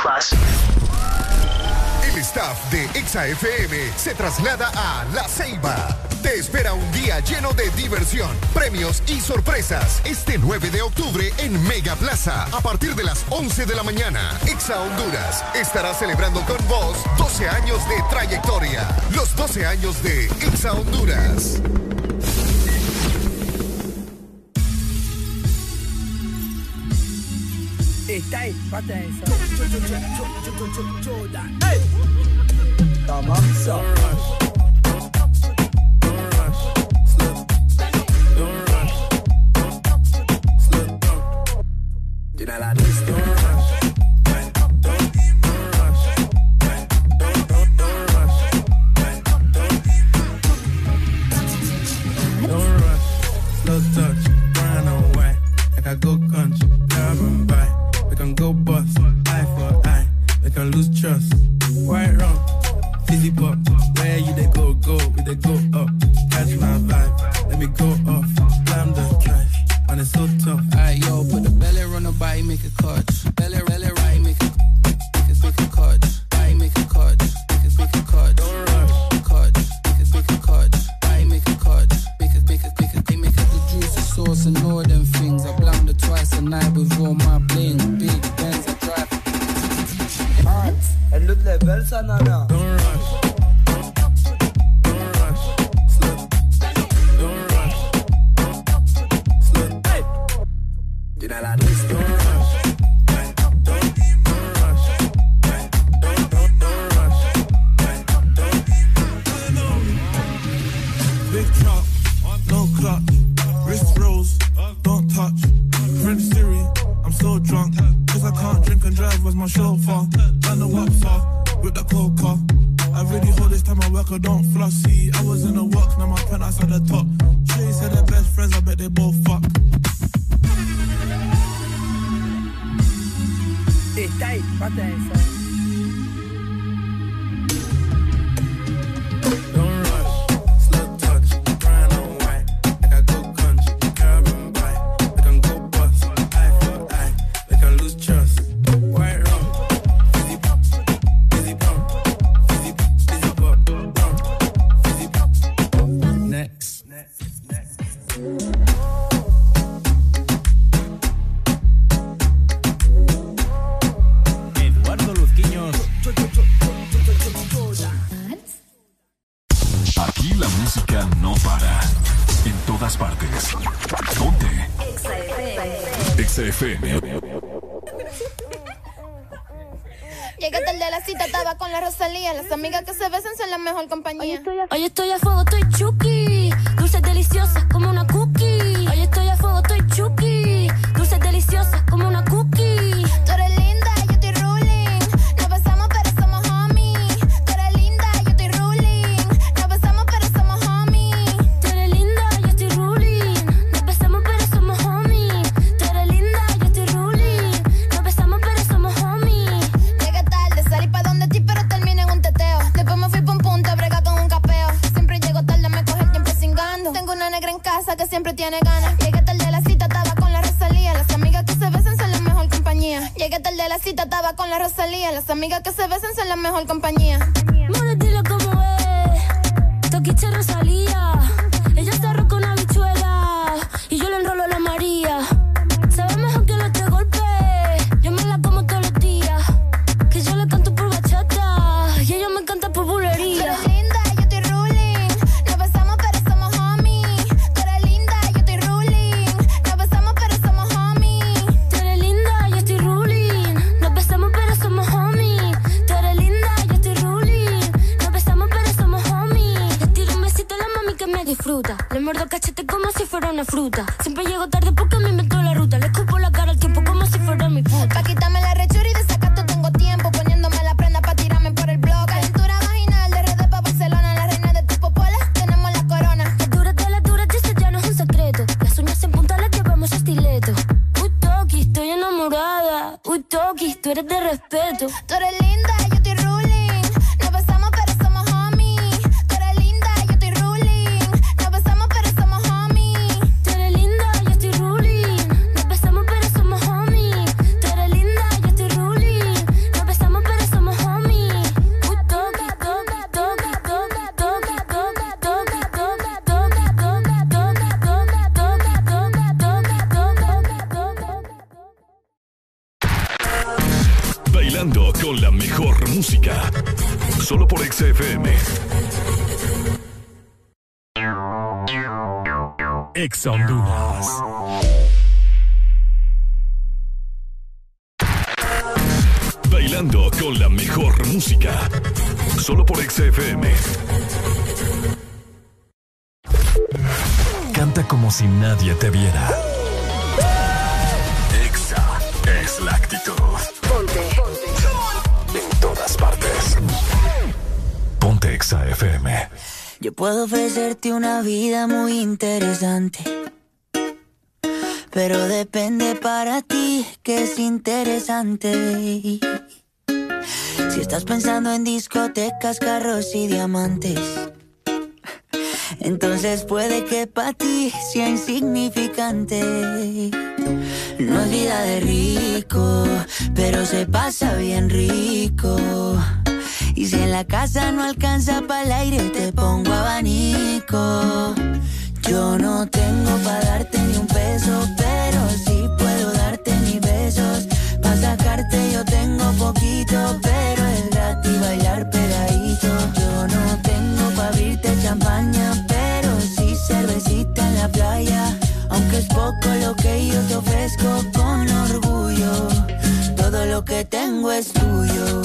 El staff de Exa FM se traslada a La Ceiba. Te espera un día lleno de diversión, premios y sorpresas. Este 9 de octubre en Mega Plaza, a partir de las 11 de la mañana. Exa Honduras estará celebrando con vos 12 años de trayectoria. Los 12 años de Exa Honduras. Está ahí, pata esa. Hey. Go bust, eye for eye, they can lose trust. Right wrong, fizzy pop. Where you they go, we they go up. Catch my vibe, let me go off. Slam the trash, and it's so tough. Alright, yo, put the belly on the body, make a clutch. Belly right, make a clutch. Body make a clutch, make a clutch. Don't rush, clutch, make a clutch. Body make a clutch, make a. They make a the juice, the sauce, and all them things. I blam the twice a night with all my bling. Big Benz, I drive. El loot level, ça, nana. Don't rush. My chauffeur, I know what far with the coca. I really hold this time I work, I don't flossy. I was in the work, now my penthouse at the top. She said they're best friends, I bet they both fuck. Está ahí, pata esa. Llegaste el de la cita, estaba con la Rosalía. Las amigas que se besan son la mejor compañía. Hoy estoy a fuego, estoy chuki. Dulces deliciosas como una cookie. Hoy estoy a fuego, estoy chuki. Dulces deliciosas como una cookie. Tú eres linda, yo estoy ruling. Nos besamos pero somos homies. Tú eres linda, yo estoy ruling. Nos besamos pero somos homies. Tú eres linda, yo estoy ruling. Nos besamos pero somos homies. Tú eres linda, yo estoy ruling. Nos besamos pero somos homies. Llegué tarde, salí pa' donde ti pero terminé en un teteo. Después me fui pa' un punto, brega con un capeo. Siempre llego tarde, me coge cosa que siempre tiene ganas. Llegué tarde a la cita, estaba con la Rosalía. Las amigas que se besan son la mejor compañía. Llegué tarde a la cita, estaba con la Rosalía. Las amigas que se besan son la mejor compañía. Mora, dile cómo es. Toquiche Rosalía. Ella está arroz con habichuela y yo le enrolo a la María. Sabe mejor que los 3 golpes. Yo me la como todos los días. Que yo le canto por bachata y ella me canta por bulería. Tú eres linda, yo estoy ruling. Nos besamos pero somos homies. Tú eres linda, yo estoy ruling. Nos besamos pero somos homies. Tú eres linda, yo estoy ruling. Nos besamos pero somos homies. Tú eres linda, yo estoy ruling. Nos besamos pero somos homies. Le tiro un besito a la mami que me disfruta. Le muerdo cachete como si fuera una fruta. Siempre llego tarde porque me inventó la ruta. Le escupo la cara al tiempo como si fuera mi puta. Pa' quitarme la rechura y de sacato tengo tiempo. Poniéndome la prenda pa' tirarme por el blog. Calentura vaginal de RD pa' Barcelona. La reina de tu popola, tenemos la corona. La dura, eso ya no es un secreto. Las uñas en punta las llevamos a estileto. Uy, Toki, estoy enamorada. Uy, Toki, tú eres de respeto. Tú eres linda, yo estoy ruling. Nos besamos pero somos homies. Tú eres linda, yo estoy ruling. Nos besamos pero somos homies. Tú eres linda, yo estoy ruling. Nos besamos pero somos homies. Tú eres linda, yo estoy ruling. Nos besamos pero somos homies. Uy, Toki, Toki, Toki, Toki, Toki, Toki, Toki, Toki, Toki, Bailando con la mejor música. Solo por XFM. Ex Honduras. Bailando con la mejor música. Solo por XFM. Canta como si nadie te viera. Exa es la actitud. Ponte. En todas partes. Ponte Exa FM. Yo puedo ofrecerte una vida muy interesante, pero depende para ti que es interesante. Si estás pensando en discotecas, carros y diamantes, entonces puede que para ti sea insignificante. No es vida de rico, pero se pasa bien rico. Y si en la casa no alcanza para el aire, te pongo abanico. Yo no tengo para darte ni un peso, pero sí puedo darte mis besos. Pa' sacarte yo tengo poquito, pero es gratis bailar pegadito. Yo no tengo pa' abrirte champaña, pero sí cervecita en la playa. Aunque es poco lo que yo te ofrezco con orgullo, todo lo que tengo es tuyo.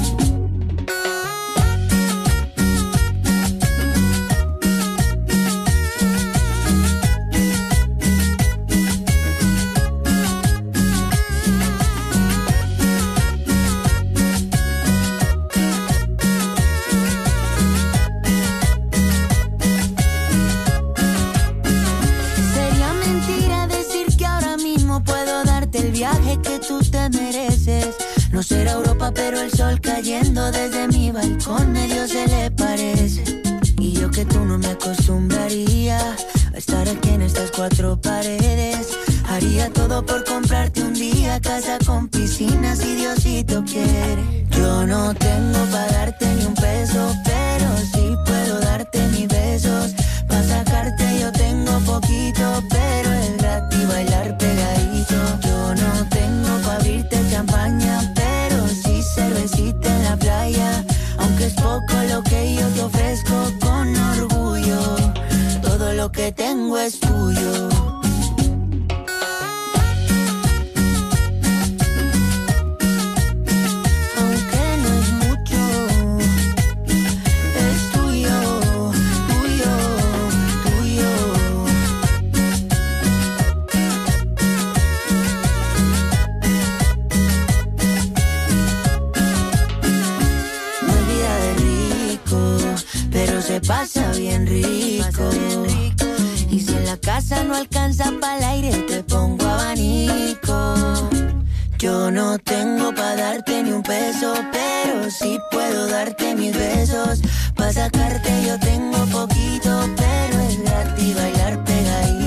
Que tú te mereces. No será Europa, pero el sol cayendo desde mi balcón medio se le parece. Y yo que tú no me acostumbraría a estar aquí en estas 4 paredes. Haría todo por comprarte un día casa con piscina si Diosito quiere. Yo no tengo para darte ni un peso, pero sí puedo darte mis besos. Pa' sacarte yo tengo poquito, pero es gratis bailar pegadito. Yo no tengo pa' abrirte champaña, pero sí cervecita en la playa. Aunque es poco lo que yo te ofrezco con orgullo, todo lo que tengo es tuyo. Se pasa bien rico. Y si en la casa no alcanza para el aire, te pongo abanico. Yo no tengo para darte ni un peso, pero sí puedo darte mis besos. Pa' sacarte yo tengo poquito, pero es gratis bailar pegadito.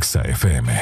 Exa FM.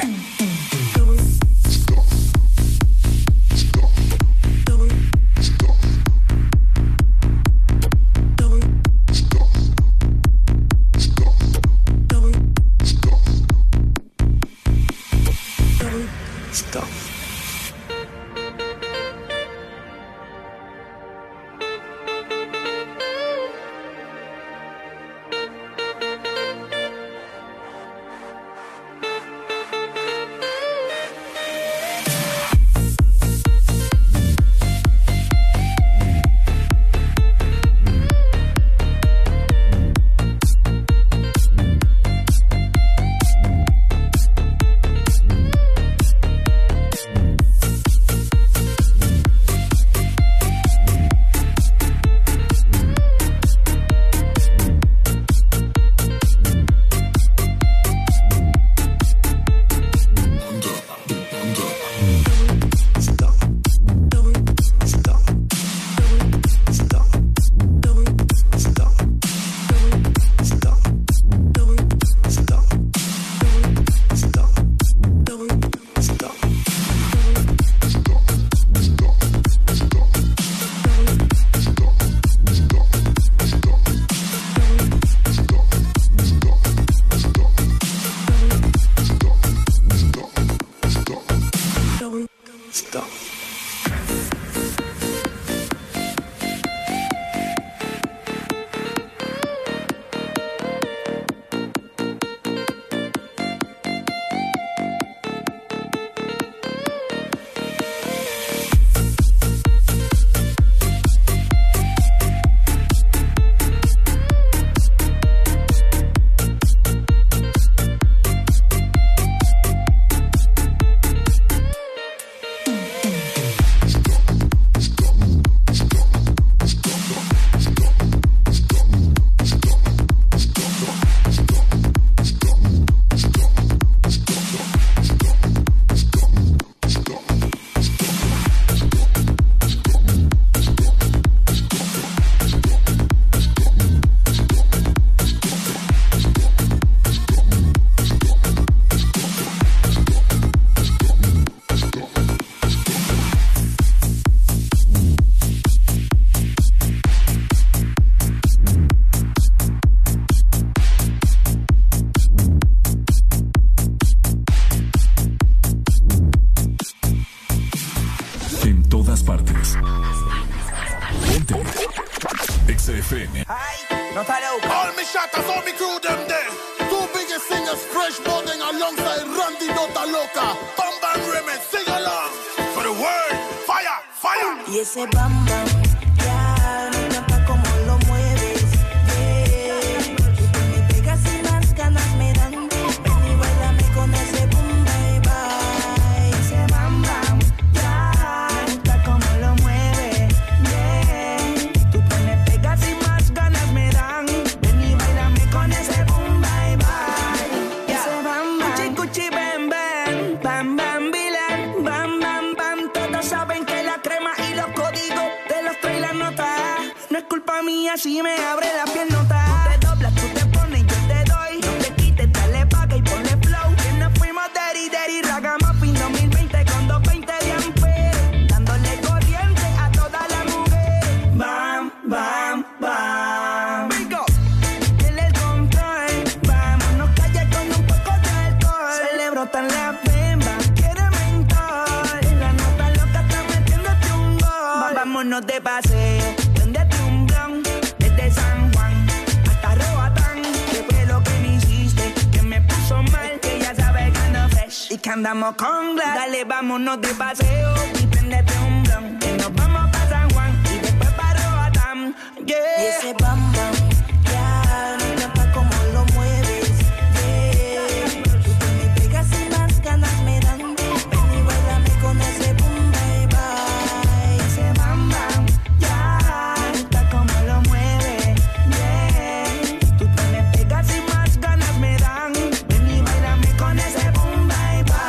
Andamos con glass, dale, vámonos de paseo y prendete un blunt, que nos vamos pa' San Juan y después pa' Roatán, yeah. Y ese bam bam, ya, me encanta como lo mueves, yeah. Tú me pegas y más ganas me dan, ven y bailame con ese boom, bye bye. Ese bam bam, ya, me encanta como lo mueves, yeah. Tú me pegas y más ganas me dan, ven y bailame con ese boom, bye bye.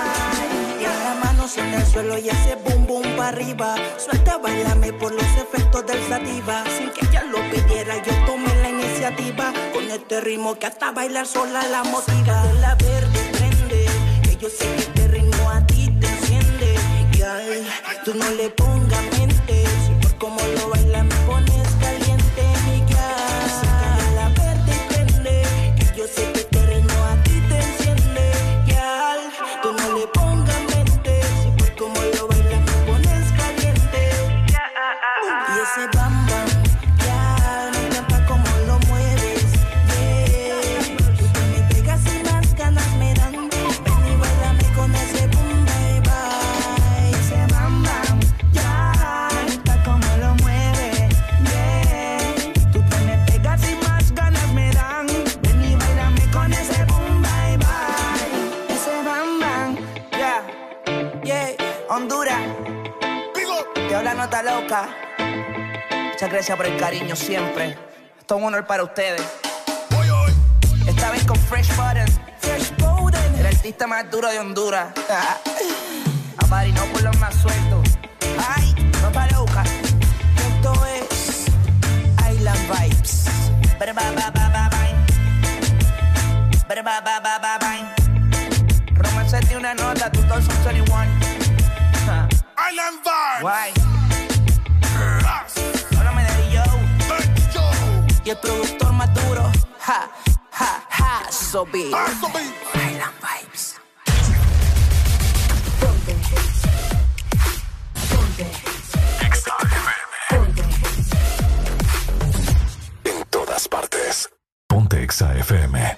En el suelo y ese boom boom para arriba. Suelta, bailame por los efectos del sativa. Sin que ella lo pidiera, yo tomé la iniciativa. Con este ritmo que hasta bailar sola la motiva. De la verde prende, yo sé que este ritmo a ti te enciende. Girl, tú no le pongas mente, si por cómo lo bailas me pones caliente, mi girl. Sácale la verde y prende, que yo sé que este ritmo a ti te enciende. Girl, tú no le pongas mente, si por cómo lo bailas me pones caliente. Y ese bam bam, girl, me encanta cómo lo mueves, yeah. Tú te me pegas y más ganas me dan. Ven y bailame con ese boom bye bye. Ese bam bam, girl, me encanta cómo lo mueves, yeah. Tú te me pegas y más ganas me dan. Ven y bailame con ese boom bye bye. Ese bam bam, yeah, yeah. Honduras, te habla Nota Loca. Muchas gracias por el cariño siempre. Esto es un honor para ustedes. Esta vez con Fresh Button, el artista más duro de Honduras. A Bari, no por los más sueltos. Ay, Nota Loca. Esto es Island Vibes. Romance de una nota, tú todos son 21. Island Vibes. Guay. Háblame de yo. Y el productor más duro. Ha, ha, ha. So big. Island Vibes. En todas partes. Ponte Exa FM.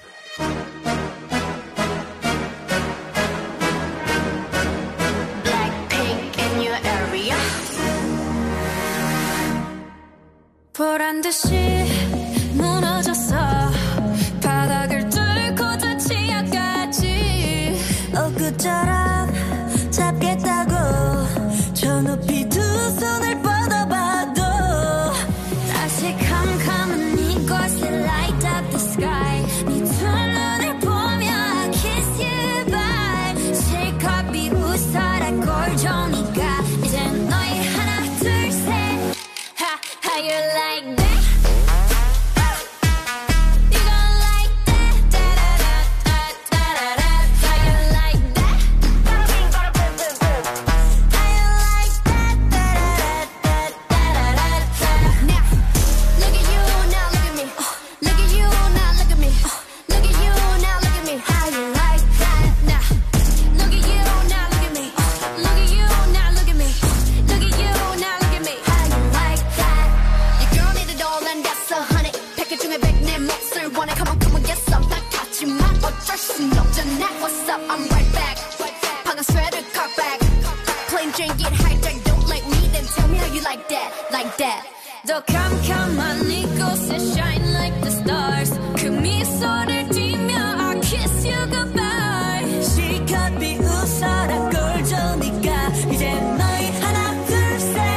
보란 듯이 무너졌어 바닥을 뚫고 저 치아까지 엊그처럼 잡겠다고 저 높이 두 손을 뻗어봐도 다시 캄캄한 이곳에 light up the sky 네 두 눈을 보며 I kiss you bye 실컷 비웃어라 꼴종이가 이젠 너희 하나 둘 셋 How you like that? You gon' like that? Da-da-da-da-da-da-da. How you like that? How you like that? Da-da-da-da-da-da-da. Now, look at you, now look at me. Look at you, now look at me. Look at you, now look at me. How you like that? Now, look at you, now look at me. Look at you, now look at me. Look at you, now look at me. How you like that? and that's 100 패킷 중에 100 내 몫을 원해 come on get some 나 같지만 어쩔 순 없잖아 what's up I'm right back 방금 sweater cut back plain Jane get hijacked don't like me then tell me how you like that 더 캄캄한 이곳에 shine like the stars 그 미소를